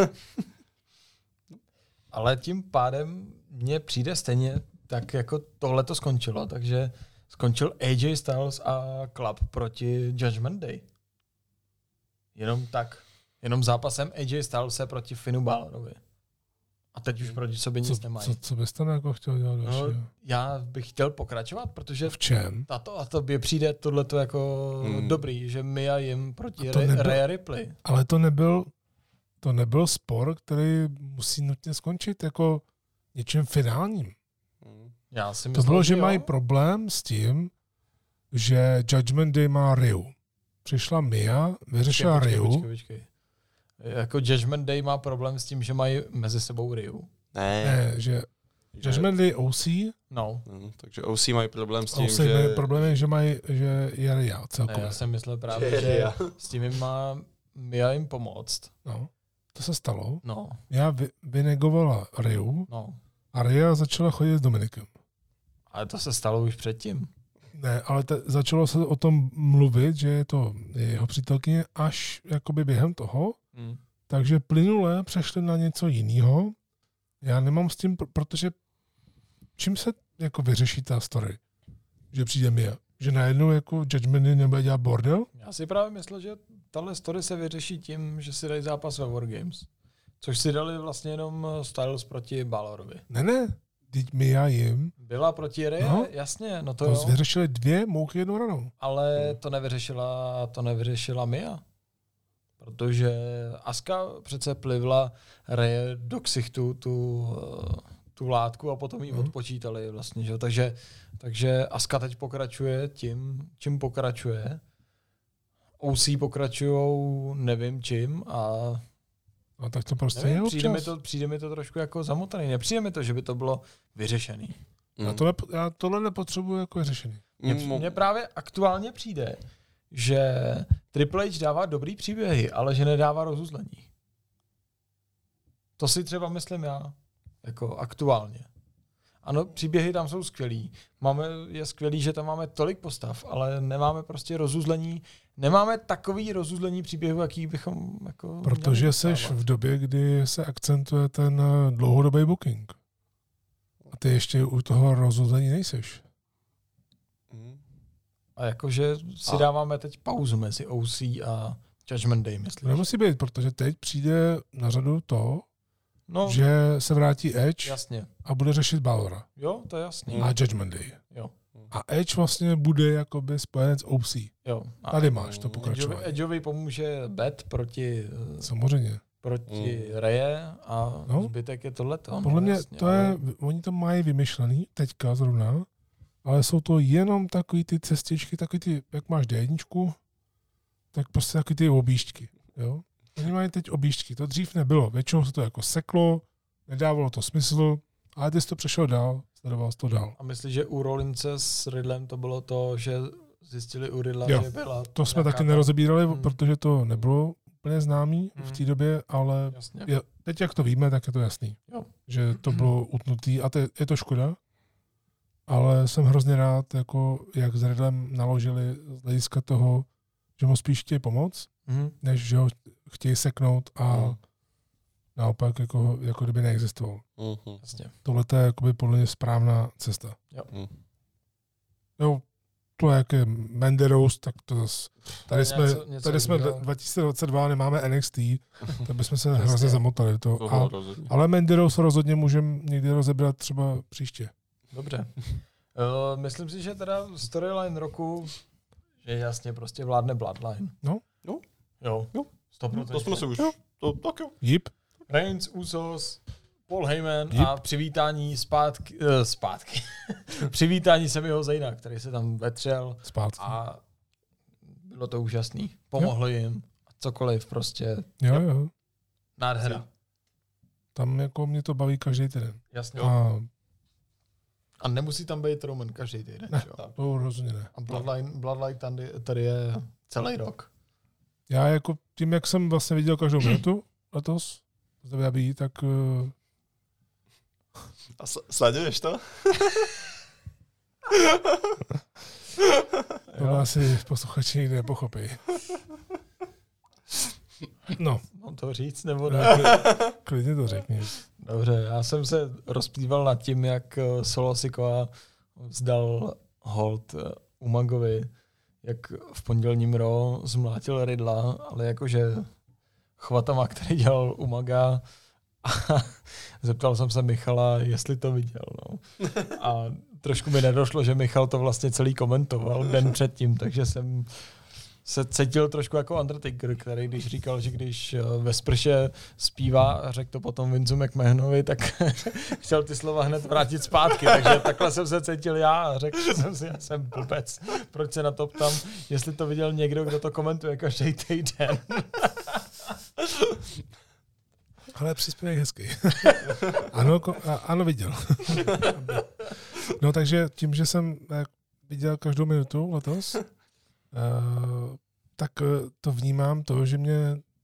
Speaker 2: Ale tím pádem mně přijde stejně tak, jako tohle to skončilo, takže skončil A J Styles a Club proti Judgment Day. Jenom tak. Jenom zápasem A J Stylese proti Finnu Balorovi. A teď už proti sobě nic
Speaker 1: Co,
Speaker 2: nemají.
Speaker 1: co, co bys tam jako chtěl dělat
Speaker 2: No,
Speaker 1: dalšího?
Speaker 2: já bych chtěl pokračovat, protože
Speaker 1: V čem?
Speaker 2: a to, a to by přijde tohleto jako
Speaker 3: Hmm.
Speaker 2: dobrý, že Mia jim
Speaker 1: A
Speaker 2: proti
Speaker 1: to
Speaker 2: Re-
Speaker 1: nebyl-
Speaker 2: Rhea Ripley.
Speaker 1: Ale to nebyl, to nebyl spor, který musí nutně skončit jako něčím finálním.
Speaker 3: Hmm.
Speaker 2: Já si
Speaker 1: To
Speaker 2: myslím,
Speaker 1: bylo, že
Speaker 2: jo.
Speaker 1: mají problém s tím, že Judgment Day má Ryu. Přišla Mia, vyřešila
Speaker 2: Počkej,
Speaker 1: Ryu.
Speaker 2: počkej, počkej. Jako Judgment Day má problém s tím, že mají mezi sebou Ryu.
Speaker 3: Ne.
Speaker 1: Ne, že Judgment Day O C,
Speaker 2: No,
Speaker 3: Hmm. Takže O C mají problém s tím,
Speaker 1: O C
Speaker 3: že...
Speaker 1: mají problém, je, že mají, že je Rhea
Speaker 2: ne,
Speaker 1: celkově.
Speaker 2: já jsem myslel právě,
Speaker 3: Že
Speaker 2: že
Speaker 3: Rhea.
Speaker 2: s tím má Mia jim pomoct.
Speaker 1: No, to se stalo.
Speaker 2: No.
Speaker 1: Já vy, vynegovala Riu
Speaker 2: No.
Speaker 1: a Ria začala chodit s Dominikem.
Speaker 2: Ale to se stalo už předtím.
Speaker 1: Ne, ale te, začalo se o tom mluvit, že je to jeho přítelkyně až jakoby během toho,
Speaker 2: Hmm.
Speaker 1: takže plynule přešli na něco jiného. Já nemám s tím, protože čím se jako vyřeší ta story? Že přijde Mia. Že najednou jako Judgmenty nebude dělat bordel?
Speaker 2: Já si právě myslel, že tahle story se vyřeší tím, že si dají zápas ve Wargames. Což si dali vlastně jenom Styles proti Balorovi.
Speaker 1: Ne, ne. Teď Mia jim.
Speaker 2: Byla proti Rhea,
Speaker 1: No.
Speaker 2: jasně, no to
Speaker 1: To
Speaker 2: jo.
Speaker 1: vyřešili dvě mouchy jednou ranou.
Speaker 2: Ale to nevyřešila, to nevyřešila Mia. Protože Asuka přece plivla Rhea do ksichtu tu, tu látku a potom ji
Speaker 1: Mhm.
Speaker 2: odpočítali vlastně, že? Takže, takže Asuka teď pokračuje tím, čím pokračuje. O C pokračujou nevím čím a
Speaker 1: No tak to prostě
Speaker 2: nevím,
Speaker 1: je
Speaker 2: přijde, mi
Speaker 1: občas.
Speaker 2: to, přijde mi to trošku jako zamotaný. Nepřijde mi to, že by to bylo vyřešený.
Speaker 1: Já, to nepo, já tohle nepotřebuji jako řešení.
Speaker 2: Mně,
Speaker 3: Mm,
Speaker 2: mně právě aktuálně přijde, že Triple H dává dobrý příběhy, ale že nedává rozuzlení. To si třeba myslím já, jako aktuálně. Ano, příběhy tam jsou skvělý. Máme, je skvělý, že tam máme tolik postav, ale nemáme prostě rozuzlení. Nemáme takový rozuzlení příběhu, jaký bychom jako
Speaker 1: Protože
Speaker 2: měli
Speaker 1: seš
Speaker 2: dostávat.
Speaker 1: v době, kdy se akcentuje ten eh, dlouhodobý booking. A ty ještě u toho rozhodení nejseš.
Speaker 3: Mm.
Speaker 2: A jakože si
Speaker 3: A-
Speaker 2: dáváme teď pauzu mezi O C a Judgment Day, myslím.
Speaker 1: Nemusí být, protože teď přijde na řadu to,
Speaker 2: No,
Speaker 1: že se vrátí Edge
Speaker 2: jasně.
Speaker 1: a bude řešit Balora.
Speaker 2: Jo, to je jasný.
Speaker 1: A Judgment Day.
Speaker 2: Jo.
Speaker 1: A Edge vlastně bude jakoby spojenec O C.
Speaker 2: Jo. A
Speaker 1: Tady máš to
Speaker 2: Edgeovi,
Speaker 1: pokračování.
Speaker 2: Edgeovi pomůže Bet proti, eh,
Speaker 1: Samozřejmě.
Speaker 2: proti
Speaker 3: Mm.
Speaker 2: Reye a
Speaker 1: No.
Speaker 2: no. zbytek je tohleto.
Speaker 1: Podle
Speaker 2: no,
Speaker 1: mě
Speaker 2: jasně,
Speaker 1: to
Speaker 2: ale-
Speaker 1: je, oni to mají vymyšlený teďka zrovna, ale jsou to jenom takový ty cestičky, takový ty, jak máš D jedna, tak prostě takový ty objížďky. Jo? Oni mají teď objížďky, to dřív nebylo. Většinou se to jako seklo, nedávalo to smysl, ale ty jsi to přešel dál, sledoval jsi to dál.
Speaker 2: A myslíš, že u Rollince s Riddlem to bylo to, že zjistili u Riddla,
Speaker 1: Jo.
Speaker 2: že byla
Speaker 1: To jsme
Speaker 2: nějaká
Speaker 1: taky
Speaker 2: ta-
Speaker 1: nerozebírali,
Speaker 2: Hmm.
Speaker 1: protože to nebylo úplně známý
Speaker 2: Hmm.
Speaker 1: v té době, ale
Speaker 2: Jasně.
Speaker 1: je, teď jak to víme, tak je to jasný.
Speaker 2: Jo.
Speaker 1: Že to bylo utnutý a to je, je to škoda, ale jsem hrozně rád, jako, jak s Riddlem naložili z hlediska toho, že mu spíš chtějí pomoct,
Speaker 2: Mhm.
Speaker 1: než že ho chtějí seknout a
Speaker 3: Hmm.
Speaker 1: naopak jako, jako kdyby neexistoval.
Speaker 3: Mhm.
Speaker 2: Jasně.
Speaker 1: Tohle je jakoby podle mě správná cesta.
Speaker 3: Mm.
Speaker 1: Jo, to jak je Menderos, tak to zase, tady jsme,
Speaker 2: něco- něco
Speaker 1: tady jsme
Speaker 2: jiného.
Speaker 1: dva tisíce dvacet dva, nemáme N X T, tak bychom se hrozně zamotali. To.
Speaker 3: Toho
Speaker 1: A,
Speaker 3: rozhodně.
Speaker 1: ale Menderos rozhodně můžeme někdy rozebrat třeba příště.
Speaker 2: Dobře. Uh, myslím si, že teda storyline roku že jasně prostě vládne Bloodline.
Speaker 1: No.
Speaker 3: No.
Speaker 2: Jo.
Speaker 3: Jo.
Speaker 2: sto procent.
Speaker 3: To jsme si už... To, tak jo.
Speaker 1: Jip.
Speaker 2: Reigns, Usos, Paul Heyman
Speaker 1: Yep.
Speaker 2: a přivítání zpátky, uh, zpátky. přivítání Samiho Zayna, který se tam vetřel
Speaker 1: Zpátky.
Speaker 2: a bylo to úžasný. Pomohlo jim. Cokoliv prostě.
Speaker 1: Jo, jo.
Speaker 2: Nádhera.
Speaker 1: Tam jako mě to baví každý týden.
Speaker 2: Jasně.
Speaker 1: A
Speaker 2: A nemusí tam být Roman každý týden.
Speaker 1: Ne.
Speaker 2: jo?
Speaker 1: to rozhodně ne.
Speaker 2: A Bloodline, Bloodline tady, tady je celý rok.
Speaker 1: Já jako tím, jak jsem vlastně viděl každou minutu letos z W W E, tak uh,
Speaker 3: A s- sleduješ to?
Speaker 1: to asi posluchači nikdy nepochopí. No,
Speaker 2: Mám to říct, nebo ne?
Speaker 1: ne, klidně to řekni.
Speaker 2: Dobře, já jsem se rozplýval nad tím, jak eh, Solo Sikoa vzdal hold eh, Umagovi, jak v pondělním Raw zmlátil Riddla, ale jakože chvatama, který dělal Umaga, a zeptal jsem se Michala, jestli to viděl. No. A trošku mi nedošlo, že Michal to vlastně celý komentoval den předtím, takže jsem se cítil trošku jako Undertaker, který když říkal, že když eh, ve sprše zpívá a řekl to potom Vincu McMahonovi, tak chtěl ty slova hned vrátit zpátky. Takže takhle jsem se cítil já a řekl jsem si, já jsem blbec. Proč se na to ptám, jestli to viděl někdo, kdo to komentuje každý týden.
Speaker 1: Ale příspěvek hezký. ano, ko- a- ano, viděl. No takže tím, že jsem eh, viděl každou minutu letos, uh, tak uh, to vnímám to, že mě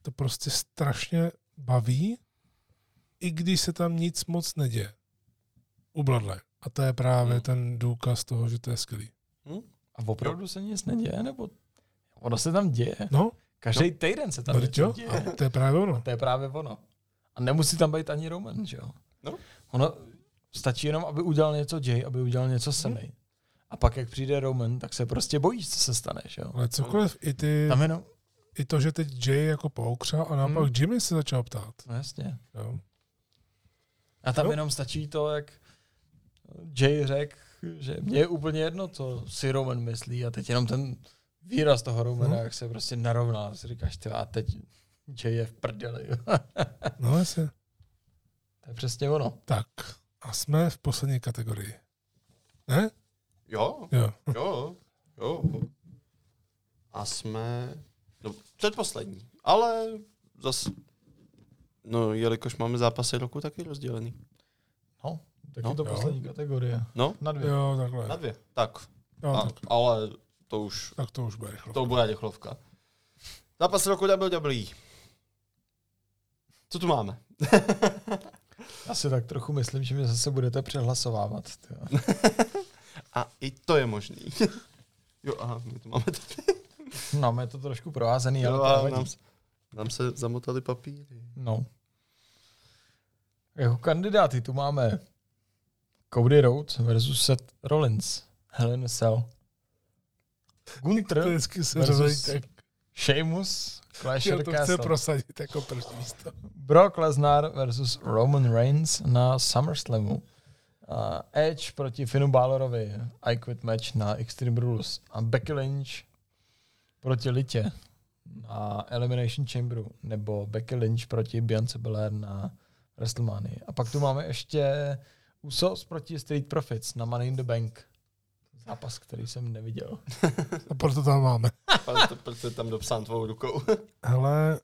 Speaker 1: to prostě strašně baví, i když se tam nic moc neděje. U Bloodline. A to je právě hmm. ten důkaz toho, že to je skvělý.
Speaker 2: Hmm? A opravdu se nic neděje? Nebo ono se tam děje?
Speaker 1: No.
Speaker 2: Každý
Speaker 1: no.
Speaker 2: týden se tam něco děje.
Speaker 1: A to je právě ono.
Speaker 2: A to je právě ono. A nemusí tam být ani Roman, že jo?
Speaker 3: No.
Speaker 2: Ono stačí jenom, aby udělal něco Jay, aby udělal něco Sami. Hmm. A pak, jak přijde Roman, tak se prostě bojíš, co se stane, že jo?
Speaker 1: Ale cokoliv, i ty...
Speaker 2: Tam jenom...
Speaker 1: I to, že teď Jay jako poukřel a naopak hmm. Jimmy se začal ptát.
Speaker 2: No jasně.
Speaker 1: Jo.
Speaker 2: A tam
Speaker 1: no.
Speaker 2: jenom stačí to, jak Jay řekl, že mě je úplně jedno, co si Roman myslí a teď jenom ten výraz toho Romana, no. jak se prostě narovná. A si říkáš, ty a teď Jay je v prdeli.
Speaker 1: No jasně.
Speaker 2: To je přesně ono.
Speaker 1: Tak a jsme v poslední kategorii. Ne?
Speaker 3: Jo,
Speaker 1: jo,
Speaker 3: jo, jo. A jsme, no předposlední, ale zas, no jelikož máme zápasy roku, taky rozdělený.
Speaker 2: No, taky
Speaker 3: no,
Speaker 2: to
Speaker 1: jo.
Speaker 2: poslední kategorie.
Speaker 3: No?
Speaker 2: Na dvě.
Speaker 1: Jo, takhle.
Speaker 3: Na dvě, tak.
Speaker 1: Jo,
Speaker 3: a,
Speaker 1: tak.
Speaker 3: Ale to už...
Speaker 1: Tak to už bude rychlovka.
Speaker 3: To bude rychlovka. Zápas roku W W E. Co tu máme?
Speaker 2: Já si tak trochu myslím, že mě zase budete přehlasovávat.
Speaker 3: A i to je možný. Jo, aha, my to máme tady.
Speaker 2: Máme to trošku proházený,
Speaker 3: jo,
Speaker 2: ale
Speaker 3: nám, nám se zamotali papíry.
Speaker 2: No. Jako kandidáty tu máme Cody Rhodes versus Seth Rollins. Hell in a Cell. Gunther versus Sheamus. Clash of the Castle.
Speaker 1: To chce prosadit jako první místo.
Speaker 2: Brock Lesnar versus Roman Reigns na SummerSlamu. Uh, Edge proti Finnu Balorovi. I Quit match na Extreme Rules. A Becky Lynch proti Litě na Elimination Chamberu. Nebo Becky Lynch proti Biance Belair na WrestleMania. A pak tu máme ještě Usos proti Street Profits na Money in the Bank. Zápas, který jsem neviděl.
Speaker 1: A proto tam máme.
Speaker 3: Proto, proto je tam dopsán tvou rukou.
Speaker 1: Hele,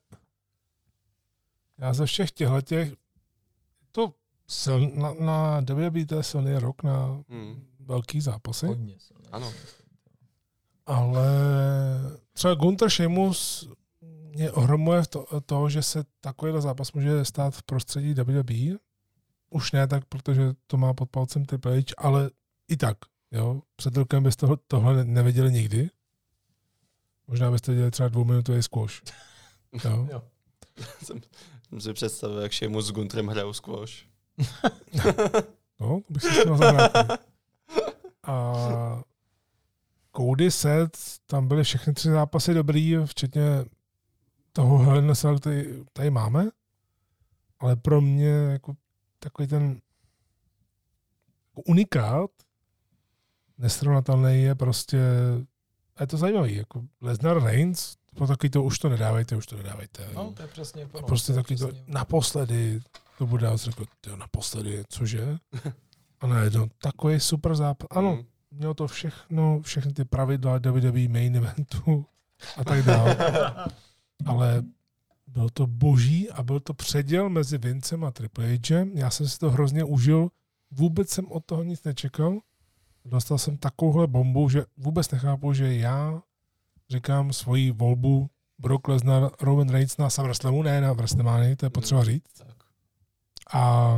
Speaker 1: já ze všech těchto těch, to sil, na, na W W E to je silný rok na hmm. velký zápasy.
Speaker 2: Hodně silný.
Speaker 3: Ano.
Speaker 1: Ale třeba Gunther Sheamus mě ohromuje to, to, že se takovýhle zápas může stát v prostředí W W E. Už ne tak, protože to má pod palcem Triple H, ale i tak. Jo, před rokem byste tohle, tohle neviděli nikdy. Možná byste viděli třeba dvouminutový squash. Jo.
Speaker 2: jo.
Speaker 3: jsem, jsem si představil, jak Sheamus s Guntrem hrajou squash.
Speaker 1: No, to bych si chtěl zahrát. A Cody, Seth, tam byly všechny tři zápasy dobrý, včetně toho Hell in a Cell, který tady máme. Ale pro mě jako takový ten unikát nesrovnatelný je prostě, a je to zajímavý, jako Lesnar Reigns, to taky to už to nedávejte, už to nedávejte.
Speaker 2: No, to je přesně
Speaker 1: a prostě taky to, naposledy, to bude, já jsem řekl, tyjo, naposledy, cože? A najednou, takový super zápas. Ano, mm. mělo to všechno, všechny ty pravidla W W E main eventu a tak dále. Ale bylo to boží a byl to předěl mezi Vincem a Triple Hem. Já jsem si to hrozně užil, vůbec jsem od toho nic nečekal. Dostal jsem takovouhle bombu, že vůbec nechápu, že já říkám svoji volbu Brock Lesnar, Roman Reigns na SummerSlamu, ne na WrestleMania, to je potřeba říct. A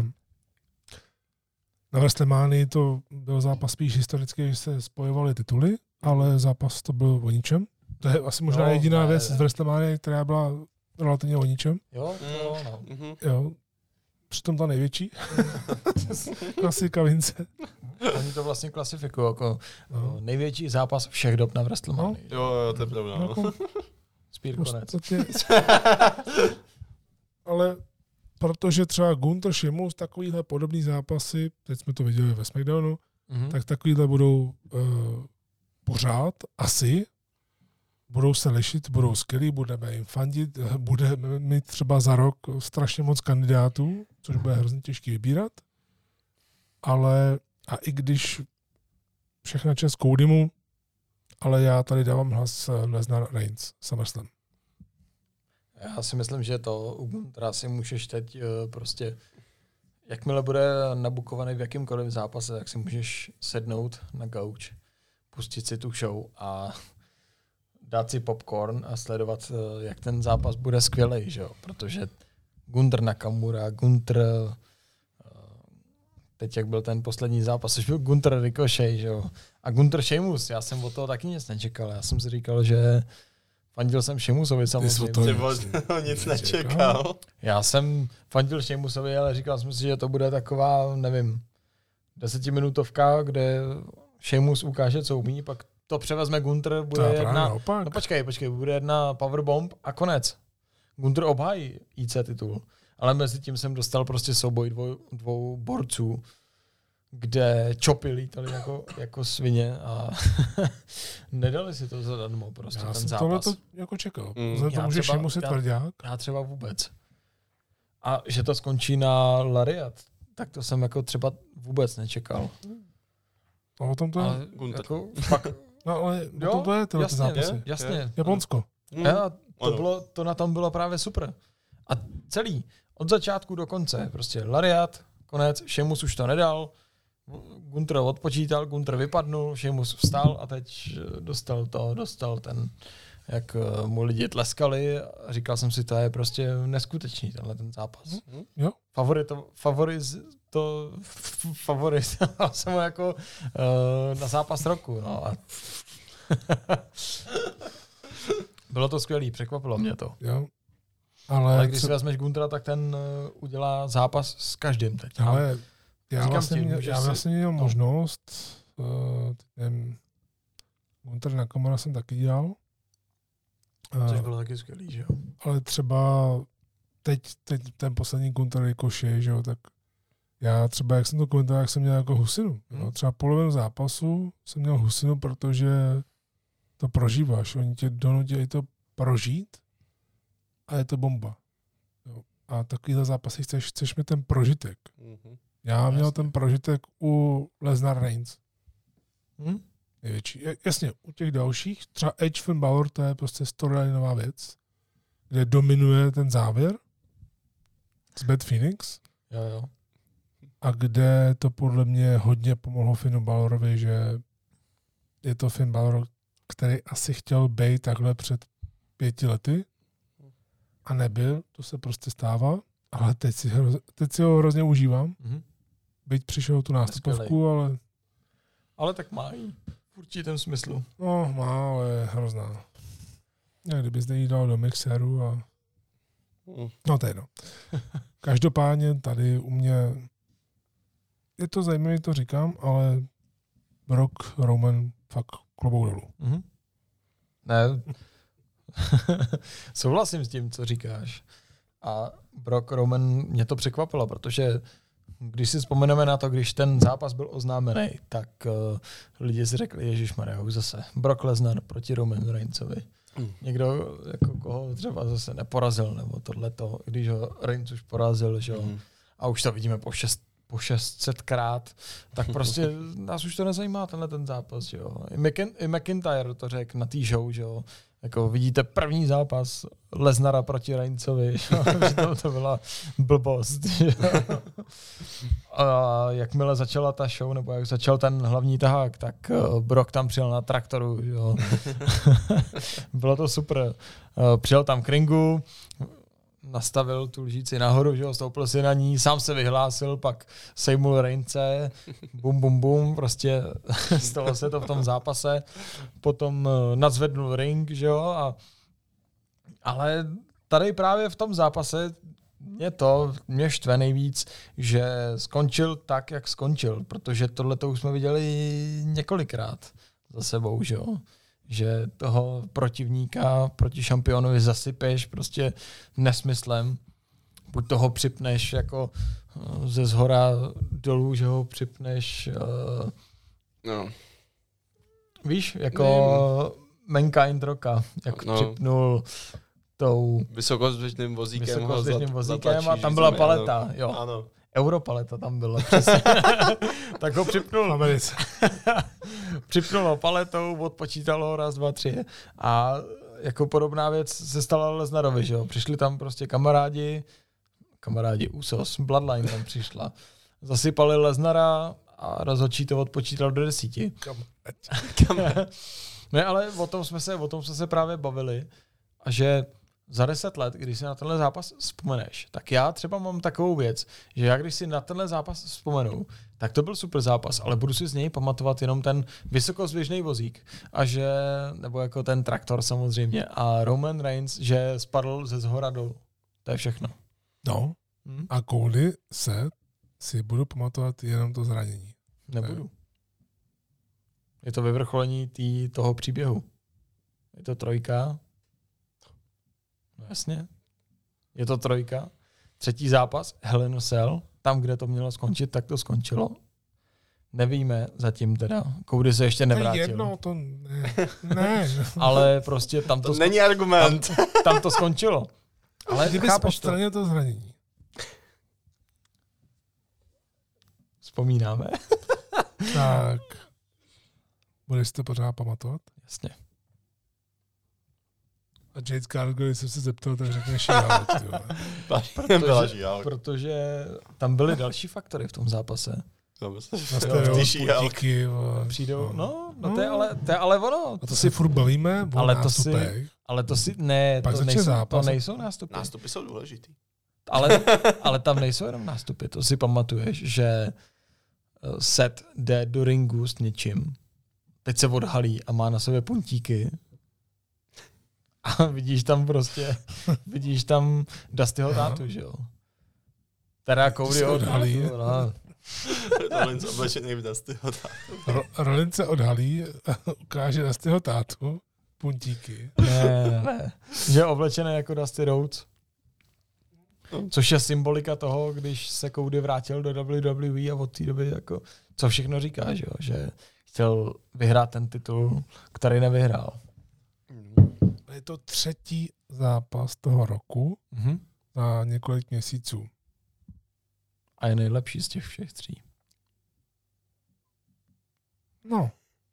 Speaker 1: na WrestleMania to byl zápas spíš historicky, že se spojovaly tituly, ale zápas to byl o ničem. To je asi možná no, jediná ne, věc ne. z WrestleMania, která byla relativně o ničem.
Speaker 2: Jo, jo, no.
Speaker 1: Jo. Přitom ta největší. Klasika Vince.
Speaker 2: Oni to vlastně klasifikují jako no. největší zápas všech dob na WrestleMania.
Speaker 3: No. Jo, jo, to je pravda. No.
Speaker 2: Spír konec.
Speaker 1: Ale protože třeba Gunther Sheamus, takovýhle podobný zápasy, teď jsme to viděli ve SmackDownu, mm-hmm. tak takovýhle budou uh, pořád, asi, budou se lišit, budou skvělí, budeme jim fandit, budeme mít třeba za rok strašně moc kandidátů, což bude hrozně těžký vybírat, ale a i když všechna čest Codymu, ale já tady dávám hlas Lesnar Reigns, SummerSlam.
Speaker 2: Já si myslím, že to u Guntra si můžeš teď prostě, jakmile bude nabukovaný v jakýmkoliv zápase, tak si můžeš sednout na gauč, pustit si tu show a dát si popcorn a sledovat, jak ten zápas bude skvělej, že jo? Protože Gunter Nakamura, Gunter, teď jak byl ten poslední zápas, což byl Gunter Ricochet, že jo? A Gunter Sheamus, já jsem od toho taky nic nečekal, já jsem si říkal, že fandil jsem Sheamusovi samozřejmě.
Speaker 3: Ty to nic nečekal.
Speaker 2: Já jsem fandil Sheamusovi, ale říkal jsem si, že to bude taková, nevím, desetiminutovka, kde Sheamus ukáže, co umí, pak to převezme Gunter, bude
Speaker 1: to
Speaker 2: jedna...
Speaker 1: Opak.
Speaker 2: No počkej, počkej, bude jedna powerbomb a konec. Gunter obhájí I C titul. Ale mezi tím jsem dostal prostě souboj dvou, dvou borců, kde čopy lítali jako, jako svině a nedali si to zadarmo prostě
Speaker 1: já
Speaker 2: ten
Speaker 1: jsem
Speaker 2: zápas.
Speaker 1: tohle to jako čekal.
Speaker 3: Mm.
Speaker 1: Vzhledem tomu, že Sheamus je
Speaker 2: já,
Speaker 1: tvrdák.
Speaker 2: já třeba vůbec. A že to skončí na lariat, tak to jsem jako třeba vůbec nečekal.
Speaker 1: A o tom to je.
Speaker 2: Ale jako, fakt,
Speaker 1: No ale
Speaker 2: jo,
Speaker 1: o tom to je tyhle
Speaker 2: jasně,
Speaker 1: zápasy.
Speaker 2: je, jasně.
Speaker 1: Japonsko.
Speaker 3: Mm.
Speaker 2: Ja, to,
Speaker 3: Ano.
Speaker 2: bylo, to na tom bylo právě super. A celý, od začátku do konce, prostě lariat, konec, Sheamus už to nedal, Gunter odpočítal, Gunter vypadnul, Sheamus vstal a teď dostal to, dostal ten, jak mu lidi tleskali a říkal jsem si, to je prostě neskutečný, tenhle ten zápas.
Speaker 3: Mm.
Speaker 1: Jo.
Speaker 2: Favorito, favoriz, to, favorizoval jsem ho jako uh, na zápas roku, no a bylo to skvělý, překvapilo mě to.
Speaker 1: Jo. Ale,
Speaker 2: Ale když
Speaker 1: co,
Speaker 2: si vezmeš Guntera, tak ten uh, udělá zápas s každým teď.
Speaker 1: ale já
Speaker 2: Říkám
Speaker 1: vlastně,
Speaker 2: ti,
Speaker 1: měl,
Speaker 2: že
Speaker 1: já
Speaker 2: si-
Speaker 1: vlastně měl
Speaker 2: no.
Speaker 1: možnost, uh, nevím, Gunter Nakamura jsem taky dělal,
Speaker 2: Což
Speaker 1: uh,
Speaker 2: bylo taky skvělý, že jo?
Speaker 1: ale třeba teď, teď ten poslední Gunter Ricochet, že jo, tak já třeba, jak jsem to komentoval, jak jsem měl jako husinu.
Speaker 2: Hmm.
Speaker 1: Jo. Třeba polovinu zápasu jsem měl husinu, protože to prožíváš. Oni tě donutí to prožít a je to bomba. Jo. A takovýhle zápasy chceš, chceš mít ten prožitek.
Speaker 3: Mhm.
Speaker 1: Já měl
Speaker 2: Jasně.
Speaker 1: ten prožitek u Lesnar Reigns.
Speaker 2: Hm?
Speaker 1: Největší. Jasně, u těch dalších, třeba Edge Finn Balor, to je prostě storylineová věc, kde dominuje ten závěr z Bad Phoenix
Speaker 2: Jo, jo.
Speaker 1: a kde to podle mě hodně pomohlo Finnu Balorovi, že je to Finn Balor, který asi chtěl být takhle před pěti lety a nebyl, to se prostě stává, ale teď si, hro, teď si ho hrozně užívám.
Speaker 2: Mhm.
Speaker 1: Byť přišel tu nástupovku, ale
Speaker 2: Ale tak má i v určitém smyslu.
Speaker 1: no, má, ale je hrozná. Já, kdyby zde jí dal do mixéru a
Speaker 3: Mm.
Speaker 1: no to je jedno. Každopádně tady u mě je to zajímavé, to říkám, ale Brock Roman fakt klobouk dolů.
Speaker 2: Mhm. Ne, souhlasím s tím, co říkáš. A Brock Roman mě to překvapilo, protože když si vzpomeneme na to, když ten zápas byl oznámený, tak uh, lidi si řekli, ježišmarja, už zase Brock Lesnar proti Roman Reignsovi.
Speaker 3: Mm.
Speaker 2: Někdo, jako koho třeba zase neporazil, nebo tohleto, když ho Reigns už porazil, že jo,
Speaker 3: Mhm.
Speaker 2: a už to vidíme po šest po šestsetkrát, tak prostě nás už to nezajímá, tenhle ten zápas, že jo. I, McIn- I McIntyre to řekl na té show, že jo. Jako vidíte první zápas Lesnara proti Reignsovi, že jo? Že to, to byla blbost, že jo. A jakmile začala ta show, nebo jak začal ten hlavní tahák, tak uh, Brock tam přijel na traktoru, že jo. Bylo to super. Uh, přijel tam k ringu, nastavil tu lžíci nahoru, že jo, stoupil si na ní, sám se vyhlásil, pak sejmul Reignse, bum, bum, bum, prostě stalo se to v tom zápase, potom uh, nadzvednul ring, že jo, a, ale tady právě v tom zápase mě to, mě štve nejvíc, že skončil tak, jak skončil, protože tohle to už jsme viděli několikrát za sebou, že jo. Že toho protivníka proti šampionovi zasypeš prostě nesmyslem. Buď toho připneš jako ze zhora dolů, že ho připneš uh,
Speaker 3: No.
Speaker 2: víš, jako Mankind Rocka, jak
Speaker 3: No.
Speaker 2: připnul tou
Speaker 3: Vysokozvěžným vozíkem. ho
Speaker 2: vysokozvěžným
Speaker 3: zat-
Speaker 2: vozíkem a
Speaker 3: zatlačíš
Speaker 2: tam byla
Speaker 3: zemi,
Speaker 2: paleta,
Speaker 3: ano.
Speaker 2: jo.
Speaker 3: Ano.
Speaker 2: Europaleta tam byla, přesně. Tak ho připnul.
Speaker 1: Americe.
Speaker 2: Připnul ho paletou, odpočítalo ho raz, dva, tři. A jako podobná věc se stala Lesnarovi, že jo. Přišli tam prostě kamarádi, kamarádi Usos, Bloodline tam přišla. Zasypali Lesnara a rozhodčí to odpočítal do desíti. Ne, ale o tom jsme se, o tom jsme se právě bavili a že za deset let, když si na tenhle zápas vzpomeneš, tak já třeba mám takovou věc, že já když si na tenhle zápas vzpomenu, tak to byl super zápas, ale budu si z něj pamatovat jenom ten vysokozvěžný vozík a že, nebo jako ten traktor samozřejmě a Roman Reigns, že spadl ze zhora dolů. To je všechno.
Speaker 1: No hmm? a Cody se si budu pamatovat jenom to zranění.
Speaker 2: Nebudu. Je to vyvrcholení tý, toho příběhu. Je to trojka. No jasně. Je to trojka. Třetí zápas, Hell in a Cell. Tam, kde to mělo skončit, tak to skončilo. Nevíme zatím teda. Cody se ještě nevrátil.
Speaker 1: To jedno, to ne. ne.
Speaker 2: Ale prostě tam to,
Speaker 3: to
Speaker 2: skon...
Speaker 3: není argument.
Speaker 2: Tam, tam to skončilo. Ale
Speaker 1: kdybys odstranil to? to zranění.
Speaker 2: Vzpomínáme.
Speaker 1: Tak. Budeš si to pořád pamatovat?
Speaker 2: Jasně.
Speaker 1: A Jade Cargill, když jsem se zeptal, tak řekne She-Hulk.
Speaker 2: protože, protože tam byly další faktory v tom zápase.
Speaker 1: Puntíky.
Speaker 2: Přijdou, no, no to je ale, to je ale ono.
Speaker 1: A to si furt bavíme o
Speaker 2: ale
Speaker 1: nástupech.
Speaker 2: To si, ale to si, ne,
Speaker 1: Pak
Speaker 2: to nejsou,
Speaker 1: zápas.
Speaker 2: to nejsou nástupy.
Speaker 3: Nástupy jsou důležitý.
Speaker 2: Ale, ale tam nejsou jenom nástupy, to si pamatuješ, že Seth jde do ringu s něčím, teď se odhalí a má na sobě puntíky a vidíš tam prostě, vidíš tam Dustyho tátu, že jo. Teda Cody odhalí. No.
Speaker 3: Rollins oblečený v Dustyho tátu.
Speaker 1: Rollins se odhalí, ukáže Dustyho tátu, puntíky.
Speaker 2: Ne, ne, ne. Že je oblečený jako Dusty Rhodes. Což je symbolika toho, když se Cody vrátil do W W E a od té doby jako, co všechno říká, že, jo? Že chtěl vyhrát ten titul, který nevyhrál.
Speaker 1: Je to třetí zápas toho roku
Speaker 2: mm-hmm.
Speaker 1: za několik měsíců.
Speaker 2: A je nejlepší z těch všech tří.
Speaker 1: No.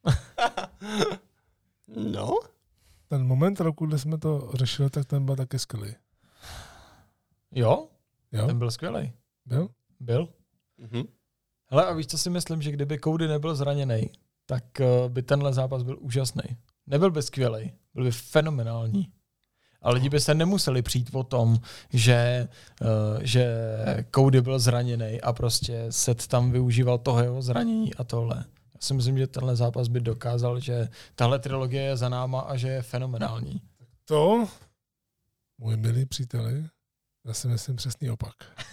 Speaker 3: No?
Speaker 1: Ten moment roku, kdy jsme to řešili, tak ten byl taky skvělý.
Speaker 2: Jo?
Speaker 1: Jo?
Speaker 2: Ten byl skvělý.
Speaker 1: Byl?
Speaker 2: Byl.
Speaker 3: Mhm.
Speaker 2: Hele, a víš, co si myslím, že kdyby Cody nebyl zraněný, tak uh, by tenhle zápas byl úžasný. Nebyl by skvělý, byl by fenomenální. A lidi by se nemuseli přijít o tom, že, uh, že Cody byl zraněný a prostě Seth tam využíval toho jeho zranění a tohle. Já si myslím, že tenhle zápas by dokázal, že tahle trilogie je za náma a že je fenomenální.
Speaker 1: To, můj milý příteli, já si myslím přesný opak.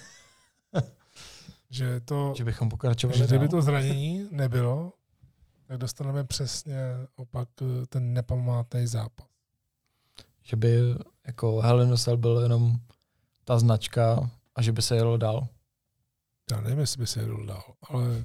Speaker 1: že to,
Speaker 2: že bychom pokračovali
Speaker 1: že kdyby
Speaker 2: dál.
Speaker 1: to zranění nebylo, tak dostaneme přesně opak ten nepamátný zápas.
Speaker 2: Že by jako Hell in a Cell byl jenom ta značka a že by se jelo dál.
Speaker 1: Já nevím, jestli by se jelo dál, ale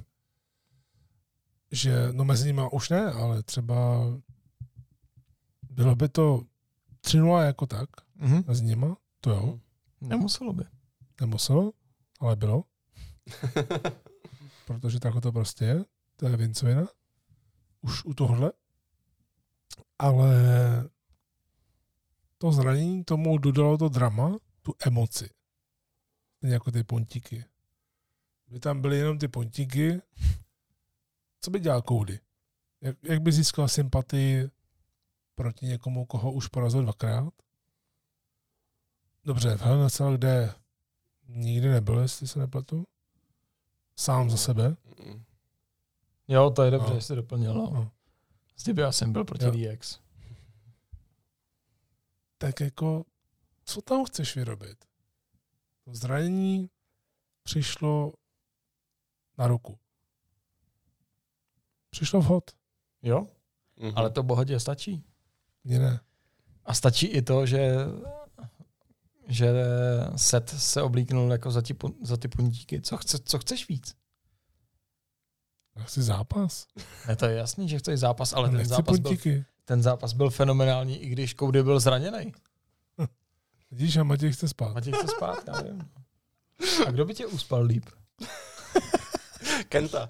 Speaker 1: že, no mezi nimi už ne, ale třeba bylo by to tři nula jako tak,
Speaker 2: mm-hmm.
Speaker 1: mezi nimi, to jo.
Speaker 2: Nemuselo by.
Speaker 1: Nemuselo, ale bylo. Protože takhle to prostě je. To je Vincovina. Už u tohle. Ale to zranění tomu dodalo to drama, tu emoci. Jako ty puntíky. By tam byly jenom ty puntíky. Co by dělal Cody? Jak, jak by získal sympatii proti někomu, koho už porazil dvakrát? Dobře, v Hell in a Cell, kde nikdy nebyl, jestli se nepletu. Sám za sebe.
Speaker 2: Jo, to je dobře,
Speaker 1: no.
Speaker 2: že jsi doplnil. No.
Speaker 1: No.
Speaker 2: Zde by já jsem byl proti D X.
Speaker 1: Tak jako, co tam chceš vyrobit? To zranění přišlo na ruku. Přišlo vhod.
Speaker 2: Jo,
Speaker 3: Mm-hmm.
Speaker 2: ale to bohatě stačí.
Speaker 1: Mně ne.
Speaker 2: A stačí i to, že že Seth se oblíknul jako za, ti, za ty puntíky. Co, chce, co chceš víc?
Speaker 1: Já chci zápas.
Speaker 2: Ne, to je jasný, že chceš zápas, ale ten zápas, byl, ten zápas byl fenomenální, i když Cody byl zraněný.
Speaker 1: Vidíš, a Matěj chce spát.
Speaker 2: Matěj chce spát, já vím. A kdo by tě uspal líp?
Speaker 3: Kenta.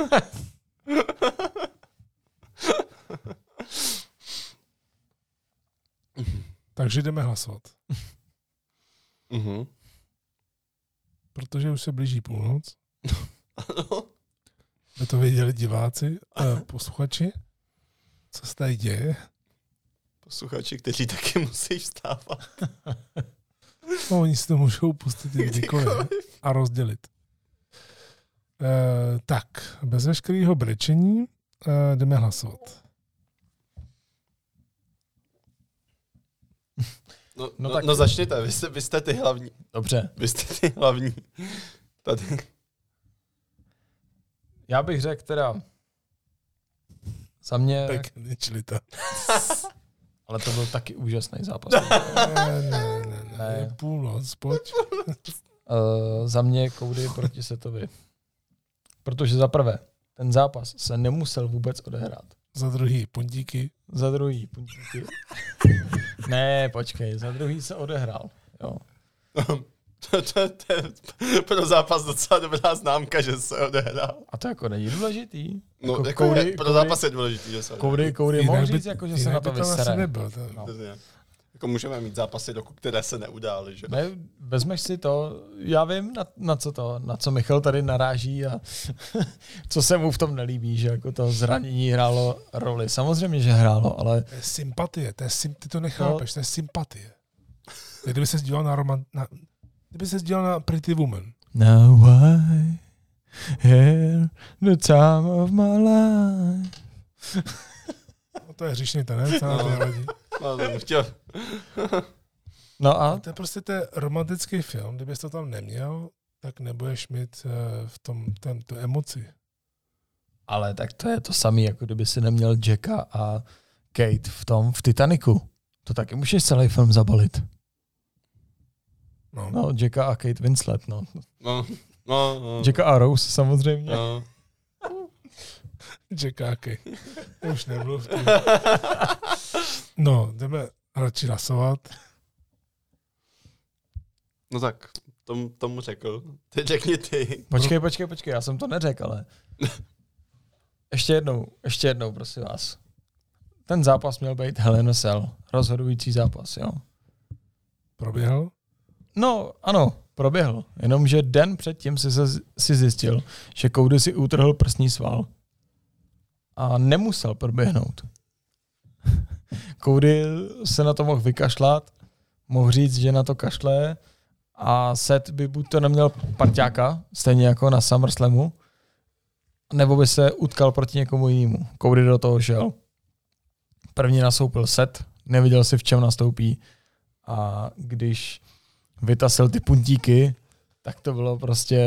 Speaker 1: Takže jdeme hlasovat.
Speaker 3: Mhm.
Speaker 1: Protože už se blíží půlnoc.
Speaker 3: Ano.
Speaker 1: By to věděli diváci a posluchači. Co se tady děje?
Speaker 3: Posluchači, kteří taky musí vstávat.
Speaker 1: No, oni si to můžou pustit kdykoliv a rozdělit. E, tak, bez veškerého brečení e, jdeme hlasovat.
Speaker 3: No,
Speaker 2: No
Speaker 3: no,
Speaker 2: tak-
Speaker 3: no začněte, vy jste, vy jste ty hlavní.
Speaker 2: Dobře.
Speaker 3: Vy jste ty hlavní. Tady.
Speaker 2: Já bych řekl teda za mě,
Speaker 1: Pěkný člita.
Speaker 2: ale to byl taky úžasný zápas.
Speaker 1: Ne, ne, ne, ne,
Speaker 2: Ne.
Speaker 1: je půlnoc, pojď.
Speaker 2: Uh, za mě Cody proti Setovi. Protože za prvé, ten zápas se nemusel vůbec odehrát.
Speaker 1: Za druhý puntíky.
Speaker 2: Za druhý, puntíky. Ne, počkej, za druhý se odehrál. Jo.
Speaker 3: To, to, to je pro zápas docela dobrá známka, že se odehrál.
Speaker 2: A to jako není důležitý.
Speaker 3: No,
Speaker 2: jako
Speaker 3: jako
Speaker 2: Cody,
Speaker 3: je, pro
Speaker 2: Cody,
Speaker 3: zápas je důležitý, že se odehrál.
Speaker 2: Cody, Cody
Speaker 1: Jinak
Speaker 2: mohl
Speaker 1: by-
Speaker 2: říct, jako, že se
Speaker 1: jinak
Speaker 2: na
Speaker 1: by
Speaker 2: to
Speaker 1: tam asi
Speaker 2: vysere.
Speaker 1: nebyl. To.
Speaker 2: No.
Speaker 3: Přesně. Jako můžeme mít zápasy, dokud které se neudály, že?
Speaker 2: Ne, vezmeš si to, já vím, na, na co to, na co Michal tady naráží a co se mu v tom nelíbí, že jako to zranění hrálo roli. Samozřejmě, že hrálo, ale
Speaker 1: To je sympatie, to je sim, ty to nechápeš, to je sympatie. Kdyby se díval na roman, na, kdyby se díval na Pretty Woman.
Speaker 2: now I hear the time of my life.
Speaker 1: No, to je hříšný tanec, ale to nevadí.
Speaker 3: No, to chtěl.
Speaker 2: No a
Speaker 1: To je prostě to je romantický film, kdybys to tam neměl, tak nebudeš mít uh, v tom ten, tu emoci.
Speaker 2: ale tak to je to samé, jako kdyby si neměl Jacka a Kate v tom, v Titaniku. To taky můžeš celý film zabalit.
Speaker 1: No.
Speaker 2: No, Jacka a Kate Winslet, no.
Speaker 3: No, no, no.
Speaker 2: Jacka a Rose samozřejmě.
Speaker 3: No.
Speaker 1: Jackáky. Už nemluv. ty. No, jdeme radši hlasovat.
Speaker 3: no tak, tomu, tomu řekl. Teď řekni ty.
Speaker 2: Počkej, počkej, počkej, já jsem to neřekl, ale... Ještě jednou, ještě jednou, prosím vás. Ten zápas měl být Hell in a Cell. Rozhodující zápas, jo.
Speaker 1: Proběhl?
Speaker 2: No, ano, proběhl. Jenomže den předtím si, se, si zjistil, že Cody si utrhl prsní sval. A nemusel proběhnout. Cody se na to mohl vykašlat, mohl říct, že na to kašle a Seth by buď to neměl parťáka, stejně jako na SummerSlamu, nebo by se utkal proti někomu jinému. Cody do toho šel. První nastoupil Seth, neviděl si, v čem nastoupí a když vytasil ty puntíky, tak to bylo prostě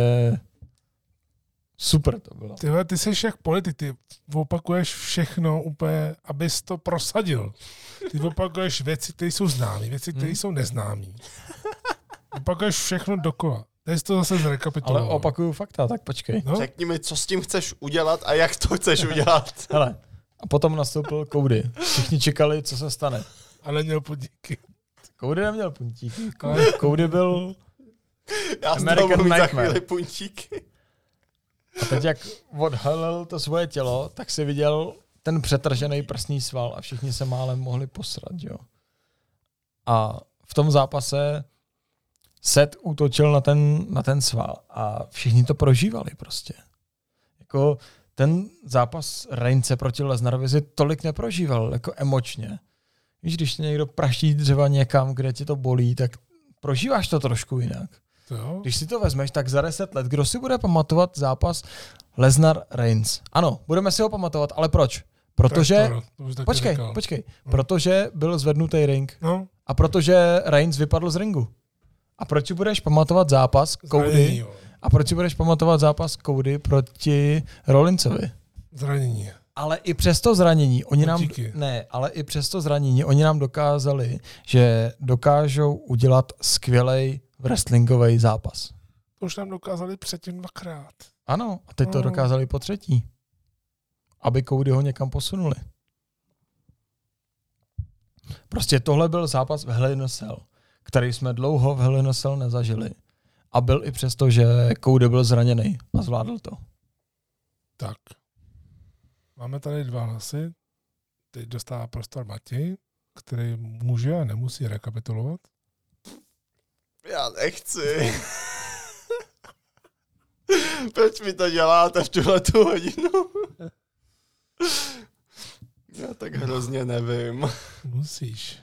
Speaker 2: super to bylo.
Speaker 1: Ty, ty jsi jak politik, ty opakuješ všechno úplně, abys to prosadil. Ty opakuješ věci, které jsou známé, věci, které
Speaker 2: Hmm.
Speaker 1: jsou neznámé. Opakuješ všechno dokola. Teď jsi to zase zrekapituloval.
Speaker 2: Ale opakuju fakta, tak počkej.
Speaker 1: No?
Speaker 3: Řekni mi, co s tím chceš udělat a jak to chceš udělat.
Speaker 2: Hele, a potom nastoupil Cody. Všichni čekali, co se stane.
Speaker 1: A neměl podíky.
Speaker 2: Cody neměl puntíky. Cody, Cody byl...
Speaker 3: Já s
Speaker 2: American
Speaker 3: toho budu mít za
Speaker 2: Nightmare.
Speaker 3: chvíli puntíky.
Speaker 2: A teď jak odhalil to svoje tělo, tak si viděl ten přetržený prsní sval a všichni se málem mohli posrat, jo. A v tom zápase Seth útočil na ten, na ten sval a všichni to prožívali prostě. Jako ten zápas Reignse proti Lesnarovi si tolik neprožíval, jako emočně. Víš, když tě někdo praští dřeva někam, kde tě to bolí, tak prožíváš to trošku jinak.
Speaker 1: To jo?
Speaker 2: Když si to vezmeš, tak za deset let, kdo si bude pamatovat zápas Lesnar-Reigns? Ano, budeme si ho pamatovat, ale proč? Protože,
Speaker 1: Traktor, to už taky
Speaker 2: počkej,
Speaker 1: říkal.
Speaker 2: počkej, protože byl zvednutý ring
Speaker 1: No,
Speaker 2: a protože Reigns vypadl z ringu. A proč si budeš pamatovat zápas
Speaker 1: zranění,
Speaker 2: Cody?
Speaker 1: jo.
Speaker 2: A proč si budeš pamatovat zápas Cody proti Rollinsovi?
Speaker 1: Zranění.
Speaker 2: Ale i přes to zranění, oni nám,
Speaker 1: Díky.
Speaker 2: ne, ale i přes to zranění, oni nám dokázali, že dokážou udělat skvělej wrestlingový zápas.
Speaker 1: To už nám dokázali předtím dvakrát.
Speaker 2: Ano, a teď to
Speaker 1: No.
Speaker 2: dokázali po třetí. Aby Cody ho někam posunuli. Prostě tohle byl zápas v Hell in a Cell, který jsme dlouho v Hell in a Cell nezažili. A byl i přesto, že Cody byl zraněný a zvládl to.
Speaker 1: Tak. Máme tady dva hlasy. Teď dostává prostor Matěj, který může a nemusí rekapitulovat.
Speaker 3: Já nechci. Proč mi to děláte v tuhle tu hodinu? Já tak hrozně nevím.
Speaker 1: Musíš.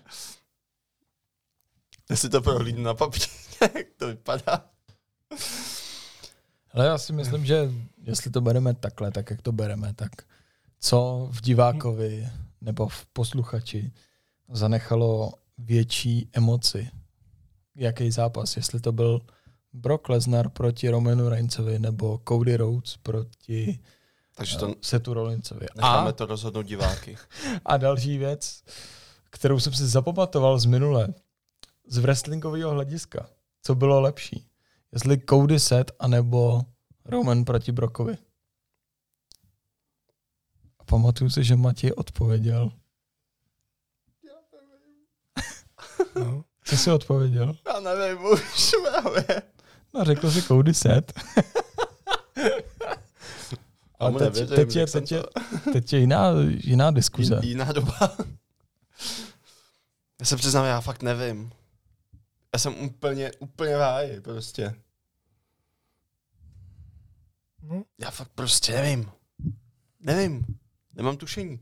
Speaker 3: Já si to prohlídnu na papíře, jak to vypadá.
Speaker 2: Ale já si myslím, že jestli to bereme takhle, tak jak to bereme, tak co v divákovi nebo v posluchači zanechalo větší emoci? Jaký zápas? Jestli to byl Brock Lesnar proti Romanu Reignsovi nebo Cody Rhodes proti
Speaker 3: Takže to
Speaker 2: Sethu Rollinsovi.
Speaker 3: Necháme
Speaker 2: A,
Speaker 3: to rozhodnout diváky.
Speaker 2: a další věc, kterou jsem si zapamatoval z minule, z wrestlingového hlediska. Co bylo lepší? Jestli Cody Seth anebo Roman proti Brockovi. A pamatuju si, že Matěj odpověděl.
Speaker 1: No.
Speaker 2: Co jsi odpověděl?
Speaker 3: Já nevím už právě.
Speaker 2: No řekl si Cody Seth. Ale teď,
Speaker 3: nevěřím,
Speaker 2: teď, je,
Speaker 3: tak
Speaker 2: teď,
Speaker 3: jsem
Speaker 2: je, teď je jiná, jiná diskuze.
Speaker 3: Jin, jiná doba. Já se přiznám, já fakt nevím. Já jsem úplně, úplně v háji, prostě.
Speaker 1: No.
Speaker 3: Já fakt prostě nevím. Nevím. Nemám tušení.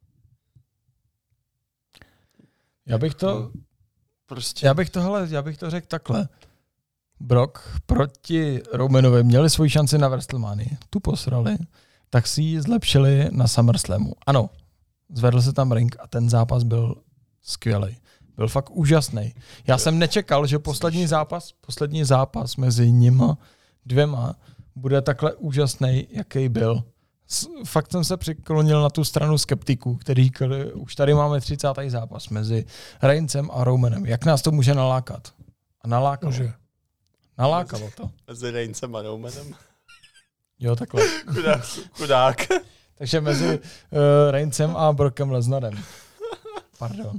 Speaker 2: Já bych to,
Speaker 3: Prostě.
Speaker 2: já bych to, hele, já bych to řekl takhle. Brock proti Romanovi měli svoji šanci na WrestleManii. Tu posrali, tak si ji zlepšili na SummerSlamu. Ano, zvedl se tam ring a ten zápas byl skvělý. Byl fakt úžasný. Já jsem nečekal, že poslední zápas, poslední zápas mezi nima dvěma bude takhle úžasný, jaký byl. Fakt jsem se přiklonil na tu stranu skeptiků, kteří říkali, už tady máme třicátý zápas mezi Reincem a Romanem. Jak nás to může nalákat? A nalákalo.
Speaker 1: Může.
Speaker 2: Nalákalo to.
Speaker 3: Mezi Reincem a Romanem.
Speaker 2: Jo, takhle.
Speaker 3: Chudák. Chudák.
Speaker 2: Takže mezi uh, Reincem a Brockem Lesnarem. Pardon.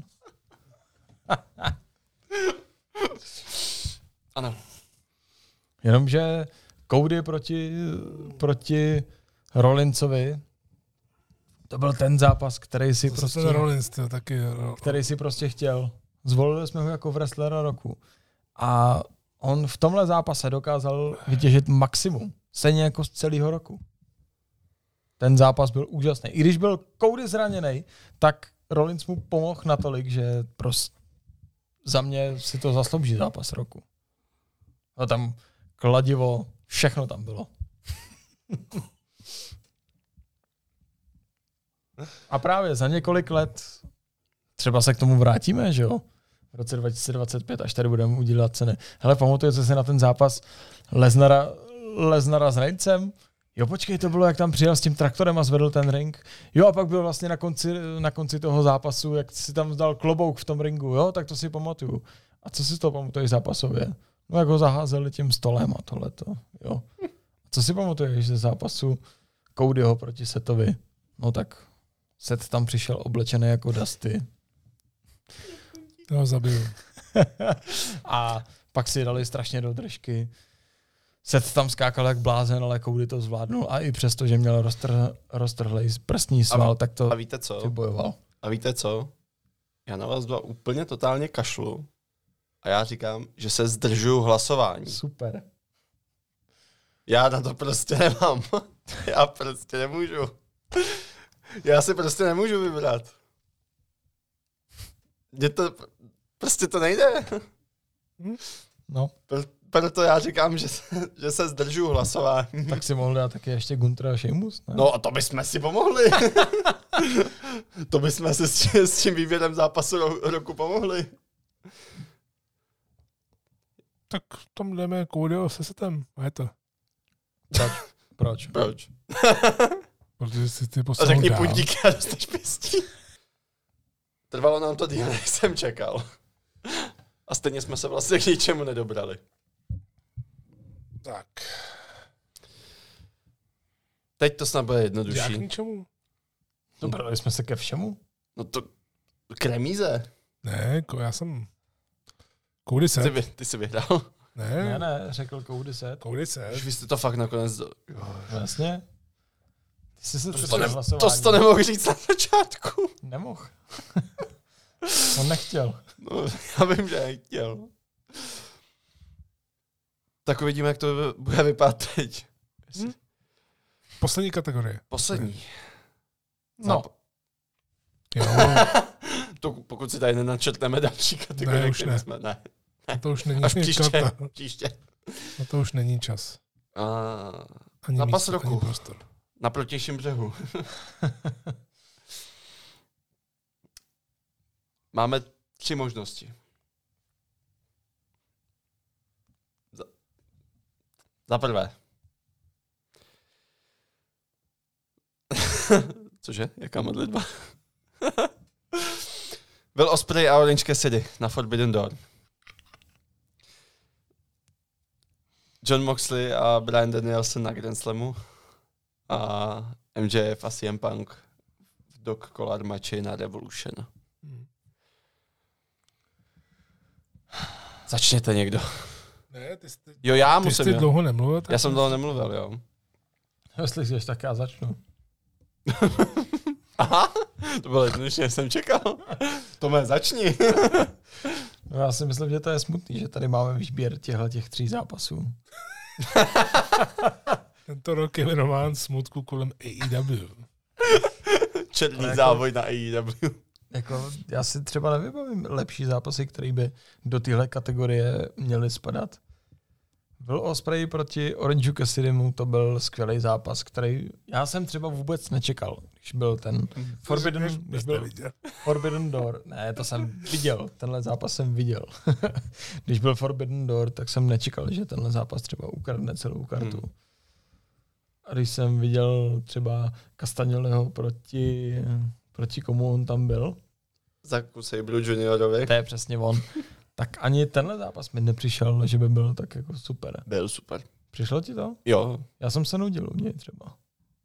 Speaker 3: Ano.
Speaker 2: Jenomže Cody proti, proti Rollinsovi, to byl ten zápas, který si
Speaker 1: To
Speaker 2: prostě,
Speaker 1: ten Rollins, to taky. No.
Speaker 2: který si prostě chtěl. Zvolili jsme ho jako wrestlera roku. A on v tomhle zápase dokázal vytěžit maximum. Stejně jako z celého roku. Ten zápas byl úžasný. I když byl Cody zraněný, tak Rollins mu pomohl natolik, že prostě za mě si to zaslouží zápas roku. A tam kladivo, všechno tam bylo. A právě za několik let třeba se k tomu vrátíme, že jo? V roce dva tisíce dvacet pět, až tady budeme udělat ceny. Hele, pamatujete si na ten zápas Lesnara, Lesnara s Reincem? Jo, počkej, to bylo, jak tam přijel s tím traktorem a zvedl ten ring. Jo, a pak byl vlastně na konci, na konci toho zápasu, jak si tam dal klobouk v tom ringu, jo, tak to si pamatuju. A co si to pamatuješ zápasově? No, jak ho zaházeli tím stolem a tohleto, jo. A co si pamatuješ ze zápasu Codyho proti Sethovi? No tak Seth tam přišel oblečený jako Dusty.
Speaker 1: To ho zabiju.
Speaker 2: A pak si dali strašně do držky. Seth tam skákal jak blázen, ale Cody to zvládnul a i přesto, že měl roztr- roztrhlej prstní sval,
Speaker 3: a,
Speaker 2: tak to
Speaker 3: a víte co?
Speaker 2: bojoval.
Speaker 3: A víte co? Já na vás dva úplně totálně kašlu a já říkám, že se zdržuju hlasování.
Speaker 2: Super.
Speaker 3: Já na to prostě nemám. Já prostě nemůžu. Já si prostě nemůžu vybrat. Mně to, prostě to nejde.
Speaker 2: No.
Speaker 3: Pro, proto já říkám, že se, že se zdržuju hlasování.
Speaker 2: Tak si mohl dát taky ještě Gunther a Sheamus, ne?
Speaker 3: No a to bychom si pomohli. To bychom si s tím, s tím výběrem zápasu ro, roku pomohli.
Speaker 1: Tak tam jdeme Codyho se Sethem. A je to.
Speaker 2: Proč? Proč?
Speaker 3: Proč?
Speaker 1: Protože si ty
Speaker 3: A
Speaker 1: poslal
Speaker 3: řekni
Speaker 1: dál.
Speaker 3: puntíky a dostaneš pěstí. Trvalo nám to díl, než jsem čekal. A stejně jsme se vlastně k ničemu nedobrali.
Speaker 1: Tak.
Speaker 3: Teď to snad bude
Speaker 1: Jak
Speaker 3: jednodušší.
Speaker 1: k ničemu?
Speaker 2: Dobrali jsme se ke všemu?
Speaker 3: No to... K remíze.
Speaker 1: Ne, ko- já jsem... Cody
Speaker 3: Ty,
Speaker 1: Seth.
Speaker 3: vy, ty jsi vyhrál.
Speaker 1: Ne,
Speaker 2: Ne, ne, řekl Cody Seth.
Speaker 1: Cody
Speaker 3: Už
Speaker 1: Seth.
Speaker 3: vy jste to fakt nakonec... Do...
Speaker 2: Jasně. Ty jsi se
Speaker 3: To,
Speaker 2: třetí
Speaker 3: ne,
Speaker 2: hlasování.
Speaker 3: to jsi to nemohl říct na začátku.
Speaker 2: Nemohl. On nechtěl.
Speaker 3: No, já vím, že nechtěl. Tak uvidíme, jak to bude vypadat teď.
Speaker 1: Hm? Poslední kategorie.
Speaker 3: Poslední.
Speaker 2: No.
Speaker 3: Záp-
Speaker 1: Jo.
Speaker 3: To, pokud si tady nenačrtneme další kategorie,
Speaker 1: Ne, už ne.
Speaker 3: Jsme, ne.
Speaker 1: A to už není
Speaker 3: Až příště.
Speaker 1: karta.
Speaker 3: příště.
Speaker 1: A to už není čas.
Speaker 3: A,
Speaker 1: Ani
Speaker 3: zápas
Speaker 1: místo,
Speaker 3: roku.
Speaker 1: ani prostor.
Speaker 3: Na protějším břehu. Máme tři možnosti. Za, za prvé. Cože? Jaká modlitba? Byl Ospreay a Orange Cassidy na Forbidden Door. John Moxley a Bryan Danielson na Grand Slamu. A M J F a C M Punk v Dog Collar matchi na Revolution.
Speaker 1: Hmm.
Speaker 3: Začněte někdo.
Speaker 1: Ne, ty jsi,
Speaker 3: Jo, já
Speaker 1: ty
Speaker 3: musím.
Speaker 1: jsi
Speaker 3: jo.
Speaker 1: dlouho nemluvil.
Speaker 3: Já jsem dlouho nemluvil, jo.
Speaker 2: Jestli chceš, tak já začnu.
Speaker 3: Aha, to bylo jednoduše, než jsem čekal. Tome, začni.
Speaker 2: No, já si myslím, že to je smutný, že tady máme výběr těchto těch tří zápasů.
Speaker 1: Tento rok je věnován smutku kolem A E W.
Speaker 3: Černý
Speaker 2: jako,
Speaker 3: závoj na A E W.
Speaker 2: Jako, já si třeba nevybavím lepší zápasy, které by do téhle kategorie měly spadat. Byl Ospreay proti Orange Cassidymu, to byl skvělý zápas, který já jsem třeba vůbec nečekal, když byl ten Forbidden, když byl Forbidden Door. Ne, to jsem viděl, tenhle zápas jsem viděl. Když byl Forbidden Door, tak jsem nečekal, že tenhle zápas třeba ukradne celou kartu. Hmm. A když jsem viděl třeba Castagnoliho proti, proti komu on tam byl,
Speaker 3: Zaku Sabru juniorovi.
Speaker 2: to je přesně on, tak ani tenhle zápas mi nepřišel, že by byl tak jako super.
Speaker 3: Byl super.
Speaker 2: Přišlo ti to?
Speaker 3: Jo.
Speaker 2: Já jsem se nudil u něj třeba.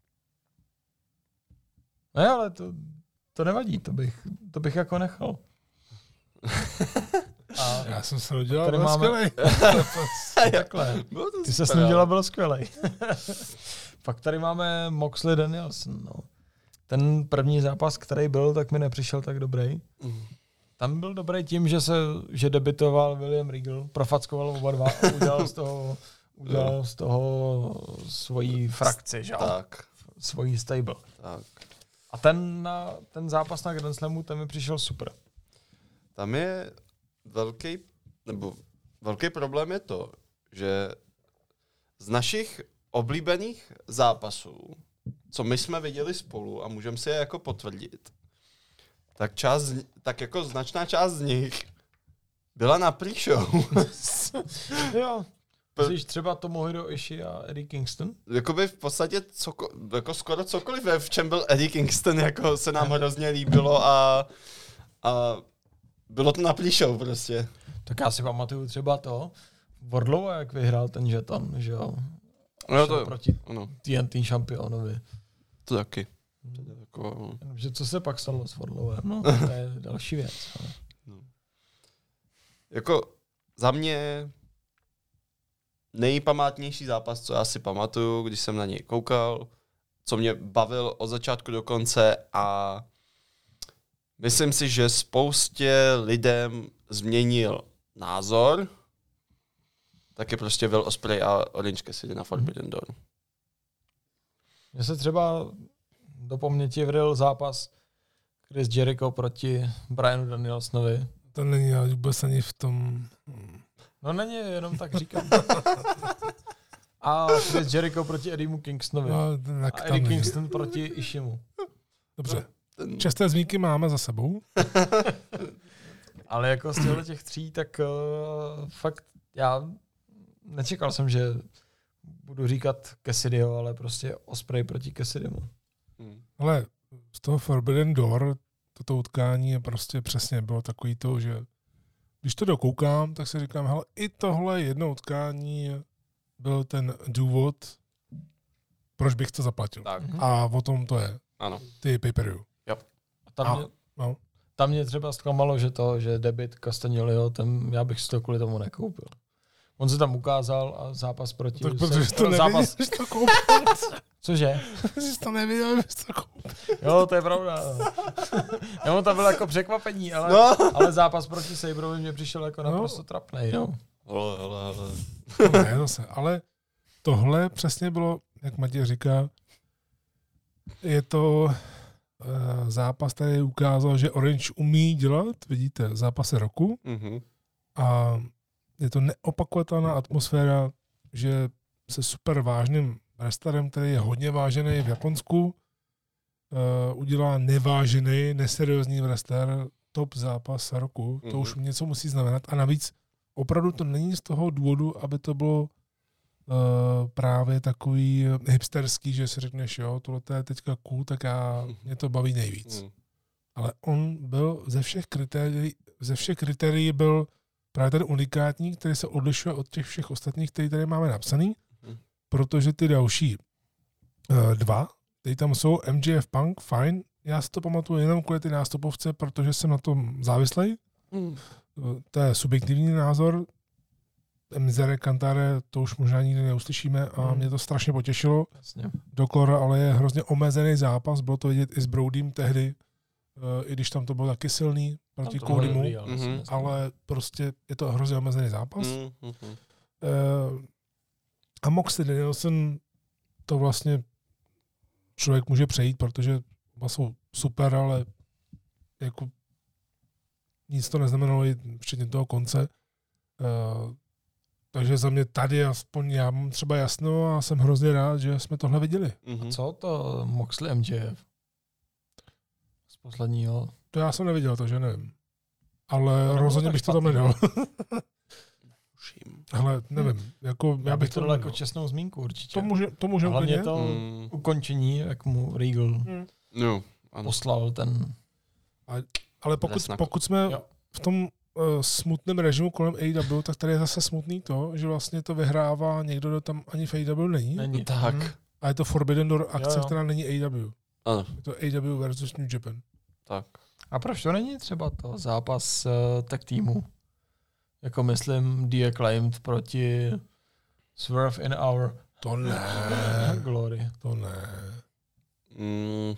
Speaker 2: Ne, ale to, to nevadí, to bych, to bych jako nechal. A
Speaker 1: Já jsem se udělal,
Speaker 2: tady
Speaker 1: byl
Speaker 2: máme-
Speaker 1: skvělej.
Speaker 2: takhle.
Speaker 3: Bylo to
Speaker 2: Ty se
Speaker 3: super,
Speaker 2: snudila, byl skvělej. Pak tady máme Moxley Danielson. No. Ten první zápas, který byl, tak mi nepřišel tak dobrý.
Speaker 3: Mm.
Speaker 2: Tam byl dobrý tím, že se že debitoval William Regal, profackoval oba dva a udělal z toho, udělal z toho svoji frakci, že?
Speaker 3: Tak,
Speaker 2: Svoji stable.
Speaker 3: tak.
Speaker 2: A ten, na, ten zápas na Grand Slamu, ten mi přišel super.
Speaker 3: Tam je velký, nebo velký problém je to, že z našich oblíbených zápasů, co my jsme viděli spolu a můžeme si je jako potvrdit, tak, část, z- tak jako značná část z nich byla na pre-show.
Speaker 2: Jo. Myslíš třeba Tomohiro Ishii a Eddie Kingston?
Speaker 3: Jakoby v podstatě coko, jako skoro cokoliv, v čem byl Eddie Kingston, jako se nám hrozně líbilo a, a bylo to na pre-show prostě.
Speaker 2: Tak já si pamatuju třeba to, Wardlow, jak vyhrál ten žeton, že jo?
Speaker 3: No
Speaker 2: Šel
Speaker 3: to,
Speaker 2: proti
Speaker 3: ano,
Speaker 2: T N T šampionovi.
Speaker 3: to taky. To je jako,
Speaker 2: Že co se pak stalo s Wardlowem? No, to je další věc. Ale.
Speaker 3: jako za mě nejpamátnější zápas, co já si pamatuju, když jsem na něj koukal, co mě bavil od začátku do konce a myslím si, že spoustě lidem změnil názor, tak je prostě Will Ospreay a Orange Cassidy na Forbidden Door.
Speaker 2: Mně se třeba do paměti vril zápas Chris Jericho proti Brianu Danielsonovi.
Speaker 1: To není ale vůbec ani v tom...
Speaker 2: No není, jenom tak říkám. A Chris Jericho proti Eddiemu Kingstonovi.
Speaker 1: No, tak
Speaker 2: A
Speaker 1: tam
Speaker 2: Eddie
Speaker 1: není.
Speaker 2: Kingston proti Ishimu.
Speaker 1: Dobře.
Speaker 3: Ten,
Speaker 1: Časté zmínky máme za sebou.
Speaker 2: Ale jako z těchto těch tří, tak uh, fakt já nečekal jsem, že budu říkat Cassidyho, ale prostě Ospreay proti Cassidymu.
Speaker 3: hmm.
Speaker 1: Ale z toho Forbidden Door toto utkání je prostě přesně bylo takový to, že když to dokoukám, tak si říkám, hele, i tohle jedno utkání byl ten důvod, proč bych to zaplatil.
Speaker 3: Tak,
Speaker 1: A o tom to je.
Speaker 3: ano.
Speaker 1: Ty pay-per-view.
Speaker 2: A tam,
Speaker 1: A-
Speaker 2: mě,
Speaker 1: No.
Speaker 2: tam mě třeba zklamalo, že to, že debit Castagnoliho, ten já bych si to kvůli tomu nekoupil. On se tam ukázal a zápas proti...
Speaker 1: Tak protože jsi to nevěděl,
Speaker 2: zápas,
Speaker 1: že jsi to koupil.
Speaker 2: cože?
Speaker 1: Jsi to nevěděl, že jsi to koupil.
Speaker 2: Jo, to je pravda. Jo, to bylo jako překvapení, ale,
Speaker 3: No.
Speaker 2: ale zápas proti Sabrovi mě přišel jako
Speaker 1: No.
Speaker 2: naprosto trapnej. No.
Speaker 3: Hele, hele, hele.
Speaker 1: To ne, zase. Ale tohle přesně bylo, jak Matěj říká, je to zápas tady ukázal, že Orange umí dělat, vidíte, zápasy roku.
Speaker 3: Mm-hmm.
Speaker 1: A je to neopakovatelná atmosféra, že se super vážným wrestlerem, který je hodně vážený v Japonsku, uh, udělá nevážený, neseriózní wrestler top zápas roku. Mm-hmm. To už něco musí znamenat. A navíc opravdu to není z toho důvodu, aby to bylo uh, právě takový hipsterský, že si řekneš, jo, tohle je teďka cool, tak já, mě to baví nejvíc. Mm. Ale on byl ze všech kritérií, ze všech kritérií byl právě ten unikátní, který se odlišuje od těch všech ostatních, který tady máme napsaný, mm. protože ty další uh, dva, tady tam jsou M J F Punk, fajn, já si to pamatuju jenom kvůli ty nástupovce, protože jsem na tom závislej. Mm. To je subjektivní názor. Mizere Kantare, to už možná nikdy neuslyšíme a mě to strašně potěšilo. Jasně. Dokor, ale je hrozně omezený zápas, bylo to vidět i s Brodym tehdy, i když tam to bylo taky silný proti Codymu, mm-hmm. ale prostě je to hrozně omezený zápas. Mm-hmm. A Moxley Danielson to vlastně člověk může přejít, protože jsou super, ale jako nic to neznamenalo včetně toho konce. Uh, takže za mě tady aspoň já mám třeba jasno a jsem hrozně rád, že jsme tohle viděli.
Speaker 2: Mm-hmm. A co to Moxley M J F? Z posledního?
Speaker 1: To já jsem neviděl, takže nevím. Ale no, rozhodně bych to tam nedal. Ale nevím. Jako,
Speaker 2: já, já bych to dal jako čestnou zmínku určitě.
Speaker 1: To může, to může
Speaker 2: hlavně
Speaker 1: úplně.
Speaker 2: to mm. ukončení, jak mu Regal mm. no, poslal ten...
Speaker 1: A, ale pokud, pokud jsme jo. v tom uh, smutném režimu kolem A E W, tak tady je zase smutný to, že vlastně to vyhrává někdo, kdo tam ani v A E W není.
Speaker 2: Není. Tak. Hmm.
Speaker 1: A je to Forbidden Door akce, jo, jo. která není A E W.
Speaker 3: Ano.
Speaker 1: Je to A E W versus New Japan.
Speaker 3: Tak.
Speaker 2: A proč to není třeba to zápas uh, tag týmu? Jako myslím The Acclaimed proti Swerve in Our
Speaker 1: to ne.
Speaker 2: Glory.
Speaker 1: To ne.
Speaker 3: Mm.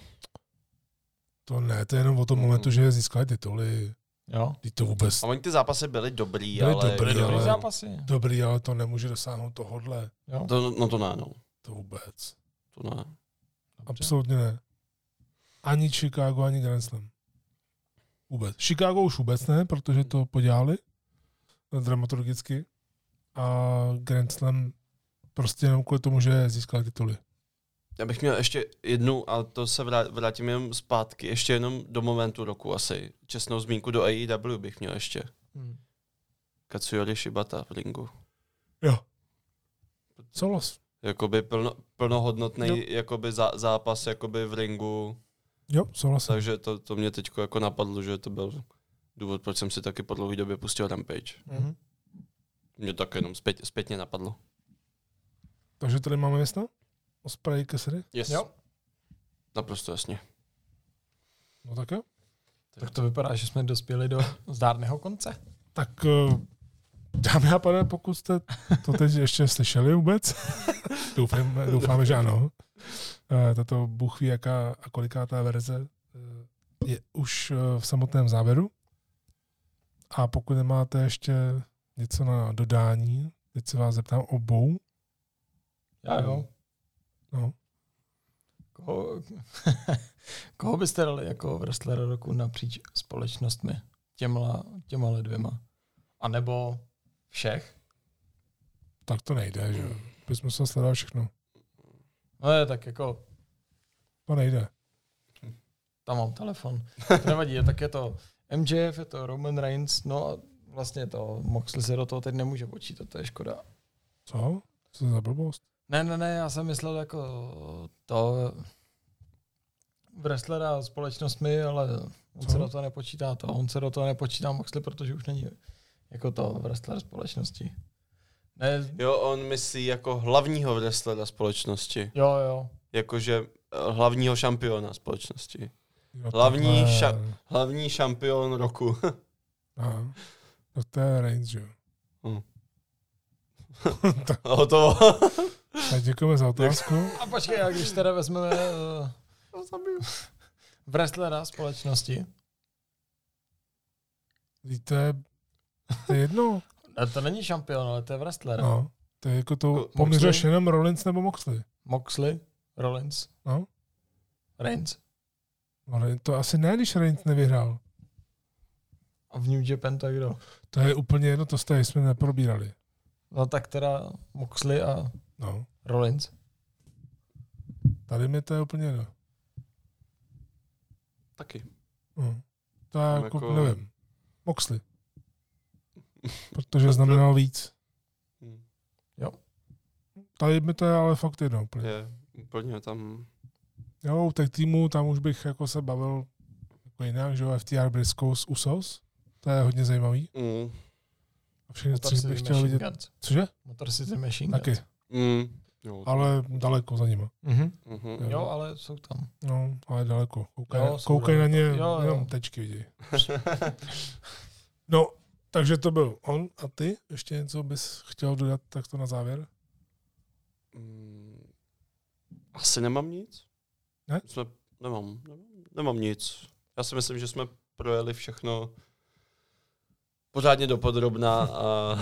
Speaker 1: To ne, to je jenom o tom momentu, že získali tituly.
Speaker 2: Jo.
Speaker 1: To vůbec...
Speaker 3: A oni ty zápasy byly dobrý,
Speaker 1: byly
Speaker 3: ale...
Speaker 1: Dobrý,
Speaker 2: byly
Speaker 1: ale...
Speaker 2: zápasy.
Speaker 1: Dobrý, ale to nemůže dosáhnout tohodle.
Speaker 2: Jo.
Speaker 3: To, no to ne, no.
Speaker 1: To vůbec.
Speaker 3: To ne.
Speaker 1: Dobře. Absolutně ne. Ani Chicago, ani Grand Slam. Vůbec. Chicago už vůbec ne, protože to podělali dramaturgicky. A Grand Slam prostě jenom kvůli tomu, že získali tituly.
Speaker 3: Já bych měl ještě jednu, a to se vrátím jenom zpátky, ještě jenom do momentu roku asi. Čestnou zmínku do A E W bych měl ještě. Hmm. Katsuyori Shibata v ringu.
Speaker 1: Jo. Souhlas.
Speaker 3: Jakoby plno, plnohodnotný jakoby zá, zápas jakoby v ringu.
Speaker 1: Jo, souhlas.
Speaker 3: Takže to, to mě teď jako napadlo, že to byl důvod, proč jsem si taky po dlouhé době pustil Rampage. Mm-hmm. Mě tak jenom zpět, zpětně napadlo.
Speaker 1: Takže tady máme jasno? Ospreay Cassidy?
Speaker 3: Yes.
Speaker 2: Jo.
Speaker 3: Naprosto jasně.
Speaker 1: No tak jo.
Speaker 2: Tak to vypadá, že jsme dospěli do zdárného konce.
Speaker 1: Tak dámy a pane, pokud jste to teď ještě slyšeli vůbec, doufám, doufáme, že ano. Tato Bůh ví, jaká a kolikátá verze je už v samotném závěru. A pokud nemáte ještě něco na dodání, teď se vás zeptám obou.
Speaker 2: Já jo.
Speaker 1: No.
Speaker 2: Koho, koho byste dali jako wrestlera roku napříč společnostmi? Těmhle, těmhle dvěma. A nebo všech?
Speaker 1: Tak to nejde, že jo. Bys musel sledovat všechno.
Speaker 2: No je tak jako...
Speaker 1: To nejde.
Speaker 2: Tam mám telefon. To nevadí, je, tak je to M J F, je to Roman Reigns, no a vlastně to Moxley se do toho teď nemůže počítat, to je škoda.
Speaker 1: Co? Co je za blbost?
Speaker 2: Ne, ne, ne, já jsem myslel jako to wrestlera společnostmi, ale on Co? se do toho nepočítá to. On se do toho nepočítá Moxley, protože už není jako to wrestler společnosti. Ne.
Speaker 3: Jo, on myslí jako hlavního wrestlera společnosti.
Speaker 2: Jo, jo.
Speaker 3: Jakože hlavního šampiona společnosti. Jo, hlavní, ša- hlavní šampion roku.
Speaker 1: Aha. No to je Reigns, jo.
Speaker 3: Hmm. Hotovo.
Speaker 1: Tak děkujeme za otázku.
Speaker 2: A počkej, a když teda vezmeme uh, wrestlera společnosti.
Speaker 1: Víte, to je jedno.
Speaker 2: A to není šampion, ale to je wrestler.
Speaker 1: No, to je jako to, poměřuješ jenom Rollins nebo Moxley.
Speaker 2: Moxley, Rollins,
Speaker 1: no.
Speaker 2: Reigns.
Speaker 1: Ale to asi ne, když Reigns nevyhrál.
Speaker 2: A v New Japan to je kdo?
Speaker 1: To je úplně jedno, to tady jsme neprobírali.
Speaker 2: No tak teda Moxley a
Speaker 1: no.
Speaker 2: Rollins.
Speaker 1: Tady mi to je úplně jedno.
Speaker 3: Taky.
Speaker 1: Hmm. To já jako,
Speaker 3: jako
Speaker 1: nevím. Moxley. Protože znamenal víc.
Speaker 3: Hmm.
Speaker 2: Jo.
Speaker 1: Tady mi to je ale fakt jedno úplně.
Speaker 3: Je, úplně tam...
Speaker 1: Jo, tak týmu tam už bych jako se bavil jako jinak, že jo, F T R Briscoes Usos. To je hodně zajímavý.
Speaker 3: Mm.
Speaker 1: A všechny
Speaker 2: Motor
Speaker 1: tři
Speaker 2: City
Speaker 1: bych chtěl
Speaker 2: Machine
Speaker 1: vidět.
Speaker 2: Guns.
Speaker 1: Cože?
Speaker 2: Motor City Machine
Speaker 1: Taky.
Speaker 2: Guns.
Speaker 3: Mm. Jo,
Speaker 1: Ale daleko za nima.
Speaker 2: Mhm.
Speaker 3: mm-hmm.
Speaker 2: Jo, ale jsou tam.
Speaker 1: No, ale daleko. Koukaj,
Speaker 2: Jo,
Speaker 1: koukaj na ně,
Speaker 2: jo, jo.
Speaker 1: jenom tečky viděj. No, takže to byl on. A ty? Ještě něco bys chtěl dodat takto na závěr?
Speaker 3: Mm. Asi nemám nic.
Speaker 1: Ne?
Speaker 3: Jsme, nemám, nemám, nemám nic. Já si myslím, že jsme projeli všechno pořádně dopodrobná a...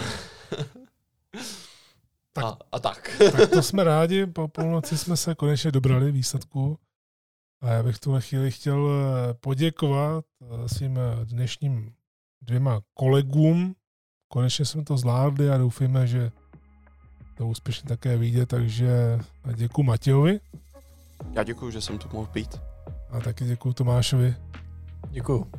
Speaker 1: Tak.
Speaker 3: A, a tak.
Speaker 1: Tak to jsme rádi, po půlnoci jsme se konečně dobrali výsledku. A já bych v tuhle chvíli chtěl poděkovat svým dnešním dvěma kolegům. Konečně jsme to zvládli a doufejme, že to úspěšně také vyjde, takže děkuji Matějovi.
Speaker 3: Já děkuju, že jsem tu mohl být.
Speaker 1: A taky děkuji Tomášovi.
Speaker 2: Děkuju.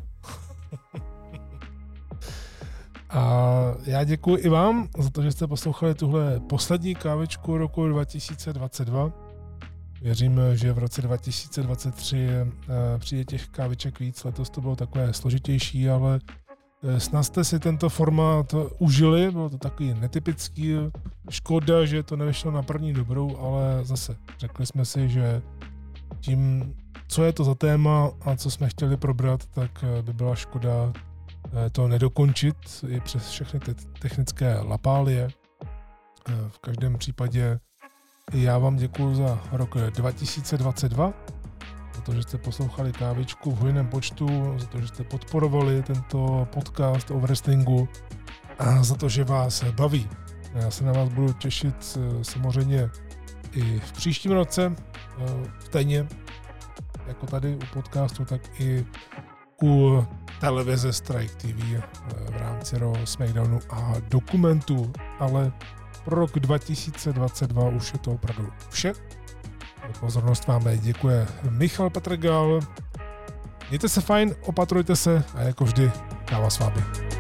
Speaker 1: A já děkuji i vám za to, že jste poslouchali tuhle poslední kávičku roku dva tisíce dvacet dva. Věřím, že v roce dva tisíce dvacet tři přijde těch káviček víc. Letos to bylo takové složitější, ale snad jste si tento formát užili. Bylo to takový netypický. Škoda, že to nevyšlo na první dobrou, ale zase řekli jsme si, že tím, co je to za téma a co jsme chtěli probrat, tak by byla škoda to nedokončit i přes všechny ty technické lapálie. V každém případě já vám děkuji za rok dva tisíce dvacet dva, za to, že jste poslouchali kávičku v hojném počtu, za to, že jste podporovali tento podcast o wrestlingu a za to, že vás baví. Já se na vás budu těšit samozřejmě i v příštím roce, stejně jako tady u podcastu, tak i u televize Strike T V v rámci Raw, SmackDownu a dokumentů, ale pro rok dva tisíce dvacet dva už je to opravdu vše. Pozornost vám děkuje Michal Petrgal. Mějte se fajn, opatrujte se a jako vždy káva s vámi.